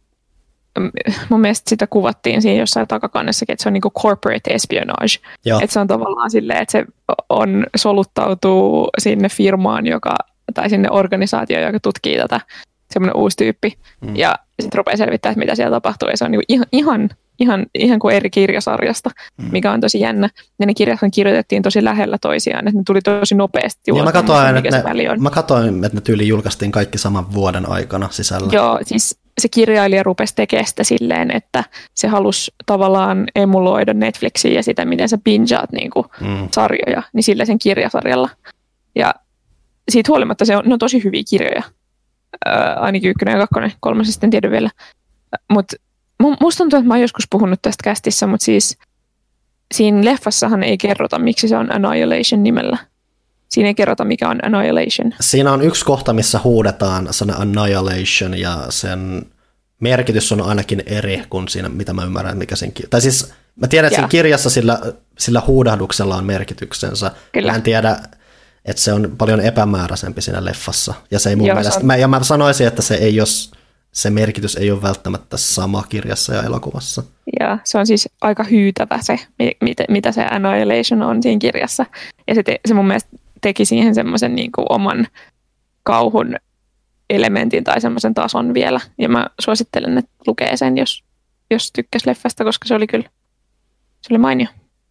mun mielestä sitä kuvattiin siinä jossain takakannessakin, että se on niin kuin corporate espionage. Että se on tavallaan silleen, että se on soluttautuu sinne firmaan, joka, tai sinne organisaatioon, joka tutkii tätä, semmoinen uusi tyyppi. Mm. Ja sitten rupeaa selvittämään, että mitä siellä tapahtuu. Ja se on niin kuin ihan, ihan, ihan kuin eri kirjasarjasta, mm. mikä on tosi jännä. Ja ne kirjathan kirjoitettiin tosi lähellä toisiaan, että ne tuli tosi nopeasti. Ja mä katsoin, että ne, mä katsoin, että ne tyyli julkaistiin kaikki saman vuoden aikana sisällä. Joo, siis se kirjailija rupesi tekemään sitä silleen, että se halusi tavallaan emuloida Netflixiä ja sitä, miten sä bingeaat niin kuin mm. sarjoja, niin sillä sen kirjasarjalla. Ja siitä huolimatta se on, ne on tosi hyviä kirjoja. Ää, ainakin ykkönen ja kakkonen, kolmas sitten en tiedä vielä. Mutta musta tuntuu, että mä oon joskus puhunut tästä kästissä, mutta siis siinä leffassahan ei kerrota, miksi se on Annihilation nimellä. Siinä ei kerrota, mikä on Annihilation. Siinä on yksi kohta, missä huudetaan sana Annihilation, ja sen merkitys on ainakin eri kuin siinä, mitä mä ymmärrän, mikä sen kirja. Tai siis mä tiedän, että siinä kirjassa sillä, sillä huudahduksella on merkityksensä. Kyllä. Mä en tiedä, että se on paljon epämääräisempi siinä leffassa. Ja, se ei mun Joo, mielestä, on... mä, ja mä sanoisin, että se, ei jos, se merkitys ei ole välttämättä sama kirjassa ja elokuvassa. Ja se on siis aika hyytävä se, mitä, mitä se Annihilation on siinä kirjassa. Ja se, te, se mun mielestä teki siihen semmoisen niin kuin oman kauhun elementin tai semmoisen tason vielä. Ja mä suosittelen, että lukee sen, jos, jos tykkäsi leffasta, koska se oli kyllä, se oli mainio.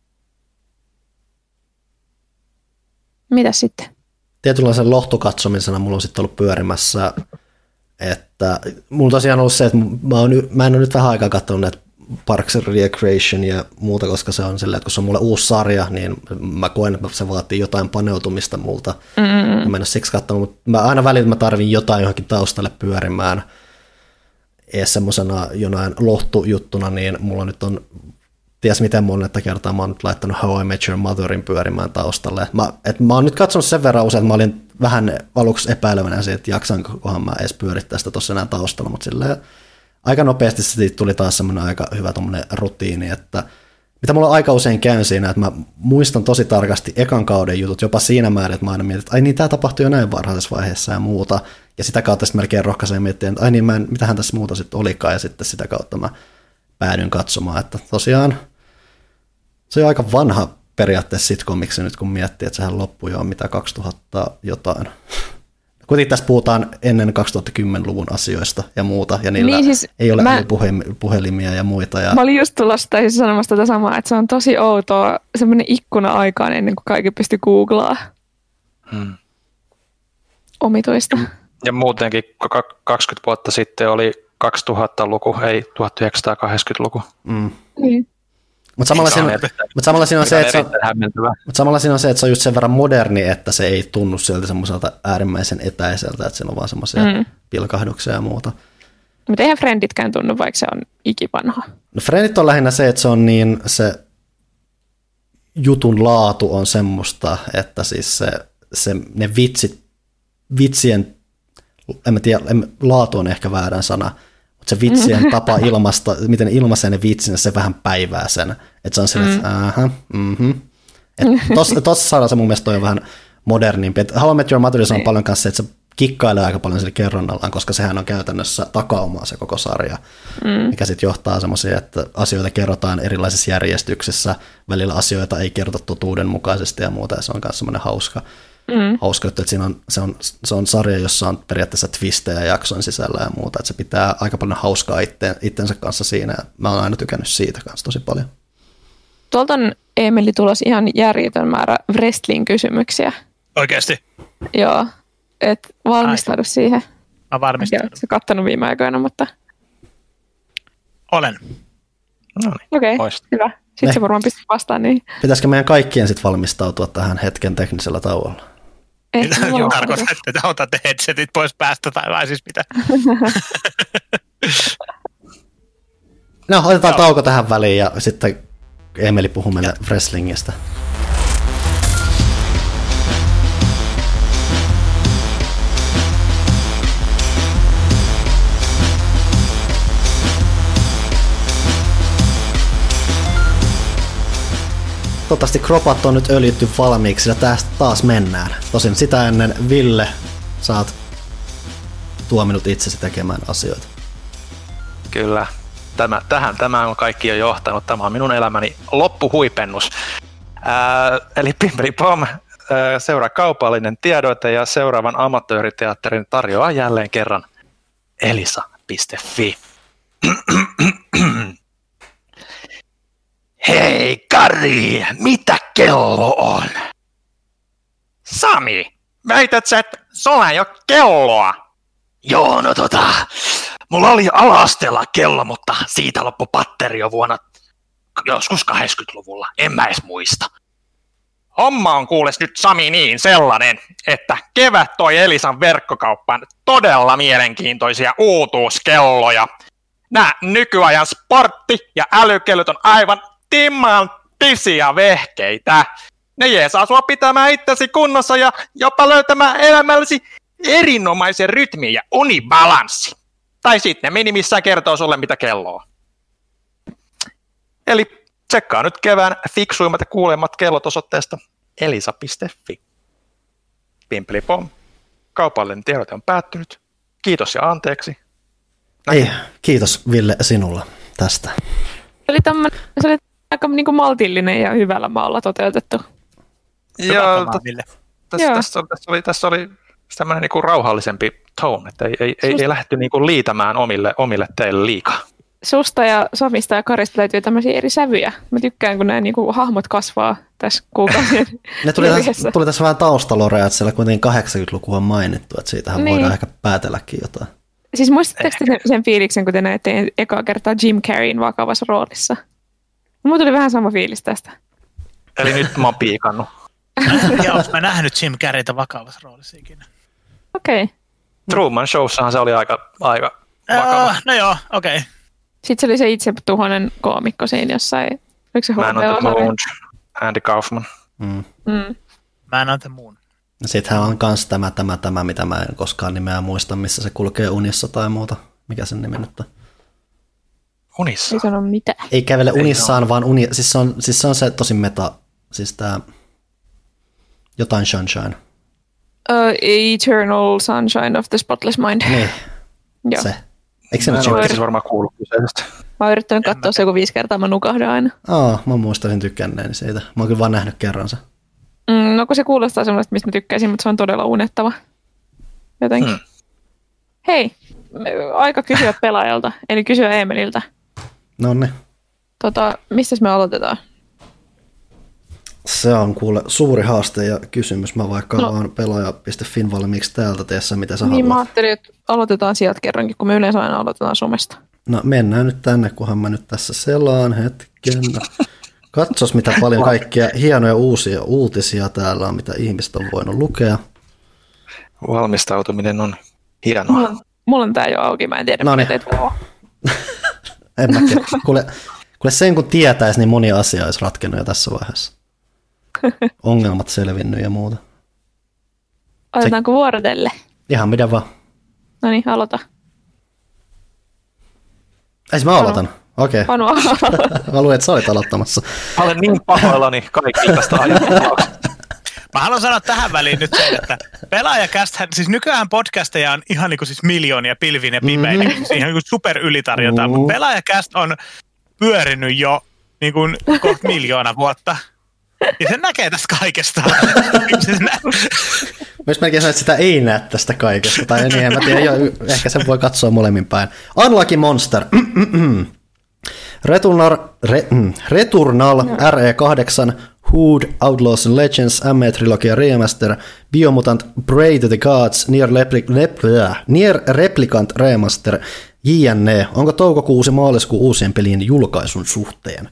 Mitäs sitten? Tietynlaisen lohtukatsomisena mulla on sitten ollut pyörimässä, että mulla tosiaan on ollut se, että mä, oon, mä en ole nyt vähän aikaa katsonut näitä Parks and Recreation ja muuta, koska se on silleen, että kun se on mulle uusi sarja, niin mä koen, että se vaatii jotain paneutumista multa. Mm-hmm. Mä en ole siksi katsonut, mutta mä aina välillä mä tarvin jotain johonkin taustalle pyörimään. Ees semmosena jonain lohtujuttuna, niin mulla nyt on ties miten monetta kertaa mä oon nyt laittanut How I Met Your Motherin pyörimään taustalle. Mä, et mä oon nyt katsonut sen verran usein, että mä olin vähän aluksi epäilevänä siitä, että jaksankohan mä edes pyörittää sitä tuossa enää taustalla, mutta silleen aika nopeasti siitä tuli taas semmoinen aika hyvä tommoinen rutiini, että mitä mulla aika usein käyn siinä, että mä muistan tosi tarkasti ekan kauden jutut, jopa siinä määrin, että mä aina mietin, että ai niin, tää tapahtui jo näin varhaisessa vaiheessa ja muuta, ja sitä kautta sitten melkein rohkaisee miettiä, että ai niin, mä en, mitähän tässä muuta sitten olikaan, ja sitten sitä kautta mä päädyin katsomaan, että tosiaan se on aika vanha periaatteessa sitcomiksi nyt, kun miettii, että sehän loppui jo mitä kaksituhatta jotain. Kuitenkin tässä puhutaan ennen kaksituhattakymmenluvun asioista ja muuta, ja niillä niin siis ei ole mä, puhelimia ja muita. Ja... Mä olin just tulossa täysin sanomassa tätä samaa, että se on tosi outoa, semmoinen ikkuna aikaan ennen kuin kaikki pystyi googlaa. Hmm. Omituista. Ja muutenkin kaksikymmentä vuotta sitten oli kaksituhattaluku, ei tuhatyhdeksänsataakahdeksankymmentäluku. Mm. Mm. Mutta samalla, mut samalla siinä on se, että se on, mut samalla siinä on se, että se on just sen verran moderni, että se ei tunnu siltä semmoiselta äärimmäisen etäiseltä, että siinä on vaan semmoisia mm. pilkahduksia ja muuta. Mutta eihän Frienditkään tunnu, vaikka se on ikivanha. No Friendit on lähinnä se, että se on niin, se jutun laatu on semmoista, että siis se, se ne vitsit, vitsien, en mä tiedä, en, laatu on ehkä väärän sana, mutta se vitsien tapa ilmasta, miten ilmaisee ne vitsinä, se vähän päivää sen. Että se on silleen, että mm. aha, mhm. Tuossa tos saadaan se mun mielestä on vähän modernimpi. Et How I Met Your Motherissa on paljon kanssa se, että se kikkailee aika paljon sille kerronnallaan, koska sehän on käytännössä takaumaa se koko sarja, mm. mikä sitten johtaa semmoisia, että asioita kerrotaan erilaisissa järjestyksissä, välillä asioita ei kerrota totuudenmukaisesti ja muuta, ja se on myös semmoinen hauska. Mm. Hauska, että siinä on, se, on, se on sarja, jossa on periaatteessa twistejä jakson sisällä ja muuta, että se pitää aika paljon hauskaa itteen, itsensä kanssa siinä, ja mä oon aina tykännyt siitä kanssa tosi paljon. Tuolta on Eemeli tulos ihan järjetön määrä wrestling-kysymyksiä. Oikeasti? Joo, et valmistaudu siihen. Mä valmistaudun. Sä kattonut viime aikoina, mutta... Olen. No niin, okei, okay, hyvä. Sitten ne. Se varmaan pystyy vastaan niin. Pitäisikö meidän kaikkien sitten valmistautua tähän hetken teknisellä tauolla? Ei, tarkoitan, että otatte headsetit pois päästä tai vai siis mitä? No, otetaan Joo. tauko tähän väliin ja sitten Emeli puhuu meille wrestlingistä. Toivottavasti kropat on nyt öljytty valmiiksi ja tästä taas mennään. Tosin sitä ennen Ville, sä oot tuominut itsesi tekemään asioita. Kyllä. Tämä, tähän tämä on kaikki jo johtanut. Tämä on minun elämäni loppuhuipennus. Ää, eli Pimpeli Pom, ää, seuraa kaupallinen tiedoite ja seuraavan amatööriteatterin tarjoaa jälleen kerran elisa piste fi. Hei Kari, mitä kello on? Sami, väität sä, että sulla ei ole kelloa? Joo, no tota, mulla oli ala-asteella kello, mutta siitä loppui patteri jo vuonna joskus kahdeksankymmentäluvulla, en mä edes muista. Homma on kuules nyt Sami niin sellainen, että kevät toi Elisan verkkokauppaan todella mielenkiintoisia uutuuskelloja. Nää nykyajan sportti- ja älykellot on aivan timanttisia vehkeitä. Ne jeesaa sua pitämään itsesi kunnossa ja jopa löytämään elämällesi erinomaisen rytmin ja unibalanssi. Tai sitten ne minimissään kertoo sulle mitä kello on. Eli tsekkaa nyt kevään fiksuimmat ja kuulemmat kellot osoitteesta elisa piste fi. Pimpeli pom. Kaupallinen tiedote on päättynyt. Kiitos ja anteeksi. Näin. Ei, kiitos Ville sinulla tästä. Se oli, tämmönen, se oli aika niinku maltillinen ja hyvällä maalla toteutettu. Joo, tässä, tässä, tässä oli, tässä oli tämmöinen niinku rauhallisempi tone, että ei, ei, ei, ei lähdetty niinku liitämään omille, omille teille liikaa. Susta ja Samista ja Karista löytyy tämmöisiä eri sävyjä. Mä tykkään, kun nämä niinku hahmot kasvaa tässä kuukausien. Ne tuli tässä, tuli tässä vähän taustalorea, että siellä kuitenkin kahdeksankymmentäluku on mainittu, että siitähän niin. Voidaan ehkä päätelläkin jotain. Siis muistatteko te sen fiiliksen, kun te näette ekaa kertaa Jim Carreyn vakavassa roolissa? Mulla tuli vähän sama fiilis tästä. Eli nyt mä oon piikannut. Ja oonko mä nähnyt Jim Carreytä vakavassa roolissa ikinä? Okei. Okay. Truman Showssahan se oli aika, aika vakava. Uh, no joo, okei. Okay. Sitten se oli se itsetuhoinen koomikko siinä jossain Oliko se Man on the Moon, Andy Kaufman. Mm. Mm. Man on the Moon. Sittenhän on kans tämä, tämä, tämä, mitä mä en koskaan nimeä muista, missä se kulkee unissa tai muuta. Mikä sen nimi nyt on? Unissa? Ei sano mitä. Ei kävele unissaan, vaan uni, siis, se on, siis se on se tosi meta, siis tää jotain Sunshine. Uh, Eternal Sunshine of the Spotless Mind. Niin, Joo. se. Eikö se Mä nyt en se? ole siis varmaan kuullut kyseisestä. Mä oon yrittänyt katsoa se, kun viisi kertaa mä nukahdan aina. Aa, mä muistaisin tykkänneeni siitä. Mä oon kyllä vaan nähnyt kerran se. Mm, no kun se kuulostaa semmoista, mistä mä tykkäisin, mutta se on todella unettava. Jotenkin. Hmm. Hei, aika kysyä pelaajalta, eli kysyä Eemeliltä. No niin. Tota, mistä me aloitetaan? Se on kuule suuri haaste ja kysymys. Mä vaikka No. vaan pelaaja piste fin valmiiksi täältä teessä, mitä sä Niin mä haluat. ajattelin, että aloitetaan sieltä kerrankin, kun me yleensä aina aloitetaan somesta. No mennään nyt tänne, kunhan mä nyt tässä selaan hetken. Katsos, mitä paljon kaikkia hienoja uusia uutisia täällä on, mitä ihmiset on voinut lukea. Valmistautuminen on hienoa. Mulla on, mulla on tää jo auki, mä en tiedä, No mitä niin. teet vaan. En mä tiedä. Kuule, kuule sen kun tietäisi, niin moni asia olisi ratkennut jo tässä vaiheessa. Ongelmat selvinnyt ja muuta. Otetaanko vuorotelle? Ihan mitä vaan. No niin, aloita. Ei mä aloitan. Okei. Panu, Mä luulen, että sä olit aloittamassa. Mä olen niin pahoillani kaikki tästä ajatuksesta. Mä haluan sanoa tähän väliin nyt sen, että pelaajakästähän, siis nykyään podcasteja on ihan niin kuin siis miljoonia pilviin ja pimein, mm-hmm. niin ihan niin kuin super ylitarjontaa, mm-hmm. mutta pelaajakäst on pyörinyt jo niin kuin kohta miljoona vuotta. Ja se näkee tästä kaikesta. Myös melkein sanoin, että sitä ei näe tästä kaikesta. Tai niin, en mä tiedä, jo, ehkä sen voi katsoa molemmin päin. Unlucky Monster. Returnal, re, Returnal R E kahdeksan, Hood, Outlaws and Legends, M E-trilogia Remaster, Biomutant, Pray to the Gods, Nier, Repli, Rep, Nier Replicant Remaster, jne. Onko toukokuusi maaliskuun uusien pelien julkaisun suhteen?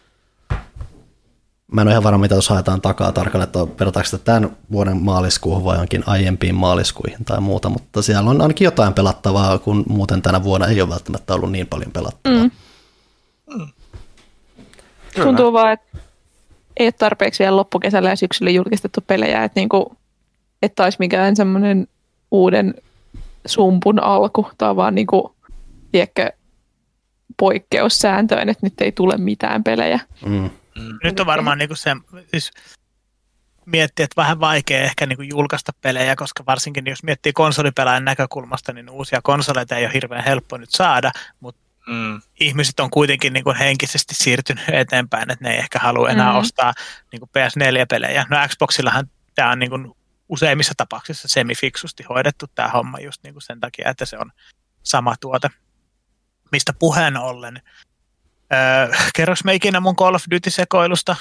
Mä en ole ihan varma, mitä tuossa haetaan takaa tarkalleen, että verrataanko sitä tämän vuoden maaliskuuhun vai jonkin aiempiin maaliskuihin tai muuta, mutta siellä on ainakin jotain pelattavaa, kun muuten tänä vuonna ei ole välttämättä ollut niin paljon pelattavaa. Mm. Mm. Tuntuu vaan, että ei ole tarpeeksi vielä loppukesällä ja syksyllä julkistettu pelejä, että, niinku, että olisi mikään semmoinen uuden sumpun alku, tai vaan niinku, tiedätkö, poikkeussääntöön, että nyt ei tule mitään pelejä. Mm. Nyt on varmaan niin kuin se, siis miettiä, että vähän vaikea ehkä niin kuin julkaista pelejä, koska varsinkin jos miettii konsolipelaajan näkökulmasta, niin uusia konsoleita ei ole hirveän helppo nyt saada, mutta mm. ihmiset on kuitenkin niin kuin henkisesti siirtynyt eteenpäin, että ne ei ehkä halua enää mm-hmm. ostaa niin kuin P S neljä -pelejä. No Xboxillahan tämä on niin kuin useimmissa tapauksissa semifiksusti hoidettu tämä homma just niin kuin sen takia, että se on sama tuote. Mistä puheen ollen? Öö, kerroks me ikinä mun Call of Duty-sekoilusta?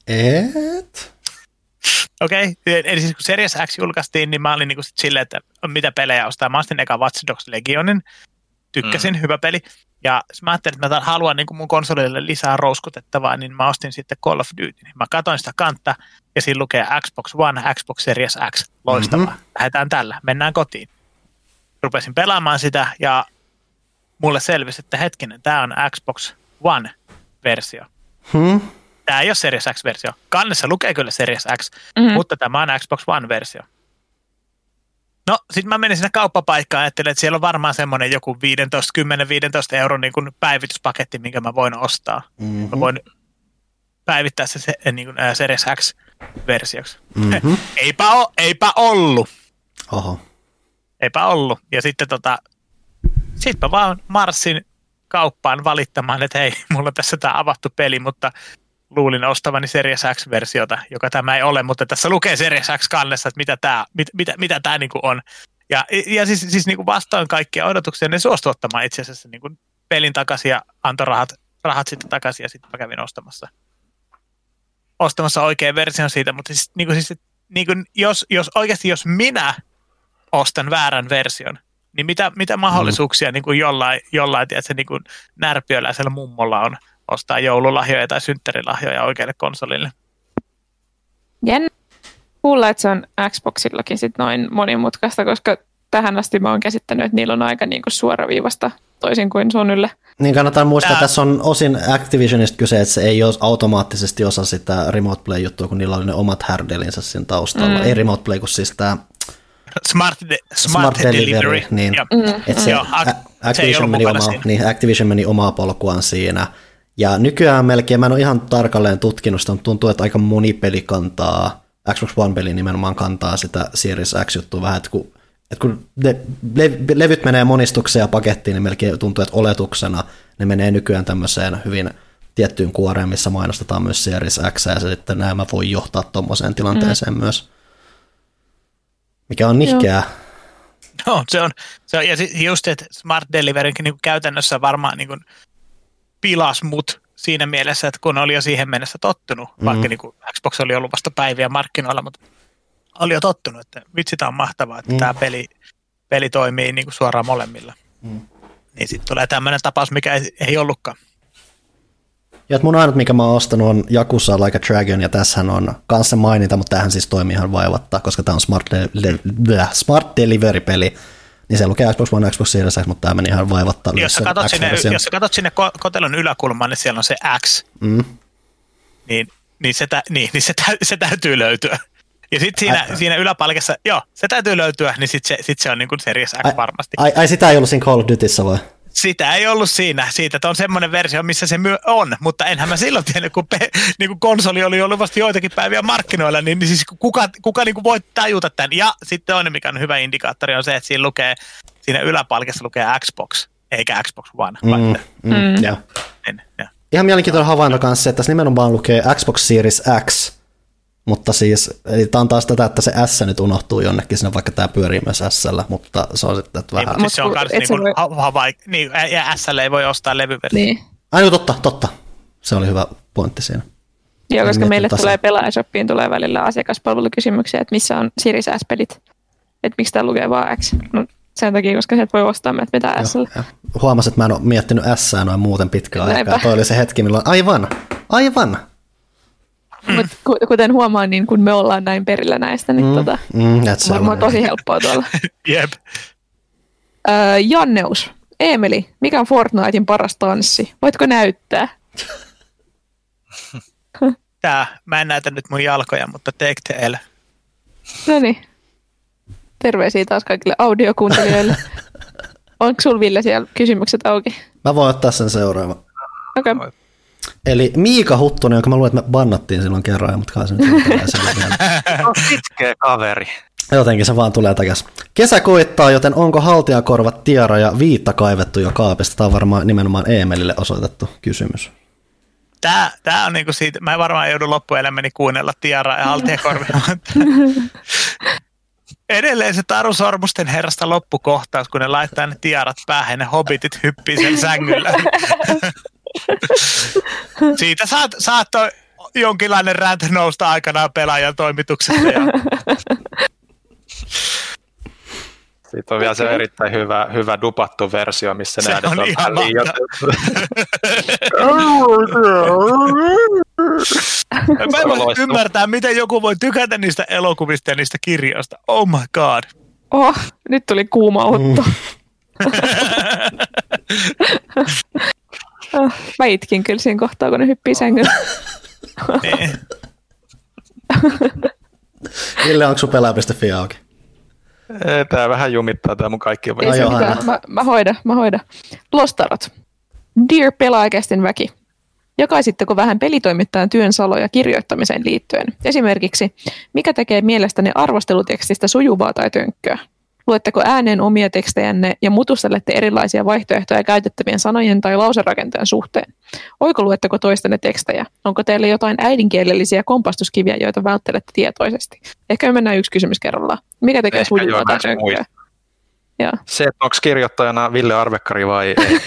Et? Okei, okay. Eli siis kun Series X julkaistiin, niin mä olin niinku sit silleen, että mitä pelejä ostaa. Mä ostin eka Watch Dogs Legionin, tykkäsin, mm. hyvä peli. Ja mä ajattelin, että mä haluan niinku mun konsolille lisää rouskutettavaa, niin mä ostin sitten Call of Duty. Mä katsoin sitä kantta ja siinä lukee Xbox One, Xbox Series X. Loistavaa. Mm-hmm. Lähdetään tällä, mennään kotiin. Rupesin pelaamaan sitä ja mulle selvisi, että hetkinen, tää on Xbox One-versio. Hmm? Tämä ei ole Series X-versio. Kannessa lukee kyllä Series X, mm-hmm. mutta tämä on Xbox One-versio. No, sitten mä menin sinne kauppapaikkaan ja ajattelin, että siellä on varmaan semmoinen joku viisitoista, kymmenen viisitoista euron niin kuin päivityspaketti, minkä mä voin ostaa. Mm-hmm. Mä voin päivittää se, se niin kuin, ä, Series X-versioksi. Mm-hmm. eipä, o, eipä ollut. Oho. Eipä ollut. Ja sitten tota, sit mä vaan marssin kauppaan valittamaan, että hei, mulla on tässä tämä avattu peli, mutta luulin ostavani Series X-versiota, joka tämä ei ole, mutta tässä lukee Series X kannessa, että mitä tämä, mit, mitä, mitä tämä niinku on. Ja, ja siis, siis niinku vastoin kaikkia odotuksia, ne suostui ottamaan itse asiassa niinku pelin takaisin ja antoi rahat, rahat sitten takaisin ja sitten mä kävin ostamassa, ostamassa oikean version siitä, mutta siis, niinku, siis niinku, jos, jos oikeasti jos minä ostan väärän version, niin mitä, mitä mahdollisuuksia mm. niin kuin jollain, jollain tiedätkö, niin kuin närpiöläisellä mummolla on ostaa joululahjoja tai synttärilahjoja oikealle konsolille? Jännä kuulla, että se on Xboxillakin sit noin monimutkaista, koska tähän asti mä oon käsittänyt, että niillä on aika niin kuin suoraviivasta toisin kuin Sonylle. Niin kannattaa muistaa, että Tää- tässä on osin Activisionista kyse, että se ei ole automaattisesti osa sitä Remote Play-juttua, kun niillä oli ne omat härdelinsa siinä taustalla. Mm. Ei Remote Play, kun siis tämä Smart, de- smart, Smart Delivery. Delivery. Niin, Mm. että se, Joo, A- se ei Activision, ollut meni mukana oma, siinä. niin, Activision meni omaa polkuaan siinä. Ja nykyään melkein, mä en ole ihan tarkalleen tutkinut sitä, mutta tuntuu, että aika moni peli kantaa, Xbox One-peli nimenomaan kantaa sitä Series X-juttua vähän, että kun, että kun le, le, levyt menee monistukseen ja pakettiin, niin melkein tuntuu, että oletuksena ne menee nykyään tämmöiseen hyvin tiettyyn kuoreen, missä mainostetaan myös Series X, ja se sitten nämä voi johtaa tuommoiseen tilanteeseen mm. myös. Mikä on nihkeää. No, se on, se on, ja si- just, että Smart Deliverykin niin käytännössä varmaan niin kuin pilas mut siinä mielessä, että kun oli jo siihen mennessä tottunut, mm-hmm. vaikka niin kuin Xbox oli ollut vasta päiviä markkinoilla, mutta oli jo tottunut, että vitsi, tämä on mahtavaa, että mm. tämä peli, peli toimii niin kuin suoraan molemmilla. Mm. Niin sitten tulee tämmöinen tapaus, mikä ei, ei ollutkaan. Ja että mun ainut, mikä mä oon ostanut, on Yakuza Like a Dragon, ja tässähän on kanssa mainita, mutta tämähän siis toimii ihan vaivatta, koska tämä on Smart, de- de- Smart Delivery-peli, niin se lukee Xbox One, Xbox Series X, mutta tämä meni ihan vaivatta. Jos sä katsot sinne, jos sä katsot sinne ko- kotelon yläkulmaan, niin siellä on se X, mm. niin, niin, se, tä, niin, niin se, tä, se täytyy löytyä. Ja sitten siinä, siinä yläpalkassa, joo, se täytyy löytyä, niin sitten se, sit se on niin kuin Series X varmasti. Ai, ai sitä ei ollut siinä Call of Dutyssä vai? Sitä ei ollut siinä, siitä, että on semmoinen versio, missä se myö on, mutta enhän mä silloin tiennyt, kun, pe, niin kun konsoli oli ollut vasta joitakin päiviä markkinoilla, niin, niin siis kuka, kuka niin kuin voi tajuta tämän. Ja sitten toinen, mikä on hyvä indikaattori, on se, että siinä, lukee, siinä yläpalkassa lukee Xbox, eikä Xbox One. Mm, mm, mm. Ja. En, ja. Ihan mielenkiintoinen havainto kanssa se, että tässä nimenomaan lukee Xbox Series X, mutta siis, eli tämä on taas tätä, että se S nyt unohtuu jonnekin sinne, vaikka tämä pyörii myös S:llä, mutta se on sitten, että vähän... Niin, mutta siis se on kans niin voi... havaik... niin, ja S:llä ei voi ostaa levyversiota. Niin. Ai no, totta, totta. Se oli hyvä pointti siinä. Joo, koska en meille tasa. tulee Pelaajashoppiin tulee välillä asiakaspalvelukysymyksiä, että missä on Series S-pelit, että miksi tämä lukee vaan X. No, sen takia, koska sä et voi ostaa meitä mitään S:llä. Huomasin, että mä en ole miettinyt S:ää noin muuten pitkään Näinpä. aikaa. Toi oli se hetki, milloin aivan, aivan. Mm. Mut kuten huomaan, niin kun me ollaan näin perillä näistä, niin mm, tota, mm, varmaan tosi helppoa tuolla. Jep. Öö, Janneus, Eemeli, mikä on Fortnitein paras tanssi? Voitko näyttää? Tää, mä en näytä nyt mun jalkoja, mutta Take the L. No niin. Terveisiä taas kaikille audiokuuntelijoille. Onko sulla, Ville, siellä kysymykset auki? Mä voin ottaa sen seuraavan. Okei. Okay. Eli Miika Huttunen, jonka mä luulen, että me bannattiin silloin kerran, mutta kai se nyt tulee vielä. On sitkeä kaveri. Jotenkin se vaan tulee takas. Kesä koittaa, joten onko haltijakorvat, tiara ja viitta kaivettu jo kaapista? Tämä on varmaan nimenomaan Eemelille osoitettu kysymys. Tää, tää on niinku siitä, mä varmaan joudun loppuelämäni kuunnella tiaraa ja haltijakorvia. Edelleen se Taru Sormusten herrasta loppukohtaus, kun ne laittaa ne tiarat päähän ja ne hobbitit hyppii sen sängyllä. Siitä saat, saattoi jonkinlainen rant nousta aikanaan pelaajan toimituksessa. Ja... Siitä on vielä se erittäin hyvä, hyvä dupattu versio, missä se ne äänet on on ihan Mä en voi ymmärtää, miten joku voi tykätä niistä elokuvista ja niistä kirjoista. Oh my god. Oh, nyt tuli kuuma otto. Mm. oh, mä itkin kyllä siinä kohtaa, kun ne hyppii sängyllä. Ville, onko sun pelaaja piste fi auki? Tää vähän jumittaa tää mun kaikki. Ei se mitään, mä, mä hoidan, mä hoidan. Lostarot. Dear pelaajakästin väki. Jakaisitteko vähän pelitoimittajan työn saloja kirjoittamiseen liittyen? Esimerkiksi, mikä tekee mielestäni arvostelutekstistä sujuvaa tai tönkköä? Luetteko ääneen omia tekstejänne ja mutustelette erilaisia vaihtoehtoja käytettävien sanojen tai lauserakenteen suhteen? Oiko luetteko toistanne tekstejä? Onko teillä jotain äidinkielellisiä kompastuskiviä, joita välttelette tietoisesti? Ehkä me mennään yksi kysymys kerrallaan. Mikä tekee Ehkä sujuvaa tai tönkköä? Se, että onko kirjoittajana Ville Arvekkari vai ei.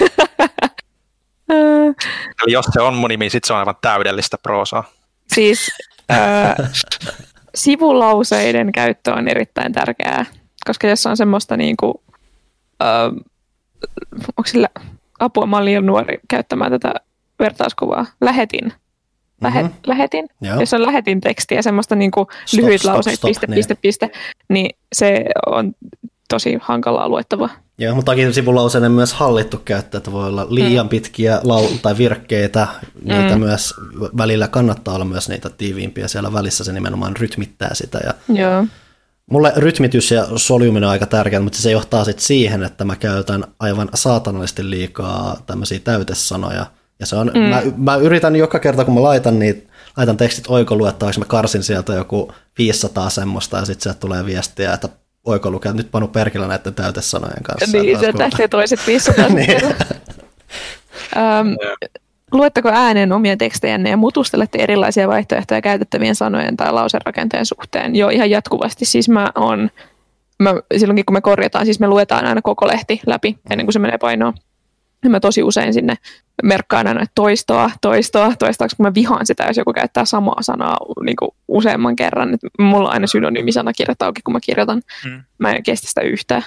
Eli jos se on mun nimi, sit se on aivan täydellistä proosaa. Siis äh, sivulauseiden käyttö on erittäin tärkeää, koska jos on semmoista niinku, äh, onko sillä apua, mä olen liian nuori käyttämään tätä vertauskuvaa, lähetin. Lähe, mm-hmm. Lähetin. Joo. Jos on lähetin tekstiä, semmoista niinku stop, lyhyt lauseet, piste, niin. piste, piste, niin se on tosi hankalaa luettavaa. Joo, mutta toki sivulauseiden myös hallittu käyttö, että voi olla liian mm. pitkiä lau- tai virkkeitä, niitä mm. myös välillä kannattaa olla myös niitä tiiviimpiä siellä välissä, se nimenomaan rytmittää sitä. Ja Joo. Mulle rytmitys ja soljuminen on aika tärkeää, mutta se johtaa sitten siihen, että mä käytän aivan saatanallisesti liikaa tämmöisiä täytesanoja. Ja se on, mm. mä, mä yritän joka kerta, kun mä laitan, niin, laitan tekstit oikoluettavaksi, mä karsin sieltä joku viisisataa semmoista, ja sitten sieltä tulee viestiä, että oikolukea, nyt panu perkillä näiden täytesanojen kanssa. Niin, se lähtee toiset viisisataa. niin. um, luetteko ääneen omia tekstejänne ja mutustelette erilaisia vaihtoehtoja käytettävien sanojen tai lauserakenteen suhteen? Joo, ihan jatkuvasti. Siis mä on, mä, silloinkin kun me korjataan, siis me luetaan aina koko lehti läpi ennen kuin se menee painoon. Ja mä tosi usein sinne merkkaan aina toistoa, toistoa, toistaaksi, kun mä vihaan sitä, jos joku käyttää samaa sanaa niin kuin useamman kerran. Et mulla on aina synonyymisanakirjat auki, kun mä kirjoitan. Hmm. Mä en kestä sitä yhtään.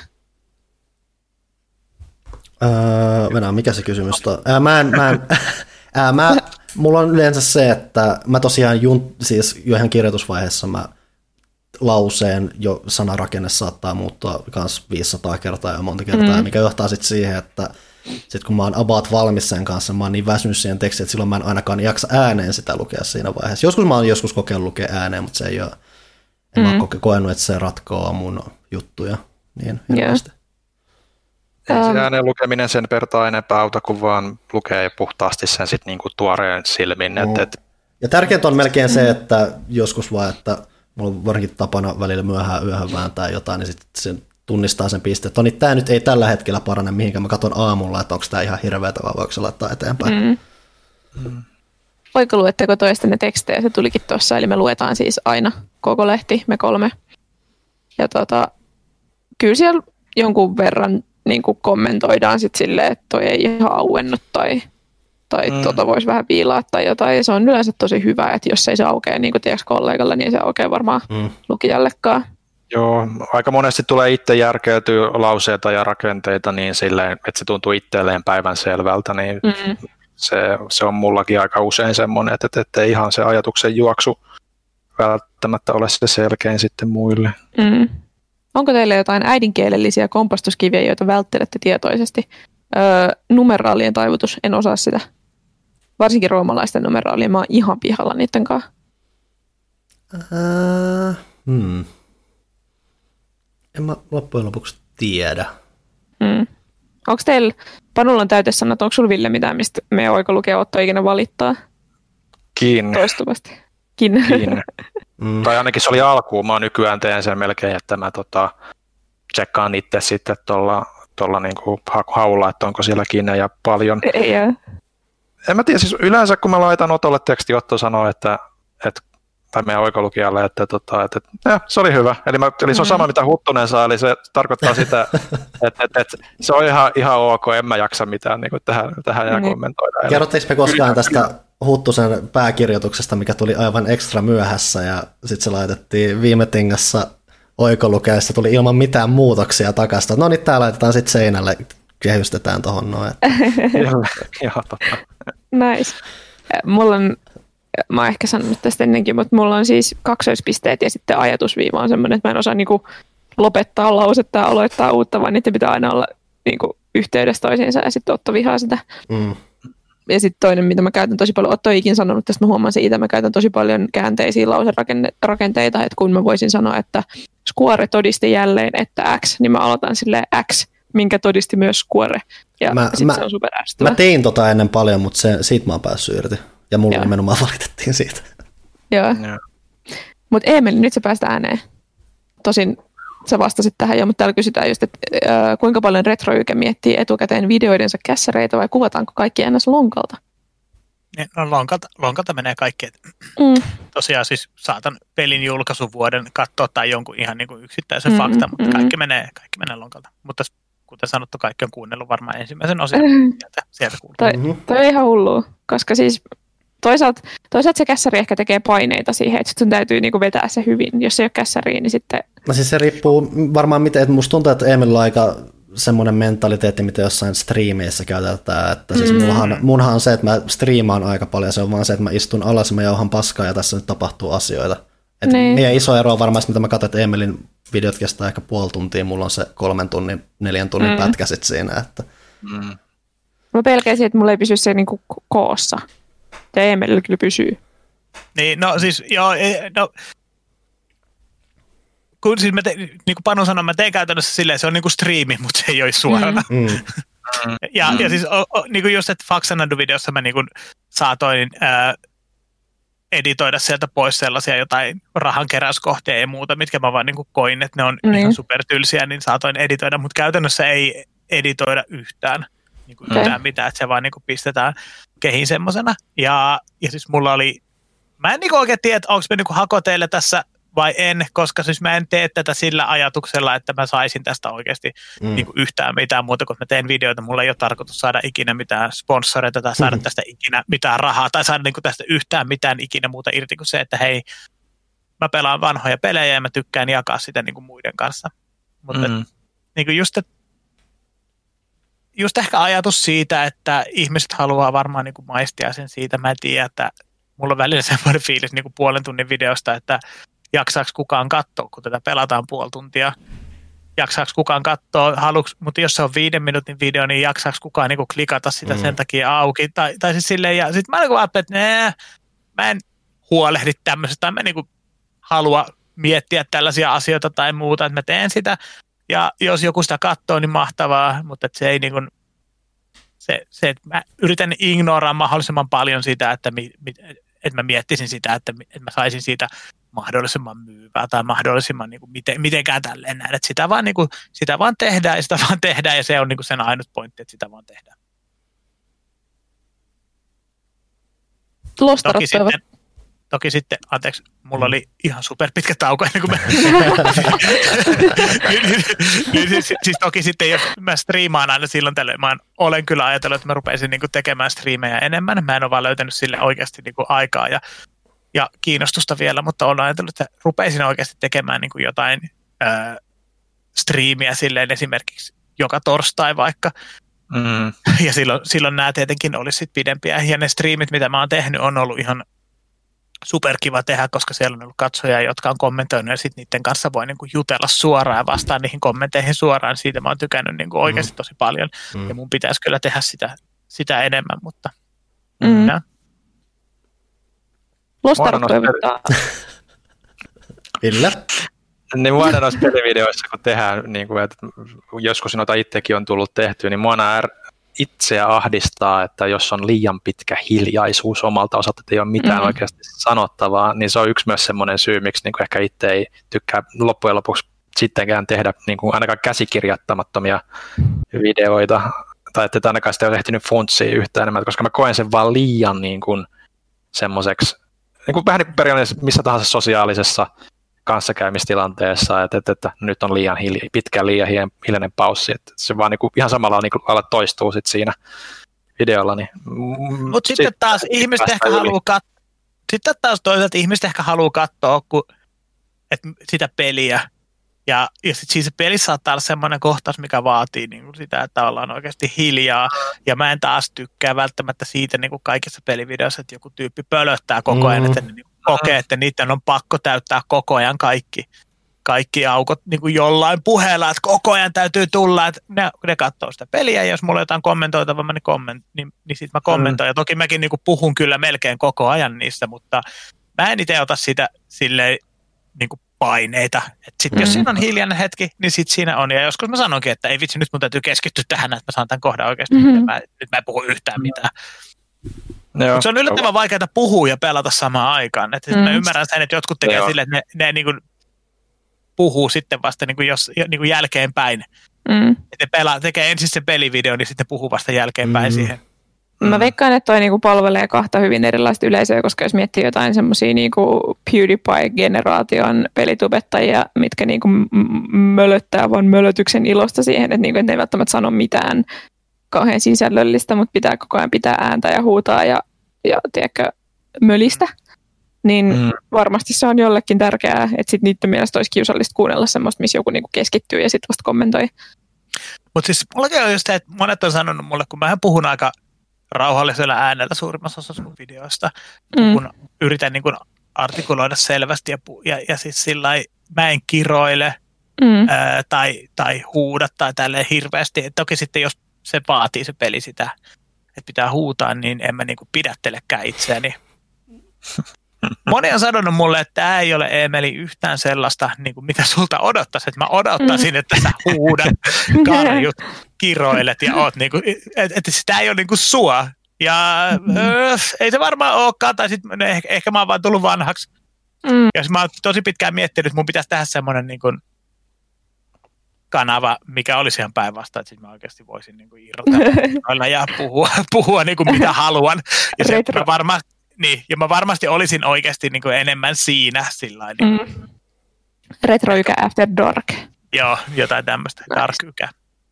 Öö, Venään, mikä se kysymys on? Ää, mä en, mä en, ää, mä, mulla on yleensä se, että mä tosiaan jun, siis jo ihan kirjoitusvaiheessa mä lauseen jo sanarakenne saattaa muuttua kans viisisataa kertaa ja monta kertaa, mm. mikä johtaa sitten siihen, että sit kun mä oon about valmis sen kanssa, mä oon niin väsynyt siihen tekstiin, että silloin mä en ainakaan jaksa ääneen sitä lukea siinä vaiheessa. Joskus mä oon joskus kokeillut lukea ääneen, mutta se ei ole, en mm. mä ole kokenut, että se ratkoo mun juttuja niin hirveästi. Yeah. Ei se ääneen lukeminen sen vertaa enempää auta, kuin vaan lukee puhtaasti sen sit niinku tuoreen silmin. Mm. Et, et... Ja tärkeintä on melkein se, että joskus vaan, että mulla on varsinkin tapana välillä myöhään yöhön vääntää jotain, niin sitten se tunnistaa sen pisteen, että niin, tämä nyt ei tällä hetkellä parane mihinkään. Mä katson aamulla, että onko tämä ihan hirveätä vai voiko se laittaa eteenpäin. Mm. Mm. Voiko luetteko toistenne tekstejä? Se tulikin tuossa, eli me luetaan siis aina koko lehti, me kolme. Ja tota, kyllä siellä jonkun verran niin kuin kommentoidaan sitten silleen, että toi ei ihan auennut tai, tai mm. tota voisi vähän piilaa tai jotain. Ja se on yleensä tosi hyvä, että jos ei se aukea niin kuin tiedätkö kollegalle, niin se aukeaa varmaan mm. lukijallekaan. Joo, aika monesti tulee itse järkeytyä lauseita ja rakenteita niin silleen, että se tuntuu itselleen päivänselvältä, niin mm. se, se on mullakin aika usein semmoinen, että, että ei ihan se ajatuksen juoksu välttämättä ole se selkein sitten muille. Mm. Onko teillä jotain äidinkielellisiä kompastuskiviä, joita välttelette tietoisesti? Öö, numeraalien taivutus, en osaa sitä. Varsinkin roomalaisten numeraalien, mä oon ihan pihalla niiden kanssa. Uh, hmm. En mä loppujen lopuksi tiedä. Hmm. Onko teillä, Panulla on täytesanat, onko sulla Ville mitään, mistä me oikolukija Otto ikinä valittaa? Kiinni. Toistuvasti. Kiinni. Kiinni. Mm. Tai ainakin se oli alkuun. Mä nykyään teen sen melkein, että mä tota, tsekkaan itse sitten tuolla, tuolla niinku haulla, että onko siellä kiinni ja paljon. Yeah. En mä tiedä, siis yleensä kun mä laitan Otolle teksti, Otto sanoo, että, että tai meidän oikolukijalle, että, että, että, että ja, se oli hyvä. Eli, mä, eli se on sama, mitä Huttunen saa, eli se tarkoittaa sitä, että, että, että se on ihan, ihan ok, en mä jaksa mitään niin tähän, tähän jää kommentoida. Kerrotteko me koskaan tästä Huttusen pääkirjoituksesta, mikä tuli aivan ekstra myöhässä, ja sitten se laitettiin viime tingassa oikolukeessa, tuli ilman mitään muutoksia takaisin. No niin, tää laitetaan sitten seinälle, kehystetään tuohon noin. Joo, totta. Nice. Mulla on, mä oon ehkä sanonut tästä ennenkin, mutta mulla on siis kaksoispisteet ja sitten ajatusviiva on semmoinen, että mä en osaa niinku lopettaa lausetta ja aloittaa uutta, vaan niiden pitää aina olla niinku yhteydessä toisiinsa ja sitten Otto vihaa sitä. Mm. Ja sitten toinen, mitä mä käytän tosi paljon, Otto ei ikin sanonut tästä, mä huomaan siitä, mä käytän tosi paljon käänteisiä lauserakenteita, että kun mä voisin sanoa, että Square todisti jälleen, että X, niin mä aloitan silleen X, minkä todisti myös Square. Ja sitten se on superärsyttävä. Mä tein tota ennen paljon, mutta se, siitä mä oon päässyt irti. Ja mulla nimenomaan valitettiin siitä. Joo. Joo. Mutta Eemeli, nyt sä päästä ääneen. Tosin sä vastasit tähän jo, mutta täällä kysytään just, että äh, kuinka paljon retroyke miettii etukäteen videoidensa kässäreitä vai kuvataanko kaikki ennäs lonkalta? No lonkalta, lonkalta menee kaikki. Mm. Tosiaan siis saatan pelin julkaisuvuoden katsoa tai jonkun ihan niin kuin yksittäisen mm-hmm, faktan, mutta mm-hmm. kaikki, menee, kaikki menee lonkalta. Mutta kuten sanottu, kaikki on kuunnellut varmaan ensimmäisen osan sieltä, sieltä kuuluu. Toi, toi on ihan hullua, koska siis toisaalta, toisaalta se kässäri ehkä tekee paineita siihen, että sun täytyy niinku vetää se hyvin. Jos ei ole kässäriä, niin sitten... No siis se riippuu varmaan miten, että musta tuntuu, että Emilillä on aika semmoinen mentaliteetti, mitä jossain striimeissä käytetään, että siis mm. munhan, munhan on se, että mä striimaan aika paljon, se on vaan se, että mä istun alas ja mä jauhan paskaa ja tässä nyt tapahtuu asioita. Että niin iso ero on varmaan, mitä mä katson, että Emilin videot kestää ehkä puoli tuntia, mulla on se kolmen tunnin, neljän tunnin mm. pätkä sit siinä. Että. Mm. Mä pelkäsin, että mulla ei pysy se niinku koossa. Ja Eemelillä kyllä pysyy. Niin, no siis, joo, no, kun siis mä te, niin kuin Panu sanoi, mä teen käytännössä silleen, se on niin kuin striimi, mutta se ei ole suorana. Mm. Mm. ja, mm. ja siis o, o, niin kuin just, että Faxanadu-videossa mä niin kuin saatoin ää, editoida sieltä pois sellaisia jotain rahankeräyskohtia ja muuta, mitkä mä vaan niin kuin koin, että ne on mm. ihan supertylsiä, niin saatoin editoida, mutta käytännössä ei editoida yhtään. Niin kuin yhtään mitään, että se vaan niin kuin pistetään kehiin semmosena. Ja, ja siis mulla oli, mä en niin kuin oikein tiedä, että onko me niin kuin hakoteille tässä vai en, koska siis mä en tee tätä sillä ajatuksella, että mä saisin tästä oikeasti mm. niin kuin yhtään mitään muuta, kun mä teen videoita. Mulla ei ole tarkoitus saada ikinä mitään sponsoreita tai saada mm. tästä ikinä mitään rahaa tai saada niin kuin tästä yhtään mitään ikinä muuta irti kuin se, että hei, mä pelaan vanhoja pelejä ja mä tykkään jakaa sitä niin kuin muiden kanssa. Mutta mm. niin kuin just, just ehkä ajatus siitä, että ihmiset haluaa varmaan niin kuin maistia sen siitä. Mä en tiedä, että mulla on välillä semmoinen fiilis niin kuin puolen tunnin videosta, että jaksaako kukaan katsoa, kun tätä pelataan puoli tuntia. Jaksaako kukaan katsoa, haluks, mutta jos se on viiden minuutin video, niin jaksaako kukaan niin kuin klikata sitä mm. sen takia auki. Tai, tai siis silleen, ja sitten mä niin ajattelin, että nee, mä en huolehdi tämmöisestä, tai mä niin kuin halua miettiä tällaisia asioita tai muuta, että mä teen sitä. Ja jos joku sitä katsoo, niin mahtavaa, mutta se ei niin kuin, se, se, että mä yritän ignoraa mahdollisimman paljon sitä, että, mi, että mä miettisin sitä, että, että mä saisin siitä mahdollisimman myyvää tai mahdollisimman niin kuin miten, mitenkään tälleen näin, että sitä vaan, niin kuin, sitä vaan tehdään ja sitä vaan tehdään ja se on niin kuin sen ainut pointti, että sitä vaan tehdään. Lostarat toivot. Toki sitten, anteeksi, mulla oli ihan superpitkä tauko ennen kuin mä... siis, siis toki sitten, jos mä striimaan aina silloin tällöin, mä olen kyllä ajatellut, että mä rupeisin niin kuin tekemään striimejä enemmän. Mä en ole vaan löytänyt sille oikeasti niin kuin aikaa ja, ja kiinnostusta vielä, mutta olen ajatellut, että rupeisin oikeasti tekemään niin kuin jotain äh, striimiä silleen esimerkiksi joka torstai vaikka. Mm. Ja silloin, silloin nämä tietenkin olisi sitten pidempiä. Ja ne striimit, mitä mä oon tehnyt, on ollut ihan superkiva tehdä, koska siellä on ollut katsojia, jotka on kommentoinut ja sitten niiden kanssa voi niinku jutella suoraan ja vastaan niihin kommentteihin suoraan. Siitä mä oon tykännyt niinku oikeasti mm. tosi paljon mm. ja mun pitäisi kyllä tehdä sitä, sitä enemmän, mutta mm. Lostarat toivottaa. Ville? Niin mua aina noissa pelivideoissa, kun tehdään, niin kuin, että joskus noita itsekin on tullut tehtyä, niin mua aina itseä ahdistaa, että jos on liian pitkä hiljaisuus omalta osalta, että ei ole mitään mm-hmm. oikeasti sanottavaa, niin se on yksi myös semmoinen syy, miksi niin kuin ehkä itse ei tykkää loppujen lopuksi sittenkään tehdä niin kuin ainakaan käsikirjoittamattomia videoita, tai että ainakaan sitä ei ole ehtinyt funtsia yhtään enemmän, koska mä koen sen vaan liian niin kuin semmoiseksi, niin kuin vähän niin kuin periaatteessa missä tahansa sosiaalisessa kanssakäymistilanteessa, että, että, että nyt on liian hilja, pitkä, liian hiljainen paussi, että se vaan niin kuin, ihan samalla niin kuin ala toistuu sit siinä videolla. Niin, mutta sitten sit taas ihmiset ehkä haluaa katsoa, sitten taas toisaalta ihmiset ehkä haluaa katsoa kun, että sitä peliä, ja, ja sitten siinä se pelissä saattaa olla semmoinen kohtaus, mikä vaatii niin kuin sitä, että ollaan oikeasti hiljaa, ja mä en taas tykkää välttämättä siitä niin kuin kaikissa pelivideoissa, että joku tyyppi pölöttää koko ajan, mm. että ne niin kokee, että niiden on pakko täyttää koko ajan kaikki, kaikki aukot niin kuin jollain puheella, että koko ajan täytyy tulla, että ne, ne katsoo sitä peliä, ja jos mulla on jotain kommentoitavaa, niin, komment, niin, niin sitten mä kommentoin, mm. ja toki mäkin niin kuin puhun kyllä melkein koko ajan niistä, mutta mä en itse ota sitä silleen niin kuin paineita, että sitten mm. jos siinä on hiljainen hetki, niin sitten siinä on, ja joskus mä sanonkin, että ei vitsi, nyt mun täytyy keskittyä tähän, että mä saan tämän kohdan oikeasti, mm-hmm. mä, nyt mä en puhu yhtään mitään. Mutta se on yllättävän vaikeaa puhua ja pelata samaan aikaan. Et mm. Mä ymmärrän sen, että jotkut tekee silleen, että ne, ne niinku puhuu sitten vasta niinku jos, niinku jälkeenpäin. Mm. Että ne pelaa, tekee ensin se pelivideo, niin sitten puhuu vasta jälkeenpäin mm. siihen. Mä veikkaan, että toi niinku palvelee kahta hyvin erilaista yleisöä, koska jos miettii jotain semmosia niinku PewDiePie-generaation pelitubettajia, mitkä niinku m- mölöttää vaan mölötyksen ilosta siihen, että niinku, et ne ei välttämättä sano mitään kauhean sisällöllistä, mutta pitää koko ajan pitää ääntä ja huutaa ja, ja tiedätkö, mölistä, niin mm. varmasti se on jollekin tärkeää, että sit niiden mielestä olisi kiusallista kuunnella semmoista, missä joku niinku keskittyy ja sitten vasta kommentoi. Mutta siis mullakin on just se, että monet on sanonut mulle, kun mä puhun aika rauhallisella äänellä suurimmassa osassa mun videoista, mm. kun yritän niin kun artikuloida selvästi ja, ja, ja siis sillai, mä en kiroile, Mm. ää, tai, tai huuda tai tälleen hirveästi. Et toki sitten jos se vaatii se peli sitä, että pitää huutaa, niin en mä niinku pidättelekään itseäni. Moni on sanonut mulle, että tämä ei ole Eemeli yhtään sellaista, niin kuin mitä sulta odottaisi. Että mä odottaisin, että sä huudat, karjut, kiroilet ja oot niin kuin, että, että sitä ei ole niin kuin sua. Ja öö, ei se varmaan olekaan, tai sitten ehkä, ehkä mä oon vaan tullut vanhaksi. Mm. Ja mä oon tosi pitkään miettinyt, että mun pitäisi tehdä semmoinen niin kuin kanava, mikä olisi ihan päinvastoin, että sitten mä oikeasti voisin niin kuin irrotella ja puhua, puhua niin kuin mitä haluan. Ja se, mä varmaan Niin, ja mä varmasti olisin oikeasti niin kuin enemmän siinä sillä niin. Mm. Retroykä after dark. Joo, jotain tämmöistä, dark-ykä.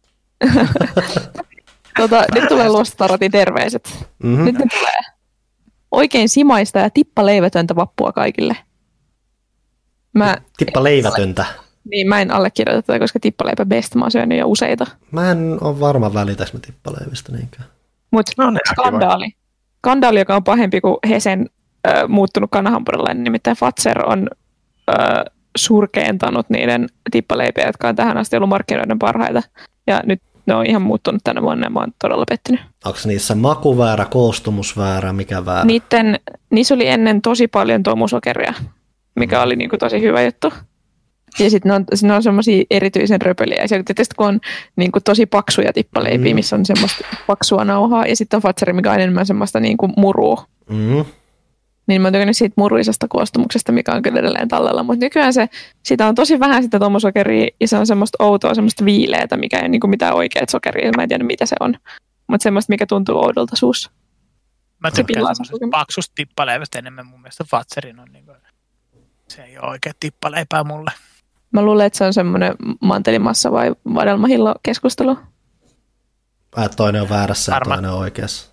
tota, nyt tulee Lostarotin terveiset. Mm-hmm. Nyt ne tulee. Oikein simaista ja tippaleivätöntä vappua kaikille. Mä, Tippaleivätöntä. Niin, mä en allekirjoita tätä, koska tippaleipä best mä oon syönyt jo useita. Mä en ole varma välitäks mä tippaleivistä niinkään. Mut No, ne skandaali. Skandaali, joka on pahempi kuin Hesen äh, muuttunut kanahampurilainen, nimittäin Fazer on äh, surkeentanut niiden tippaleipiä, jotka on tähän asti ollut markkinoiden parhaita. Ja nyt ne on ihan muuttunut tänä vuonna ja mä oon todella pettynyt. Onko niissä maku väärä, koostumus väärä, mikä väärä? Niitten, niissä oli ennen tosi paljon tomusokeria, mikä oli niinku tosi hyvä juttu. Ja sitten ne on, ne on semmoisia erityisen röpöliäisiä. Tietysti kun on niinku tosi paksuja tippaleipiä, mm. missä on semmoista paksua nauhaa, ja sitten on Fazeri, mikä on enemmän semmoista niinku murua. Mm. Niin mä oon tykännyt siitä muruisesta koostumuksesta, mikä on kyllä edelleen tallella. Mutta nykyään se, sitä on tosi vähän sitä tomusokeria, ja se on semmoista outoa, semmoista viileätä, mikä ei ole niinku mitään oikeat sokeria. Mä en tiedä, mitä se on. Mutta semmoista, mikä tuntuu oudolta suussa. Mä tykkään semmoisesta paksusta tippaleivästä enemmän. Mun mielestä Fazerin on niinku, se ei ole oikein tippaleipää mulle. Mä luulen, että se on semmoinen mantelimassa vai vadelmahillo keskustelu. Äh, toinen on väärässä Arma. ja toinen on oikeassa.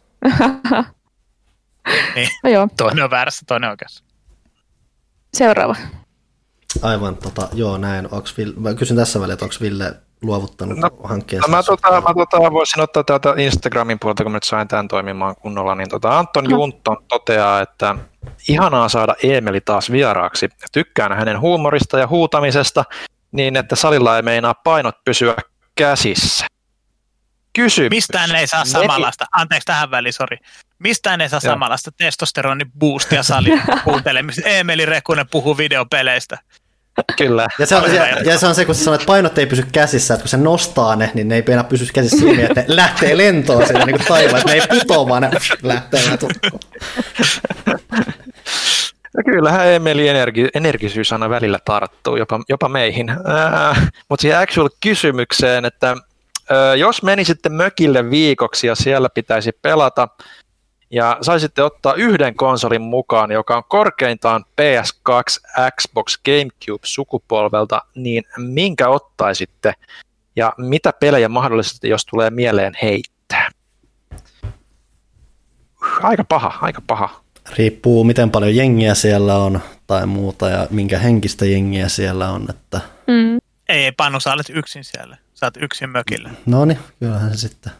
Niin. No joo. Toinen on väärässä, toinen oikeassa. Seuraava. Aivan, tota, joo näin. Onks Ville, mä kysyn tässä väliin, että onko Ville luovuttanut no, hankkeessa? No, mä, tota, mä tota, voisin ottaa täältä Instagramin puolelta, kun mä nyt sain tämän toimimaan kunnolla, niin tota Anton no. Junton toteaa, että ihanaa saada Eemeli taas vieraaksi. Tykkään hänen huumorista ja huutamisesta niin, että salilla ei meinaa painot pysyä käsissä. Kysymys. Mistään ei saa samanlaista, anteeksi tähän väliin, sori. Mistään ei saa Joo. samanlaista testosteroniboostia salin kuuntelemista. Eemeli Rekunen puhuu videopeleistä. Kyllä. Ja se, on, ja, ja se on se, kun sä sanot, että painot ei pysy käsissä, että kun se nostaa ne, niin ne ei enää pysy käsissä siinä, että ne lähtee lentoon siitä niin kuin taivaan, että ne ei putoa, vaan ne lähtee tukkoon. Ja kyllähän Emeli energi, energisyys aina välillä tarttuu, jopa, jopa meihin. Äh, mutta siihen actual kysymykseen, että äh, jos menisitte mökille viikoksi ja siellä pitäisi pelata, ja saisitte ottaa yhden konsolin mukaan, joka on korkeintaan P S kaksi, Xbox, GameCube-sukupolvelta, niin minkä ottaisitte ja mitä pelejä mahdollisesti, jos tulee mieleen heittää? Aika paha, aika paha. Riippuu, miten paljon jengiä siellä on tai muuta ja minkä henkistä jengiä siellä on. Että... Mm. Ei, ei, Panu, sä olet yksin siellä. Sä olet yksin mökillä. No niin, kyllähän se sitten...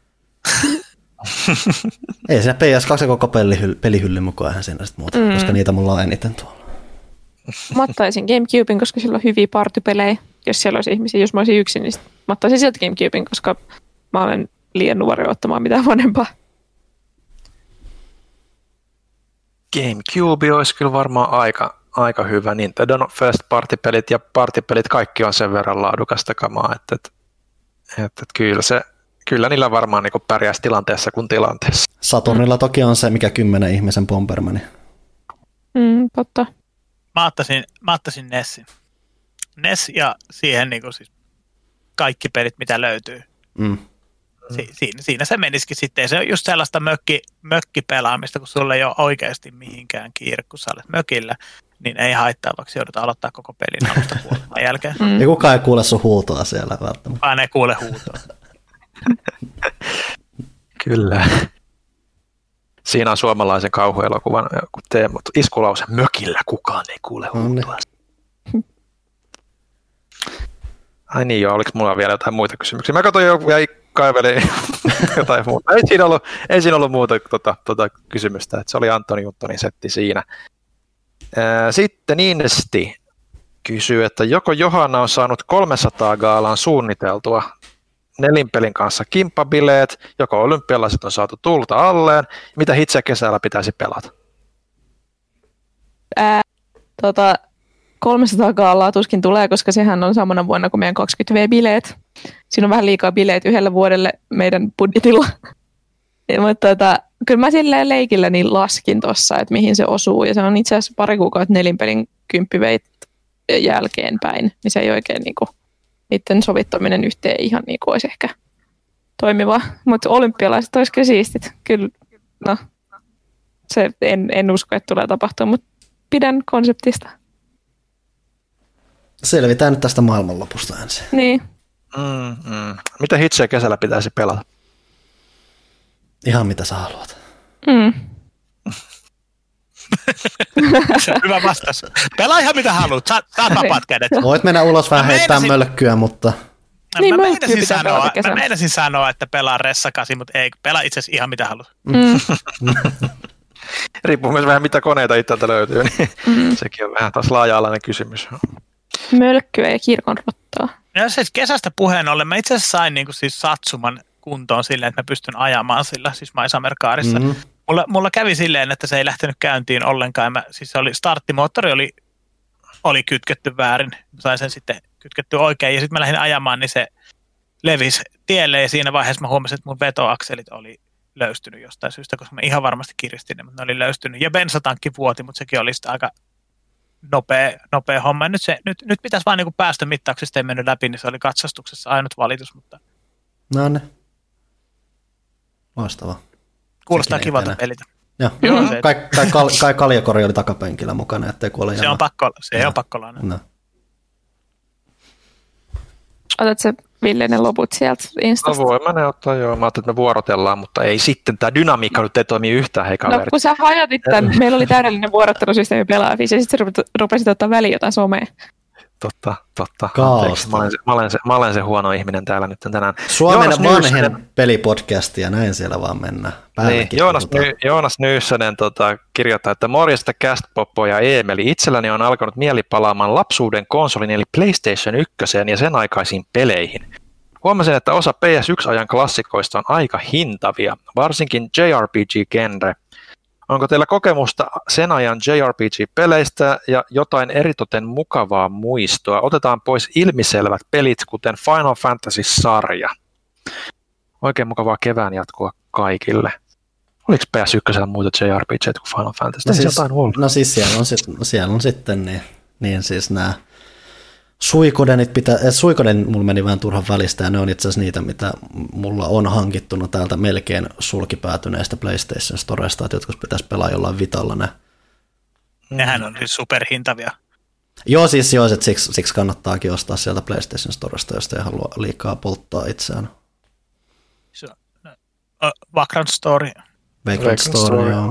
Ei siinä P S kaksi koko pelihylly mukaan eihän siinä sitten muuta, mm. koska niitä mulla on eniten tuolla. Mä ottaisin GameCuben, koska sillä on hyviä partypelejä. Jos siellä olisi ihmisiä, jos mä olisin yksin, niin mä ottaisin sieltä GameCuben, koska mä olen liian nuori ottamaan mitään vanhempaa. GameCube olisi kyllä varmaan aika, aika hyvä. Nintendo First Party-pelit ja partypelit kaikki on sen verran laadukasta kamaa, että, että, että, että kyllä se Kyllä niillä varmaan niin pärjäisi tilanteessa kuin tilanteessa. Saturnilla toki on se, mikä kymmenen ihmisen Bombermani. Mm, totta. Mä ottaisin, mä ottaisin Nessin. Ness ja siihen niin siis kaikki pelit, mitä löytyy. Mm. Si- siinä, siinä se menisikin sitten. Se on just sellaista mökki, mökkipelaamista, kun sulla ei ole oikeasti mihinkään kiire, kun sä olet mökillä, niin ei haittaa, vaikka joudutaan aloittaa koko pelin alusta puolella jälkeen. Mm. Ja kukaan ei kuule sun huutoa siellä välttämättä. Vaan ei kuule huutoa. Kyllä. Siinä on suomalaisen kauhuelokuvan teema, iskulause, mökillä kukaan ei kuule huutoa. Ai niin joo, oliko mulla vielä jotain muita kysymyksiä? Mä katsoin jo, jäi kaivelemaan jotain muuta. Ei siinä ollut, ei siinä ollut muuta tota, tota kysymystä, että se oli Antoni Juntonin setti siinä. Sitten Insti kysyy, että joko Johanna on saanut kolmesataa gaalaan suunniteltua nelinpelin kanssa kimppabileet, joko olympialaiset on saatu tulta alleen, mitä hitseä kesällä pitäisi pelata? Ää, tota, kolmesataa gaalaa tuskin tulee, koska sehän on samana vuonna kuin meidän kaksikymmentä V-bileet. Siinä on vähän liikaa bileet yhdelle vuodelle meidän budjetilla. Ja, mutta tota, kyllä mä silleen leikillä niin laskin tuossa, että mihin se osuu. Ja se on itse asiassa pari kuukautta nelinpelin kymppiveit jälkeenpäin. Niin se ei oikein niinku, niiden sovittaminen yhteen ihan niin kuin olisi ehkä toimiva. Mutta olympialaiset olisi kyllä siistit. Kyllä, no, se en, en usko, että tulee tapahtua, mutta pidän konseptista. Selvitään nyt tästä maailmanlopusta ensin. Niin. Mm, mm. Mitä hitseä kesällä pitäisi pelata? Ihan mitä sä haluat. Mm. Se on hyvä vastaus. Pelaa ihan mitä haluat. Saat, saat vapaat kädet. Voit mennä ulos vähän heittää mölkkyä, mutta... Niin, mä, mölkkyä meinasin pitää sanoa, pelata mä meinasin sanoa, että pelaa ressakasi, mutta ei, pelaa itse asiassa ihan mitä haluat. Mm. Riippuu myös vähän mitä koneita itseltä löytyy, niin mm. sekin on vähän taas laaja-alainen kysymys. Mölkkyä ja kirkon rottaa. Ja siis kesästä puheen ollen, mä itse asiassa sain niinku siis satsuman kuntoon silleen, että mä pystyn ajamaan sillä, siis Maisamerkaarissa. Mm-hmm. Mulla, mulla kävi silleen, että se ei lähtenyt käyntiin ollenkaan. Mä, siis se oli, starttimoottori oli, oli kytketty väärin. Mä sain sen sitten kytketty oikein ja sitten mä lähdin ajamaan, niin se levisi tielle ja siinä vaiheessa mä huomasin, että mun vetoakselit oli löystynyt jostain syystä, koska mä ihan varmasti kiristin ne, mutta ne oli löystynyt. Ja bensatankki vuoti, mutta sekin oli sitten aika nopea, nopea homma. Ja nyt, se, nyt, nyt pitäisi vaan niin päästömittauksesta ei mennyt läpi, niin se oli katsastuksessa ainut valitus. Mutta... No ne. Loistavaa. Kuulostaa kivalta pelitä. Joo, Joo mm-hmm. kai, kai, kal, kai kaljakori oli takapenkillä mukana, ettei kuole Se on pakko, se on pakkolainen. No. Otat sä Ville ne loput sieltä Instasta? No voi mä ne ottaa, joo. Mä ajattelin, että me vuorotellaan, mutta ei sitten. Tämä dynamiikka nyt ei toimi yhtään, hei kaverit. No kun sä hajotit tämän, meillä oli täydellinen vuorottelusysteemi pelaavissa ja sitten sä rupesit ottaa väliin jotain somea. Totta, totta. Kaosta. Mä olen, se, mä, olen se, mä olen se huono ihminen täällä nyt tänään. Suomen vanhin pelipodcast ja näin siellä vaan mennään. Niin, Joonas, Ny, Joonas Nyyssönen tota, kirjoittaa, että morjesta Cast-Poppo ja Eemeli. Itselläni on alkanut mieli palaamaan lapsuuden konsolin eli PlayStation yksi ja sen aikaisiin peleihin. Huomasin, että osa P S yksi-ajan klassikoista on aika hintavia, varsinkin J R P G-genre. Onko teillä kokemusta sen ajan J R P G-peleistä ja jotain eritoten mukavaa muistoa? Otetaan pois ilmiselvät pelit, kuten Final Fantasy-sarja. Oikein mukavaa kevään jatkoa kaikille. Oliko P S yksi muuta J R P G kuin Final Fantasy? No siis, no siis siellä on, sit, siellä on sitten niin, niin siis nämä Suikodenit pitää, eh, Suikoden mulla meni vähän turhan välistä ja ne on itse asiassa niitä, mitä mulla on hankittuna täältä melkein sulkipäätyneistä PlayStation Storesta, että jotkut pitäisi pelaa jollain Vitalla ne. Nehän on siis superhintavia. Joo, siis joo, että siksi, siksi kannattaakin ostaa sieltä PlayStation Storesta, jos ei halua liikaa polttaa itseään. Se on uh, Vagrant Story. Vagrant Story, joo.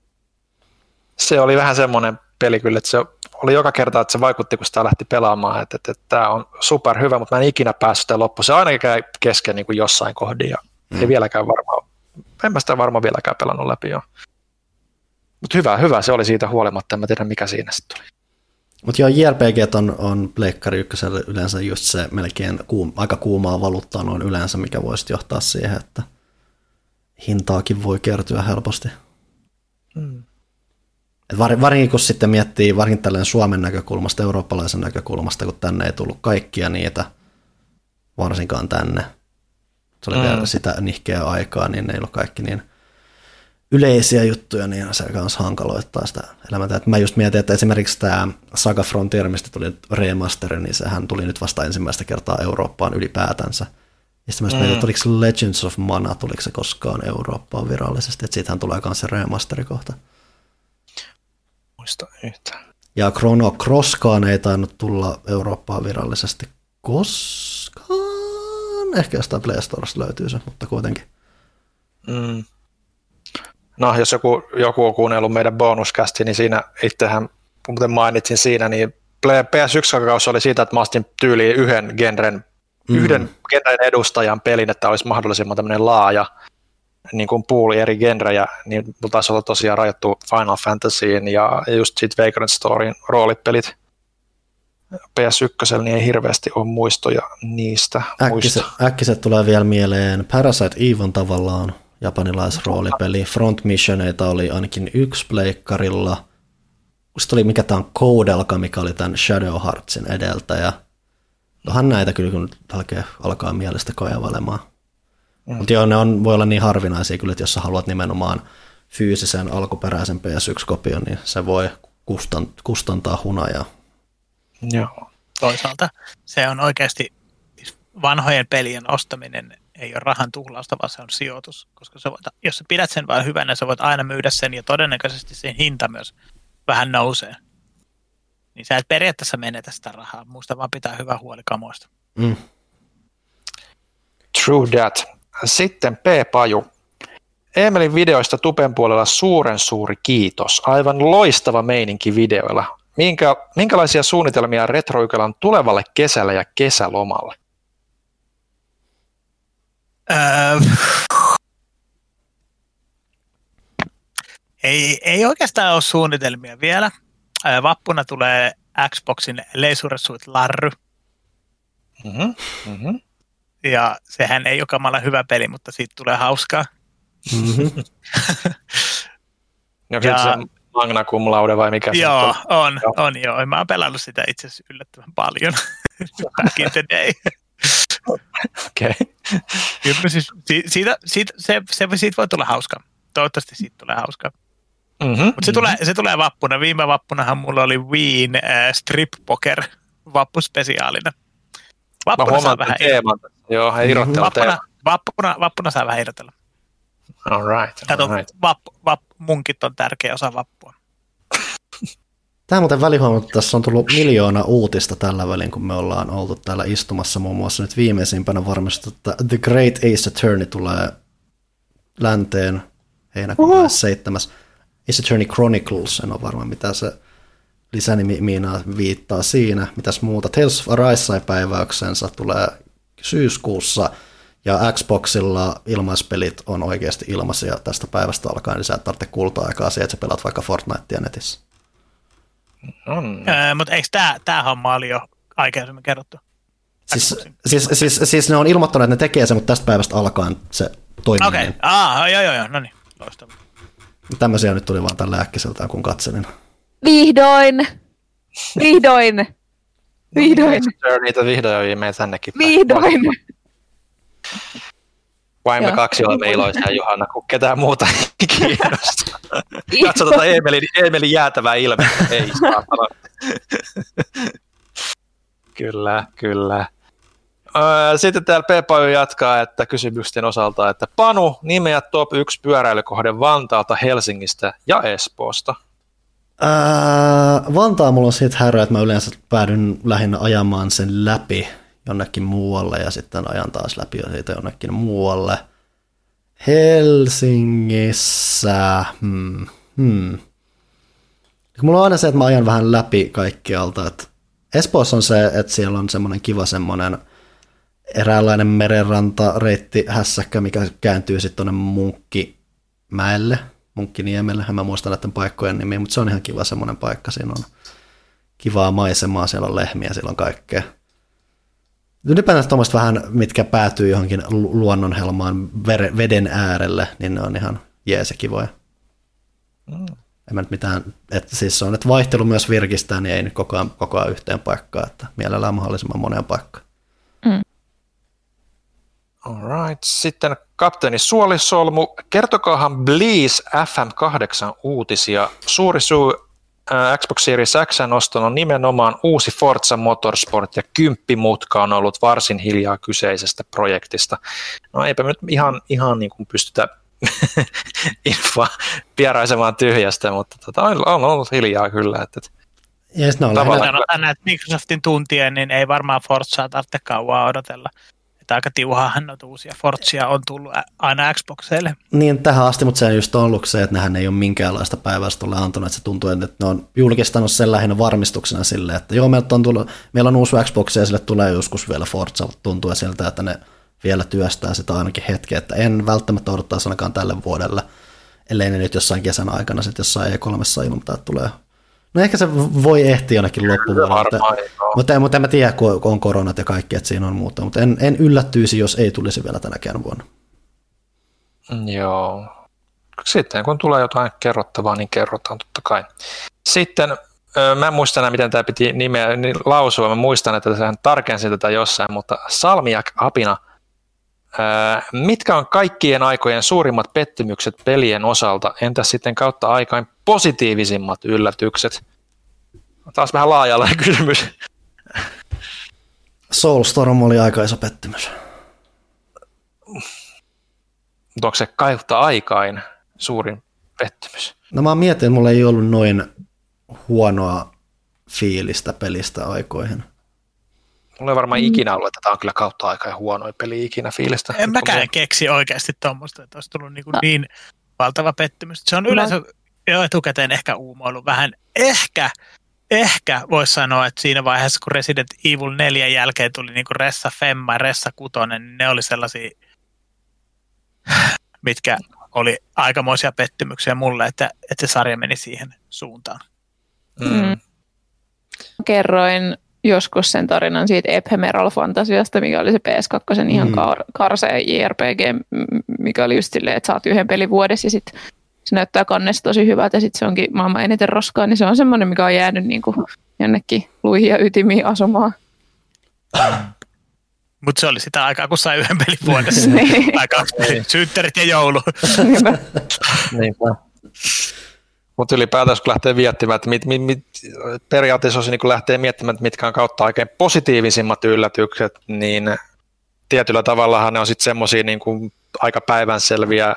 Se oli vähän semmoinen peli kyllä, että se oli joka kerta, että se vaikutti, kun sitä lähti pelaamaan, että, että, että tämä on superhyvä, mutta mä en ikinä päässyt sitä loppuun. Se ainakin käy kesken niin kuin jossain kohdin ja mm. ei vieläkään varmaan, en mä sitä varmaan vieläkään pelannut läpi jo. Mutta hyvä, hyvä se oli siitä huolimatta, en mä tiedä mikä siinä sitten tuli. Mutta joo, J R P G on, on Pleikkari ykkösellä yleensä just se melkein kuum, aika kuumaa valuuttaa noin yleensä, mikä voisi johtaa siihen, että hintaakin voi kertyä helposti. Mm. Var, varsinkin kun sitten miettii, varsinkin tällainen Suomen näkökulmasta, eurooppalaisen näkökulmasta, kun tänne ei tullut kaikkia niitä, varsinkaan tänne. Se oli mm. vielä sitä nihkeää aikaa, niin ne ei ollut kaikki niin yleisiä juttuja, niin se kanssa hankaloittaa sitä elämää. Mä just mietin, että esimerkiksi tämä Saga Frontier, mistä tuli remasteri, niin sehän tuli nyt vasta ensimmäistä kertaa Eurooppaan ylipäätänsä. Ja sitten myös mm. mietin, että oliko Legends of Mana, tuliko se koskaan Eurooppaan virallisesti, että siitähän tulee myös se remasteri kohta. Muista yhtään. Ja Chrono Crosskaan ei tainnut tulla Eurooppaan virallisesti koskaan. Ehkä jostain Play Storesta löytyy se, mutta kuitenkin. Mm. No, jos joku, joku on kuunnellut meidän bonuskästi, niin siinä itsehän, kuten mainitsin siinä, niin P S yksi-kausi oli siitä, että mä astin tyyliin yhden genren, mm. yhden genren edustajan pelin, että olisi mahdollisimman tämmöinen laaja niin kuin pooli eri genrejä, niin mulla taisi olla tosiaan rajattu Final Fantasyin ja just sitten Vagrant Storyn roolipelit. P S yksi, niin ei hirveästi ole muistoja niistä. Äkkiset, äkkiset tulee vielä mieleen Parasite Eve on tavallaan japanilaisroolipeli. Front Missioneita oli ainakin yksi pleikkarilla. Sitten oli mikä tämä on Koudelka, mikä oli tämän Shadow Heartsin edeltäjä. Onhan näitä kyllä, kun alkaa, alkaa mielestä kaivalemaan. Mm. Mutta joo, ne on, voi olla niin harvinaisia kyllä, että jos sä haluat nimenomaan fyysisen alkuperäisen P S yksi-kopion, niin se voi kustan, kustantaa hunajaa. Joo. Toisaalta se on oikeasti, vanhojen pelien ostaminen ei ole rahan tuhlausta, vaan se on sijoitus. Koska sä voit, jos sä pidät sen vain hyvänä, sä voit aina myydä sen ja todennäköisesti sen hinta myös vähän nousee. Niin sä et periaatteessa menetä sitä rahaa. Muista vaan pitää hyvä huoli kamoista. Mm. True that. Sitten P-Paju. Eemelin videoista Tupen puolella suuren suuri kiitos. Aivan loistava meininki videoilla. Minkä, minkälaisia suunnitelmia Retroykelan tulevalle kesällä ja kesälomalle? Öö, ei, ei oikeastaan ole suunnitelmia vielä. Öö, vappuna tulee Xboxin Leisuresuit Larry. Mm-hmm. Mm-hmm. Ja sehän ei ole kamala hyvä peli, mutta siitä tulee hauskaa. Mm-hmm. ja, ja Magna Cum Laude vai mikä joo, se on? Joo, on joo. Mä oon pelannut sitä itse asiassa yllättävän paljon. Back in the day. Okei. Okay. Siis, siitä, siitä, se, se, siitä voi tulla hauskaa. Toivottavasti siitä tulee hauskaa. Mm-hmm. Mutta se, mm-hmm. tulee, se tulee vappuna. Viime vappunahan mulla oli Wiiin äh, Strip Poker vappuspesiaalina. Vappuna saa vähän irrotella. Joo, ei irrotella vappuna, vappuna, vappuna saa vähän irrotella. All right, all Kato, right. Vappu, vappu, munkit on tärkeä osa vappua. Tämä muuten välihuomioon, että tässä on tullut miljoona uutista tällä välin, kun me ollaan oltu täällä istumassa. Muun muassa nyt viimeisimpänä varmasti, että The Great Ace Attorney tulee länteen heinäkuun seitsemäs. Ace Attorney Chronicles, en ole varma mitä se lisänimi Miina viittaa siinä. Mitäs muuta? Tales of Arise sai päiväyksensa, tulee syyskuussa. Ja Xboxilla ilmaispelit on oikeasti ilmaisia tästä päivästä alkaen, niin sä et tarvitse kulta-aikaa siihen, että sä pelaat vaikka Fortnitea netissä. Mm. Öö, mutta eikö tämä tää homma oli jo aikaisemmin kerrottu? Siis, siis, siis, siis ne on ilmoittanut, että ne tekee sen, mutta tästä päivästä alkaen se toimii. Okei, okay. ah, joo joo joo, no niin, loistavaa. Tämmöisiä nyt tuli vaan tällä äkkiseltään, kun katselin. Vihdoin! Vihdoin! Vihdoin! Niitä vihdoin ja viimein tännekin. Vihdoin! Vain me kaksi olemme iloisia, Johanna, kun ketään muuta ei kiinnosta. Katso tuota Eemelin, Eemelin jäätävää ilmettä. Ei saatana. Kyllä, kyllä. Sitten täällä P-Paju jatkaa, että kysymysten osalta, että Panu, nimeä top yksi pyöräilykohde Vantaalta, Helsingistä ja Espoosta. Ää, Vantaa mulla on siitä härö, että mä yleensä päädyn lähinnä ajamaan sen läpi jonnekin muualle ja sitten ajan taas läpi siitä jonnekin muualle. Helsingissä, hmm, hmm. Mulla on aina se, että mä ajan vähän läpi kaikkialta. Että Espoossa on se, että siellä on semmoinen kiva semmoinen eräänlainen merenrantareitti hässäkkä, mikä kääntyy sitten tuonne Munkkimäelle, Munkkiniemelle. En mä muista näiden paikkojen nimiä, mutta se on ihan kiva semmoinen paikka. Siinä on kivaa maisemaa, siellä on lehmiä, siellä on kaikkea. Ylipäätään tuommoista vähän, mitkä päätyy johonkin luonnonhelmaan veden äärelle, niin ne on ihan jees ja kivoja. Mm. En mä nyt mitään, että siis se on, että vaihtelu myös virkistää, niin ei nyt koko ajan, koko ajan yhteen paikkaan, että mielellään mahdollisimman moneen paikkaan. Mm. All right. Sitten kapteeni Suolisolmu, kertokaahan Bleeze F M kahdeksan uutisia. Suuri syy Xbox Series X:n oston on nimenomaan uusi Forza Motorsport ja kymppimutka on ollut varsin hiljaa kyseisestä projektista. No eipä nyt ihan, ihan niin kuin pystytä infoa pieraisemaan tyhjästä, mutta tota, on, on ollut hiljaa kyllä. Että, ja no, sanotaan, että Microsoftin tuntien, niin ei varmaan Forzaa tarvitse kauan odotella. Että aika tiuhaahan noita uusia Forzia on tullut aina Xboxeille. Niin tähän asti, mutta se on just ollut se, että nehän ei ole minkäänlaista päivästä ole antanut, että se tuntuu, että ne on julkistanut sen lähinnä varmistuksena silleen, että joo, meillä on, tullut, meillä on uusi Xbox ja sille tulee joskus vielä Forza, mutta tuntuu siltä, että ne vielä työstää sitä ainakin hetken, että en välttämättä odottaa ainakaan tälle vuodelle, ellei ne nyt jossain kesän aikana sitten jossain E kolme ilmoittaa, että tulee No ehkä se voi ehtiä jonnekin loppuvuonna, mutta, mutta, mutta en mä tiedä, kun on koronat ja kaikki, että siinä on muuta. Mutta en, en yllättyisi, jos ei tulisi vielä tänäkään vuonna. Joo. Sitten kun tulee jotain kerrottavaa, niin kerrotaan totta kai. Sitten, mä en muista enää, miten tämä piti nimeä niin lausua. Mä muistan, että sehän tarkensin tätä jossain, mutta Salmiak Apina. Mitkä on kaikkien aikojen suurimmat pettymykset pelien osalta? Entäs sitten kautta aikain positiivisimmat yllätykset? Taas vähän laaja kysymys. Soulstorm oli aika iso pettymys. Mutta onko se kautta aikain suurin pettymys? No mä mietin, että mulla ei ollut noin huonoa fiilistä pelistä aikoihin. Mulla ei varmaan mm. ikinä ollut, että tämä on kyllä kautta aikain huonoin peli ikinä fiilistä. En mäkään mun... keksi oikeasti tuommoista, että olisi tullut niin, no. niin valtava pettymys. Se on yleensä no. jo etukäteen ehkä uumoillut vähän. Ehkä, ehkä voisi sanoa, että siinä vaiheessa, kun Resident Evil neljä jälkeen tuli niin kuin Ressa Femma ja Ressa Kutonen, niin ne oli sellaisia, mitkä oli aikamoisia pettymyksiä mulle, että, että se sarja meni siihen suuntaan. Mm. Kerroin joskus sen tarinan siitä Ephemeral-fantasiasta, mikä oli se P S kaksi ihan mm. kar- karsea J R P G, mikä oli just silleen, että saat yhden pelin vuodessa ja sitten se näyttää kannessa tosi hyvältä ja sitten se onkin maailman eniten roskaa, niin se on semmoinen, mikä on jäänyt niin kuin jonnekin luihin ja ytimiin asumaan. Mutta se oli sitä aikaa, kun sai yhden pelin vuodessa. Tai kaksi pelin, synttärit ja joulu. Niinpä. Mutta ylipäätään, kun lähtee miettimään, että mit, mit, mit, periaatteessa olisi niin lähtee miettimään, että mitkä on kautta oikein positiivisimmat yllätykset, niin tietyllä tavallahan ne on sitten semmoisia niin kuin aika päivänselviä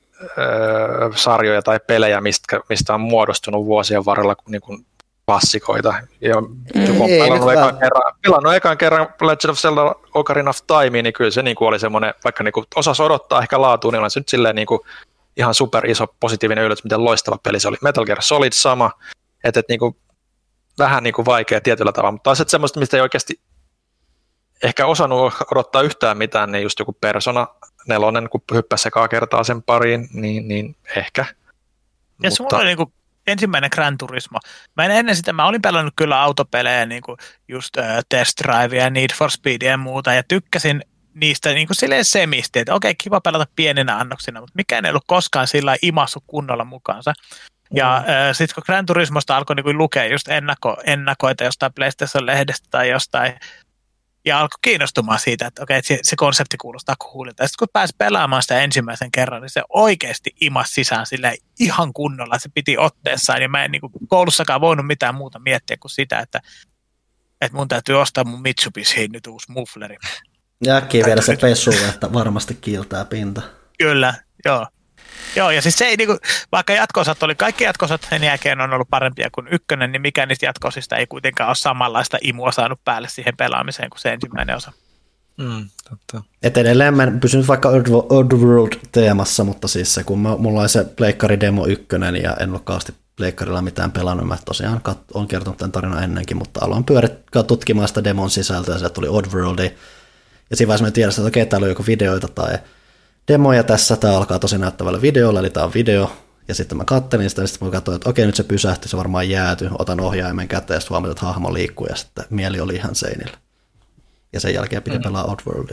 öö, sarjoja tai pelejä, mistä, mistä on muodostunut vuosien varrella kuin, niin kuin klassikoita. Ja kun on pelannut ekan kerran, pelannut ekan kerran Legend of Zelda Ocarina of Time, niin kyllä se niin kuin oli semmoinen, vaikka niin kuin osasi odottaa ehkä laatuun, niin on se nyt silleen niin kuin ihan super iso positiivinen yllätys, miten loistava peli se oli. Metal Gear Solid sama, että et niinku, vähän niinku vaikea tietyllä tavalla, mutta taas semmoista, mistä ei oikeasti ehkä osannut odottaa yhtään mitään, niin just joku Persona nelonen, kun hyppäsi ekaa kertaa sen pariin, niin, niin ehkä. Ja mutta... mulla oli niinku ensimmäinen Gran Turismo. Mä en ennen sitä, mä olin pelannut kyllä autopelejä, niinku just uh, Test Drivea, Need for Speedia ja muuta, ja tykkäsin niistä niin kuin silleen semisti, että okei, kiva pelata pieninä annoksina, mutta mikään ei ollut koskaan sillä imassu kunnolla mukaansa. Ja mm. äh, sitten kun Gran Turismosta alkoi niin kuin lukea just ennako, ennakoita jostain PlayStation-lehdestä tai jostain, ja alkoi kiinnostumaan siitä, että okei, se, se konsepti kuulostaa coolilta. Ja sitten kun pääsi pelaamaan sitä ensimmäisen kerran, niin se oikeasti imasi sisään silleen ihan kunnolla, se piti otteessaan, ja mä en niin kuin koulussakaan voinut mitään muuta miettiä kuin sitä, että, että mun täytyy ostaa mun Mitsubishiin nyt uusi muffleri. Ja äkkiä vielä se pesu, että varmasti kiiltää pinta. Kyllä, joo. Joo, ja siis se ei niinku, vaikka jatko-osat oli, kaikki jatko-osat sen jälkeen on ollut parempia kuin ykkönen, niin mikään niistä jatko-osista ei kuitenkaan ole samanlaista imua saanut päälle siihen pelaamiseen kuin se ensimmäinen osa. Mm, totta. Et edelleen mä en pysynyt vaikka Oddworld-teemassa, mutta siis se, kun mä, mulla oli se Pleikkari Demo ykkönen ja en ole kauheasti Pleikkarilla mitään pelannut, mä tosiaan kat, olen kertonut tämän tarinan ennenkin, mutta aloin pyörittää tutkimaan sitä demon sisältöä ja sieltä tuli Oddworldi. Ja siinä vaiheessa me tiedän, että okei, täällä on joko videoita tai demoja tässä, tämä alkaa tosi näyttävällä videolla, eli tämä on video, ja sitten mä kattelin sitä, ja sitten mä katsoin, että okei, nyt se pysähtyi, se varmaan jääty, otan ohjaimen käteen, ja sitten huomasin, että hahmo liikkuu, ja sitten mieli oli ihan seinillä. Ja sen jälkeen piti mm. pelaa Oddworldia.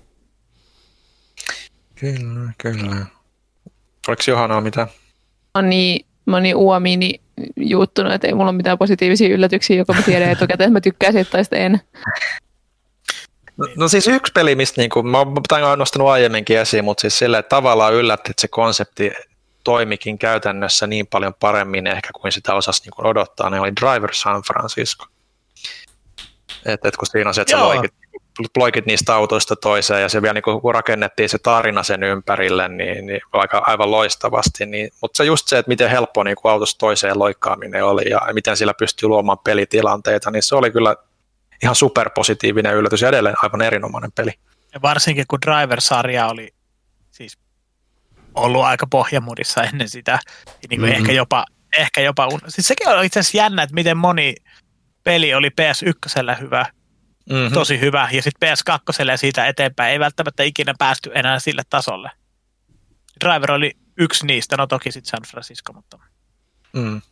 Kyllä, kyllä. Oliko Johanna mitään? Mä oon niin, mä oon niin uomiini juuttunut, että ei mulla ole mitään positiivisia yllätyksiä, joko mä tiedän etukäteen, että mä tykkäisin, tai sitten en. No, no siis yksi peli, mistä niin kuin, mä oon nostanut aiemminkin esiin, mutta siis silleen tavallaan yllätti, että se konsepti toimikin käytännössä niin paljon paremmin ehkä kuin sitä osasi niin kuin odottaa, ne oli Driver San Francisco. Et, et kun siinä on se, että sä loikit, loikit niistä autoista toiseen ja se vielä niin kuin rakennettiin se tarina sen ympärille, niin, niin aika, aivan loistavasti. Niin, mutta se just se, että miten helppo niin kuin autosta toiseen loikkaaminen oli ja miten sillä pystyy luomaan pelitilanteita, niin se oli kyllä ihan superpositiivinen yllätys ja edelleen aivan erinomainen peli. Ja varsinkin kun Driver-sarja oli siis ollut aika pohjamudissa ennen sitä, niin kuin mm-hmm. ehkä jopa, ehkä jopa un... siis sekin on itse asiassa jännä, että miten moni peli oli P S yksi hyvä, mm-hmm. tosi hyvä, ja sitten P S kaksi ja siitä eteenpäin ei välttämättä ikinä päästy enää sille tasolle. Driver oli yksi niistä, no toki sitten San Francisco, mutta... Mm.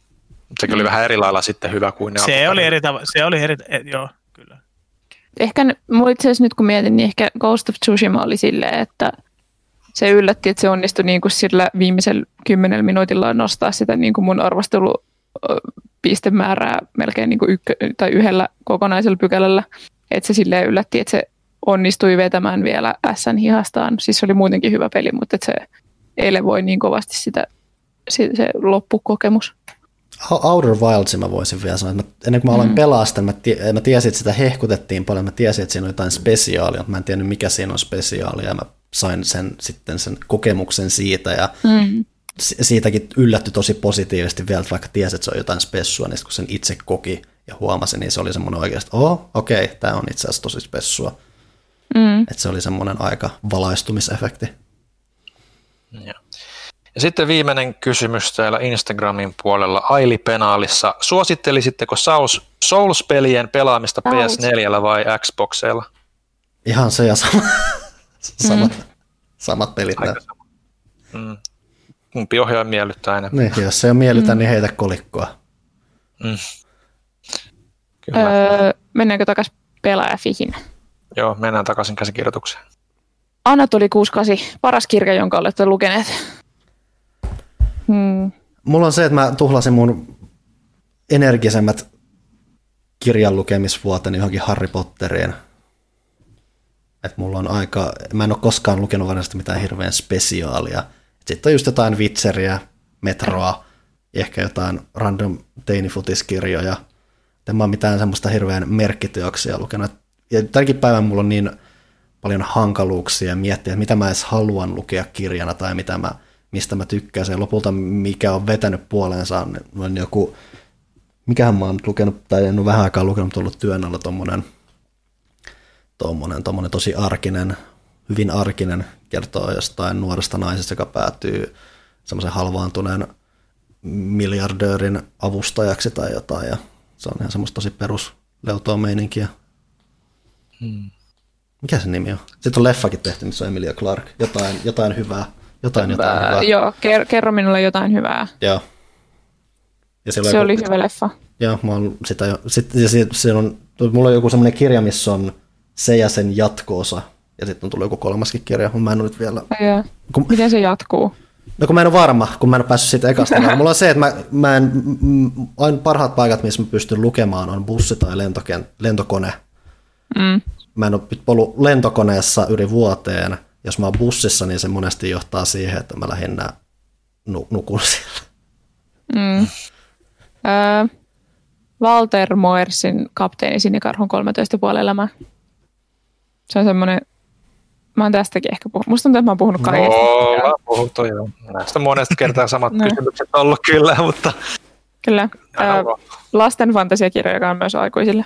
Sekin oli vähän eri lailla sitten hyvä kuin ne Se oli eri tavalla, se oli eri, joo, kyllä. Ehkä, mulla itse asiassa nyt kun mietin, niin ehkä Ghost of Tsushima oli silleen, että se yllätti, että se onnistui niin kuin sillä viimeisellä kymmenellä minuutilla nostaa sitä niin kuin mun arvostelupistemäärää melkein niin kuin ykkö, tai yhdellä kokonaisella pykälällä. Että se silleen yllätti, että se onnistui vetämään vielä S:n hihastaan. Siis se oli muutenkin hyvä peli, mutta että se elevoi niin kovasti sitä, se, se loppukokemus. Outer Wilds mä voisin vielä sanoa, että mä, ennen kuin mä aloin mm. pelaa sitä, mä, tie, mä tiesin, että sitä hehkutettiin paljon, mä tiesin, että siinä on jotain spesiaalia, mutta mä en tiennyt, mikä siinä on spesiaalia, ja mä sain sen, sitten sen kokemuksen siitä, ja mm. siitäkin yllätty tosi positiivisesti vielä, vaikka tiesi, että se on jotain spessua, niin kun sen itse koki ja huomasi, niin se oli semmoinen oikeasti, oh, okei, okay, tämä on itse asiassa tosi spessua. Mm. Että se oli semmoinen aika valaistumisefekti. Ja. Ja sitten viimeinen kysymys täällä Instagramin puolella Aili Penaalissa. Suosittelisitteko Souls-pelien pelaamista P S neljä vai Xboxeilla? Ihan se ja sama. samat, mm. samat pelit. Mm. Kumpi ohjaaja miellyttää enemmän? Niin, jos se ei miellytä, mm. niin heitä kolikkoa. Mm. Kyllä. Öö, mennäänkö takaisin pelaajafihin? Joo, mennään takaisin käsikirjoitukseen. Anatoli kuusikymmentäkahdeksan, paras kirja, jonka olette lukeneet. Hmm. Mulla on se, että mä tuhlasin mun energisemmät kirjan lukemisvuoteni johonkin Harry Potteriin. Että mulla on aika, mä en ole koskaan lukenut varsinaisesti mitään hirveän spesiaalia. Sitten on just jotain Witcheria, Metroa, ehkä jotain random teinifutiskirjoja. En mä ole mitään semmoista hirveän merkkiteoksia lukenut. Ja tälläkin päivän mulla on niin paljon hankaluuksia miettiä, että mitä mä edes haluan lukea kirjana tai mitä mä, mistä mä tykkään. Ja lopulta mikä on vetänyt puoleensa on joku, mikähän mä oon lukenut, tai en ole vähän aikaa lukenut, mutta ollut työn alla tommonen, tommonen, tommonen tosi arkinen, hyvin arkinen, kertoo jostain nuoresta naisesta, joka päätyy semmoisen halvaantuneen miljardöörin avustajaksi tai jotain, ja se on ihan semmoista tosi perusleutoa meininkiä. Hmm. Mikä se nimi on? Sitten on leffakin tehty, missä on Emilia Clarke. Jotain, jotain hyvää. Jotain, jotain hyvää. Joo, ker- kerro minulle jotain hyvää. Joo. Ja se joku, oli hyvä leffa. Joo, mä oon sitä jo. Sitten, ja sit, se on, mulla on joku semmoinen kirja, missä on se ja sen jatko-osa. Ja sitten on tullut joku kolmaskin kirja, mutta mä en ole nyt vielä... Kun, miten se jatkuu? No kun mä en ole varma, kun mä en ole päässyt siitä ekasta. Mulla on se, että mä, mä en, aina parhaat paikat, missä mä pystyn lukemaan, on bussi tai lentoken, lentokone. Mm. Mä en ole ollut lentokoneessa yli vuoteen. Jos mä oon bussissa, niin se monesti johtaa siihen, että mä lähinnä nu- nukun siellä. Mm. Öö, Walter Moersin Kapteeni Sinikarhun kolmetoista puoli elämää. Se on semmoinen, mä oon tästäkin ehkä puhunut. Musta tuntuu, että mä oon puhunut kaikesta. No, ollaan puhuttu jo. Näistä monesta kertaa samat no. kysymykset on ollut kyllä, mutta... Kyllä. Öö, lasten fantasiakirja, joka on myös aikuisille.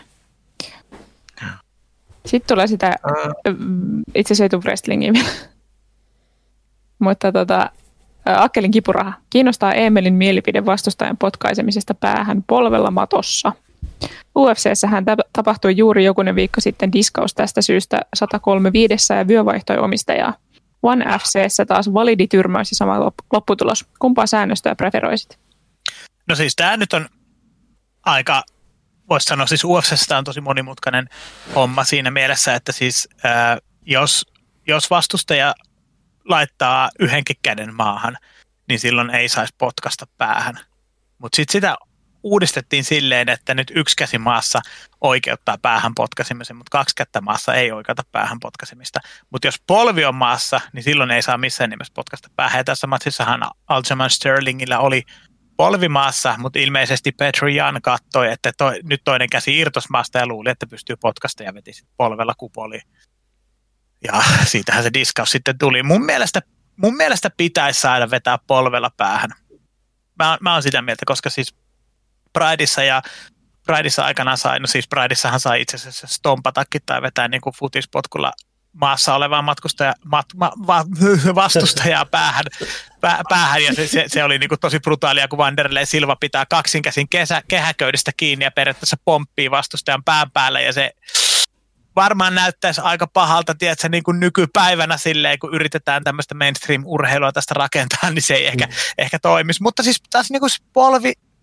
Sitten tulee sitä, itse asiassa ei tule wrestlingiä vielä, mutta tota, Akkelin kipuraha. Kiinnostaa Eemelin mielipide vastustajan potkaisemisesta päähän polvella matossa. U F C:ssähän tapahtui juuri jokunen viikko sitten diskaus tästä syystä sata kolme viidessä ja vyö vaihtoi omistajaa. One F C:ssä taas validi tyrmäys ja sama lopputulos. Kumpaa säännöstöä preferoisit? No siis tämä nyt on aika... Voisi sanoa, siis U F C:stä on tosi monimutkainen homma siinä mielessä, että siis ää, jos, jos vastustaja laittaa yhdenkin käden maahan, niin silloin ei saisi potkasta päähän. Mutta sitten sitä uudistettiin silleen, että nyt yksi käsi maassa oikeuttaa päähän potkaisemisen, mutta kaksi kättä maassa ei oikeuta päähän potkaisemista. Mutta jos polvi on maassa, niin silloin ei saa missään nimessä potkasta päähän. Ja tässä matsissahan Aljamain Sterlingillä oli polvimaassa, mutta ilmeisesti Petr Yan katsoi, että to, nyt toinen käsi irtos maasta ja luuli, että pystyy potkasta ja veti polvella kupoliin. Ja siitähän se diskaus sitten tuli. Mun mielestä, mun mielestä pitäisi saada vetää polvella päähän. Mä, mä oon sitä mieltä, koska siis Prideissa ja Prideissa aikanaan sai, no siis Prideissahan sai itse asiassa stompatakin tai vetää niin kuin futispotkulla maassa olevaa matkustaja, mat, ma, va, vastustajaa päähän, pää, päähän ja se, se, se oli niin kuin tosi brutaalia, kun Wanderlei Silva pitää kaksinkäsin kesä, kehäköydistä kiinni ja periaatteessa pomppii vastustajan pään päälle ja se varmaan näyttäisi aika pahalta, tiedätkö, niin kuin nykypäivänä silleen, kun yritetään tämmöistä mainstream-urheilua tästä rakentaa, niin se ei ehkä, mm. ehkä toimisi. Mutta siis taas niin kuin polvi,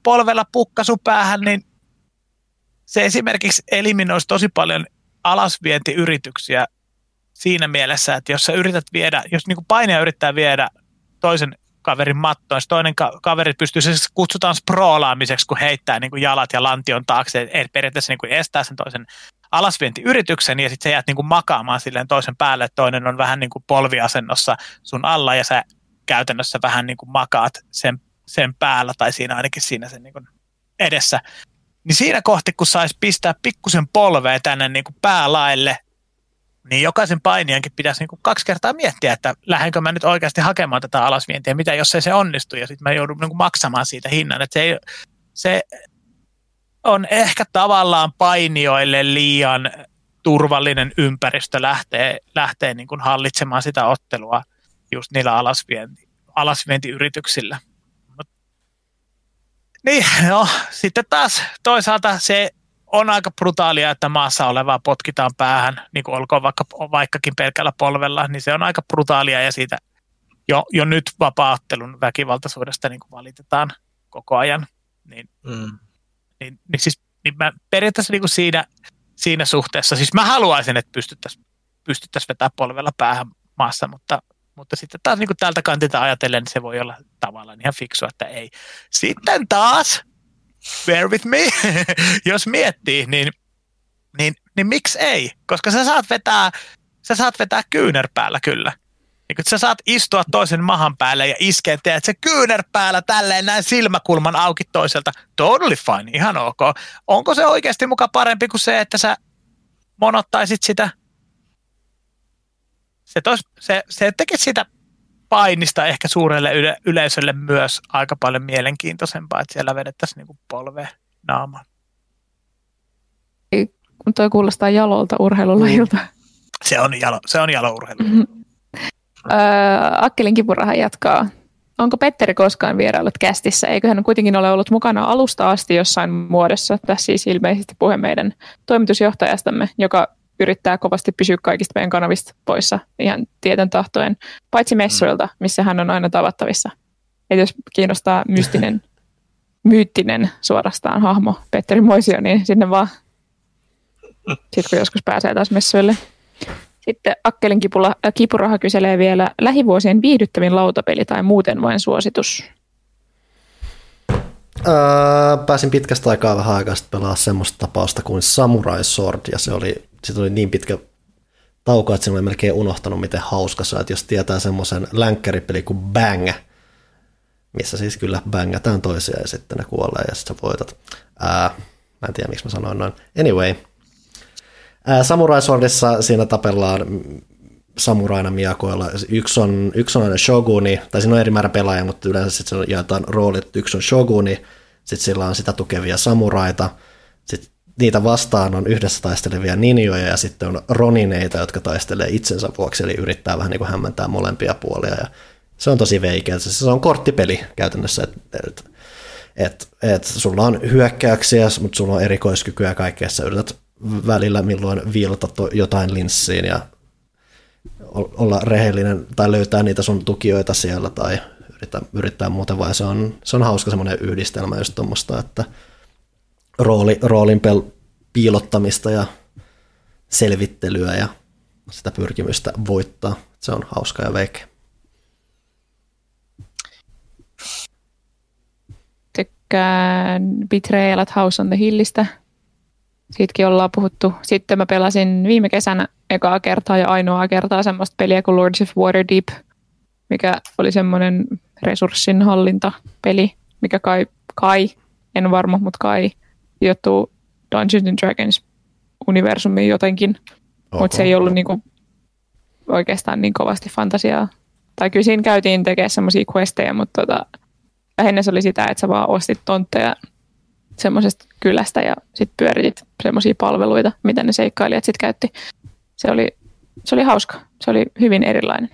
polvella pukkasu päähän, niin se esimerkiksi eliminoisi tosi paljon alasvientiyrityksiä siinä mielessä, että jos sä yrität viedä, jos niin kuin painija yrittää viedä toisen kaverin mattoon, jos toinen ka- kaveri pystyy, se kutsutaan sproolaamiseksi, kun heittää niin kuin jalat ja lantion taakse, et periaatteessa niin kuin estää sen toisen alasvientiyrityksen, ja sitten sä jäät niin kuin makaamaan silleen toisen päälle, että toinen on vähän niin kuin polviasennossa sun alla, ja sä käytännössä vähän niin kuin makaat sen, sen päällä, tai siinä ainakin siinä sen niin kuin edessä. Niin siinä kohti, kun saisi pistää pikkusen polvea tänne niin kuin päälaille, niin jokaisen painijankin pitäisi niin kuin kaksi kertaa miettiä, että lähdenkö mä nyt oikeasti hakemaan tätä alasvientiä, mitä jos ei se onnistu, ja sitten mä joudun niin kuin maksamaan siitä hinnan. Että se, ei, se on ehkä tavallaan painijoille liian turvallinen ympäristö lähtee, lähtee niin kuin hallitsemaan sitä ottelua just niillä alasvienti, alasvientiyrityksillä. Niin, no, sitten taas toisaalta se on aika brutaalia, että maassa olevaa potkitaan päähän, niin kuin olkoon vaikka, vaikkakin pelkällä polvella, niin se on aika brutaalia, ja siitä jo, jo nyt vapaa-ottelun väkivaltaisuudesta niin kuin valitetaan koko ajan. Niin, mm. niin, niin, siis, niin mä periaatteessa niin kuin siinä, siinä suhteessa, siis mä haluaisin, että pystyttäisiin pystyttäisi vetämään polvella päähän maassa, mutta Mutta sitten taas niin kuin tältä kantilta ajatellen, niin se voi olla tavallaan ihan fiksua, että ei. Sitten taas, bear with me, jos miettii, niin, niin, niin miksi ei? Koska sä saat vetää, sä saat vetää kyynärpäällä kyllä. Niin kun sä saat istua toisen mahan päälle ja iskeä, teet se kyynärpäällä tälleen näin silmäkulman auki toiselta. Totally fine, ihan ok. Onko se oikeasti muka parempi kuin se, että sä monottaisit sitä? Se, tos, se, se teki sitä painista ehkä suurelle yle, yleisölle myös aika paljon mielenkiintoisempaa, että siellä vedettäisiin niinku polvea naamaan. Tuo kuulostaa jalolta urheilulajilta. Se on, jalo, se on jalourheilu. Mm-hmm. Öö, Akkelin kipuraha jatkaa. Onko Petteri koskaan vieraillut kästissä? Eikö hän kuitenkin ole ollut mukana alusta asti jossain muodossa? Tässä siis ilmeisesti puhe meidän toimitusjohtajastamme, joka yrittää kovasti pysyä kaikista meidän kanavista poissa ihan tieten tahtoen, paitsi messuilta, missä hän on aina tavattavissa. Et jos kiinnostaa mystinen, myyttinen suorastaan hahmo Petteri Moisio, niin sinne vaan, sitten kun joskus pääsee taas messuille. Sitten Akkelin kipula, kipuraha kyselee vielä lähivuosien viihdyttävin lautapeli tai muuten vain suositus. Öö, pääsin pitkästä aikaa vähän aikaa sitten pelaa semmoista tapausta kuin Samurai Sword, ja se oli, sit oli niin pitkä tauko, että sen oli melkein unohtanut, miten hauska se on, että jos tietää semmoisen länkkäripeli kuin Bang, missä siis kyllä bängataan toisia ja sitten ne kuolee ja sitten sä voitat. Ää, mä en tiedä, miksi mä sanoin noin. Anyway, ää, Samurai Swordissa siinä tapellaan samuraina miakoilla. Yksi on, yksi on aina shoguni, tai siinä on eri määrä pelaajia, mutta yleensä sitten jaetaan roolit. Yksi on shoguni, sitten sillä on sitä tukevia samuraita, sitten niitä vastaan on yhdessä taistelevia ninjoja, ja sitten on ronineita, jotka taistelee itsensä vuoksi, eli yrittää vähän niin kuin hämmentää molempia puolia, ja se on tosi veikeä. Se on korttipeli käytännössä, että et, et, et sulla on hyökkäyksiä, mutta sulla on erikoiskykyä ja kaikkea, sä yrität välillä milloin viilata jotain linssiin ja olla rehellinen tai löytää niitä sun tukijoita siellä tai yrittää, yrittää muuten, vai se on, se on hauska semmoinen yhdistelmä just tuommoista, että rooli, roolin pel- piilottamista ja selvittelyä ja sitä pyrkimystä voittaa. Se on hauska ja veikeä. Tykkään Betrayal at House on the Hillistä. Siitäkin ollaan puhuttu. Sitten mä pelasin viime kesänä ekaa kertaa ja ainoaa kertaa semmoista peliä kuin Lords of Waterdeep, mikä oli semmoinen resurssinhallintapeli, mikä kai, kai en varma, mutta kai sijoittuu Dungeons and Dragons universumiin jotenkin, okay. Mutta se ei ollut niinku oikeastaan niin kovasti fantasiaa. Tai kyllä siinä käytiin tekemään semmoisia questeja, mutta tota, lähinnä se oli sitä, että sä vaan ostit tontteja semmoisesta kylästä ja sitten pyöritit semmoisia palveluita, mitä ne seikkailijat sitten käytti. Se oli, se oli hauska. Se oli hyvin erilainen.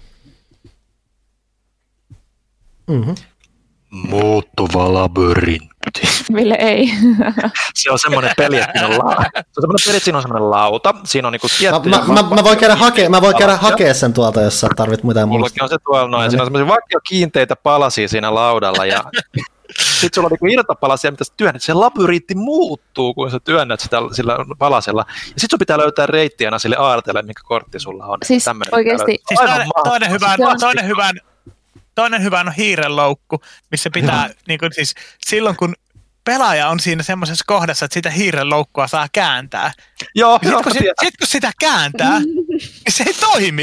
Mm-hmm. Muuttuva labyrintti. Ville ei. Se on semmoinen peli, että siinä on, la- se on semmoinen peli, että siinä on semmoinen lauta. Siinä on niinku tiettyjä... Mä, mä, mä voin käydä hakea, mä voin käydä hakea sen tuolta, jos sä tarvit mitään muuta. Mullakin on se tuolla noin. Siinä on semmoisia vaikka kiinteitä palasia siinä laudalla ja Sitten sulla on niinku irtopalasia, mitä sä työnnät. Se labyrintti muuttuu, kun sä työnnät sitä sillä palasella. Ja sitten sun pitää löytää reitti aina sille aarteelle, minkä kortti sulla on. Siis Tämmönen oikeasti. Siis toinen, toinen, hyvä, toinen, hyvä, toinen hyvä on hiirenloukku, missä pitää, no. niin kuin, siis, silloin kun pelaaja on siinä semmoisessa kohdassa, että sitä hiirenloukkua saa kääntää. Joo, sitten kun, sit, sit, kun sitä kääntää, niin se ei toimi.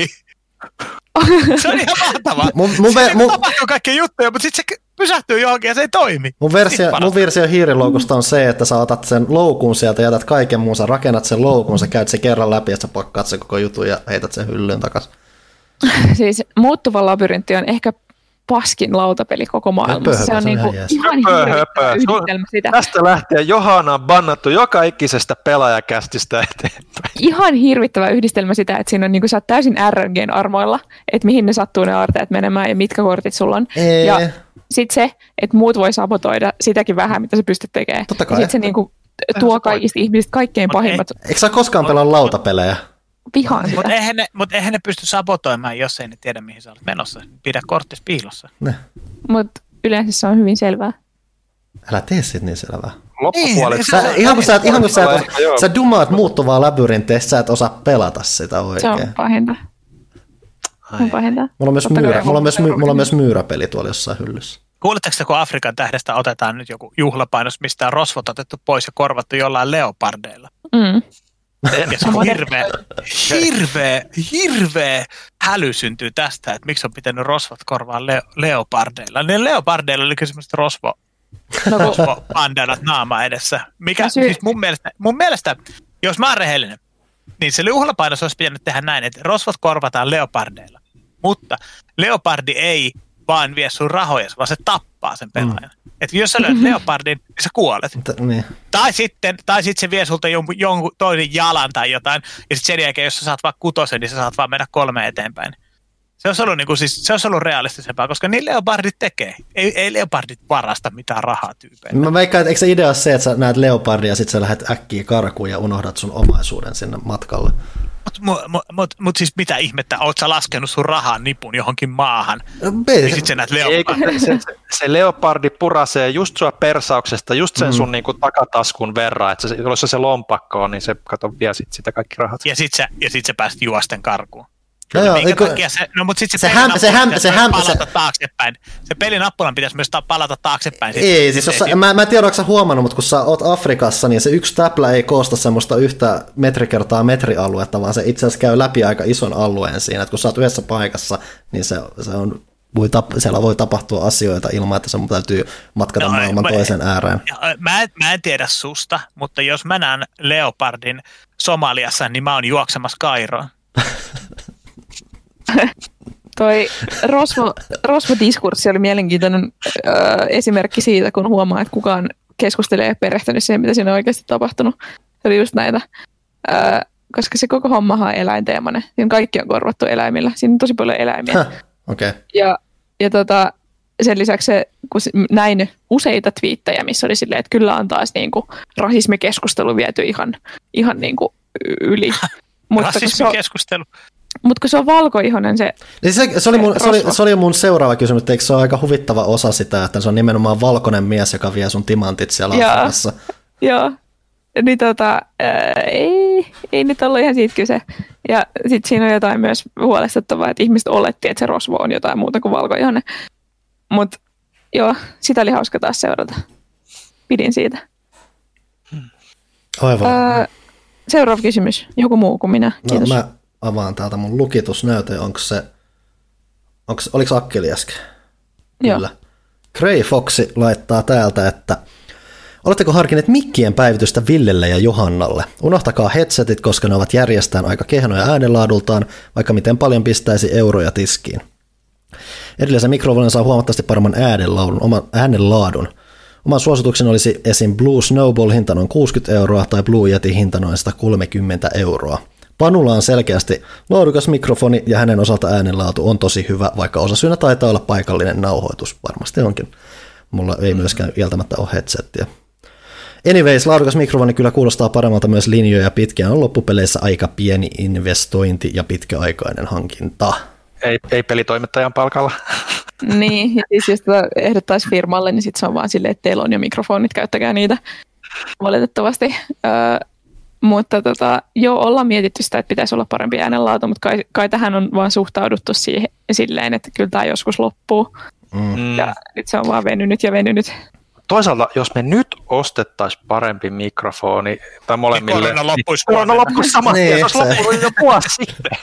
Se on ihan mahtavaa. Mun, mun, se mun, tapahtuu kaikkia juttuja, mutta sitten se pysähtyy johonkin ja se ei toimi. Mun versio, mun versio hiiriloukusta on se, että sä otat sen loukun sieltä, jätät kaiken muun, sä rakennat sen loukun, sä käyt sen kerran läpi ja sä pakkaat sen koko jutun ja heität sen hyllyyn takaisin. Siis muuttuva labyrintti on ehkä paskin lautapeli koko maailmassa. Se on niinku ihan hirveä yhdistelmä sitä. Tästä lähtien Johanna on bannattu joka ikisestä pelaajakästistä eteenpäin. Ihan hirvittävä yhdistelmä sitä, että siinä on niinku, sä oot täysin R N G:n armoilla, että mihin ne sattuu ne aarteet menemään ja mitkä kortit sulla on. Ee. Ja sitten se, että muut voi sabotoida sitäkin vähän, mitä sä pystyt tekemään. Totta kai. Ja sitten se niinku tuo kaikista ihmisistä kaikkein pahimmat. Eikö sä koskaan pelaa lautapelejä? Vihaan sitä. Mutta eihän, mut eihän ne pysty sabotoimaan, jos ei ne tiedä, mihin sä olet menossa. Pidä korttis piilossa. Mutta yleensä se on hyvin selvää. Älä tee sit niin selvää. Loppupuolella. Sä, ihan kun sä, et, ihan kun sä, et, sä dumaat muuttuvaa labyrinttiä, sä et osaa pelata sitä oikein. Se on pahinta. Se on pahinta. Mulla on myös, myyrä, mulla on myös, my, mulla on myös myyräpeli tuolla jossain hyllyssä. Kuuletteko te, kun Afrikan tähdestä otetaan nyt joku juhlapainos, mistä on rosvot otettu pois ja korvattu jollain leopardeilla? Mm. Ja se on hirveä, hirveä, hirveä häly syntyy tästä, että miksi on pitänyt rosvot korvaa leo, leopardeilla. Ne leopardeilla oli kyllä semmoiset rosvo, no, rosvopandanat naama edessä. Mikä, sy- siis mun, mielestä, mun mielestä, jos mä oon rehellinen, niin se juhlapainos olisi pitänyt tehdä näin, että rosvot korvataan leopardeilla. Mutta leopardi ei vaan vie sun rahoja, vaan se tappaa sen pelaajan. Mm. Että jos sä löydät leopardin, niin sä kuolet. T- niin. Tai sitten tai sit se vie sulta jonkun, jonkun toinen jalan tai jotain, ja sitten sen jälkeen, jos sä saat vaan kutosen, niin sä saat vaan mennä kolme eteenpäin. Se olisi ollut, niin kuin, siis, se olisi ollut realistisempaa, koska niin leopardit tekee. Ei, ei leopardit varasta mitään rahaa tyypeille. Mä veikkaan, että eikö se idea ole se, että sä näet leopardia ja sitten sä lähdet äkkiä karkuun ja unohdat sun omaisuuden sinne matkalle. Mutta mut, mut, mut siis mitä ihmettä, oot sä laskenut sun rahan nipun johonkin maahan, no, niin sit sä näet leopardin. Se, se, se leopardi purasee just sua persauksesta, just sen sun mm. niinku takataskun verran, että se, jos se, se lompakko on, niin se kato vie sit sitä kaikki rahat. Ja sit sä, ja sit sä pääset juosten karkuun. No, joo, minkä eiku, takia se, no mutta sitten se, se, häm, se, häm, se, häm, palata se, taaksepäin. Se pelinappulan pitäisi myös palata taaksepäin. Ei, sit, siis jos sä, mä, mä en tiedä, onko sä huomannut, mutta kun sä oot Afrikassa, niin se yksi täplä ei koosta semmoista yhtä metri kertaa metrialuetta, vaan se itse asiassa käy läpi aika ison alueen siinä. Et kun sä oot yhdessä paikassa, niin se, se on, voi tap, siellä voi tapahtua asioita ilman, että sun täytyy matkata no, maailman mä, toisen ääreen. Mä en, mä en tiedä susta, mutta jos mä näen leopardin Somaliassa, niin mä oon juoksemassa Kairoon. Toi rosvo, rosvodiskurssi oli mielenkiintoinen ö, esimerkki siitä, kun huomaa, että kukaan keskustelee ja perehtynyt siihen, mitä siinä on oikeasti tapahtunut. Se oli just näitä, ö, koska se koko hommahan on eläinteemainen. Siinä kaikki on korvattu eläimillä. Siinä on tosi paljon eläimiä. Okay. Ja, ja tota, sen lisäksi se, kun näin useita twiittejä, missä oli silleen, että kyllä on taas niinku rasismikeskustelu viety ihan, ihan niinku yli. Rasismikeskustelu? Mutta kun se on valkoihoinen se... Niin se, se, oli mun, se, oli, se oli mun seuraava kysymys, että eikö se ole aika huvittava osa sitä, että se on nimenomaan valkoinen mies, joka vie sun timantit siellä Afrikassa. Joo, niin tota, ää, ei, ei nyt ollut ihan siitä kyse. Ja sitten siinä on jotain myös huolestuttavaa, että ihmiset oletti, että se rosvo on jotain muuta kuin valkoihoinen. Mutta joo, sitä oli hauska taas seurata. Pidin siitä. Aivan. Ää, seuraava kysymys. Joku muu kuin minä. Kiitos. No, mä avaan täältä mun lukitusnäyte. Onko se, onko, oliko Akkeli äsken? Kyllä. Grey Foxi laittaa täältä, että oletteko harkineet mikkien päivitystä Villelle ja Johannalle? Unohtakaa headsetit, koska ne ovat järjestään aika kehnoja äänenlaadultaan, vaikka miten paljon pistäisi euroja tiskiin. Edellisen mikrofonin saa huomattavasti paremman äänenlaadun. Oman, äänenlaadun. Oman suosituksen olisi esim. Blue Snowball hinta noin kuusikymmentä euroa tai Blue Yeti hinta noin sata kolmekymmentä euroa. Panulla on selkeästi laadukas mikrofoni ja hänen osalta äänenlaatu on tosi hyvä, vaikka osasyynä taitaa olla paikallinen nauhoitus. Varmasti onkin. Mulla ei myöskään kieltämättä ole headsettiä. Anyways, laadukas mikrofoni kyllä kuulostaa paremmalta myös linjoja pitkään. On loppupeleissä aika pieni investointi ja pitkäaikainen hankinta. Ei, ei pelitoimittajan palkalla. Niin, ja siis jos tätä ehdottaisi firmalle, niin sitten se on vaan silleen, että teillä on jo mikrofonit, käyttäkää niitä valitettavasti. Öö, mutta tota, joo, ollaan mietitty sitä, että pitäisi olla parempi äänenlaatu, mutta kai, kai tähän on vaan suhtauduttu siihen silleen, että kyllä tämä joskus loppuu. Mm. Ja nyt se on vaan venynyt ja venynyt. Toisaalta, jos me nyt ostettaisiin parempi mikrofoni, tai molemmille... Niin korona loppuisi. Korona loppuisi saman tien, niin, se olisi loppunut jo vuosi sitten.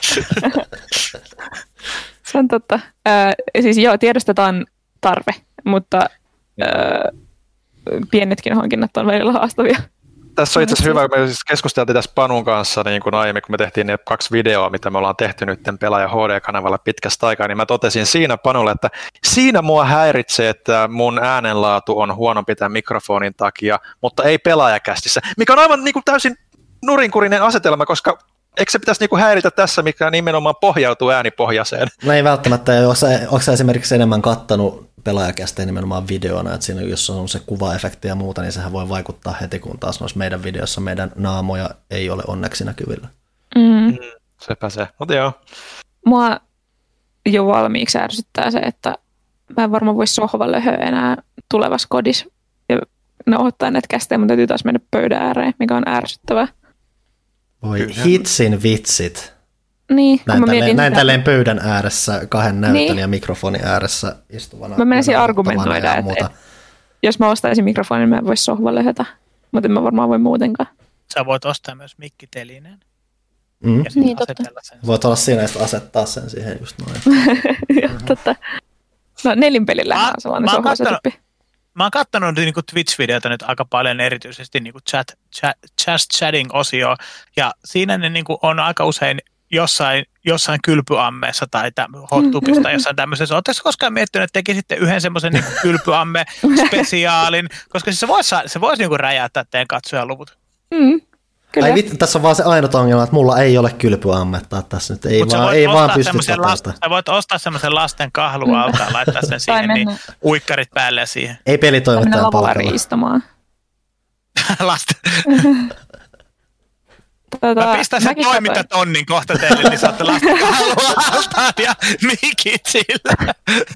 Se on totta. Ö, siis joo, tiedostetaan tarve, mutta ö, pienetkin hankinnat on välillä haastavia. Tässä on itse asiassa hyvä, kun me siis keskusteltiin tässä Panun kanssa niin kuin aiemmin, kun me tehtiin ne kaksi videoa, mitä me ollaan tehty nyt Pelaaja H D-kanavalla pitkästä aikaa, niin mä totesin siinä Panulle, että siinä mua häiritsee, että mun äänenlaatu on huonompi tämän mikrofonin takia, mutta ei pelaajakästissä, mikä on aivan niin kuin täysin nurinkurinen asetelma, koska eikö se pitäisi niin kuin häiritä tässä, mikä nimenomaan pohjautuu äänipohjaiseen? No ei välttämättä, onko sä esimerkiksi enemmän kattanut pelaajakästejä nimenomaan videona, että siinä jos on se kuvaefekti ja muuta, niin sehän voi vaikuttaa heti, kun taas noissa meidän videossa meidän naamoja ei ole onneksi näkyvillä. Mm. Mm, sepä se, mutta joo. Mua jo valmiiksi ärsyttää se, että mä en varmaan voi sohvalle enää tulevassa kodissa ja nauhoittaa näitä kästejä, mutta täytyy taas mennä pöydän ääreen, mikä on ärsyttävää. Voi hitsin vitsit. Niin, näin mä tälleen, näin sitä... tälleen pöydän ääressä, kahden näytön niin. ja mikrofonin ääressä istuvana. Mä menisin argumentoida, että et, jos mä ostaisin mikrofonin, niin mä en voisi sohvalle hötä, mutta en mä varmaan voi muutenkaan. Sä voit ostaa myös mikkitelineen. Mm. Ja niin, sen. Voit olla siinä ja asettaa sen siihen just noin. Joo, totta. No nelinpelillä on sellainen sohvasetuppi. Mä oon kattonut niinku Twitch-videota nyt aika paljon, erityisesti niinku chat, chat, just chatting-osio, ja siinä ne niinku on aika usein jossain, jossain kylpyammeessa tai hottubista tai jossain tämmöisessä. Oletteko koskaan miettinyt, että tekisitte yhden semmoisen niinku kylpyamme-spesiaalin, koska siis se voisi, se voisi niinku räjäyttää teidän katsojaluvut. Mm, Ai vittu, tässä on vaan se ainut ongelma, että mulla ei ole kylpyammetta tässä nyt, ei vaan, ei vaan pysty lasta, sä voit ostaa semmoisen lasten kahluauta ja laittaa sen siihen, niin uikkarit päälle ja siihen. Ei pelitoimittajan palkalla. Lasten. Tota, mä pistän sen toimintatonnin kohta teille, niin saatte lasten kahluautaan ja mikit sillä.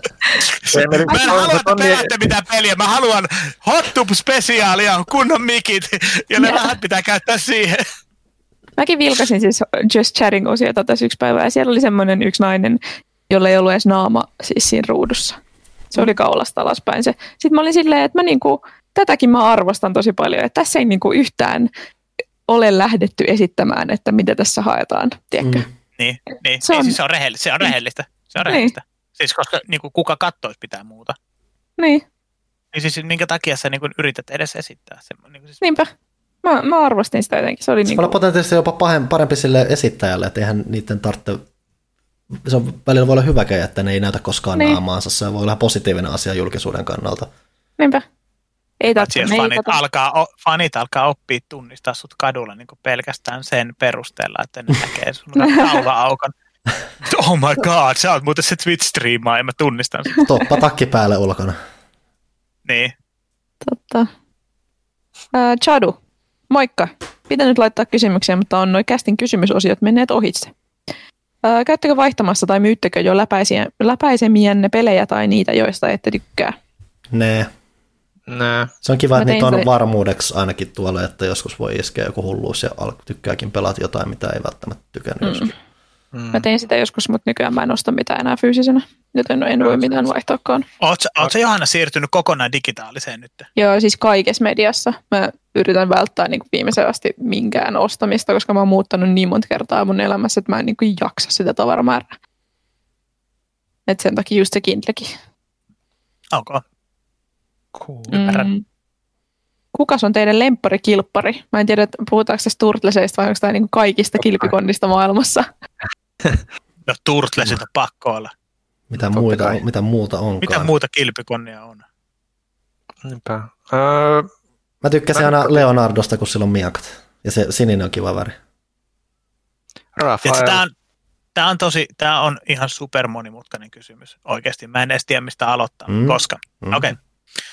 Mä en halua, että pelaatte mitään peliä. Mä haluan Hot Tub-spesiaalia, kunnon mikit, ja ne rahat pitää käyttää siihen. Mäkin vilkasin siis Just Chatting-osiota tässä yksi päivä, ja siellä oli semmoinen yksi nainen, jolla ei ollut edes naama siis siinä ruudussa. Se oli kaulasta alaspäin se. Sitten mä olin silleen, että mä niinku, tätäkin mä arvostan tosi paljon, että tässä ei niinku yhtään ole lähdetty esittämään, että mitä tässä haetaan, tiedätkö? Mm. Niin, niin. Se, on... Siis se on rehellistä. Se on rehellistä. Se on rehellistä. Niin. Siis koska niin kuin, kuka kattoisi pitää muuta. Niin. Niin siis minkä takia sä niin kuin, yrität edes esittää sen? Niin siis... Niinpä. Mä, mä arvostin sitä jotenkin. Se oli se niin kuin... potentiaalisesti jopa parempi sille esittäjälle, että eihän niiden tarvitse... Se on, välillä voi olla hyväkään, että ne ei näytä koskaan niin. naamaansa. Se voi olla positiivinen asia julkisuuden kannalta. Niinpä. Ei tarvitse. Jos fanit alkaa, fanit alkaa oppia tunnistaa sut kadulla niin kuin pelkästään sen perusteella, että ne näkee sun kaula-aukon. Oh my god, sä oot muuten se Twitch-striimaa ja mä tunnistan sen. Toppa takki päälle ulkona. Niin. Totta. Äh, Chadu, moikka. Pitänyt laittaa kysymyksiä, mutta on noin kästin kysymysosiot menneet ohitse. Äh, käyttekö vaihtamassa tai myyttekö jo läpäisemiänne pelejä tai niitä, joista ette tykkää? Nee. Nää. Se on kiva, että niitä on varmuudeksi ainakin tuolla, että joskus voi iskeä joku hulluus ja tykkääkin pelata jotain, mitä ei välttämättä tykännyt. Mm. Mm. Mä tein sitä joskus, mutta nykyään mä en osta mitään enää fyysisenä, joten en voi mitään vaihtoakaan. Oletko Johanna siirtynyt kokonaan digitaaliseen nyt? Joo, siis kaikessa mediassa. Mä yritän välttää niin kuin viimeisen asti minkään ostamista, koska mä oon muuttanut niin monta kertaa mun elämässä, että mä en niin kuin jaksa sitä tavaramäärää. Et sen takia just se Kindlekin. Onko? Okay. Cool. Mm. Kukas on teidän lempparikilppari? Mä en tiedä, puhutaanko tästä Turtleseista vai onko tämä niin kaikista kilpikonnista maailmassa? No Turtlesit on pakko olla. Mitä, muita, mitä muuta onkaan? Mitä muuta kilpikonnia on? Niinpä. Öö, mä tykkäsin aina Leonardosta, kun sillä on miakat. Ja se sininen on kiva väri. Rafael. Tämä on, tämä on tosi, tämä on ihan super monimutkainen kysymys. Oikeasti mä en edes tiedä, mistä aloittaa, mm. koska, mm. okei. Okay.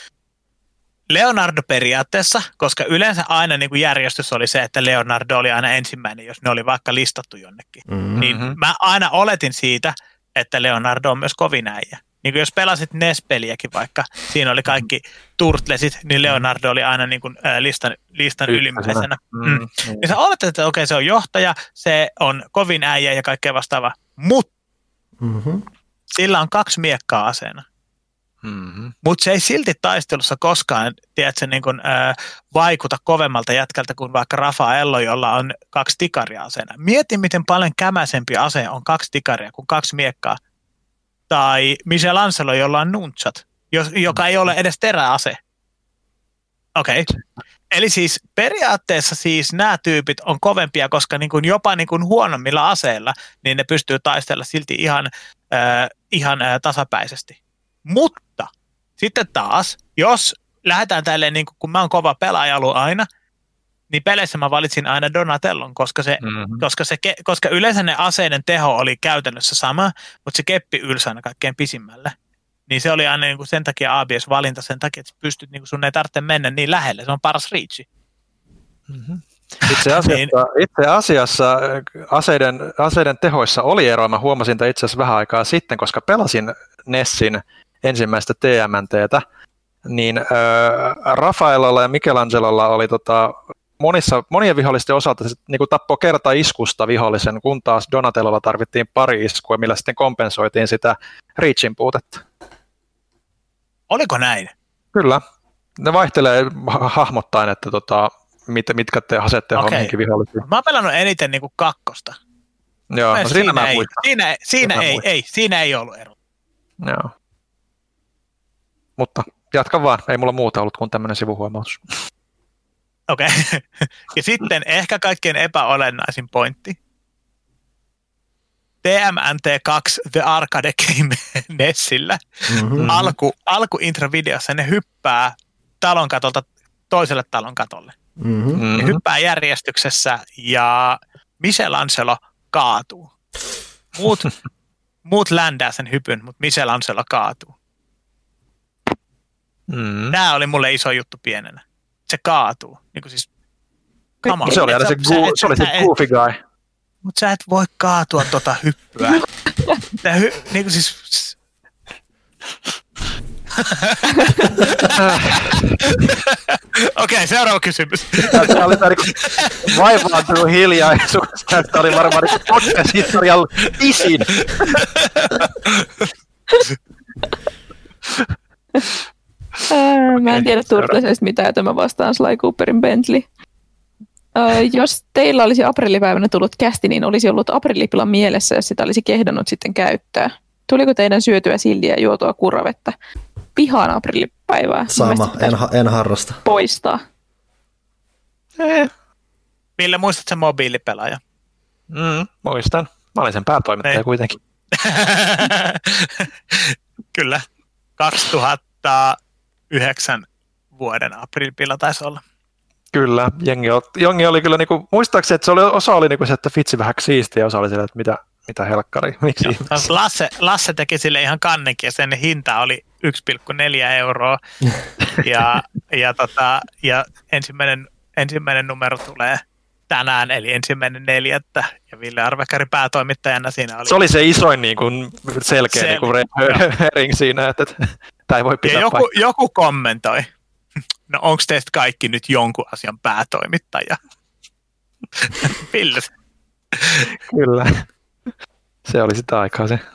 Leonardo periaatteessa, koska yleensä aina niin kuin järjestys oli se, että Leonardo oli aina ensimmäinen, jos ne oli vaikka listattu jonnekin. Mm-hmm. Niin mä aina oletin siitä, että Leonardo on myös kovin äijä. Niin kuin jos pelasit N E S-peliäkin vaikka, siinä oli kaikki Turtlesit, niin Leonardo oli aina niin kuin, ä, listan, listan ylimmäisenä. Mm. Mm. Ja sä oletat, että okei, se on johtaja, se on kovin äijä ja kaikkea vastaavaa, mutta mm-hmm. sillä on kaksi miekkaa aseena. Mm-hmm. Mutta se ei silti taistelussa koskaan tiedätkö, niin kun, ää, vaikuta kovemmalta jätkältä kuin vaikka Rafaello, jolla on kaksi tikaria aseena. Mieti, miten paljon kämäsempi ase on kaksi tikaria kuin kaksi miekkaa. Tai Michelangelo, jolla on nunchat, joka ei ole edes teräase. Okei. Okay. Eli siis periaatteessa siis nämä tyypit on kovempia, koska niin kuin jopa niin kuin huonommilla aseilla niin ne pystyy taistella silti ihan, äh, ihan äh, tasapäisesti. Mutta sitten taas, jos lähdetään tälleen, niin kuin, kun mä oon kova pelaaja ollut aina, niin peleissä mä valitsin aina Donatellon, koska, se, mm-hmm. koska, se, koska yleensä ne aseiden teho oli käytännössä sama, mutta se keppi ylsi aina kaikkein pisimmälle. Niin se oli aina niin kuin sen takia A B S-valinta, sen takia, että pystyt, niin kuin sun ei tarvitse mennä niin lähelle, se on paras reachi. Mm-hmm. Itse asiassa, itse asiassa aseiden, aseiden tehoissa oli eroa, mä huomasin tämän itse asiassa vähän aikaa sitten, koska pelasin Nessin ensimmäistä T M N T:tä, niin äh, Rafaelolla ja Michelangelolla oli tota, monissa, monien vihollisten osalta se niin kuin tappoi kerta iskusta vihollisen, kun taas Donatellolla tarvittiin pari iskua, millä sitten kompensoitiin sitä reachin puutetta. Oliko näin? Kyllä. Ne vaihtelee hahmottain, että tota, mit, mitkä te aseteho okay. mihinkin vihollisiin. Mä oon pelannut eniten niin kuin kakkosta. Joo, no siinä, siinä, ei, siinä, siinä, ei, ei, siinä ei ollut ero. Joo. Mutta jatka vaan, ei mulla muuta ollut kuin tämmöinen sivuhuomautus. Okei. Okay. Ja sitten ehkä kaikkein epäolennaisin pointti. T M N T kaksi The Arcade Game Nessillä. Mm-hmm. Alku, alku introvideossa ne hyppää talon katolta toiselle talon katolle. Mm-hmm. Ne hyppää järjestyksessä ja Michelangelo kaatuu. Muut, muut ländää sen hypyn, mutta Michelangelo kaatuu. Mm. Tämä oli mulle iso juttu pienenä. Se kaatuu. Niin kuin siis, come on. Se oli aina se, gu- se, oli se goofy guy. Mutta sä et voi kaatua tota hyppyä. Hy, niin kuin siis... Okei, okay, seuraava kysymys. Tämä oli tämä niin vaivaantunut hiljaisuus. Tämä oli varmaan niin podcast-historian pisin. Mä en tiedä Turtlesista mitään, että mä vastaan Sly Cooperin Bentley. Öö, jos teillä olisi aprillipäivänä tullut kästi, niin olisi ollut aprillipila mielessä, jos sitä olisi kehdannut sitten käyttää. Tuliko teidän syötyä silliä ja juotua kurravettä? Pihaan aprillipäivää. Sama, en, ha- en harrasta. Poistaa. Eh. Ville, muistatko sen mobiilipelaaja? Mm, muistan. Mä olin sen päätoimittaja kuitenkin. Kyllä. kaksituhattayhdeksän vuoden aprillipila taisi olla. Kyllä, jengi, jengi oli kyllä, niinku, muistaakseni, että se oli, osa oli niinku se, että vitsi vähän siistiä, ja osa oli sillä, että mitä, mitä helkkari, miksi Lasse, Lasse teki sille ihan kannekin, ja sen hinta oli yksi pilkku neljä euroa, ja, ja, tota, ja ensimmäinen, ensimmäinen numero tulee tänään, eli ensimmäinen neljättä, ja Ville Arvekari päätoimittajana siinä oli. Se oli se isoin niin kuin, selkeä se, niin kuin herring siinä, että tämä ei voi pitää joku, joku kommentoi. No onko teistä kaikki nyt jonkun asian päätoimittaja? Ville. Kyllä. Se oli sitä aikaa se.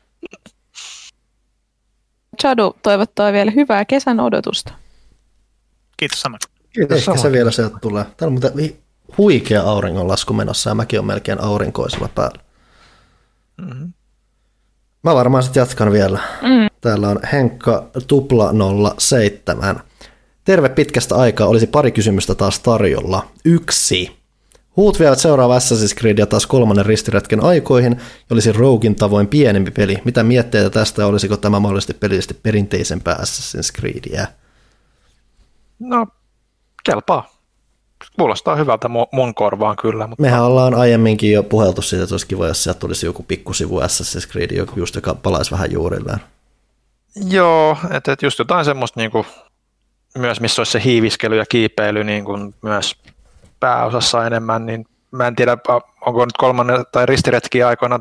Chadu toivottaa vielä hyvää kesän odotusta. Kiitos samoin. Kiitos samoin. Se vielä sieltä tulee. Täällä on muuten huikea auringonlasku menossa ja mäkin on melkein aurinkoisella päällä. Mm-hmm. Mä varmaan sitten jatkan vielä. Mm. Täällä on Henkka Tupla nolla seitsemän. Terve pitkästä aikaa, olisi pari kysymystä taas tarjolla. Yksi. Huut vievät seuraava Assassin's Creed ja taas kolmannen ristiretken aikoihin, ja olisi Roguein tavoin pienempi peli. Mitä mietteitä tästä, olisiko tämä mahdollisesti pelillisesti perinteisempää Assassin's Creedia? No, kelpaa. Kuulostaa hyvältä mun korvaan kyllä. Mutta... Mehän ollaan aiemminkin jo puheltu siitä, että olisi kiva, jos sieltä tulisi joku pikkusivu Assassin's Creed, just joka palaisi vähän juurilleen. Joo, että et just jotain semmoista niinku, myös missä olisi se hiiviskely ja kiipeily niin kuin myös pääosassa enemmän, niin mä en tiedä, onko nyt kolmannen tai ristiretkiä aikoina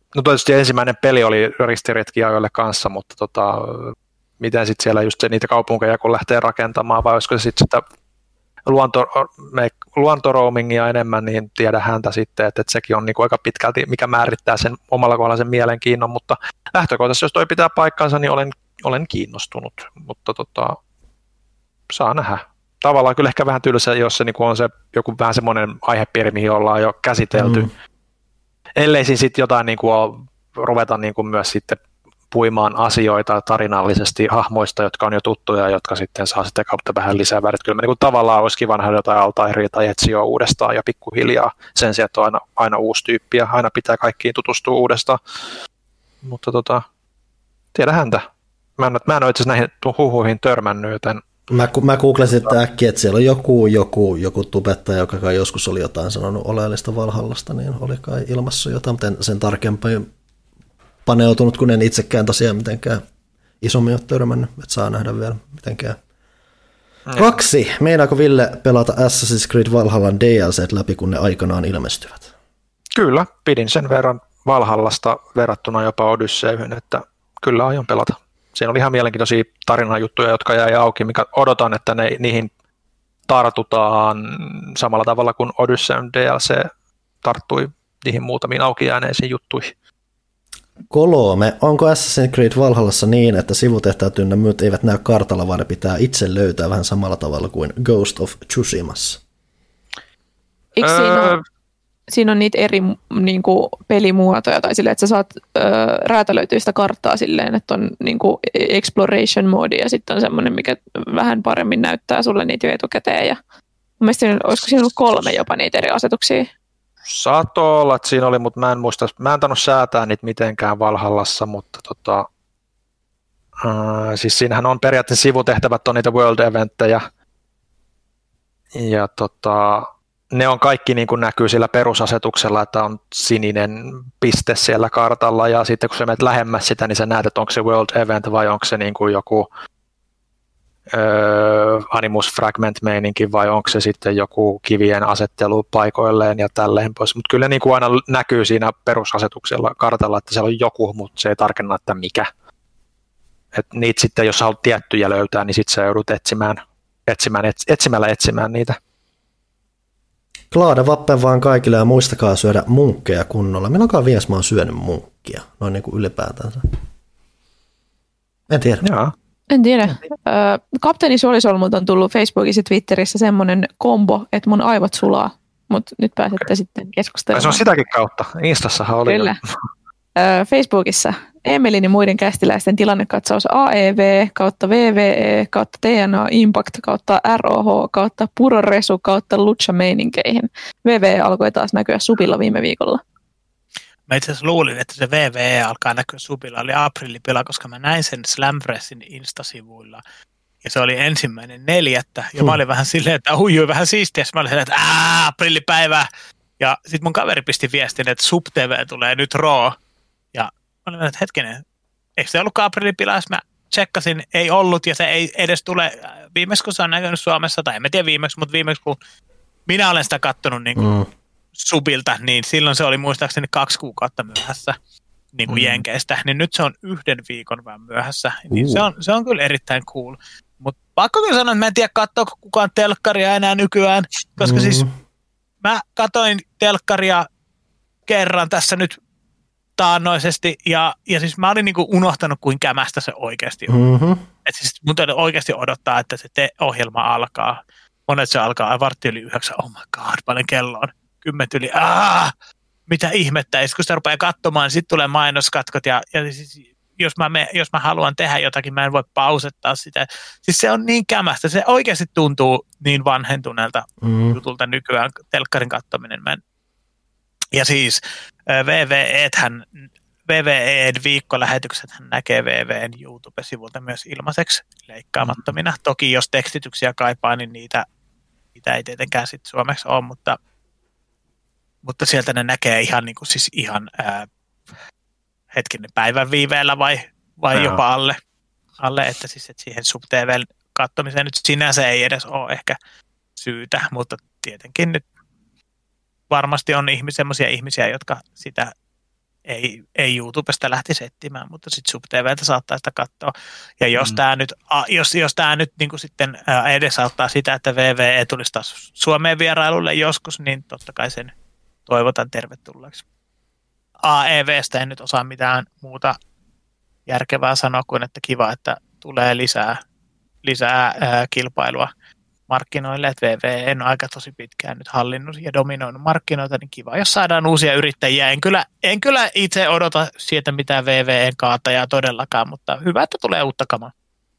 no tietysti ensimmäinen peli oli ristiretki ajoille kanssa, mutta tota, miten sitten siellä just se, niitä kaupunkeja kun lähtee rakentamaan, vai olisiko se sitten sitä luonto, luontoroamingia enemmän, niin tiedä häntä sitten, että, että sekin on niin kuin aika pitkälti, mikä määrittää sen omalla kohdalla sen mielenkiinnon, mutta lähtökohtaisesti, jos toi pitää paikkansa, niin olen, olen kiinnostunut, mutta tota, saa nähdä. Tavallaan kyllä ehkä vähän tylsä, jos se niin kuin on se joku vähän semmoinen aihepiiri, mihin ollaan jo käsitelty, mm. ellei siinä sitten jotain niin kuin ole, ruveta niin kuin myös sitten puimaan asioita tarinallisesti hahmoista, jotka on jo tuttuja, jotka sitten saa sitä kautta vähän lisää värit. Kyllä me niin tavallaan olisi kiva nähdä jotain Altairia tai Ezioa uudestaan ja pikkuhiljaa sen sijaan, että on aina, aina uusi tyyppi ja aina pitää kaikkiin tutustua uudestaan. Mutta tota, tiedä häntä. Mä en, mä en ole itse asiassa näihin huhuihin törmännyt, joten... Mä, mä googlasin että äkkiä, että siellä on joku, joku, joku tubettaja, joka kai joskus oli jotain sanonut oleellista Valhallasta, niin oli kai ilmassa jotain, mutta en sen tarkempaa paneutunut, kun en itsekään tosiaan mitenkään isommin ole törmännyt, että saa nähdä vielä mitenkään. Mm. Kaksi. Meinaako Ville pelata Assassin's Creed Valhallan D L C:t läpi, kun ne aikanaan ilmestyvät? Kyllä, pidin sen verran Valhallasta verrattuna jopa Odysseyhyn, että kyllä aion pelata. Siinä oli ihan mielenkiintoisia tarinajuttuja, jotka jäi auki, mikä odotan, että ne, niihin tartutaan samalla tavalla kuin Odysseyn D L C tarttui niihin muutamiin auki jääneisiin juttuihin. Kolme. Onko Assassin's Creed Valhallassa niin, että sivutehtäät ynnä muut eivät näy kartalla, vaan ne pitää itse löytää vähän samalla tavalla kuin Ghost of Tsushimassa? Eikö siinä ole, siinä on niitä eri niin kuin, pelimuotoja, tai silleen, että sä saat ö, räätälöityä sitä karttaa silleen, että on niin kuin exploration mode ja sitten on semmoinen, mikä vähän paremmin näyttää sulle niitä jo etukäteen. Ja mielestäni olisiko siinä ollut kolme jopa niitä eri asetuksia? Saattoi olla, että siinä oli, mutta mä en muista, mä en tainnut säätää niitä mitenkään Valhallassa, mutta tota, äh, siis siinähän on periaatteessa sivutehtävät, on niitä world eventteja, ja tota, ne on kaikki niin kuin näkyy sillä perusasetuksella, että on sininen piste siellä kartalla, ja sitten kun sä menet lähemmäs sitä, niin sä näet, että onko se world event vai onko se niin kuin joku Öö, Animus Fragment-meininki vai onko se sitten joku kivien asettelu paikoilleen ja tälleen pois. Mutta kyllä niin kuin aina näkyy siinä perusasetuksella kartalla, että siellä on joku, mutta se ei tarkenna, että mikä. Et niitä sitten, jos haluat tiettyjä löytää, niin sitten sä joudut etsimään, etsimään ets, etsimällä etsimään niitä. Klaada vappen vaan kaikille ja muistakaa syödä munkkeja kunnolla. Milloinkaan viimeis mä oon syönyt munkkia, noin niin kuin ylipäätänsä. En tiedä. Jaa. En tiedä. Kapteeni Suolisolmut on tullut Facebookissa ja Twitterissä semmoinen kombo, että mun aivot sulaa, mutta nyt pääsette okay. sitten keskustelemaan. Se on sitäkin kautta. Instassahan oli. Kyllä. Facebookissa Emelin ja muiden kästiläisten tilannekatsaus A E V kautta V V E kautta T N A Impact kautta R O H kautta Puroresu kautta Lucha meininkeihin. V V E alkoi taas näkyä Supilla viime viikolla. Mä itse asiassa luulin, että se V V E alkaa näkyä Supilla, oli aprillipila, koska mä näin sen Slampressin Insta-sivuilla. Ja se oli ensimmäinen neljättä. Ja hmm. mä olin vähän silleen, että huijui vähän siistiä. Mä olin silleen, että aah, aprillipäivä. Ja sit mun kaveri pisti viestin, että Sub T V tulee nyt Raw. Ja mä olin, että hetkinen, eikö se ollutkaan aprillipila? Mä tsekkasin, ei ollut. Ja se ei edes tule viimeksi, kun se on näkynyt Suomessa. Tai en mä tiedä viimeksi, mutta viimeksi, kun minä olen sitä kattonut niin kuin hmm. Subilta, niin silloin se oli muistaakseni kaksi kuukautta myöhässä niin kuin mm. Jenkeistä, niin nyt se on yhden viikon vähän myöhässä. Niin uh. se, on, se on kyllä erittäin cool. Mutta pakko kyllä sanoa, että mä en tiedä katsoako kukaan telkkaria enää nykyään, koska mm. siis mä katoin telkkaria kerran tässä nyt taannoisesti, ja, ja siis mä olin niinku unohtanut, kuin kämästä se oikeasti on. Mm-hmm. Et siis mun täytyy oikeasti odottaa, että se te- ohjelma alkaa. Monet se alkaa vartti yli yhdeksän, oh my god, paljon kello on. Kymmentä yli, aah, mitä ihmettä. Ja kun sitä rupeaa katsomaan, niin sitten tulee mainoskatkot. Ja, ja siis, jos, mä me, jos mä haluan tehdä jotakin, mä en voi pausettaa sitä. Siis se on niin kämästä. Se oikeasti tuntuu niin vanhentuneelta mm. jutulta nykyään, telkkarin katsominen. Mä en... Ja siis V V E:thän, V V E:n viikkolähetykset hän näkee V V:n YouTube-sivulta myös ilmaiseksi leikkaamattomina. Mm. Toki jos tekstityksiä kaipaa, niin niitä, niitä ei tietenkään sit suomeksi ole, mutta Mutta sieltä ne näkee ihan, niin kuin, siis ihan ää, hetkinen päivän viiveellä vai, vai jopa alle, alle, että, siis, että siihen Sub T V:n katsomiseen nyt sinänsä ei edes ole ehkä syytä, mutta tietenkin nyt varmasti on ihmis, sellaisia ihmisiä, jotka sitä ei, ei YouTubesta lähtisi etsimään, mutta sitten SubTVltä saattaa sitä katsoa. Ja jos Mm. tämä nyt, a, jos, jos tää nyt niin kuin sitten ää, edesauttaa sitä, että V V E tulisi taas Suomeen vierailulle joskus, niin totta kai sen toivotan tervetulleeksi. A E V:stä en nyt osaa mitään muuta järkevää sanoa kuin, että kiva, että tulee lisää, lisää ää, kilpailua markkinoille, että V V E on aika tosi pitkään nyt hallinnut ja dominoinut markkinoita, niin kiva, jos saadaan uusia yrittäjiä. En kyllä, en kyllä itse odota sieltä mitään V V E:n kaatajaa todellakaan, mutta hyvä, että tulee uutta kamaa.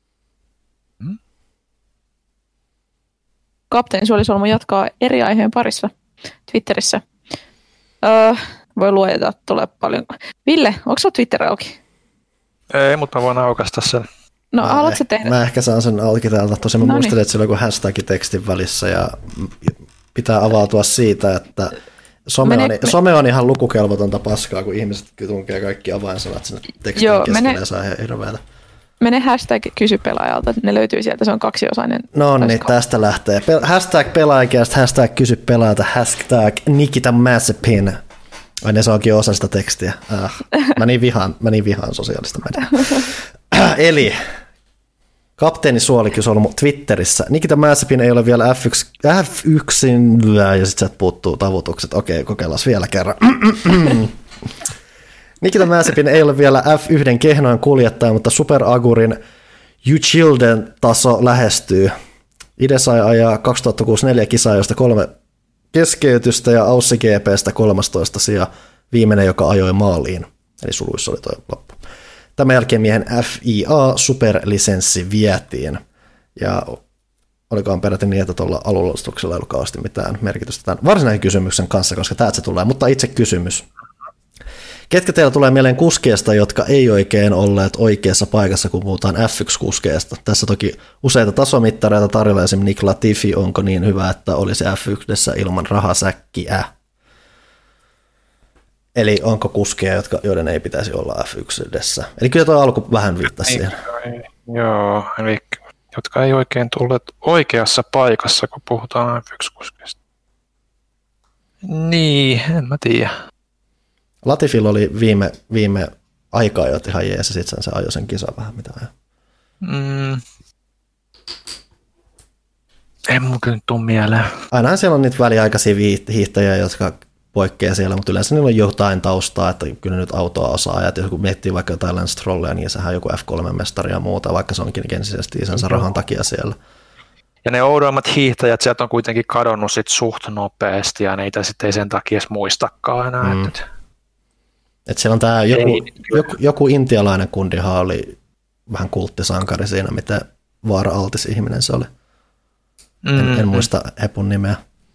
Kapteeni Suolisolmu jatkaa eri aiheen parissa Twitterissä. Öö, voi lueta, että tulee paljon. Ville, onko sinulla Twitter auki? Ei, mutta mä voin aukaista sen. No, Mä haluatko eh- tehdä? Mä ehkä saan sen auki täältä. Tosin mä Noniin. muistelin, että sillä on joku hashtag tekstin välissä ja pitää avautua siitä, että some, Mene- on, me- some on ihan lukukelvotonta paskaa, kun ihmiset tunkee kaikki avainsanat sinne tekstin Joo, keskelle mene- ja saa ihan hirveätä. Mene hashtag kysy pelaajalta, ne löytyy sieltä, se on kaksiosainen. No niin, Olisiko? tästä lähtee. Pel- hashtag pelaajakästä, hashtag kysy pelaajalta, hashtag Nikita Mazepin. Ai ne se onkin osa sitä tekstiä. Ah, mä niin vihaan, mä niin vihaan sosiaalista mediaa. Eli kapteeni Suolisolmu Twitterissä. Nikita Mazepin ei ole vielä F yksi, F yksi ja sitten sieltä puuttuu tavutukset. Okei, kokeillaan vielä kerran. Nikita Mazepin ei ole vielä F yksi kehnoin kuljettaja, mutta Superagurin Uchilden taso lähestyy. Ide sai ajaa kaksituhattakuusikymmentäneljä kisaa, josta kolme keskeytystä ja Aussi G P:stä kolmastoista sija, viimeinen, joka ajoi maaliin. Eli suluissa oli tuo loppu. Tämän jälkeen miehen F I A-superlisenssi vietiin. Ja olikohan peräti niin, että tuolla alustuksella ei ollut kauheasti mitään merkitystä tämän varsinaisen kysymyksen kanssa, koska täältä se tulee. Mutta itse kysymys. Ketkä teillä tulee mieleen kuskeista, jotka ei oikein olleet oikeassa paikassa, kun puhutaan F yksi kuskeista? Tässä toki useita tasomittareita tarjolla, esimerkiksi Nick Latifi, onko niin hyvä, että olisi F yksi ilman rahasäkkiä? Eli onko kuskeja, jotka, joiden ei pitäisi olla F yksi? Eli kyllä tuo alku vähän viittasi siihen. Joo, eli jotka ei oikein tulleet oikeassa paikassa, kun puhutaan F yksi kuskeista. Niin, en mä tiedä. Latifilla oli viime, viime aikaa jo ihan jees, ja sitten se ajoi sen kisan vähän mitä ajoi. Mm. Ei mun kyllä tule mieleen. Ainahan siellä on niitä väliaikaisia hiihtäjiä, jotka poikkeaa siellä, mutta yleensä niillä on jotain taustaa, että kyllä nyt autoa osaa, ja jos joku miettii vaikka jotain Lance Strollia, niin sehän on joku F kolme -mestari ja muuta, vaikka se onkin ensisijaisesti isänsä rahan takia siellä. Ja ne oudoimmat hiihtäjät sieltä on kuitenkin kadonnut sit suht nopeasti, ja niitä sitten ei sen takia edes muistakaan enää. Mm. Että että siellä on tämä joku, joku, joku intialainen kundihan oli vähän kulttisankari siinä, miten vaara-altis ihminen se oli. En, mm. en muista Epun nimeä.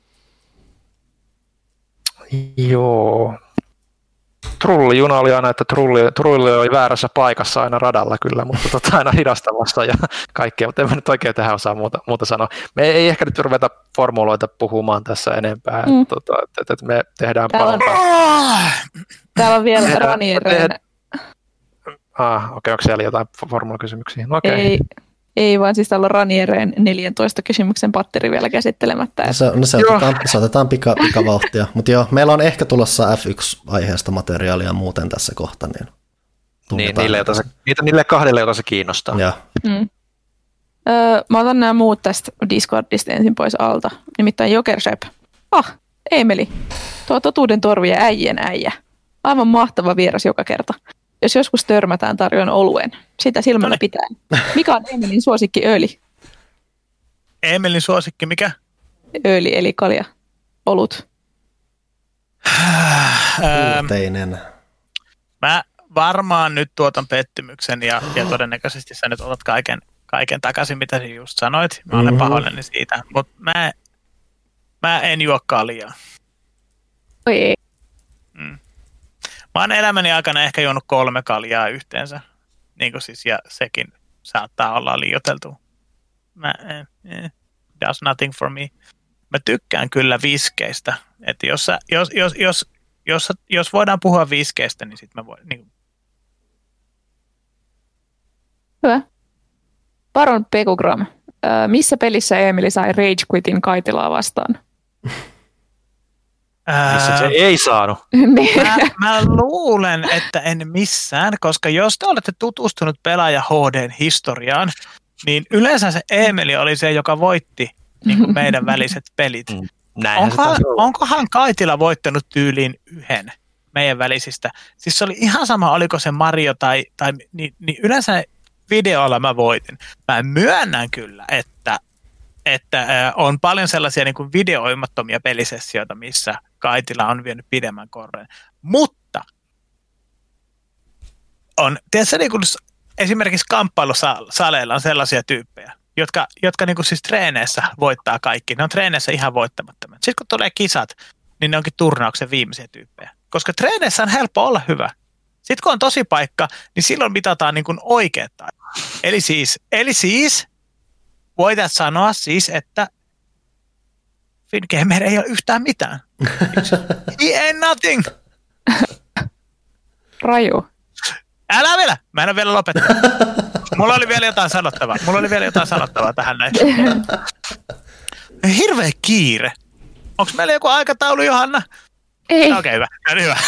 Joo. Trullijuna oli aina, että trulli, trulli oli väärässä paikassa aina radalla kyllä, mutta tota aina hidastamassa ja kaikkea, mutta en mä nyt oikein tähän osaa muuta, muuta sanoa. Me ei ehkä nyt ruveta formuloita puhumaan tässä enempää, mm. että, tota, että, että me tehdään Täällä on, täällä on vielä Raniereen. Ah, okei, okay, onko siellä jotain formulakysymyksiä? No, okay. Ei, ei, vaan siis täällä on Raniereen neljäntoista kysymyksen patteri vielä käsittelemättä. No se, no se otetaan, se otetaan pika, pikavauhtia, mutta joo, meillä on ehkä tulossa F yksi -aiheesta materiaalia muuten tässä kohta. Niin, niin niille, jota se, niitä, niille kahdelle, joita se kiinnostaa. Mm. Öö, mä otan nämä muut tästä Discordista ensin pois alta, nimittäin Jokersep. Ah, Emeli, tuo totuuden torvi ja äijien äijä. Aivan mahtava vieras joka kerta. Jos joskus törmätään, tarjoan oluen. Sitä silmällä pitäen. Mikä on Emelin suosikki öli? Emelin suosikki mikä? Öli eli kalja. Olut. Yhteinen. Mä varmaan nyt tuotan pettymyksen ja, ja todennäköisesti sä nyt otat kaiken, kaiken takaisin, mitä sä just sanoit. Mä olen mm-hmm. pahoillani siitä, mutta mä, mä en juo kaljaa. Oi ei. Mm. Mä oon elämäni aikana ehkä juonut kolme kaljaa yhteensä, niin kuin siis, ja sekin saattaa olla liioiteltu. Mä, eh, does nothing for me. Mä tykkään kyllä viskeistä, että jos, jos, jos, jos, jos, jos voidaan puhua viskeistä, niin sit mä voin. Niin. Hyvä. Baron Pekugram. Äh, missä pelissä Emeli sai Rage Quitin Kaitilaa vastaan? Missä se ei saanut? Mä, mä luulen, että en missään, koska jos te olette tutustunut pelaaja H D:n historiaan, niin yleensä se Eemeli oli se, joka voitti niin kuin meidän väliset pelit. Onkohan, onkohan Kaitila voittanut tyyliin yhden meidän välisistä? Siis se oli ihan sama, oliko se Mario tai, tai niin, niin yleensä videolla mä voitin. Mä myönnän kyllä, että, että on paljon sellaisia niin kuin videoimattomia pelisessioita, missä Kaitila on vienyt pidemmän korren. Mutta on, tiedätkö, niin kuin esimerkiksi kamppailusaleilla on sellaisia tyyppejä, jotka, jotka niin kuin siis treeneissä voittaa kaikki. Ne on treeneissä ihan voittamattomat. Sitten kun tulee kisat, niin ne onkin turnauksen viimeisiä tyyppejä. Koska treeneissä on helppo olla hyvä. Sitten kun on tosi paikka, niin silloin mitataan niin kuin oikeat taidot. Eli siis, eli siis voitat sanoa siis, että Fingamer ei ole yhtään mitään. He ain't nothing. Raju. Älä vielä! Mä en ole vielä lopettanut. Mulla oli vielä jotain sanottavaa. Mulla oli vielä jotain sanottavaa tähän näin. Hirveä kiire. Onko meillä joku aikataulu, Johanna? Ei. Okei, okay, hyvä. hyvä.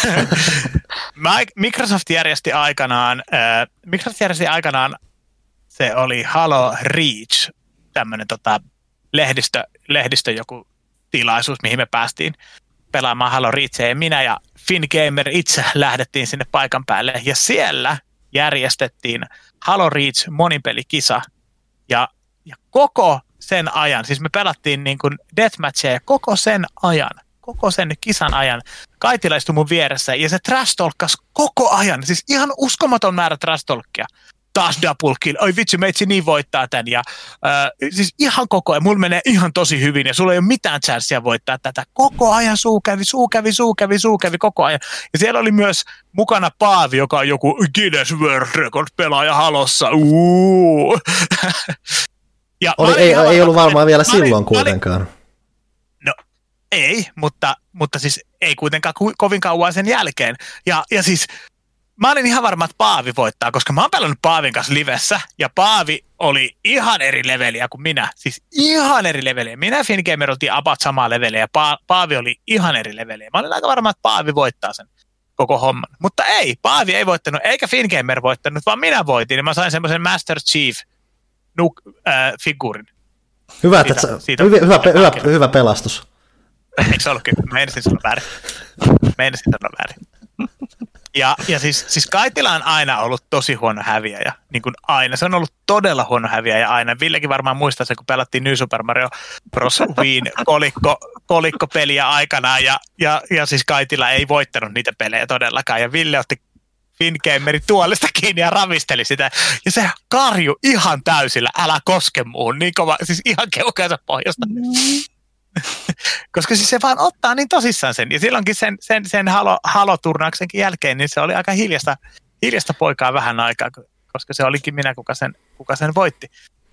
Microsoft järjesti aikanaan, äh, Microsoft järjesti aikanaan, se oli Halo Reach, tämmöinen tota, lehdistö, lehdistö joku tilaisuus, mihin me päästiin pelaamaan Halo Reachia, ja minä ja Fingamer itse lähdettiin sinne paikan päälle, ja siellä järjestettiin Halo Reach monipelikisa, ja, ja koko sen ajan, siis me pelattiin niin kuin deathmatchia, ja koko sen ajan, koko sen kisan ajan, Kaitila istui mun vieressä, ja se trash-talkkasi koko ajan, siis ihan uskomaton määrä trash-talkkia. Taas double kill, oi vitsi, meitsi niin voittaa tän, ja äh, siis ihan koko ajan, mulla menee ihan tosi hyvin, ja sulla ei ole mitään chanssia voittaa tätä. Koko ajan suu kävi, suu kävi, suu kävi, suu kävi koko ajan. Ja siellä oli myös mukana Paavi, joka on joku Guinness World Record-pelaaja Halossa. Uuu. Ja oli, ei, ei ollut varmaan vielä silloin olin, kuitenkaan. Olin, no ei, mutta, mutta siis ei kuitenkaan ko- kovin kauan sen jälkeen. Ja, ja siis mä olin ihan varma, että Paavi voittaa, koska mä oon pelannut Paavin kanssa livessä, ja Paavi oli ihan eri leveliä kuin minä. Siis ihan eri leveliä. Minä ja Fingamer oltiin about samaa leveliä, ja pa- Paavi oli ihan eri leveliä. Mä olin aika varma, että Paavi voittaa sen koko homman. Mutta ei, Paavi ei voittanut, eikä Fingamer voittanut, vaan minä voitin, ja mä sain semmoisen Master Chief nuk, äh, figuurin. Hyvä, siitä, että siitä, hyvä, hyvä, hyvä, hyvä pelastus. Eikö se ollutkin? Mä ensin sanoa väärin. Mä ensin sanoa väärin. Ja, ja siis, siis Kaitila on aina ollut tosi huono häviäjä, niin kuin aina. Se on ollut todella huono häviäjä aina. Villekin varmaan muistaa se, kun pelattiin New Super Mario Bros. Wiin kolikko, kolikkopeliä aikanaan, ja, ja, ja siis Kaitila ei voittanut niitä pelejä todellakaan, ja Ville otti Fingamerin tuolista kiinni ja ravisteli sitä, ja se karju ihan täysillä, älä koske muuhun, niin kova, siis ihan keuhkeensa pohjasta. Koska siis se vaan ottaa niin tosissaan sen, ja silloinkin sen, sen, sen halo, haloturnauksenkin jälkeen, niin se oli aika hiljasta, hiljasta poikaa vähän aikaa, koska se olikin minä, kuka sen, kuka sen voitti.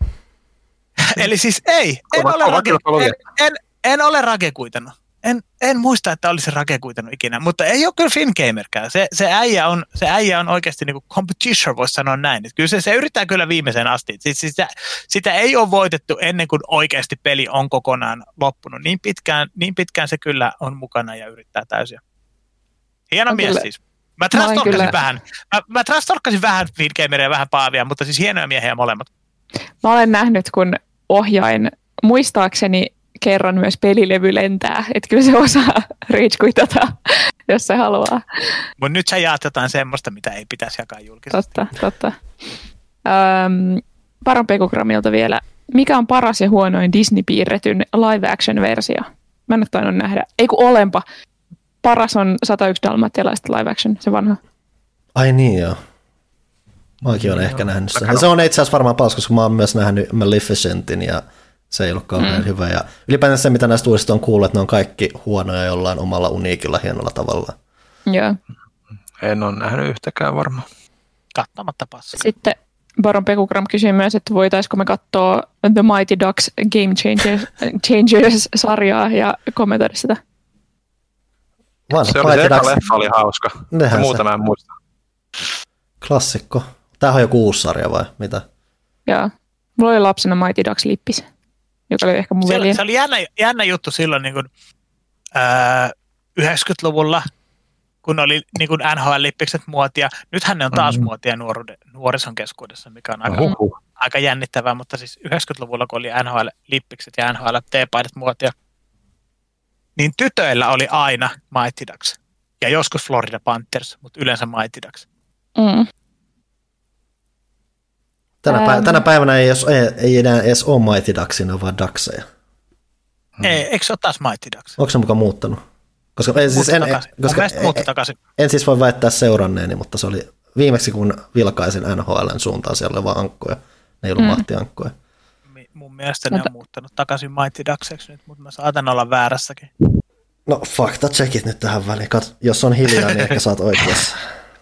Eli siis ei, en kova, ole, kova, rake, kova, en, en, en ole rakekuitannut. En, en muista, että olisi rakekuitannut ikinä, mutta ei ole kyllä Fingamerkään. Se, se, äijä on, se äijä on oikeasti niin kuin competition, voisi sanoa näin. Että kyllä se, se yrittää kyllä viimeiseen asti. Siis, siis sitä, sitä ei ole voitettu ennen kuin oikeasti peli on kokonaan loppunut. Niin pitkään, niin pitkään se kyllä on mukana ja yrittää täysin. Hieno on mies kyllä. Siis. Mä trash-talkkasin kyllä vähän, mä, mä trash-talkkasin vähän Fingameria ja vähän Paavia, mutta siis hienoja miehiä molemmat. Mä olen nähnyt, kun ohjain muistaakseni kerran myös pelilevy lentää, että kyllä se osaa reach-kuitata, jos se haluaa. Mutta nyt sä jaat jotain semmoista, mitä ei pitäisi jakaa julkisesti. Totta, totta. Öm, Paron Pekukramilta vielä. Mikä on paras ja huonoin Disney-piirretyn live-action-versio? Mä en ole tainnut nähdä. Ei kun olenpa. Paras on sata yksi dalmatialaista live-action, se vanha. Ai niin joo. Mäkin olen ehkä nähnyt sen. Se on itse asiassa varmaan paras, koska mä oon myös nähnyt Maleficentin ja se ei ollut kauhean mm. hyvä. Ja ylipäätään se, mitä näistä uudista on kuullut, että ne on kaikki huonoja jollain omalla uniikilla hienolla tavalla. Joo. En ole nähnyt yhtäkään varmaan. Kattamatta passa. Sitten Baron Pekukram kysyi myös, että voitaisiko me katsoa The Mighty Ducks Game Changers, Changers-sarjaa ja kommentoida sitä. Vanha se oli se eka leffa, oli hauska. Nehän muuta mä en muista. Klassikko. Tämähän on joku uusi sarja vai mitä? Joo. Mulla oli lapsena Mighty Ducks-lippis, joka oli ehkä mun se, veli. Se oli jännä, jännä juttu silloin, niin kun, ää, yhdeksänkymmentäluvulla, kun oli niin kuin N H L-lippikset muotia. Nythän ne on taas mm-hmm. muotia nuoruuden, nuorison keskuudessa, mikä on aika, uh-huh. aika jännittävää, mutta siis yhdeksänkymmentäluvulla, kun oli N H L-lippikset ja N H L-teepaidat muotia, niin tytöillä oli aina Mighty Ducks. Ja joskus Florida Panthers, mutta yleensä Mighty Ducks. Mm. Tänä, päivänä, tänä päivänä ei, ei, ei enää edes ole Mighty Ducksina, vaan Duckseja. Hmm. Ei, eikö se ole taas Mighty Ducks? Onko se mukaan muuttanut? Koska, en, siis en, koska, en, en siis voi väittää seuranneeni, mutta se oli viimeksi, kun vilkaisin N H L:n suuntaan, siellä oli vaan ankkoja. Ne ei ollut mm. mahtiankkoja. Mun mielestä mutta... ne on muuttanut takaisin Mighty Duckseksi nyt, mutta mä saatan olla väärässäkin. No fakta checkit nyt tähän väliin. Kat, jos on hiljaa, niin ehkä sä oot oikeassa.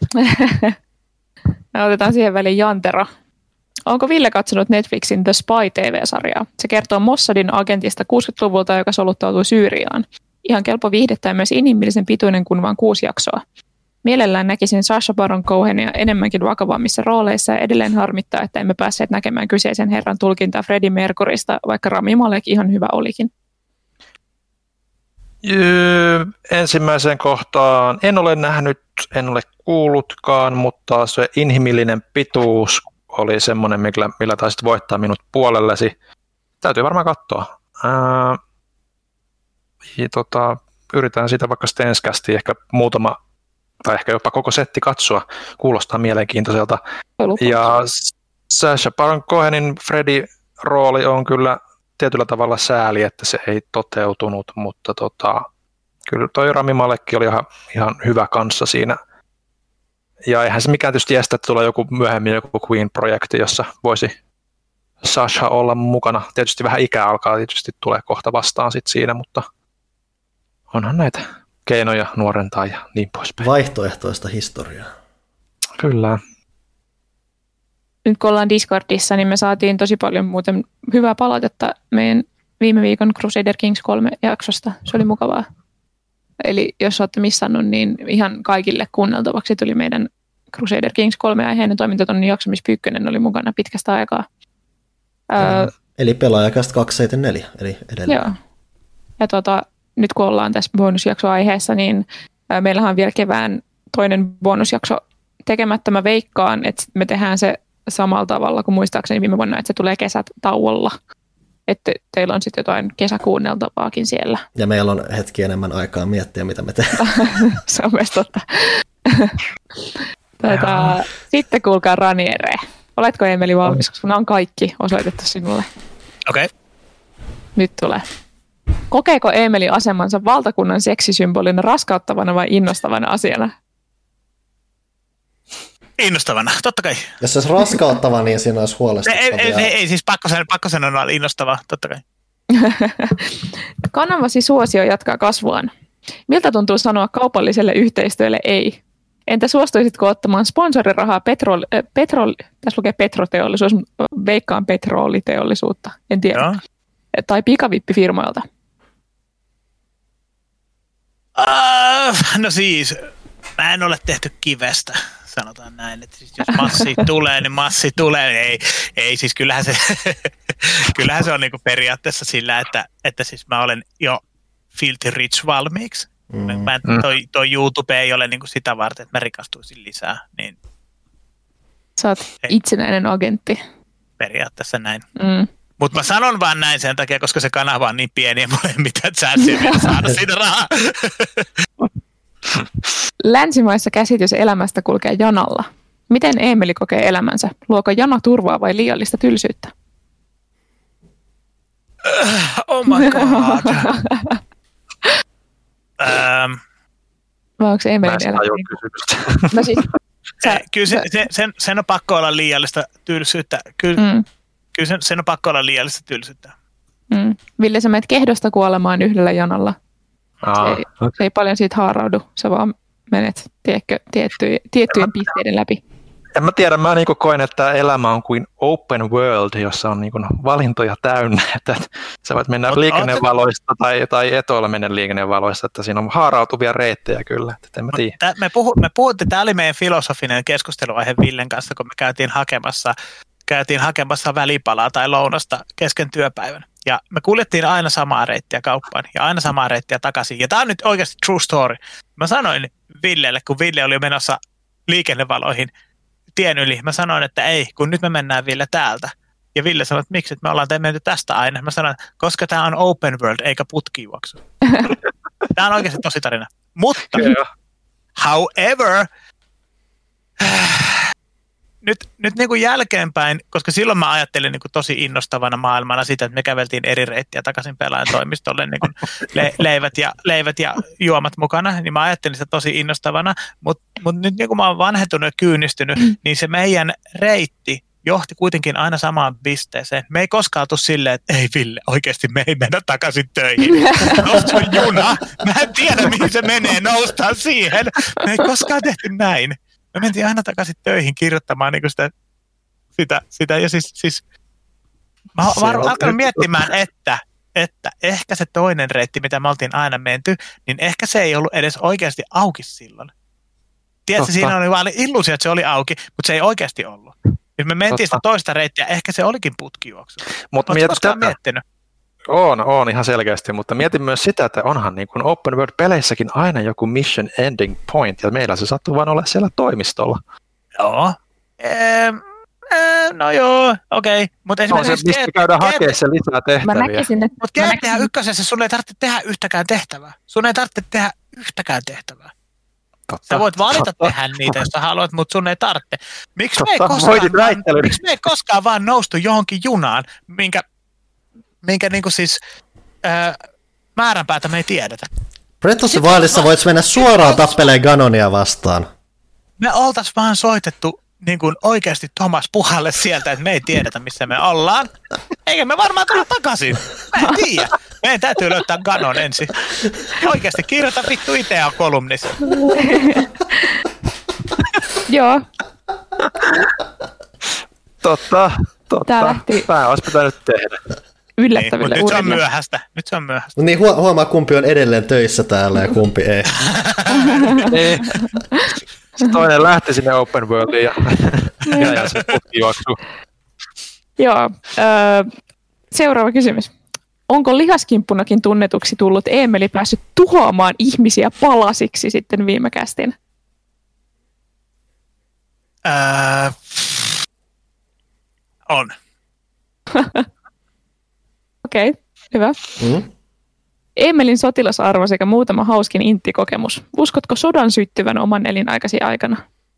Me otetaan siihen väliin Jantero. Onko Ville katsonut Netflixin The Spy T V-sarjaa? Se kertoo Mossadin agentista kuusikymmentäluvulta, joka soluttautui Syyriaan. Ihan kelpo viihdettä ja myös inhimillisen pituinen kuin vain kuusi jaksoa. Mielellään näkisin Sacha Baron Cohenia enemmänkin vakavammissa rooleissa ja edelleen harmittaa, että emme päässeet näkemään kyseisen herran tulkintaa Freddie Mercurysta, vaikka Rami Malek ihan hyvä olikin. Jö, ensimmäiseen kohtaan en ole nähnyt, en ole kuullutkaan, mutta se inhimillinen pituus oli semmoinen, millä, millä taisit voittaa minut puolellesi. Täytyy varmaan katsoa. Ää, ja tota, yritän sitä vaikka sitten ensi kästi ehkä muutama, tai ehkä jopa koko setti katsoa. Kuulostaa mielenkiintoiselta. Ja Sacha Baron Cohenin Freddy-rooli on kyllä tietyllä tavalla sääli, että se ei toteutunut, mutta tota, kyllä toi Rami Malekki oli ihan, ihan hyvä kanssa siinä. Ja eihän se mikään tietysti estä, että tulee joku myöhemmin joku Queen-projekti, jossa voisi Sasha olla mukana. Tietysti vähän ikää alkaa, tietysti tulee kohta vastaan sit siinä, mutta onhan näitä keinoja nuorentaa ja niin poispäin. Vaihtoehtoista historiaa. Kyllä. Nyt kun ollaan Discordissa, niin me saatiin tosi paljon muuten hyvää palautetta meidän viime viikon Crusader Kings kolme jaksosta. Se oli mukavaa. Eli jos olette missannut, niin ihan kaikille kuunneltavaksi tuli meidän Crusader Kings kolme aiheinen toimintatonnin jakso, missä Pyykkönen oli mukana pitkästä aikaa. Öö, eli pelaajakästä kaksisataaseitsemänkymmentäneljä, eli edelleen. Joo. Ja tota, nyt kun ollaan tässä bonusjakso-aiheessa, niin ää, meillähän on vielä kevään toinen bonusjakso tekemättä. Mä veikkaan, että me tehdään se samalla tavalla kuin muistaakseni viime vuonna, että se tulee kesät tauolla. Että teillä on sitten jotain kesäkuunneltavaakin siellä. Ja meillä on hetki enemmän aikaa miettiä, mitä me tehdään. Se on myös totta. Tätä, sitten kuulkaa Raniere. Oletko Emeli valmis, koska nämä on kaikki osoitettu sinulle. Okei. Okay. Nyt tulee. Kokeeko Emeli asemansa valtakunnan seksisymbolina raskauttavana vai innostavana asiana? Innostavana, totta kai. Jos se olisi raskauttava, niin siinä olisi huolestuttavia. Ei, ei, ei, ei siis pakko sanoa, pakko sanoa olla innostava, totta kai. Kanavasi suosio jatkaa kasvuaan. Miltä tuntuu sanoa kaupalliselle yhteistyölle ei? Entä suostuisitko ottamaan sponsorirahaa petrol, äh, petrol, tässä lukee petroteollisuus, veikkaan petroliteollisuutta, en tiedä. Joo. Tai pikavippifirmoilta? Uh, no siis, mä en ole tehty kivestä. Sanotaan näin, että siis jos massi tulee, niin massi tulee. Ei, ei siis kyllähän se, kyllähän se on niinku periaatteessa sillä, että, että siis mä olen jo filthy rich valmiiksi. Mm. Mä, toi, toi YouTube ei ole niinku sitä varten, että mä rikastuisin lisää. Niin sä oot ei. Itsenäinen agentti. Periaatteessa näin. Mm. Mutta mä sanon vaan näin sen takia, koska se kanava on niin pieni ja mulla ei mitään chanssiä vielä saada siitä rahaa. Länsimaissa käsitys elämästä kulkee janalla. Miten Eemeli kokee elämänsä? Luoko jano turvaa vai liiallista tylsyyttä? Oh my god. um, vai onko Eemelin elämä? No siis, sä, kyllä se, se, sen, sen on pakko olla liiallista tylsyyttä. Kyllä, mm. kyllä sen, sen on pakko olla liiallista tylsyyttä. Mm. Ville, sä menet kehdosta kuolemaan yhdellä janalla. Aa, se, ei, okay. se ei paljon siitä haaraudu, sä vaan menet tiedätkö, tiettyjen, tiettyjen pisteiden läpi. En mä tiedä, mä niinku koen, että elämä on kuin open world, jossa on niinku valintoja täynnä, että sä voit mennä liikennevaloista tai, tai et ole mennä liikennevaloista, että siinä on haarautuvia reittejä kyllä, että en mä tiedä. Tää, me, puhu, me puhuttiin, tämä oli meidän filosofinen keskusteluaihe Villen kanssa, kun me käytiin hakemassa, käytiin hakemassa välipalaa tai lounasta kesken työpäivän. Ja me kuljettiin aina samaa reittiä kauppaan ja aina samaa reittiä takaisin. Ja tämä on nyt oikeasti true story. Mä sanoin Villelle, kun Ville oli menossa liikennevaloihin tien yli, mä sanoin, että ei, kun nyt me mennään Ville täältä. Ja Ville sanoi, että miksi, että me ollaan menty tästä aina. Mä sanoin, koska tämä on open world eikä putkijuoksu. Tämä on oikeasti tosi tarina. Mutta, however, nyt, nyt niin kuin jälkeenpäin, koska silloin mä ajattelin niin kuin tosi innostavana maailmana sitä, että me käveltiin eri reittiä takaisin pelaajan toimistolle niin kuin le- leivät, ja, leivät ja juomat mukana, niin mä ajattelin sitä tosi innostavana, mutta mut nyt niin kuin mä oon vanhentunut ja kyynistynyt, niin se meidän reitti johti kuitenkin aina samaan pisteeseen. Me ei koskaan tule silleen, että ei Ville, oikeasti me ei mennä takaisin töihin. Nousta juna, mä en tiedä mihin se menee, noustaan siihen. Me ei koskaan tehty näin. Me mentiin aina takaisin töihin kirjoittamaan niin sitä, sitä, sitä, ja siis, siis mä oon alkanut miettimään, että, että ehkä se toinen reitti, mitä me oltiin aina menty, niin ehkä se ei ollut edes oikeasti auki silloin. Tiedätkö, siinä oli vaan illuusio, että se oli auki, mutta se ei oikeasti ollut. Jos me mentiin Totta. sitä toista reittiä, ehkä se olikin putkijuoksu. Mutta mieti koskaan tätä. miettinyt? On, on ihan selkeästi, mutta mietin myös sitä, että onhan niin kuin open world-peleissäkin aina joku mission ending point, ja meillä se sattuu vaan olla siellä toimistolla. Joo. Eee, ee, no joo, okei. Okay. Mutta no, se, mistä käydään hakemaan se lisää tehtäviä. Mä näkisin, että... Mutta G T A ykkösessä sun ei tarvitse tehdä yhtäkään tehtävää. Sun ei tarvitse tehdä yhtäkään tehtävää. Totta, sä voit valita totta. tehdä niitä, jos sä haluat, mutta sun ei tarvitse. Miksi me ei koskaan, vaan, miksi me ei koskaan vaan noustu johonkin junaan, minkä, minkä niinku siis ää, määränpäätä me ei tiedetä? Breath of the Wildissa voit mennä suoraan tappeleen Ganonia vastaan. Me oltais vaan soitettu niin kuin oikeasti Thomas Puhalle sieltä, että me ei tiedetä, missä me ollaan. Eikä me varmaan tulla takaisin. Mä en tiedä. Meidän täytyy löytää Ganon ensin. Oikeasti kirjoita vittu I T A-kolumnissa. Joo. Totta, totta. Tää lähti... Mä olisi pitänyt tehdä. Yllättäville niin, nyt se on myöhäistä. Nyt se on myöhäistä. Niin huomaa, kumpi on edelleen töissä täällä ja kumpi ei. ei. Se toinen lähti sinne open worldiin ja, ja, ja se putkijuoksu. Joo. Öö, seuraava kysymys. Onko lihaskimppunakin tunnetuksi tullut Eemeli päässyt tuhoamaan ihmisiä palasiksi sitten viime kästin? Öö, on. Okei, okay, hyvä. Mm. Eemelin sotilasarvo sekä muutama hauskin inttikokemus. Uskotko sodan syttyvän oman elinaikasi aikana?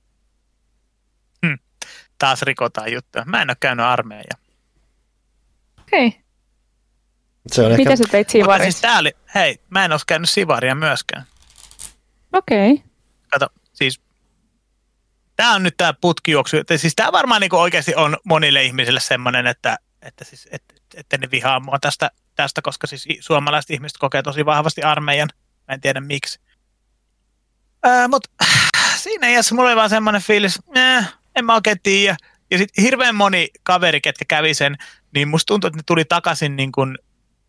Hmm. Taas rikotaan juttuja. Mä en ole käynyt armeijaa. Okei. Okay. Ehkä... Mitä sä teit Sivarissa? Siis tää oli, hei, mä en ole käynyt Sivaria myöskään. Okei. Okay. Kato, siis tää on nyt tää putkijuoksu. Siis tää varmaan niinku oikeasti on monille ihmisille semmoinen, että, että, siis, että, että ne vihaa mua tästä, tästä, koska siis suomalaiset ihmiset kokee tosi vahvasti armeijan. Mä en tiedä miksi. Öö, mut siinä iässä mulla oli vaan semmoinen fiilis, äh, en mä oikein tiedä. Ja sit hirveän moni kaveri, ketkä kävi sen, niin musta tuntuu, että ne tuli takaisin niin kuin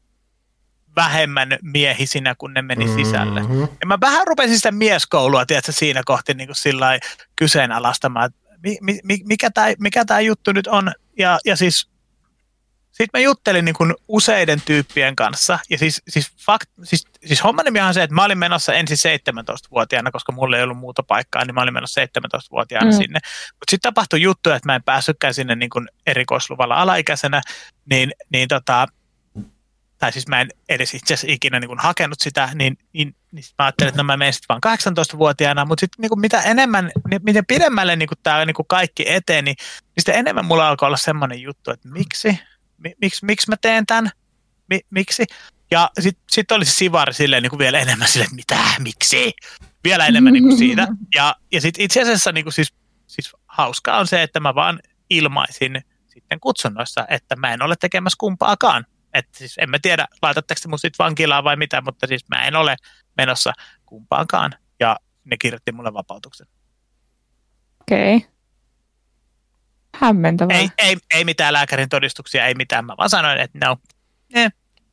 vähemmän miehisinä, kun ne meni sisälle. Mm-hmm. Ja mä vähän rupesin sitä mieskoulua, tiedätkö, siinä kohti niin kuin sillai kyseenalaistamaan, että mi, mi, mikä tämä mikä tää juttu nyt on. Ja, ja siis sitten mä juttelin niin kuin useiden tyyppien kanssa. Ja siis, siis, fakt, siis, siis homma nimi on se, että mä olin menossa ensin seitsemäntoistavuotiaana, koska mulla ei ollut muuta paikkaa, niin mä olin menossa seitsemäntoistavuotiaana mm. sinne. Mutta sitten tapahtui juttuja, että mä en päässytkään sinne niin kuin erikoisluvalla alaikäisenä, niin, niin tota, tai siis mä en edes itse asiassa ikinä niin kuin hakenut sitä, niin, niin, niin mä ajattelin, että no mä menen sitten vaan kahdeksantoistavuotiaana, mutta sitten niin kuin mitä enemmän, niin miten pidemmälle niin kuin tämä niin kuin kaikki eteni, niin sitten enemmän mulla alkoi olla semmoinen juttu, että miksi? Miksi, miksi mä teen tämän? Mi, miksi? Ja sitten sit oli se Sivari silleen niin kuin vielä enemmän silleen, että mitä, miksi? Vielä enemmän niin kuin siitä. Ja, ja sitten itse asiassa niin kuin siis, siis hauskaa on se, että mä vaan ilmaisin sitten kutsunnoissa, että mä en ole tekemässä kumpaakaan. Että siis en mä tiedä, laitatteko te mun sitten vankilaan vai mitä, mutta siis mä en ole menossa kumpaankaan. Ja ne kirjoitti mulle vapautuksen. Okei. Okay. Hämmentävää. Ei, ei, ei mitään lääkärin todistuksia, ei mitään. Mä vaan sanoin, että no. Eh.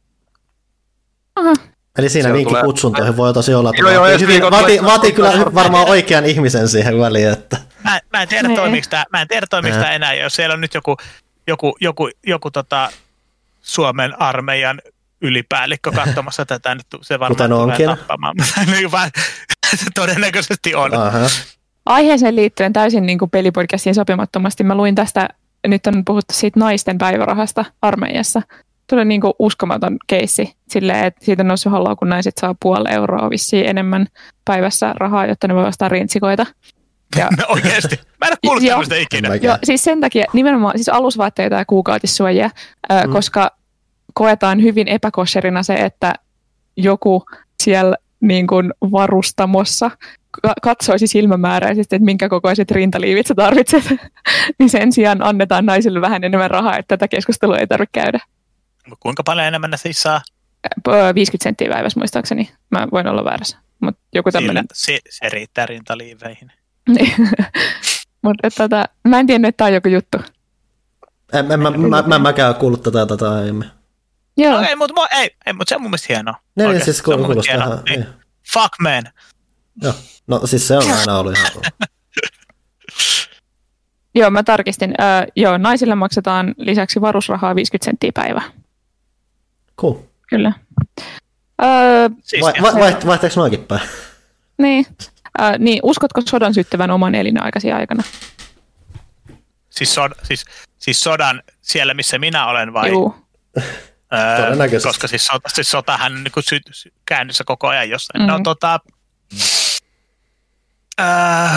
Aha. Eli siinä vinkin tulee kutsuntoihin voi tosi olla, joo, joo, hyvin, vaatii, vaatii kyllä varmaan oikean ihmisen siihen väliin. Että. Mä, mä en tiedä, toimiiko tämä, mä en tiedä, toimiiko tämä enää, jos siellä on nyt joku, joku, joku, joku tota, Suomen armeijan ylipäällikkö katsomassa tätä, nyt se varmaan Kuten tulee onkin. tappamaan. Se todennäköisesti on. Aha. Aiheeseen liittyen täysin niin kuin pelipodcastiin sopimattomasti. Mä luin tästä, nyt on puhuttu siitä naisten päivärahasta armeijassa. Tuli niin kuin uskomaton keissi silleen, että siitä on noussut halua, kun naiset saa puoli euroa vissiin enemmän päivässä rahaa, jotta ne voi ostaa rintsikoita. Ja, No oikeasti. Mä en ole kuullut tämmöistä ikinä. Mäkään. joo, siis sen takia nimenomaan siis alusvaatteita ja kuukautissuojia, mm. koska koetaan hyvin epäkosherina se, että joku siellä niin kuin varustamossa katsoisi silmämääräisesti, että minkä kokoiset rintaliivit sä tarvitset, niin sen sijaan annetaan naisille vähän enemmän rahaa, että tätä keskustelua ei tarvitse käydä. Kuinka paljon enemmän ne siis saa? viisikymmentä senttiä päivässä muistaakseni. Mä voin olla väärässä, mutta joku tämmöinen. Se, se riittää rintaliiveihin. Mutta tota, mä en tiennyt, että tämä on joku juttu. En, en, mä, mä, mä, mäkään ole kuullut tätä, tätä aiemmin. Joo. Okay, mutta ei, ei, mut se on mun mielestä hienoa. Ne, Oikeasti, siis se on mun mielestä kuulostaa hienoa. ihan... Niin. Niin. Fuck man. Joo. No siis se on aina ollut ihan... Joo, mä tarkistin. Öö, joo, naisille maksetaan lisäksi varusrahaa viisikymmentä senttiä päivä. Cool. Kyllä. Öö, Siis, Vai, va, vaiht, vaihteeko noikin päin? niin. Öö, niin, uskotko sodan syttyvän oman elinaikaisia aikana? siis, sod, siis, siis sodan siellä, missä minä olen vai? Juu. Öö, Todennäköisesti. koska siis, sota, siis sotahan on niin kuin sy, sy, käynnissä koko ajan jossain. Mm-hmm. No tota... Öö,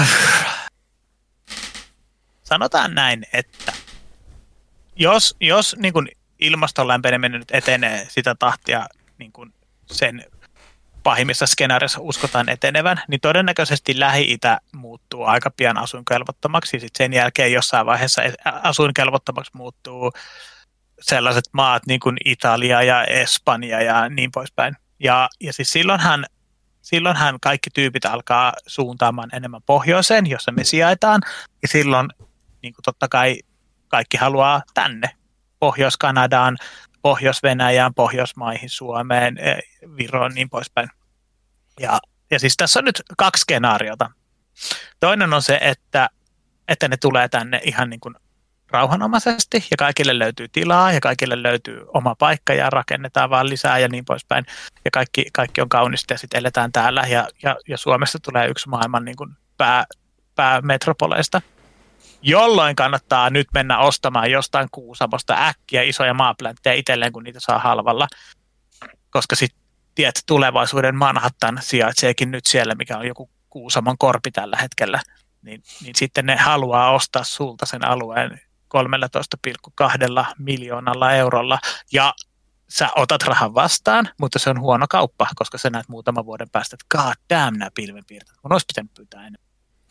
sanotaan näin, että jos, jos niin kuin ilmaston lämpeneminen nyt etenee sitä tahtia niin kuin sen pahimmissa skenaarioissa uskotaan etenevän, niin todennäköisesti Lähi-Itä muuttuu aika pian asuinkelvottomaksi. Sitten sen jälkeen jossain vaiheessa asuinkelvottomaksi muuttuu sellaiset maat niin kuin Italia ja Espanja ja niin poispäin. Ja, ja siis silloinhan, silloinhan kaikki tyypit alkaa suuntaamaan enemmän pohjoiseen, jossa me sijaitaan. Ja silloin niin kuin totta kai kaikki haluaa tänne, Pohjois-Kanadaan, Pohjois-Venäjään, Pohjoismaihin, Suomeen, Viroon, niin poispäin. Ja, ja siis tässä on nyt kaksi skenaariota. Toinen on se, että, että ne tulee tänne ihan niin kuin rauhanomaisesti ja kaikille löytyy tilaa ja kaikille löytyy oma paikka ja rakennetaan vaan lisää ja niin poispäin. Ja kaikki, kaikki on kaunista ja sitten eletään täällä ja, ja, ja Suomesta tulee yksi maailman niin kuin pää, päämetropoleista. Jolloin kannattaa nyt mennä ostamaan jostain Kuusamosta äkkiä isoja maaplänttejä itselleen, kun niitä saa halvalla. Koska sitten tiedät, tulevaisuuden Manhattan sijaitseekin nyt siellä, mikä on joku Kuusamon korpi tällä hetkellä. Niin, niin sitten ne haluaa ostaa sulta sen alueen kolmetoista pilkku kaksi miljoonalla eurolla. Ja sä otat rahan vastaan, mutta se on huono kauppa, koska sä näet muutaman vuoden päästä, että god damn, nämä pilvenpiirtäjät. Mun olisi pitänyt pyytää enemmän.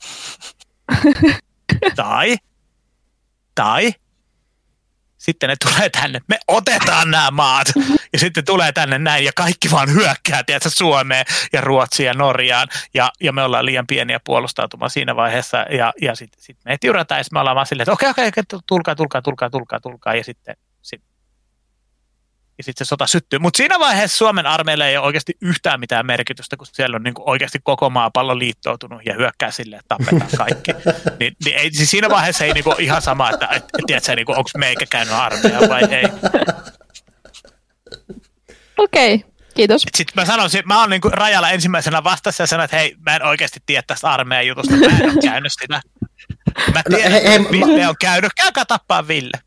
Tai, tai sitten ne tulee tänne, me otetaan nämä maat ja sitten tulee tänne näin ja kaikki vaan hyökkää, tiedätkö, Suomeen ja Ruotsiin ja Norjaan ja, ja me ollaan liian pieniä puolustautumaan siinä vaiheessa ja, ja sitten sit me tiurataan ja sitten me ollaan vaan silleen, että okei, okei, okei, tulkaa, tulkaa, tulkaa, tulkaa, tulkaa ja sitten sit, ja sitten se sota syttyy. Mutta siinä vaiheessa Suomen armeille ei ole oikeasti yhtään mitään merkitystä, kun siellä on niinku oikeasti koko maapallo liittoutunut ja hyökkää silleen, että tapetaan kaikki. Ni, niin ei, siis siinä vaiheessa ei niinku ihan sama, että et, et, tiedätkö, niinku, onko meikä käynyt armeijaa vai ei. Okei, okay, kiitos. Sitten mä sanon, mä oon niinku rajalla ensimmäisenä vastassa ja sanon, että hei, mä en oikeasti tiedä tästä armeijan jutusta, mä en ole käynyt sitä. Mä tiedän, no, hei, hei, Ville mä... on käynyt, käykää tappaa Ville.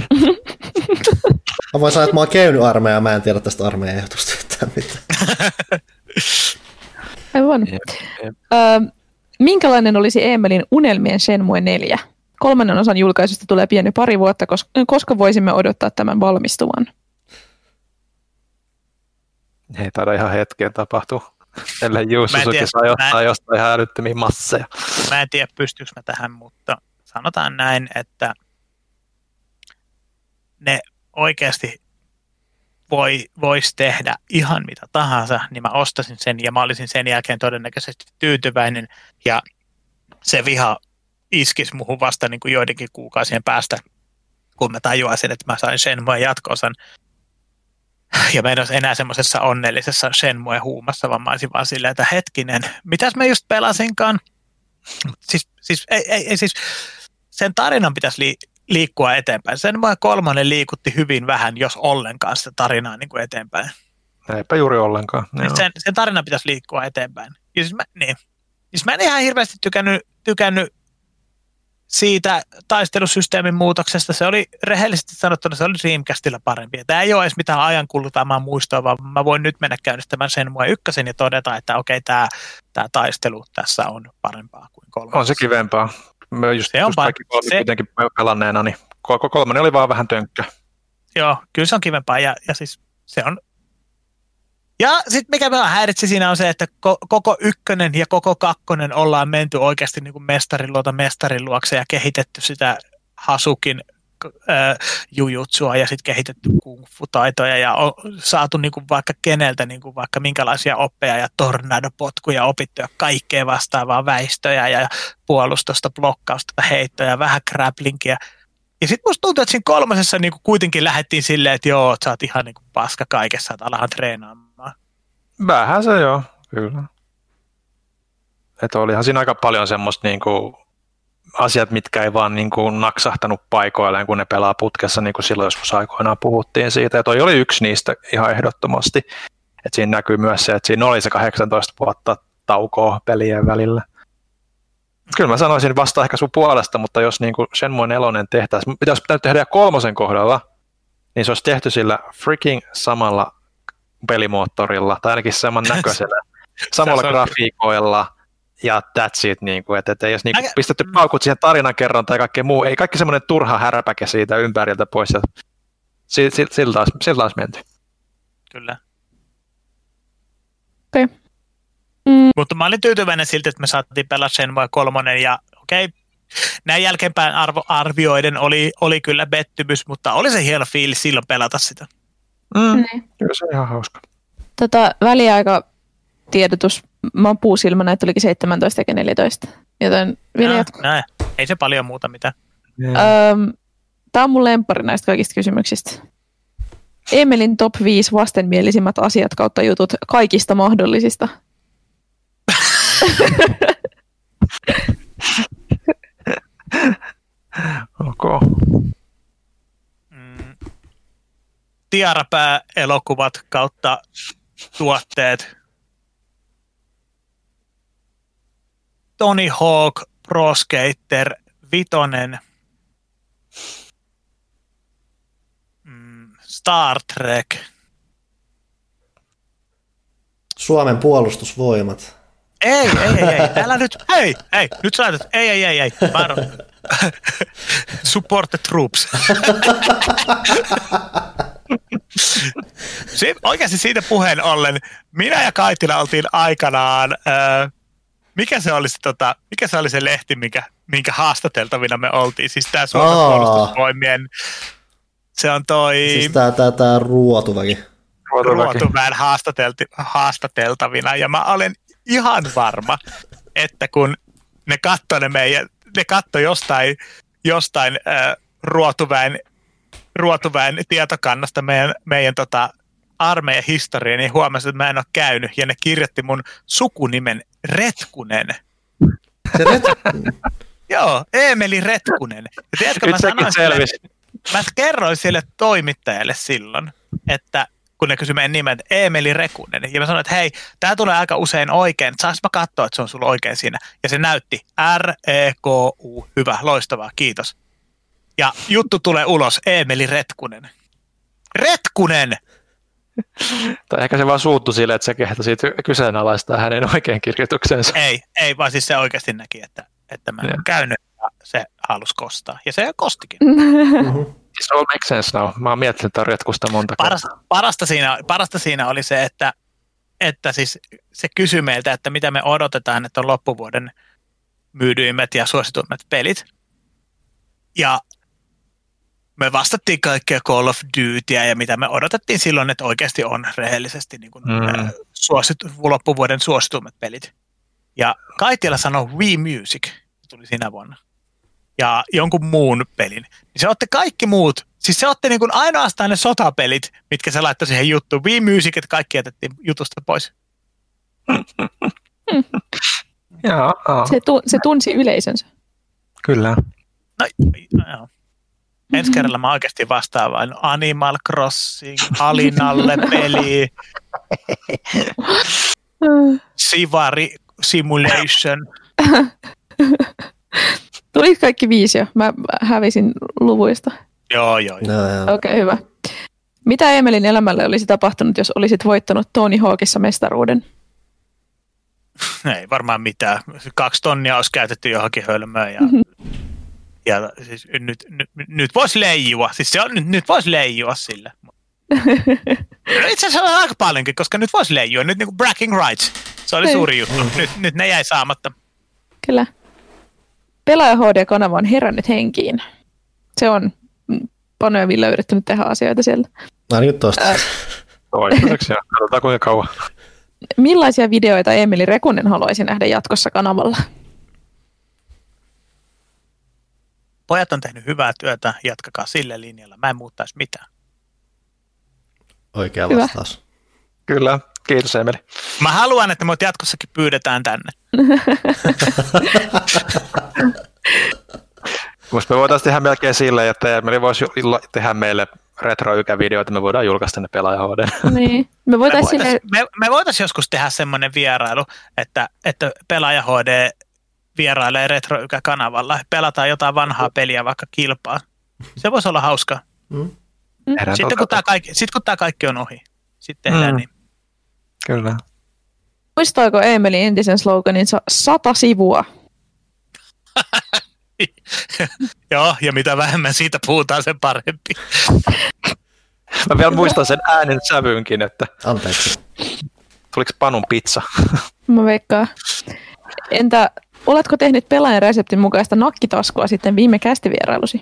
Mä voin sanoa, että mä oon käynyt armeijaa, mä en tiedä tästä armeijan jutusta yhtään mitään. Aivan. Öö, minkälainen olisi Eemelin Unelmien Shenmue neljä? Kolmannen osan julkaisusta tulee pieni pari vuotta, koska, koska voisimme odottaa tämän valmistuvan? Ei taida ihan hetkeen tapahtua, ellei Juussusukin saa jostain, jostain ihan älyttömiä masseja. Mä en tiedä, pystyykö mä tähän, mutta sanotaan näin, että ne oikeasti voi, vois tehdä ihan mitä tahansa, niin mä ostasin sen ja mä olisin sen jälkeen todennäköisesti tyytyväinen ja se viha iskisi muhun vasta niin kuin joidenkin kuukausien päästä, kun mä tajuaisin, että mä sain Shenmuen jatko-osan ja mä en olisi enää semmoisessa onnellisessa Shenmuen huumassa, vaan mä olisin vaan silleen, että hetkinen, mitäs mä just pelasinkaan? Siis, siis, ei, ei, ei, siis sen tarinan pitäisi li- liikkua eteenpäin. Sen vaan kolmonen liikutti hyvin vähän, jos ollenkaan sitä tarinaa niin kuin eteenpäin. Eipä juuri ollenkaan. Sen, sen tarina pitäisi liikkua eteenpäin. Ja siis mä, niin. siis mä en ihan hirveästi tykännyt, tykännyt siitä taistelusysteemin muutoksesta. Se oli rehellisesti sanottuna, se oli Dreamcastilla parempi. Tämä ei ole edes mitään ajankulutaamaan muistoa, vaan mä voin nyt mennä käynnistämään sen mua ykkösen ja todeta, että okei, tämä, tämä taistelu tässä on parempaa kuin kolmonen. On se kivempaa. Mä just, se on just kaikki kolme se... kuitenkin pelanneena, niin koko kolmonen oli vaan vähän tönkkä. Joo, kyllä se on kivempaa ja, ja siis se on. Ja sitten mikä mä häiritsi siinä on se, että koko ykkönen ja koko kakkonen ollaan menty oikeasti niin kuin mestarin luota mestarin luokse ja kehitetty sitä Hasukin äh, jujutsua ja sitten kehitetty kung-fu-taitoja ja on saatu niin kuin vaikka keneltä niin kuin vaikka minkälaisia oppeja ja tornadopotkuja opittuja kaikkea vastaavaa väistöjä ja puolustusta, blokkausta, heittoja, vähän grapplingia. Ja sitten musta tuntuu, että siinä kolmosessa niin kuin kuitenkin lähdettiin silleen, että joo, sä oot ihan niin kuin paska kaikessa, että alahan treenaamaan. Vähän se joo, kyllä. Että olihan siinä aika paljon semmoista niinku asiat, mitkä ei vaan niinku naksahtanut paikoilleen, kun ne pelaa putkessa, niin kuin silloin joskus aikoinaan puhuttiin siitä. Ja toi oli yksi niistä ihan ehdottomasti. Että siinä näkyy myös se, että siinä oli se kahdeksantoista vuotta taukoa pelien välillä. Kyllä mä sanoisin vasta ehkä sun puolesta, mutta jos niinku Shenmue neljä tehtäisiin, pitäisi pitää tehdä kolmosen kohdalla, niin se olisi tehty sillä freaking samalla pelimoottorilla, tai ainakin saman näköisellä, samalla grafiikoilla, ja that's it, niin kuin, että, että ei olisi niin kuin pistetty paukut siihen tarinankerrontaan tai kaikkea muu, ei kaikki semmoinen turha härpäke siitä ympäriltä pois, ja siltä olisi, siltä olisi menty. Kyllä. Okei. Okay. Mm. Mutta mä olin tyytyväinen siltä, että me saatiin pelata Shenmue kolmonen, ja okei, okay, näin jälkeenpäin arvo, arvioiden oli, oli kyllä pettymys, mutta oli se hieno fiilis silloin pelata sitä. Mm. Niin. Kyllä se on ihan hauska. Tota, väliaikatiedotus, mä oon puusilmänä, että tulikin seitsemäntoista ja neljätoista, joten vielä no, jatkuu. Näin. Ei se paljon muuta mitään. Öm, tää on mun lemppari näistä kaikista kysymyksistä. Emelin top viisi vastenmielisimmät asiat kautta jutut kaikista mahdollisista. Okay. Mm. Tiarapää-elokuvat kautta tuotteet. Tony Hawk, Pro Skater, Vitonen, mm. Star Trek. Suomen puolustusvoimat. Ei, ei, ei, ei. Älä nyt, ei, ei, nyt sä ajatut, ei, ei, ei, ei, Varo. Support the troops. Se, oikeasti siitä puheen ollen, minä ja Kaitila oltiin aikanaan, äh, mikä se oli se, tota, mikä se oli se lehti, minkä, minkä haastateltavina me oltiin, siis tää Suomen Aa. puolustusvoimien, se on toi... Siis tää, tää, tää ruotuväki. Ruotuväen haastateltavina, ja mä olen ihan varma, että kun ne katsoi ne meidän, ne katsoi jostain, jostain äh, ruotuväen, ruotuväen tietokannasta meidän, meidän tota, armeijan historiaa, niin huomasi, että mä en ole käynyt, ja ne kirjoitti mun sukunimen Retkunen. Se Retkunen? Joo, Eemeli Retkunen. Ja tiedätkö, mä, sanoin sille, mä kerroin sille toimittajalle silloin, että kun ne kysyi meidän nimen, Eemeli Rekunen. Ja mä sanoin, että hei, tää tulee aika usein oikein. Saanko mä katsoa, että se on sulla oikein siinä? Ja se näytti R E K U. Hyvä, loistavaa, kiitos. Ja juttu tulee ulos, Eemeli Retkunen. Retkunen! Tai ehkä se vaan suuttui sille, että se kehtasi kyseenalaistaa hänen oikein kirjoituksensa. Ei, ei, vaan siis se oikeasti näki, että, että mä en ole käynyt ja se halusi kostaa. Ja se kostikin. It all makes sense now. Mä oon miettinyt tämän retkusta monta kertaa. Parasta siinä, parasta siinä oli se, että, että siis se kysyi meiltä, että mitä me odotetaan, että on loppuvuoden myydyimmät ja suosituimmat pelit. Ja me vastattiin kaikkea Call of Dutyä ja mitä me odotettiin silloin, että oikeasti on rehellisesti niin kuin mm. suositu, loppuvuoden suosituimmat pelit. Ja Kaitila sanoi Wii Music, tuli siinä vuonna. Ja jonkun muun pelin. Niin se otti kaikki muut, siis se otti niin kuin ainoastaan ne sotapelit, mitkä se laittoi siihen juttuun. Wii Music, että kaikki jätettiin jutusta pois. Hmm. Jaa, se, tu- se tunsi yleisönsä. Kyllä. No, no joo. Ensi kerralla mä oikeasti vastaan vain Animal Crossing, Alinalle peli, Sivari Simulation. Tuli kaikki viisi jo. Mä hävisin luvuista. Joo, joo. joo. No, joo. Okei, okay, hyvä. Mitä Emelin elämälle olisi tapahtunut, jos olisit voittanut Tony Hawkissa mestaruuden? Ei varmaan mitään. Kaksi tonnia olisi käytetty johonkin hölmöön ja, ja siis nyt, nyt, nyt voisi leijua. Siis se on, nyt, nyt voisi leijua sillä. Itse asiassa on aika paljonkin, koska nyt voisi leijua. Nyt niin kuin bragging rights. Se oli suuri juttu. Nyt, nyt ne jäi saamatta. Kyllä. Pelaaja H D-kanava on herännyt henkiin. Se on Pano ja Ville yrittänyt tehdä asioita siellä. No niin tosta. Äh. Toistaiseksi ja katsotaan kuinka kauan. Millaisia videoita Eemeli Rekunen haluaisi nähdä jatkossa kanavalla? Pojat on tehnyt hyvää työtä, jatkakaa sillä linjalla. Mä en muuttaisi mitään. Oikea Hyvä. vastaus. Kyllä, kiitos Emeli. Mä haluan, että mut jatkossakin pyydetään tänne. Musta me voitaisiin tehdä melkein silleen, että Emeli voisi tehdä meille retro-ykävideoita, me voidaan julkaista ne Pelaaja H D. Niin. Me voitaisiin Me voitais, me, me voitais joskus tehdä semmoinen vierailu, että, että Pelaaja H D vierailee retro-ykä-kanavalla. Pelataan jotain vanhaa peliä vaikka kilpaa. Se voisi olla hauskaa. Mm. Sitten kun tämä kaikki, sit, kun tää kaikki on ohi, sitten tehdään Mm. niin. Kyllä. muistaako Eemeli entisen sloganinsa sata sivua? Joo, ja mitä vähemmän siitä puhutaan, sen parempi. Mä vielä muistan sen äänen sävyynkin, että Anteeksi. tuliko Panun pizza? Mä veikkaan. Entä oletko tehnyt pelaajan reseptin mukaista nakkitaskua sitten viime kästivierailusi?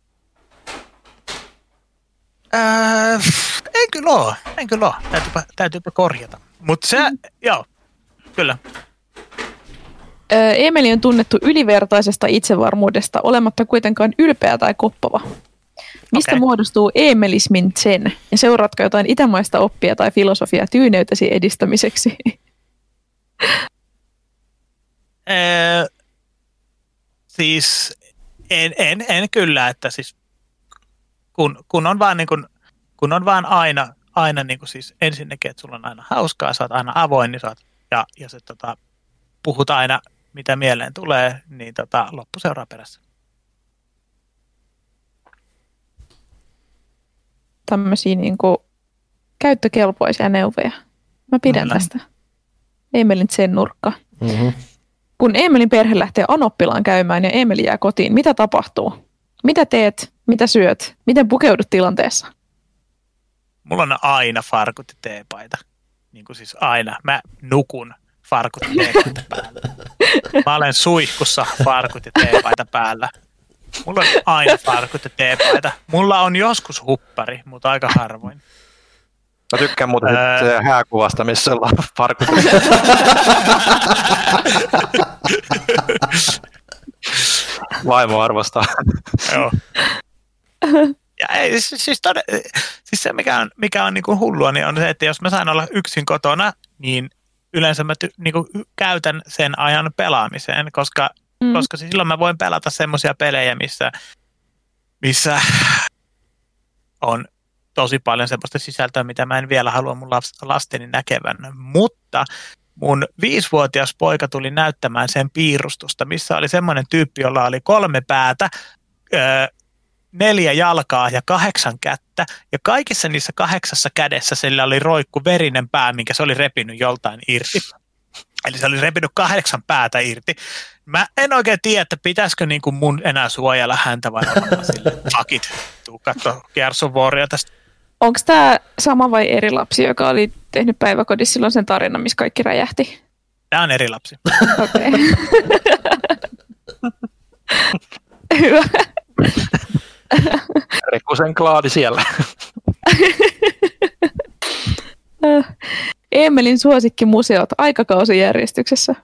Öö, en kyllä ole, en kyllä ole. Täytyypä, täytyypä korjata. Mutta se, mm. joo, kyllä. Öö, Eemeli on tunnettu ylivertaisesta itsevarmuudesta, olematta kuitenkaan ylpeä tai koppava. Mistä Okei. muodostuu eemelismin zen? Ja seuraatko jotain itämaista oppia tai filosofiaa tyyneytesi edistämiseksi? Öö, siis en, en, en kyllä, että siis kun, kun on vaan, niin kun, kun on vaan aina, aina niin kun siis ensinnäkin, että sulla on aina hauskaa, sä oot aina avoin, niin sä oot, ja, ja se, tota, puhut aina, mitä mieleen tulee, niin tota, loppu seuraa perässä. Tämmöisiä niin kuin käyttökelpoisia neuvoja. Mä pidän Kyllä. tästä. Eemelin zen nurkka. Mm-hmm. Kun Eemelin perhe lähtee Anoppilaan käymään ja Eemeli jää kotiin, mitä tapahtuu? Mitä teet? Mitä syöt? Miten pukeudut tilanteessa? Mulla on aina farkut ja teepaita. Niin kuin siis aina. Mä nukun farkut ja teepaita päällä. Mä olen suihkussa farkut ja teepaita päällä. Mulla on aina farkut ja teepaita. Mulla on joskus huppari, mutta aika harvoin. Mä tykkään muuten Ää... se hääkuvasta, missä ollaan farkut. Vaimo arvostaa. Joo. Ja ei, siis, siis, tode, siis se, mikä on, mikä on niin kuin hullua, niin on se, että jos mä saan olla yksin kotona, niin yleensä mä ty, niin kuin käytän sen ajan pelaamiseen, koska, mm. koska silloin mä voin pelata semmoisia pelejä, missä, missä on tosi paljon semmoista sisältöä, mitä mä en vielä halua mun lasteni näkevän. Mutta mun viisivuotias poika tuli näyttämään sen piirustusta, missä oli semmoinen tyyppi, jolla oli kolme päätä, öö, neljä jalkaa ja kahdeksan kättä. Ja kaikissa niissä kahdeksassa kädessä sillä oli roikku verinen pää, minkä se oli repinyt joltain irti. Eli se oli repinyt kahdeksan päätä irti. Mä en oikein tiedä, että pitäisikö niin kuin mun enää suojella häntä vai olla silleen, fuck it, tuu katso Gears of Waria tästä. Onko tämä sama vai eri lapsi, joka oli tehnyt päiväkodissa silloin sen tarinan, missä kaikki räjähti? Tämä on eri lapsi. Okei. Hyvä. Rekusen klaadi siellä. Eemelin suosikkimuseot aikakausijärjestyksessä.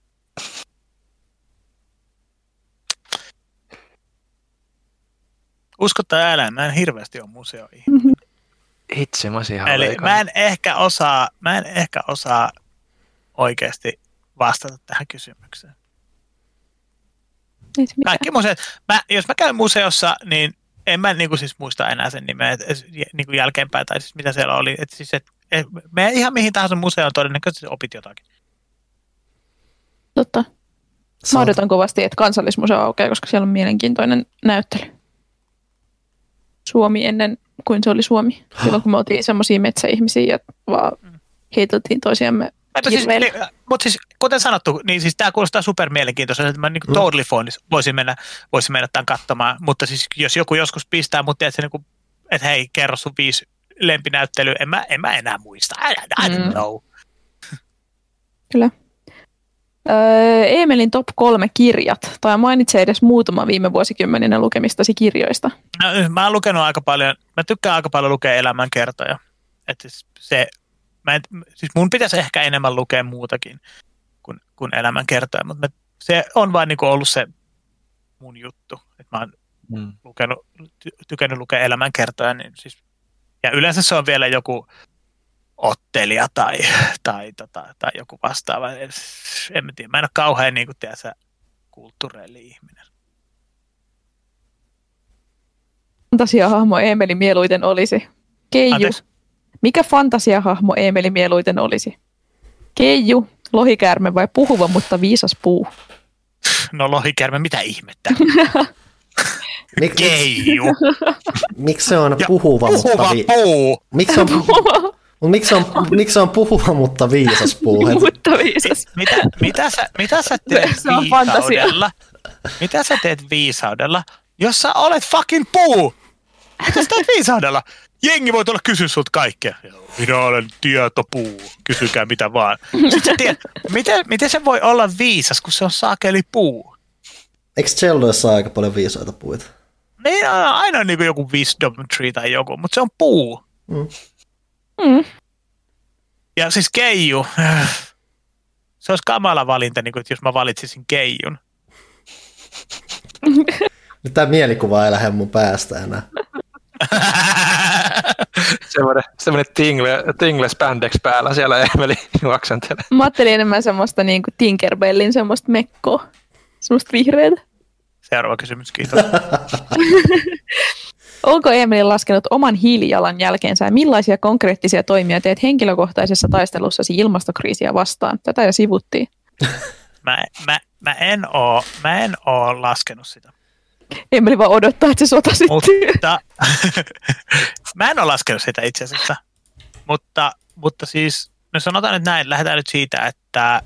Usko tai älä, mä en hirveästi ole museoihin. Itse mä siihen Eli mä en ehkä osaa, mä en ehkä osaa oikeasti vastata tähän kysymykseen. Ei se mitään. Kaikki museot. Mä, jos mä käyn museossa, niin en mä niin kuin siis muista enää sen nimeä et, niin kuin jälkeenpäin, tai siis mitä siellä oli. Et siis, et, et, me ihan mihin tahansa museoon todennäköisesti opit jotakin. Totta. Mä odotan kovasti, että Kansallismuseo aukeaa, koska siellä on mielenkiintoinen näyttely. Suomi ennen kuin se oli Suomi. Silloin kun me oltiin semmoisia metsäihmisiä ja vaan heiteltiin toisiamme kirveillä. Siis, mutta siis kuten sanottu, niin siis tämä kuulostaa supermielenkiintoiselta, että mä niin kuin mm. totally fine voisin mennä, voisin mennä tämän katsomaan. Mutta siis jos joku joskus pistää mut, että, niin kuin, että hei, kerro sun viisi lempinäyttelyä, en mä, en mä enää muista. I, I don't mm. know. Kyllä. Öö, Eemelin top kolme kirjat, tai mainitse edes muutama viime vuosikymmeninä lukemistasi kirjoista. No, mä oon lukenut aika paljon, mä tykkään aika paljon lukea elämänkertoja. Että se, mä en, siis mun pitäisi ehkä enemmän lukea muutakin kuin, kuin elämänkertoja, mutta mä, se on vaan niinku ollut se mun juttu. Että mä oon hmm. lukenut, ty, tykännyt lukea elämänkertoja, niin siis, ja yleensä se on vielä joku ottelija tai, tai, tota, tai joku vastaava. En mä tiedä. Mä en ole kauhean niin kuin tiedä, kulttuureli-ihminen. Fantasiahahmo Eemeli mieluiten olisi. Keiju. Anteeksi? Mikä fantasiahahmo Eemeli mieluiten olisi? Keiju, lohikäärme vai puhuva, mutta viisas puu? No lohikäärme, mitä ihmettä? Keiju. Miksi se on puhuva, puhuva mutta vi... puu? Miksi on... Miksi on, miksi on puhuva, mutta viisas puu? Mutta viisas. Mitä, mitä, sä, mitä sä teet viisaudella? Mitä sä teet viisaudella, jos sä olet fucking puu? Mitä sä teet viisaudella? Jengi voi tulla kysyä sulta kaikkea. Minä olen tietopuu. Kysykää mitä vaan. Sitten sä tiedät, miten, miten se voi olla viisas, kun se on saakeli puu? Eikö Zeldoissa aika paljon viisaita puita? Niin, aina on niin joku wisdom tree tai joku, mutta se on puu. Mm. Mm. Ja siis Keiju, se olisi kamala valinta, niin kuin, jos mä valitsisin Keijun. Nyt tämä mielikuva ei lähde mun päästä enää. semmoinen semmoinen tingle, tingle spandex päällä siellä Eemeli juoksentelee. Mä ajattelin enemmän semmoista niin kuin Tinkerbellin semmoista mekkoa, semmoista vihreätä. Seuraava kysymys, kiitos. Onko Eemeli laskenut oman hiilijalan jälkeensä ja millaisia konkreettisia toimia teet henkilökohtaisessa taistelussasi ilmastokriisiä vastaan? Tätä jo sivuttiin. Mä, mä, mä, en oo, mä en oo laskenut sitä. Eemeli vaan odottaa, että se sota sitten. Mutta, mä en oo laskenut sitä itse asiassa. Mutta, mutta siis, no sanotaan nyt näin, lähdetään nyt siitä, että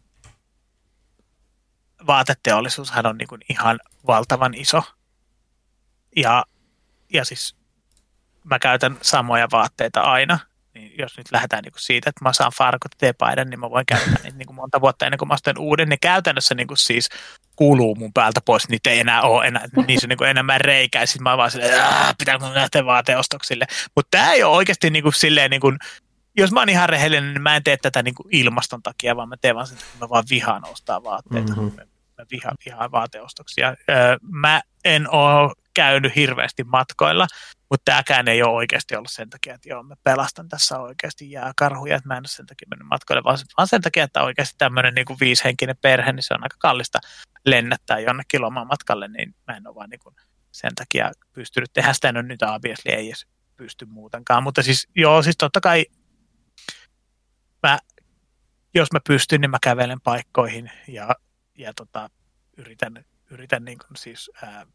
vaateteollisuushan on niin kuin ihan valtavan iso. Ja Ja siis mä käytän samoja vaatteita aina, niin jos nyt lähdetään niinku siitä, että mä saan farkut ja teepaidan, niin mä voin käyttää niitä niinku monta vuotta ennen kuin mä ostan uuden. Ne käytännössä niinku siis kuluu mun päältä pois, niitä ei enää ole, enää, niissä on niinku enemmän reikää, ja sit mä oon vaan silleen, että pitääkö mun lähteä vaateostoksille. Mutta tää ei ole oikeasti niinku silleen, niinku, jos mä oon ihan rehellinen, niin mä en tee tätä niinku ilmaston takia, vaan mä teen vaan sen, että mä vaan vihaan ostaa vaatteita. Mm-hmm. Mä vihaan, vihaan vaateostoksia. Öö, mä en oo käynyt hirveästi matkoilla, mutta tämäkään ei ole oikeasti ollut sen takia, että joo, mä pelastan tässä oikeasti jääkarhuja, että mä en ole sen takia mennyt matkoille, vaan, vaan sen takia, että oikeasti tämmöinen niin kuin viisihenkinen perhe, niin se on aika kallista lennättää jonnekin lomamatkalle, niin mä en ole vaan niin kuin sen takia pystynyt tehdä sitä, no nyt obviously ei edes pysty muutenkaan, mutta siis joo, siis totta kai mä, jos mä pystyn, niin mä kävelen paikkoihin ja, ja tota, yritän, yritän niin kuin siis ää,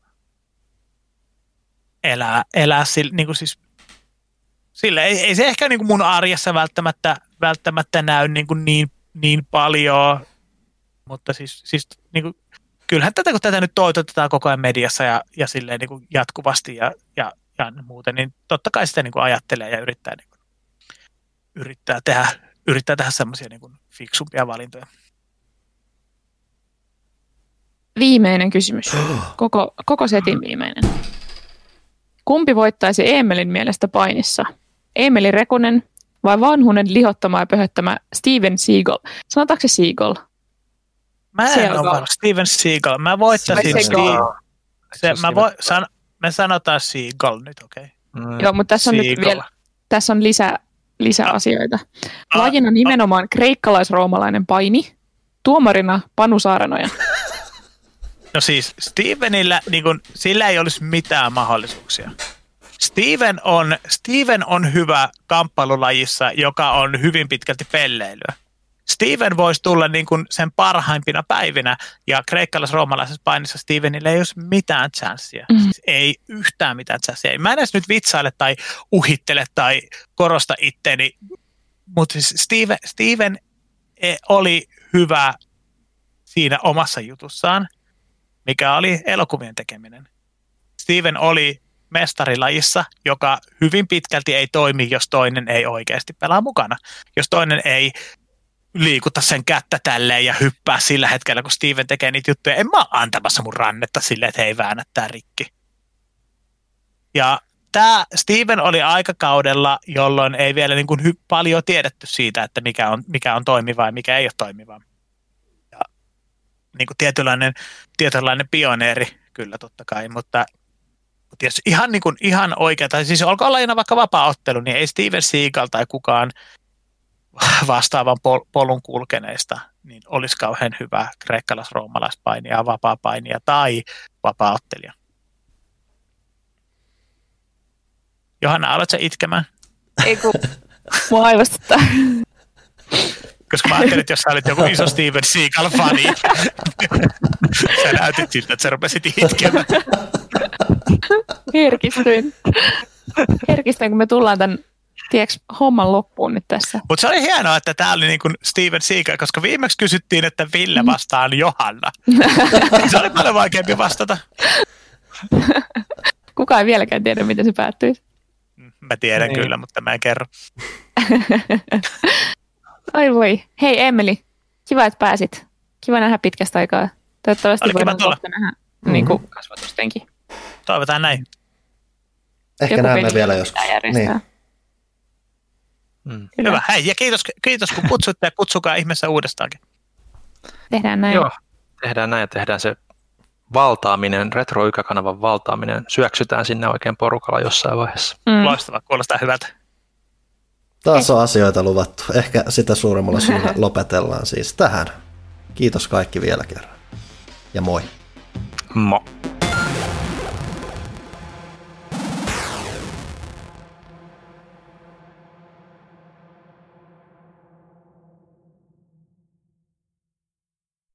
elää, elää sille, niin kuin siis, sille. Ei, ei se ehkä niin kuin mun arjessa välttämättä, välttämättä näy niin, kuin niin, niin paljon, mutta siis, siis niin kuin, kyllähän tätä, kun tätä nyt toitotetaan koko ajan mediassa ja, ja silleen niin kuin jatkuvasti ja, ja, ja muuten, niin totta kai sitä niin kuin ajattelee ja yrittää, niin kuin, yrittää tehdä, yrittää tehdä semmoisia niin kuin fiksumpia valintoja. Viimeinen kysymys. Koko, koko setin viimeinen. Kumpi voittaisi Eemelin mielestä painissa? Eemeli Rekonen vai vanhunen lihottama ja pöhöttämä Steven Seagal? Sanotaanko se Seagal? Mä en Seagal. ole Steven Seagal. Mä voittaisin Seagal. Se, mä vo, san, me sanotaan Seagal nyt, okei. Okay. Mm. Joo, mutta tässä on Seagal. Nyt vielä tässä on lisää, lisää asioita. Lajina nimenomaan kreikkalaisroomalainen paini. Tuomarina Panu Saarenoja. No siis Stevenillä, niin kun, sillä ei olisi mitään mahdollisuuksia. Steven on, Steven on hyvä kamppailulajissa, joka on hyvin pitkälti pelleilyä. Steven voisi tulla niin kuin sen parhaimpina päivinä, ja kreikkalais-roomalaisessa painissa Stevenille ei olisi mitään chanssia. Mm. Siis ei yhtään mitään chanssia. Mä en edes nyt vitsaile tai uhittele tai korosta itteeni, mutta siis Steven, Steven oli hyvä siinä omassa jutussaan, mikä oli elokuvien tekeminen. Steven oli mestarilajissa, joka hyvin pitkälti ei toimi, jos toinen ei oikeasti pelaa mukana. Jos toinen ei liikuta sen kättä tälleen ja hyppää sillä hetkellä, kun Steven tekee niitä juttuja. En mä ole antamassa mun rannetta silleen, että hei, väännä tää rikki. Ja tämä Steven oli aikakaudella, jolloin ei vielä niin kuin hy- paljon tiedetty siitä, että mikä on, mikä on toimiva ja mikä ei ole toimiva. Ja niin kuin tietynlainen, tietynlainen pioneeri, kyllä totta kai, mutta, mutta jos ihan, niin kuin, ihan oikea, tai siis olkoon lajina vaikka vapaa-ottelu, niin ei Steven Seagal tai kukaan vastaavan pol- polun kulkeneista niin olisi kauhean hyvä kreikkalais-roomalaispainija, vapaa-painija tai vapaa-ottelija. Johanna, aloitko sä itkemään? Ei kun mua aivostuttaa. Koska mä ajattelin, että jos sä olit joku iso Steven Seagal-fani, sä näytit siltä, että sä rupesit itkemään. Herkistyin. Herkistyin, kun me tullaan tämän tiedätkö, homman loppuun nyt tässä. Mutta se oli hienoa, että tää oli niin kuin Steven Seagal, koska viimeksi kysyttiin, että Ville vastaan Johanna. Se oli paljon vaikeampi vastata. Kukaan ei vieläkään tiedä, miten se päättyisi. Mä tiedän niin. kyllä, mutta mä en kerro. Ai voi. Hei Emeli, kiva, että pääsit. Kiva nähdä pitkästä aikaa. Toivottavasti voidaan kohta nähdä mm-hmm. niin kuin kasvatustenkin. Toivotaan näin. Ehkä joku näemme vielä joskus. Niin. Mm. Hyvä. Hei, ja kiitos, kiitos kun kutsutte ja kutsukaa ihmeessä uudestaankin. Tehdään näin. Joo, tehdään näin ja tehdään se valtaaminen, Retro Ykä-kanavan valtaaminen. Syöksytään sinne oikein porukalla jossain vaiheessa. Mm. Loistavaa, kuulostaa hyvältä. Taas on asioita luvattu. Ehkä sitä suuremmalla syyllä lopetellaan siis tähän. Kiitos kaikki vielä kerran. Ja moi. Moi.